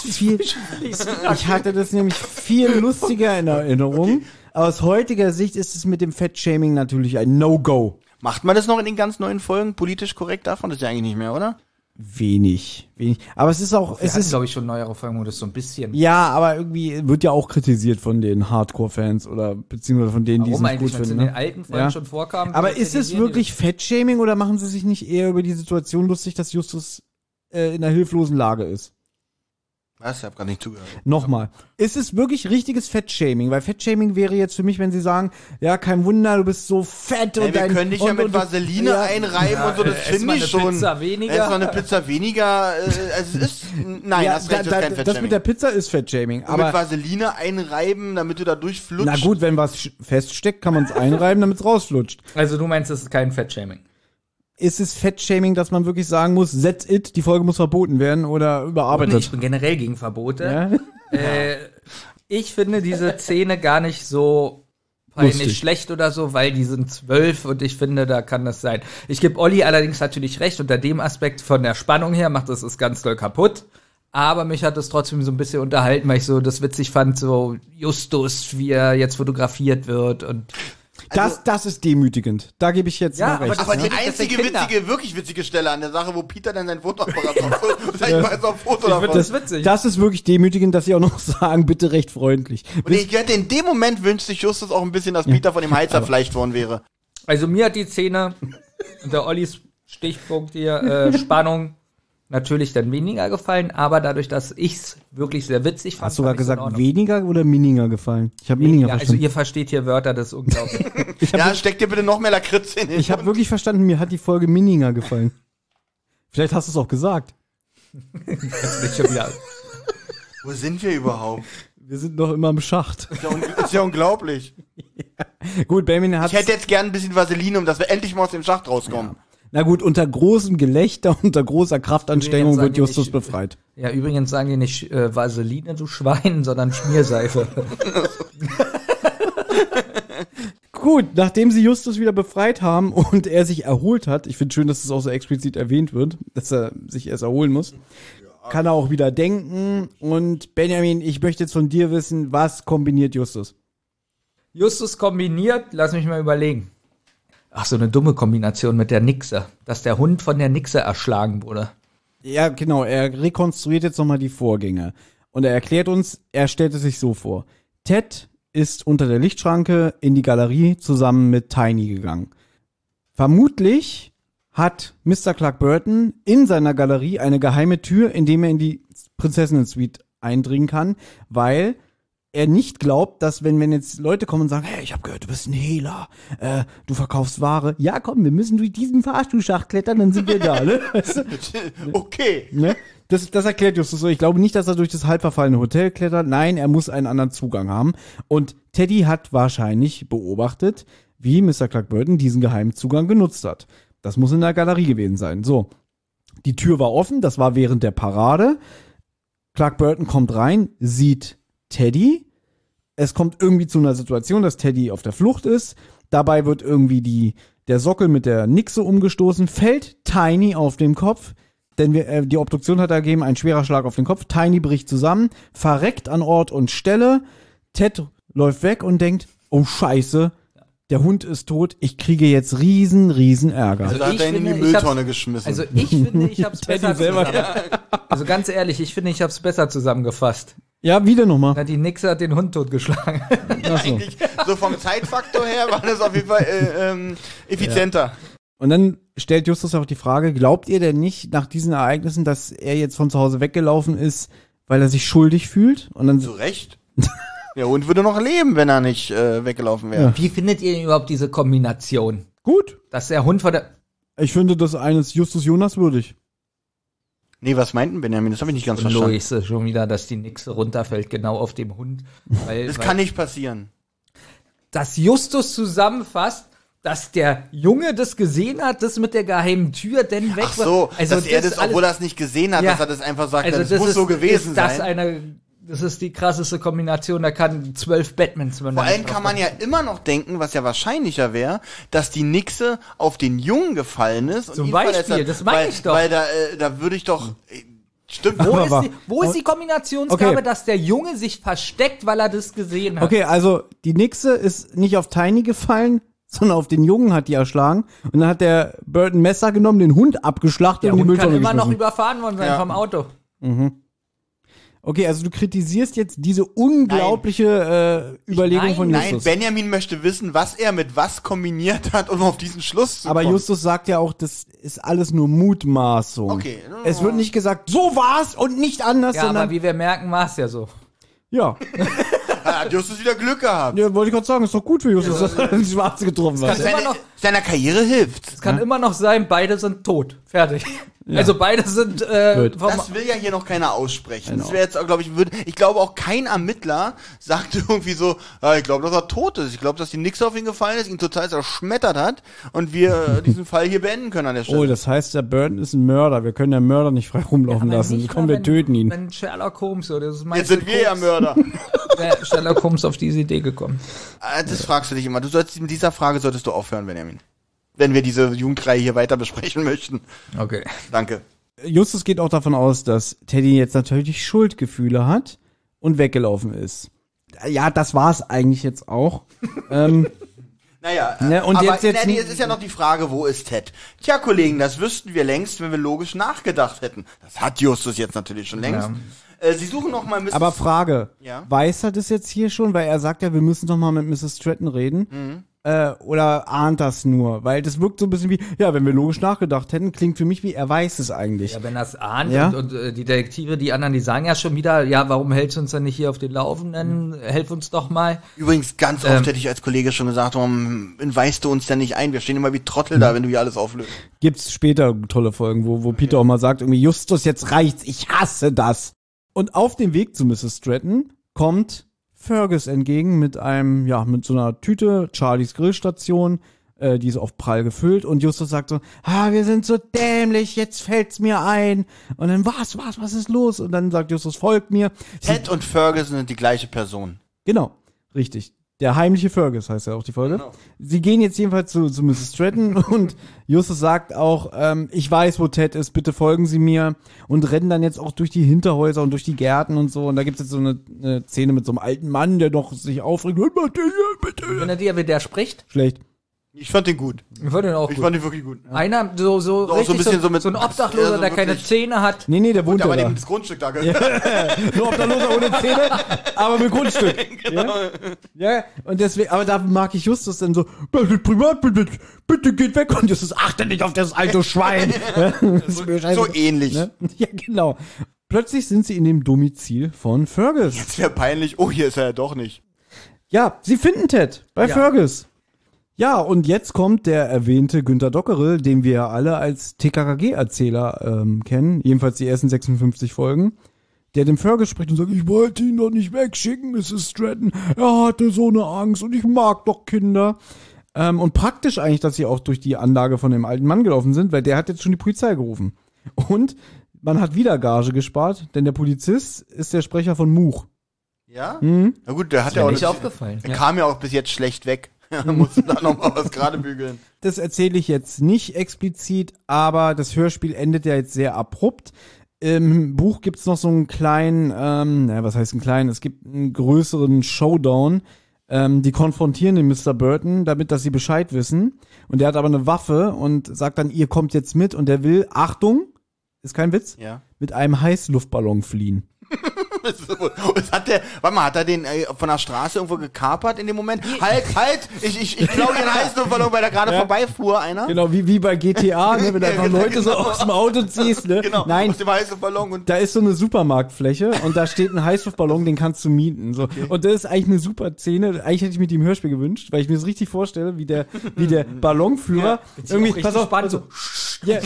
nämlich viel lustiger in Erinnerung. Okay. Aus heutiger Sicht ist es mit dem Fettshaming natürlich ein No-Go. Macht man das noch in den ganz neuen Folgen politisch korrekt davon? Das ist ja eigentlich nicht mehr, oder? Wenig. Aber es ist auch, es ist, glaube ich, schon neuere Folgen, wo das so ein bisschen. Ja, aber irgendwie wird ja auch kritisiert von den Hardcore-Fans oder beziehungsweise von denen, die es nicht gut finden. In den alten Folgen schon vorkam. Aber ist es wirklich Fettshaming oder machen sie sich nicht eher über die Situation lustig, dass Justus in einer hilflosen Lage ist? Was? Ich hab gar nicht zugehört. Nochmal. Ist es wirklich richtiges Fettshaming? Weil Fettshaming wäre jetzt für mich, wenn sie sagen, ja, kein Wunder, du bist so fett und wir können dich ja mit Vaseline einreiben und so, das finde ich schon. Pizza weniger. Ist noch eine Pizza weniger, also es ist, nein, das ist kein Fettshaming. Das mit der Pizza ist Fettshaming. Aber mit Vaseline einreiben, damit du da durchflutscht. Na gut, wenn was feststeckt, kann man es einreiben, damit es rausflutscht. Also du meinst, das ist kein Fettshaming? Ist es Fettshaming, dass man wirklich sagen muss, that's it, die Folge muss verboten werden oder überarbeitet? Ich bin generell gegen Verbote. Ja? Ich finde diese Szene gar nicht so nicht schlecht oder so, weil die sind 12 und ich finde, da kann das sein. Ich gebe Olli allerdings natürlich recht, unter dem Aspekt von der Spannung her macht das ganz doll kaputt. Aber mich hat es trotzdem so ein bisschen unterhalten, weil ich so das witzig fand, so Justus, wie er jetzt fotografiert wird und das ist demütigend. Da gebe ich jetzt mal recht. Aber die einzige wirklich witzige Stelle an der Sache, wo Peter dann sein Fotoapparat auf Foto davon. Das ist witzig. Das ist wirklich demütigend, dass sie auch noch sagen, bitte recht freundlich. Und ich hätte in dem Moment wünscht sich Justus auch ein bisschen, dass Peter von dem Hals zerfleischt worden wäre. Also mir hat die Szene, unter Ollis Stichpunkt hier, Spannung, natürlich dann weniger gefallen, aber dadurch, dass ich's wirklich sehr witzig fand. Hast du sogar gesagt, weniger oder Mininger gefallen? Ich habe Mininger verstanden. Also ihr versteht hier Wörter, das ist unglaublich. Steck dir bitte noch mehr Lakritz in den Ich habe wirklich verstanden, mir hat die Folge Mininger gefallen. Vielleicht hast du es auch gesagt. Jetzt bin ich schon wieder. Wo sind wir überhaupt? Wir sind noch immer im Schacht. Ist ja unglaublich. Ja. Gut, Benjamin hat. Ich hätte jetzt gern ein bisschen Vaseline, dass wir endlich mal aus dem Schacht rauskommen. Ja. Na gut, unter großem Gelächter, unter großer Kraftanstrengung wird Justus befreit. Ja, übrigens sagen die nicht Vaseline, du Schwein, sondern Schmierseife. Gut, nachdem sie Justus wieder befreit haben und er sich erholt hat, ich finde schön, dass es auch so explizit erwähnt wird, dass er sich erst erholen muss, kann er auch wieder denken. Und Benjamin, ich möchte jetzt von dir wissen, was kombiniert Justus? Justus kombiniert, lass mich mal überlegen. Ach, so eine dumme Kombination mit der Nixe, dass der Hund von der Nixe erschlagen wurde. Ja, genau, er rekonstruiert jetzt nochmal die Vorgänge. Und er erklärt uns, er stellt es sich so vor. Ted ist unter der Lichtschranke in die Galerie zusammen mit Tiny gegangen. Vermutlich hat Mr. Clark Burton in seiner Galerie eine geheime Tür, in dem er in die Prinzessinnen-Suite eindringen kann, weil er nicht glaubt, dass wenn jetzt Leute kommen und sagen, hey, ich habe gehört, du bist ein Hehler, du verkaufst Ware. Ja, komm, wir müssen durch diesen Fahrstuhlschacht klettern, dann sind wir da, ne? Weißt du? Okay. Ne? Das erklärt Justus so. Ich glaube nicht, dass er durch das halb verfallene Hotel klettert. Nein, er muss einen anderen Zugang haben. Und Teddy hat wahrscheinlich beobachtet, wie Mr. Clark Burton diesen geheimen Zugang genutzt hat. Das muss in der Galerie gewesen sein. So, die Tür war offen, das war während der Parade. Clark Burton kommt rein, sieht Teddy. Es kommt irgendwie zu einer Situation, dass Teddy auf der Flucht ist. Dabei wird irgendwie der Sockel mit der Nixe umgestoßen, fällt Tiny auf den Kopf. Denn die Obduktion hat ergeben, ein schwerer Schlag auf den Kopf. Tiny bricht zusammen, verreckt an Ort und Stelle. Ted läuft weg und denkt, oh Scheiße, der Hund ist tot, ich kriege jetzt riesen Ärger. Also hat er ihn in die Mülltonne geschmissen. Also ich finde, ich hab's besser Also ganz ehrlich, ich finde, ich hab's besser zusammengefasst. Ja, wieder nochmal. Na, die Nixe hat den Hund totgeschlagen. Eigentlich, so vom Zeitfaktor her war das auf jeden Fall effizienter. Ja. Und dann stellt Justus auch die Frage, glaubt ihr denn nicht nach diesen Ereignissen, dass er jetzt von zu Hause weggelaufen ist, weil er sich schuldig fühlt? Und dann zu Recht. Der Hund würde noch leben, wenn er nicht weggelaufen wäre. Ja. Wie findet ihr überhaupt diese Kombination? Gut. Dass der Hund von der... Ich finde das eines Justus Jonas würdig. Nee, was meinten Benjamin? Das habe ich nicht ganz verstanden. Logisch ist schon wieder, dass die Nixe runterfällt, genau auf dem Hund. Das kann nicht passieren. Dass Justus zusammenfasst, dass der Junge das gesehen hat, das mit der geheimen Tür, denn weg war. Ach so, also dass er das, obwohl er es nicht gesehen hat, ja, dass er das einfach sagt, also das muss so gewesen sein. Das ist die krasseste Kombination, da kann 12 Batmans. Vor allem kann man ja immer noch denken, was ja wahrscheinlicher wäre, dass die Nixe auf den Jungen gefallen ist. Zum Beispiel, das meine ich doch. Weil da würde ich doch... Stimmt. Wo ist die Kombinationsgabe, dass der Junge sich versteckt, weil er das gesehen hat? Okay, also die Nixe ist nicht auf Tiny gefallen, sondern auf den Jungen hat die erschlagen. Und dann hat der Burton Messer genommen, den Hund abgeschlachtet und die Mülltonne geschmissen. Der Hund kann immer noch überfahren worden sein vom Auto. Mhm. Okay, also du kritisierst jetzt diese unglaubliche Überlegung von Justus. Nein, Benjamin möchte wissen, was er mit was kombiniert hat, um auf diesen Schluss zu kommen. Aber Justus sagt ja auch, das ist alles nur Mutmaßung. Okay. Es wird nicht gesagt, so war's und nicht anders, sondern... Ja, aber wie wir merken, war's ja so. Ja. Hat Justus wieder Glück gehabt. Ja, wollte ich gerade sagen, ist doch gut für Justus, dass er die Schwarze getroffen hat. Seiner Karriere hilft. Es kann immer noch sein, beide sind tot. Fertig. Ja. Also beide sind das will ja hier noch keiner aussprechen. Genau. Das wäre jetzt, glaube ich glaube auch kein Ermittler sagt irgendwie so, ich glaube, dass er tot ist. Ich glaube, dass die Nixe auf ihn gefallen ist, ihn total zerschmettert hat und wir diesen Fall hier beenden können an der Stelle. Oh, das heißt, der Burton ist ein Mörder. Wir können den Mörder nicht frei rumlaufen lassen. Komm, wir töten ihn. Wenn Sherlock Holmes oder das ist jetzt sind wir ja Mörder. Wäre Sherlock Holmes auf diese Idee gekommen. Das fragst du dich immer. Mit dieser Frage solltest du aufhören, Benjamin. Wenn wir diese Jugendreihe hier weiter besprechen möchten. Okay. Danke. Justus geht auch davon aus, dass Teddy jetzt natürlich Schuldgefühle hat und weggelaufen ist. Ja, das war's eigentlich jetzt auch. Naja, und aber jetzt es ist ja noch die Frage, wo ist Ted? Tja, Kollegen, das wüssten wir längst, wenn wir logisch nachgedacht hätten. Das hat Justus jetzt natürlich schon längst. Ja. Sie suchen noch mal Mrs. Aber Frage, ja? Weiß er das jetzt hier schon? Weil er sagt ja, wir müssen noch mal mit Mrs. Stratton reden. Mhm. Oder ahnt das nur? Weil das wirkt so ein bisschen wie, ja, wenn wir logisch nachgedacht hätten, klingt für mich wie, er weiß es eigentlich. Ja, wenn er es ahnt ja? und die Detektive, die anderen, die sagen ja schon wieder, ja, warum hältst du uns denn nicht hier auf den Laufenden? Helf uns doch mal. Übrigens, ganz oft hätte ich als Kollege schon gesagt, warum weist du uns denn nicht ein? Wir stehen immer wie Trottel da, wenn du hier alles auflöst. Gibt's später tolle Folgen, wo Peter auch mal sagt, irgendwie, Justus, jetzt reicht's, ich hasse das. Und auf dem Weg zu Mrs. Stratton kommt Fergus entgegen mit so einer Tüte, Charlies Grillstation, die ist auf prall gefüllt und Justus sagt so, wir sind so dämlich, jetzt fällt's mir ein. Und dann, was ist los? Und dann sagt Justus, folgt mir. Ted und Ferguson sind die gleiche Person. Genau, richtig. Der heimliche Fergus heißt ja auch die Folge. Genau. Sie gehen jetzt jedenfalls zu Mrs. Stratton und Justus sagt auch, ich weiß, wo Ted ist, bitte folgen Sie mir, und rennen dann jetzt auch durch die Hinterhäuser und durch die Gärten und so. Und da gibt es jetzt so eine Szene mit so einem alten Mann, der noch sich aufregt. Findet ihr, wie der spricht? Schlecht. Ich fand den gut. Ich fand den auch gut. Ich fand den wirklich gut. Einer, so richtig, so ein bisschen so ein Obdachloser, der keine Zähne hat. Nee, der wohnt ja da. Der war das Grundstück da. Ja. Nur Obdachloser ohne Zähne, aber mit Grundstück. Genau. Ja, und deswegen, aber da mag ich Justus dann so, bitte geht weg. Und Justus, achte nicht auf das alte Schwein. so ähnlich. Ne? Ja, genau. Plötzlich sind sie in dem Domizil von Fergus. Jetzt wäre peinlich, hier ist er ja doch nicht. Ja, sie finden Ted bei Fergus. Ja, und jetzt kommt der erwähnte Günter Dockerel, den wir ja alle als TKKG-Erzähler kennen, jedenfalls die ersten 56 Folgen, der dem Fergus spricht und sagt, ich wollte ihn doch nicht wegschicken, Mrs. Stratton, er hatte so eine Angst und ich mag doch Kinder. Und praktisch eigentlich, dass sie auch durch die Anlage von dem alten Mann gelaufen sind, weil der hat jetzt schon die Polizei gerufen. Und man hat wieder Gage gespart, denn der Polizist ist der Sprecher von Much. Ja? Na gut, der hat ja auch nicht aufgefallen. Der kam ja auch bis jetzt schlecht weg. Musste da nochmal was gerade bügeln. Das erzähle ich jetzt nicht explizit, aber das Hörspiel endet ja jetzt sehr abrupt. Im Buch gibt's noch so einen kleinen, was heißt einen kleinen? Es gibt einen größeren Showdown. Die konfrontieren den Mr. Burton, damit, dass sie Bescheid wissen. Und der hat aber eine Waffe und sagt dann, ihr kommt jetzt mit. Und der will, Achtung, ist kein Witz, mit einem Heißluftballon fliehen. Hat er den von der Straße irgendwo gekapert in dem Moment? Halt! Ich klaue den Heißluftballon, weil da gerade vorbeifuhr einer. Genau, wie bei GTA, ne, wenn du einfach Leute so aus dem Auto ziehst. Ne? Genau, nein, aus dem Heißluftballon. Und da ist so eine Supermarktfläche und da steht ein Heißluftballon, den kannst du mieten. So. Okay. Und das ist eigentlich eine super Szene. Eigentlich hätte ich mir die im Hörspiel gewünscht, weil ich mir das richtig vorstelle, wie der Ballonführer irgendwie, pass auf, spannend, so. Ja,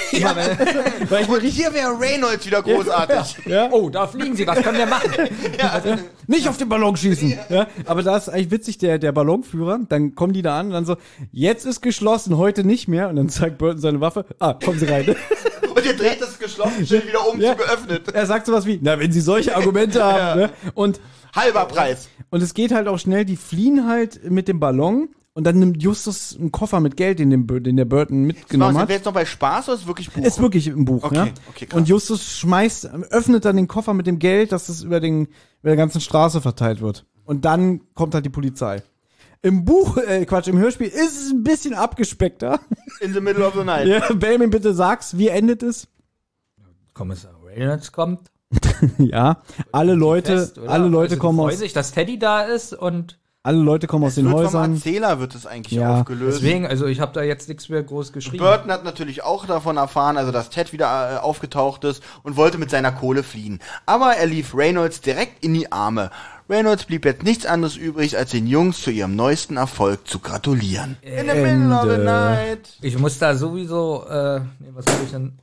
weil hier wäre Reynolds wieder großartig. Ja. Oh, da fliegen sie, was können wir machen? Nicht auf den Ballon schießen. Ja. Aber da ist eigentlich witzig, der Ballonführer, dann kommen die da an und dann so, jetzt ist geschlossen, heute nicht mehr. Und dann zeigt Burton seine Waffe, kommen Sie rein. Und ihr dreht das geschlossen, steht wieder zu geöffnet. Er sagt sowas wie, wenn Sie solche Argumente haben. Ne? Und halber Preis. Und es geht halt auch schnell, die fliehen halt mit dem Ballon. Und dann nimmt Justus einen Koffer mit Geld, den der Burton mitgenommen hat. Ist jetzt noch bei Spaß oder ist wirklich Buch? Ist wirklich ein Buch, okay, ja. Okay, und Justus öffnet dann den Koffer mit dem Geld, dass das über der ganzen Straße verteilt wird. Und dann kommt halt die Polizei. Im im Hörspiel ist es ein bisschen abgespeckter. In the middle of the night. Ja, Belmin, bitte sag's, wie endet es? Kommissar Reynolds kommt. Ja, alle Leute kommen aus. Freut sich, dass Teddy da ist und alle Leute kommen aus den Häusern. Vom Erzähler wird es eigentlich aufgelöst. Deswegen, also ich habe da jetzt nichts mehr groß geschrieben. Burton hat natürlich auch davon erfahren, also dass Ted wieder aufgetaucht ist und wollte mit seiner Kohle fliehen. Aber er lief Reynolds direkt in die Arme. Reynolds blieb jetzt nichts anderes übrig, als den Jungs zu ihrem neuesten Erfolg zu gratulieren. In the middle of the night. Ich muss da sowieso, was habe ich denn?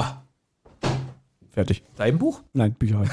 Fertig. Dein Buch? Nein, Bücherei.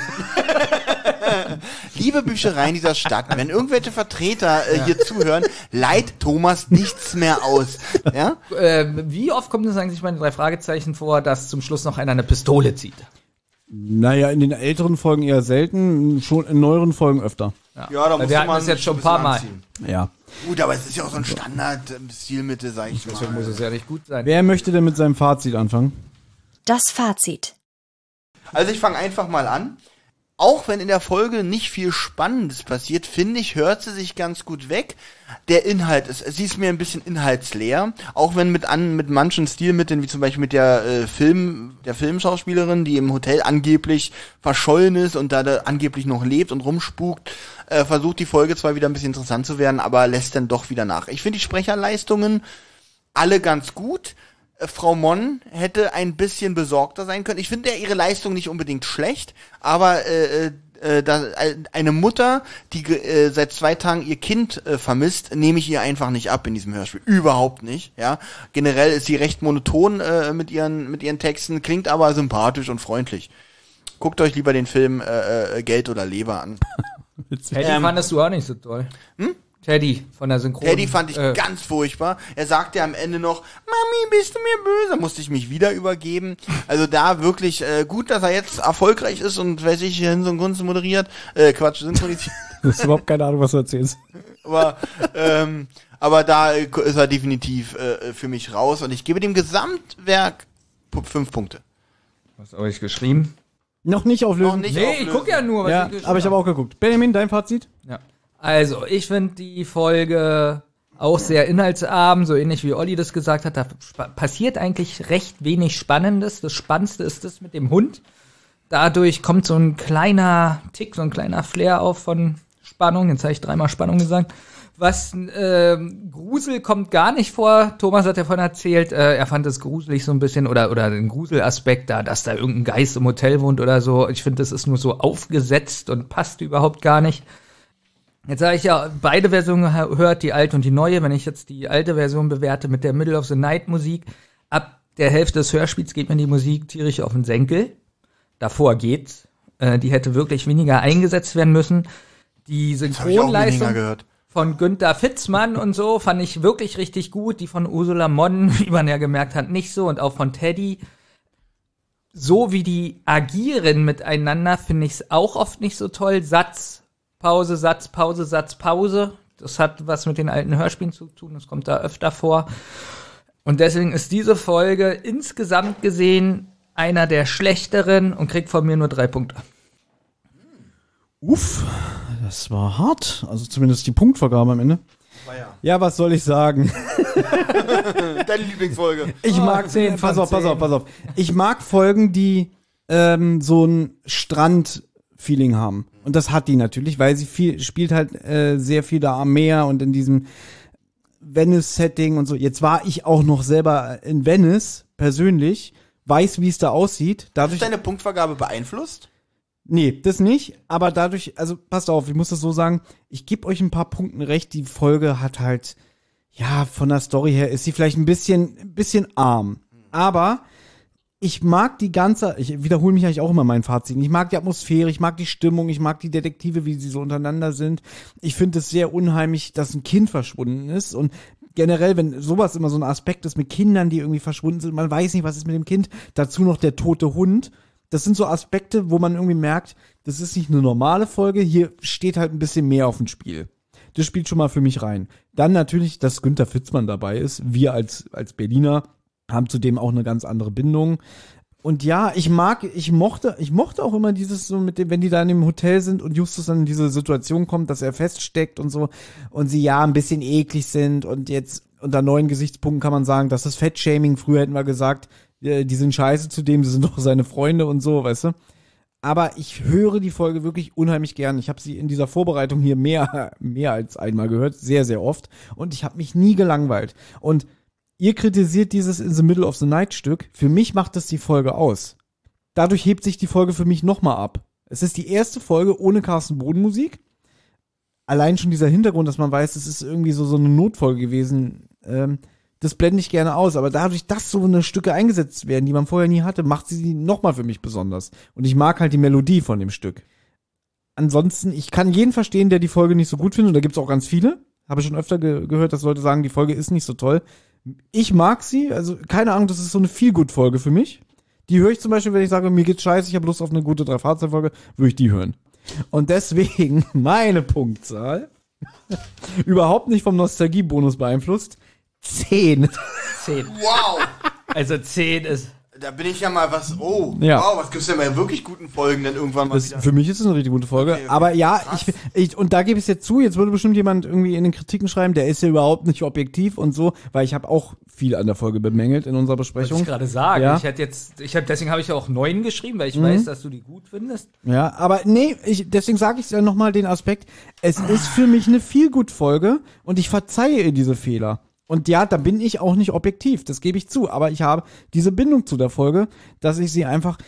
Liebe Büchereien dieser Stadt, wenn irgendwelche Vertreter hier zuhören, leiht Thomas nichts mehr aus. Ja? Wie oft kommt es eigentlich bei den 3 Fragezeichen vor, dass zum Schluss noch einer eine Pistole zieht? Naja, in den älteren Folgen eher selten, schon in neueren Folgen öfter. Ja, da muss wir hatten man das jetzt schon ein paar Mal. Anziehen. Ja. Gut, aber es ist ja auch so ein Standard-Stilmittel, sag ich mal. Deswegen muss es ja nicht gut sein. Wer möchte denn mit seinem Fazit anfangen? Das Fazit. Also ich fange einfach mal an. Auch wenn in der Folge nicht viel Spannendes passiert, finde ich, hört sie sich ganz gut weg. Der Inhalt sie ist mir ein bisschen inhaltsleer, auch wenn mit manchen Stilmitteln, wie zum Beispiel mit der Filmschauspielerin, die im Hotel angeblich verschollen ist und da angeblich noch lebt und rumspukt, versucht die Folge zwar wieder ein bisschen interessant zu werden, aber lässt dann doch wieder nach. Ich finde die Sprecherleistungen alle ganz gut. Frau Mon hätte ein bisschen besorgter sein können. Ich finde ja ihre Leistung nicht unbedingt schlecht, aber eine Mutter, die seit 2 Tagen ihr Kind vermisst, nehme ich ihr einfach nicht ab in diesem Hörspiel. Überhaupt nicht. Ja, generell ist sie recht monoton mit ihren Texten, klingt aber sympathisch und freundlich. Guckt euch lieber den Film Geld oder Leber an. Teddy fandest du auch nicht so toll. Teddy von der Synchron. Teddy fand ich ganz furchtbar. Er sagte am Ende noch, Mami, bist du mir böse? Da musste ich mich wieder übergeben. Also da wirklich gut, dass er jetzt erfolgreich ist und weiß ich, hier hin so ein Kunst moderiert. Synchronisiert. Du hast überhaupt keine Ahnung, was du erzählst. Aber da ist er definitiv für mich raus. Und ich gebe dem Gesamtwerk 5 Punkte. Was habe ich geschrieben? Noch nicht auflösen. Ich gucke ja nur, was ja, ich geschrieben aber ich habe auch geguckt. Benjamin, dein Fazit? Ja. Also, ich finde die Folge auch sehr inhaltsarm, so ähnlich wie Olli das gesagt hat. Da passiert eigentlich recht wenig Spannendes. Das Spannendste ist das mit dem Hund. Dadurch kommt so ein kleiner Tick, so ein kleiner Flair auf von Spannung. Jetzt habe ich 3-mal Spannung gesagt. Grusel kommt gar nicht vor. Thomas hat ja vorhin erzählt, er fand es gruselig so ein bisschen oder den Gruselaspekt da, dass da irgendein Geist im Hotel wohnt oder so. Ich finde, das ist nur so aufgesetzt und passt überhaupt gar nicht. Jetzt habe ich ja beide Versionen gehört, die alte und die neue. Wenn ich jetzt die alte Version bewerte mit der Middle of the Night Musik, ab der Hälfte des Hörspiels geht mir die Musik tierisch auf den Senkel. Davor geht's. Die hätte wirklich weniger eingesetzt werden müssen. Die Synchronleistung von Günther Fitzmann und so fand ich wirklich richtig gut. Die von Ursula Monn, wie man ja gemerkt hat, nicht so. Und auch von Teddy. So wie die agieren miteinander, finde ich es auch oft nicht so toll. Satz, Pause, Satz, Pause, Satz, Pause. Das hat was mit den alten Hörspielen zu tun. Das kommt da öfter vor. Und deswegen ist diese Folge insgesamt gesehen einer der schlechteren und kriegt von mir nur 3 Punkte. Uff, das war hart. Also zumindest die Punktvergabe am Ende. Ja, was soll ich sagen? Deine Lieblingsfolge. Ich mag, pass auf. Ich mag Folgen, die so ein Strand-Feeling haben. Und das hat die natürlich, weil sie spielt halt sehr viel da am Meer und in diesem Venice-Setting und so. Jetzt war ich auch noch selber in Venice, persönlich, weiß, wie es da aussieht. Dadurch, ist deine Punktvergabe beeinflusst? Nee, das nicht, aber dadurch, also passt auf, ich muss das so sagen, ich gebe euch ein paar Punkten recht, die Folge hat halt, ja, von der Story her ist sie vielleicht ein bisschen arm, aber ich mag ich wiederhole mich eigentlich auch immer mein Fazit, ich mag die Atmosphäre, ich mag die Stimmung, ich mag die Detektive, wie sie so untereinander sind, ich finde es sehr unheimlich, dass ein Kind verschwunden ist und generell, wenn sowas immer so ein Aspekt ist mit Kindern, die irgendwie verschwunden sind, man weiß nicht, was ist mit dem Kind, dazu noch der tote Hund. Das sind so Aspekte, wo man irgendwie merkt, das ist nicht eine normale Folge, hier steht halt ein bisschen mehr auf dem Spiel. Das spielt schon mal für mich rein. Dann natürlich, dass Günther Fitzmann dabei ist. Wir als Berliner haben zudem auch eine ganz andere Bindung. Und ja, ich mochte auch immer dieses so mit dem, wenn die da in dem Hotel sind und Justus dann in diese Situation kommt, dass er feststeckt und so und sie ja ein bisschen eklig sind und jetzt unter neuen Gesichtspunkten kann man sagen, das ist Fettshaming. Früher hätten wir gesagt, die sind scheiße zu dem, die sind doch seine Freunde und so, weißt du. Aber ich höre die Folge wirklich unheimlich gern. Ich habe sie in dieser Vorbereitung hier mehr als einmal gehört, sehr, sehr oft. Und ich habe mich nie gelangweilt. Und ihr kritisiert dieses In the Middle of the Night Stück. Für mich macht das die Folge aus. Dadurch hebt sich die Folge für mich nochmal ab. Es ist die erste Folge ohne Carsten Bohn Musik. Allein schon dieser Hintergrund, dass man weiß, es ist irgendwie so eine Notfolge gewesen, das blende ich gerne aus, aber dadurch, dass so eine Stücke eingesetzt werden, die man vorher nie hatte, macht sie nochmal für mich besonders. Und ich mag halt die Melodie von dem Stück. Ansonsten, ich kann jeden verstehen, der die Folge nicht so gut findet, und da gibt's auch ganz viele. Habe ich schon öfter gehört, dass Leute sagen, die Folge ist nicht so toll. Ich mag sie, also keine Ahnung, das ist so eine Feel-Good-Folge für mich. Die höre ich zum Beispiel, wenn ich sage, mir geht's scheiße, ich habe Lust auf eine gute 3-Fahrzeuge-Folge, würde ich die hören. Und deswegen meine Punktzahl, überhaupt nicht vom Nostalgie-Bonus beeinflusst, 10. Wow! Also 10 ist... Da bin ich ja mal was, wow, was gibt's denn bei wirklich guten Folgen denn irgendwann mal wieder? Für mich ist es eine richtig gute Folge, okay. Aber ja, ich und da gebe ich es jetzt zu, jetzt würde bestimmt jemand irgendwie in den Kritiken schreiben, der ist ja überhaupt nicht objektiv und so, weil ich habe auch viel an der Folge bemängelt in unserer Besprechung. Wollte ich gerade sagen, ja. Deswegen habe ich ja auch 9 geschrieben, weil ich weiß, dass du die gut findest. Ja, aber nee, deswegen sage ich ja nochmal den Aspekt, es ist für mich eine Feelgood-Folge und ich verzeihe ihr diese Fehler. Und ja, da bin ich auch nicht objektiv, das gebe ich zu, aber ich habe diese Bindung zu der Folge, dass ich sie einfach,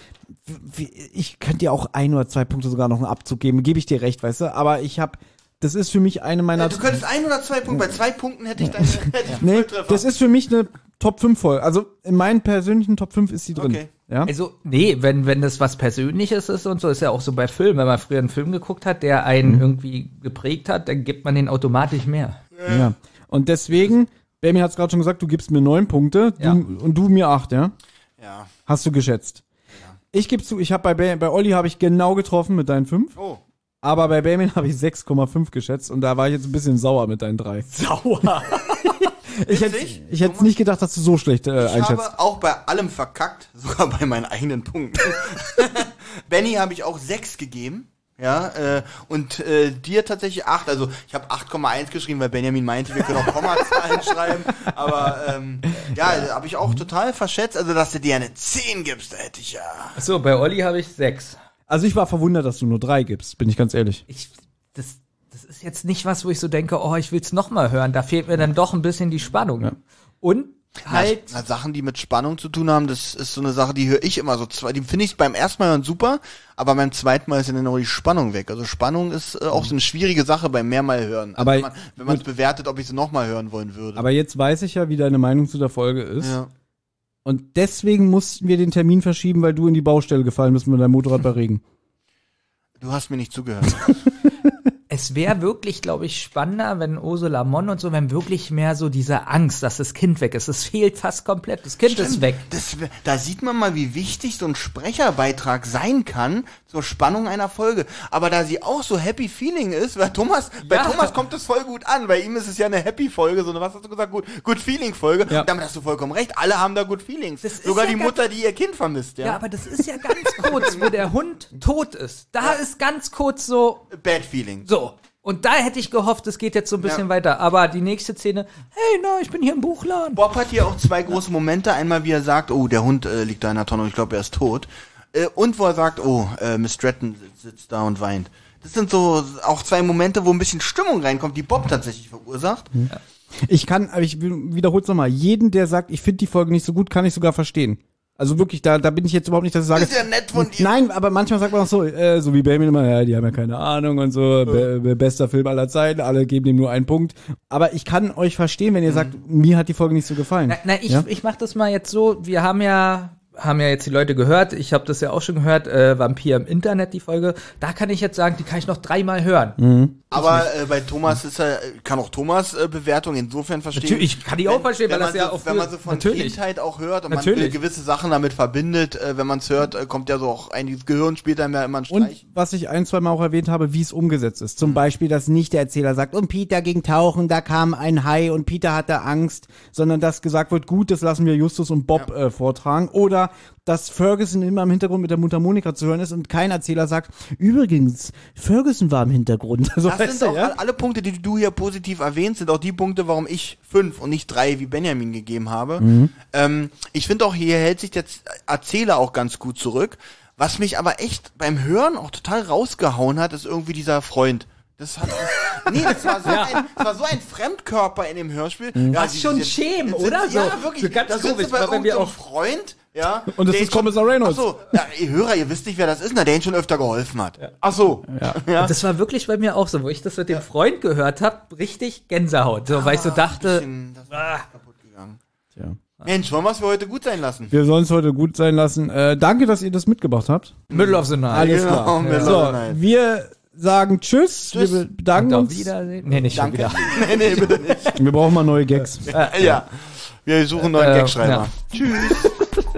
ich könnte dir auch 1 oder 2 Punkte sogar noch einen Abzug geben, gebe ich dir recht, weißt du, aber das ist für mich eine meiner... du könntest 1 oder 2 Punkte, bei 2 Punkten hätte ich deine... Nee, das ist für mich eine Top 5 Folge. Also in meinen persönlichen Top 5 ist sie drin. Okay. Ja? Also, nee, wenn das was Persönliches ist und so, ist ja auch so bei Filmen. Wenn man früher einen Film geguckt hat, der einen irgendwie geprägt hat, dann gibt man den automatisch mehr. Ja. Und deswegen, Benjamin hat es gerade schon gesagt, du gibst mir 9 Punkte und du mir 8, ja? Ja. Hast du geschätzt. Ja. Ich gebe zu, ich habe bei Olli habe ich genau getroffen mit deinen 5. Oh. Aber bei Benjamin habe ich 6,5 geschätzt und da war ich jetzt ein bisschen sauer mit deinen 3. Sauer? Ich hätte nicht gedacht, dass du so schlecht einschätzt. Ich habe auch bei allem verkackt, sogar bei meinen eigenen Punkten. Benny habe ich auch 6 gegeben. Ja, und dir tatsächlich 8. Also ich habe 8,1 geschrieben, weil Benjamin meinte, wir können auch Kommazahlen schreiben. Aber habe ich auch total verschätzt. Also dass du dir eine 10 gibst, da hätte ich ja... Achso, bei Olli habe ich 6. Also ich war verwundert, dass du nur 3 gibst, bin ich ganz ehrlich. Das ist jetzt nicht was, wo ich so denke, oh, ich will's noch mal hören. Da fehlt mir dann doch ein bisschen die Spannung. Ja. Und halt... Na, Sachen, die mit Spannung zu tun haben, das ist so eine Sache, die höre ich immer so. Die finde ich beim ersten Mal hören super, aber beim zweiten Mal ist dann auch die Spannung weg. Also Spannung ist auch so eine schwierige Sache beim mehrmal hören. Also aber wenn man es bewertet, ob ich sie noch mal hören wollen würde. Aber jetzt weiß ich ja, wie deine Meinung zu der Folge ist. Ja. Und deswegen mussten wir den Termin verschieben, weil du in die Baustelle gefallen bist mit deinem Motorrad bei Regen. Du hast mir nicht zugehört. Es wäre wirklich, glaube ich, spannender, wenn Ursula Monn und so, wenn wirklich mehr so diese Angst, dass das Kind weg ist. Es fehlt fast komplett. Das Kind ist weg. Da sieht man mal, wie wichtig so ein Sprecherbeitrag sein kann zur Spannung einer Folge. Aber da sie auch so Happy Feeling ist, weil bei Thomas kommt das voll gut an. Bei ihm ist es ja eine Happy Folge, so eine, was hast du gesagt, Good Feeling Folge. Ja. Damit hast du vollkommen recht. Alle haben da Good Feelings. Sogar die Mutter, die ihr Kind vermisst. Ja, aber das ist ja ganz kurz, wo der Hund tot ist. Da ist ganz kurz so Bad Feeling. So. Und da hätte ich gehofft, es geht jetzt so ein bisschen weiter. Aber die nächste Szene, hey, ich bin hier im Buchladen. Bob hat hier auch 2 große Momente. Einmal, wie er sagt, oh, der Hund liegt da in der Tonne und ich glaube, er ist tot. Und wo er sagt, oh, Miss Stratton sitzt da und weint. Das sind so auch 2 Momente, wo ein bisschen Stimmung reinkommt, die Bob tatsächlich verursacht. Ja. Ich wiederhole es nochmal, jeden, der sagt, ich finde die Folge nicht so gut, kann ich sogar verstehen. Also wirklich, da bin ich jetzt überhaupt nicht, dass ich sage... Das ist ja nett von dir. Nein, aber manchmal sagt man auch so, so wie Benjamin immer, ja, die haben ja keine Ahnung und so, bester Film aller Zeiten, alle geben dem nur einen Punkt. Aber ich kann euch verstehen, wenn ihr sagt, mir hat die Folge nicht so gefallen. Ich mach das mal jetzt so, wir haben ja jetzt die Leute gehört, ich habe das ja auch schon gehört, Vampir im Internet, die Folge, da kann ich jetzt sagen, die kann ich noch 3-mal hören. Mhm. Aber bei Thomas kann auch Thomas Bewertung insofern verstehen. Natürlich, ich kann die auch verstehen, weil das ja auch... Wenn man so von Kindheit auch hört und man gewisse Sachen damit verbindet, wenn man es hört, kommt ja so auch einiges Gehirn später immer ein Streich. Und was ich 1-2 Mal auch erwähnt habe, wie es umgesetzt ist. Zum Beispiel, dass nicht der Erzähler sagt, und Peter ging tauchen, da kam ein Hai und Peter hatte Angst, sondern dass gesagt wird, gut, das lassen wir Justus und Bob vortragen. Oder dass Ferguson immer im Hintergrund mit der Mundharmonika zu hören ist und kein Erzähler sagt, übrigens, Ferguson war im Hintergrund. Also, das sind auch alle Punkte, die du hier positiv erwähnst, sind auch die Punkte, warum ich 5 und nicht 3 wie Benjamin gegeben habe. Mhm. Ich finde auch, hier hält sich der Erzähler auch ganz gut zurück. Was mich aber echt beim Hören auch total rausgehauen hat, ist irgendwie dieser Freund. Das war so ein Fremdkörper in dem Hörspiel. Mhm. Ja, das ist schon schämen, oder? Ja, wirklich. So ganz das ist bei irgendeinem Freund. Ja, und das ist Kommissar Reynolds. Achso, ihr Hörer, ihr wisst nicht, wer das ist, der ihn schon öfter geholfen hat. Ja. Achso. Ja. Das war wirklich bei mir auch so, wo ich das mit dem Freund gehört habe, richtig Gänsehaut. So, weil ich so dachte, das ist kaputt gegangen. Tja. Mensch, wollen wir es für heute gut sein lassen? Wir sollen es heute gut sein lassen. Danke, dass ihr das mitgebracht habt. Middle of the Night. Alles klar. Middle of the Night. Wir sagen Tschüss. Wir bedanken uns. Auf Wiedersehen. Nee, nicht Danke. schon wieder. Nee, bitte nicht. Wir brauchen mal neue Gags. Ja. Wir suchen einen neuen Gagschreiber. Ja. Tschüss.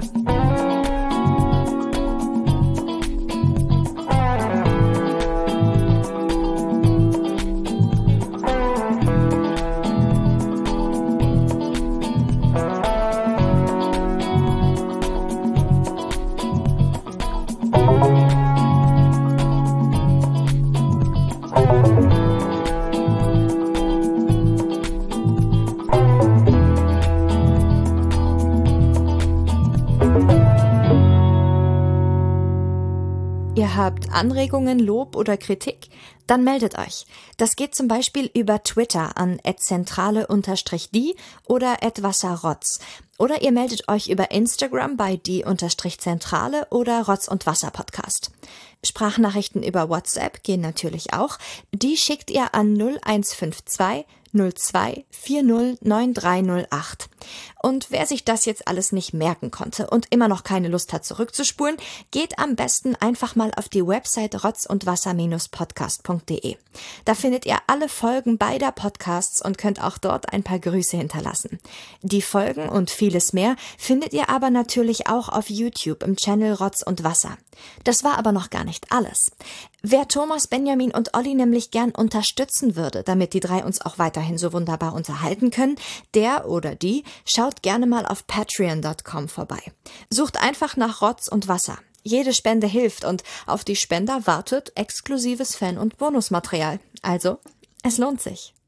Ihr habt Anregungen, Lob oder Kritik? Dann meldet euch. Das geht zum Beispiel über Twitter an @zentrale_die oder @wasserrotz. Oder ihr meldet euch über Instagram bei die_zentrale oder Rotz und Wasser Podcast. Sprachnachrichten über WhatsApp gehen natürlich auch. Die schickt ihr an 0152 02 40 9308. Und wer sich das jetzt alles nicht merken konnte und immer noch keine Lust hat zurückzuspulen, geht am besten einfach mal auf die Website rotzundwasser-podcast.de. Da findet ihr alle Folgen beider Podcasts und könnt auch dort ein paar Grüße hinterlassen. Die Folgen und vieles mehr findet ihr aber natürlich auch auf YouTube im Channel Rotz und Wasser. Das war aber noch gar nicht alles. Wer Thomas, Benjamin und Olli nämlich gern unterstützen würde, damit die drei uns auch weiterhin so wunderbar unterhalten können, der oder die schaut gerne mal auf patreon.com vorbei. Sucht einfach nach Rotz und Wasser. Jede Spende hilft und auf die Spender wartet exklusives Fan- und Bonusmaterial. Also, es lohnt sich.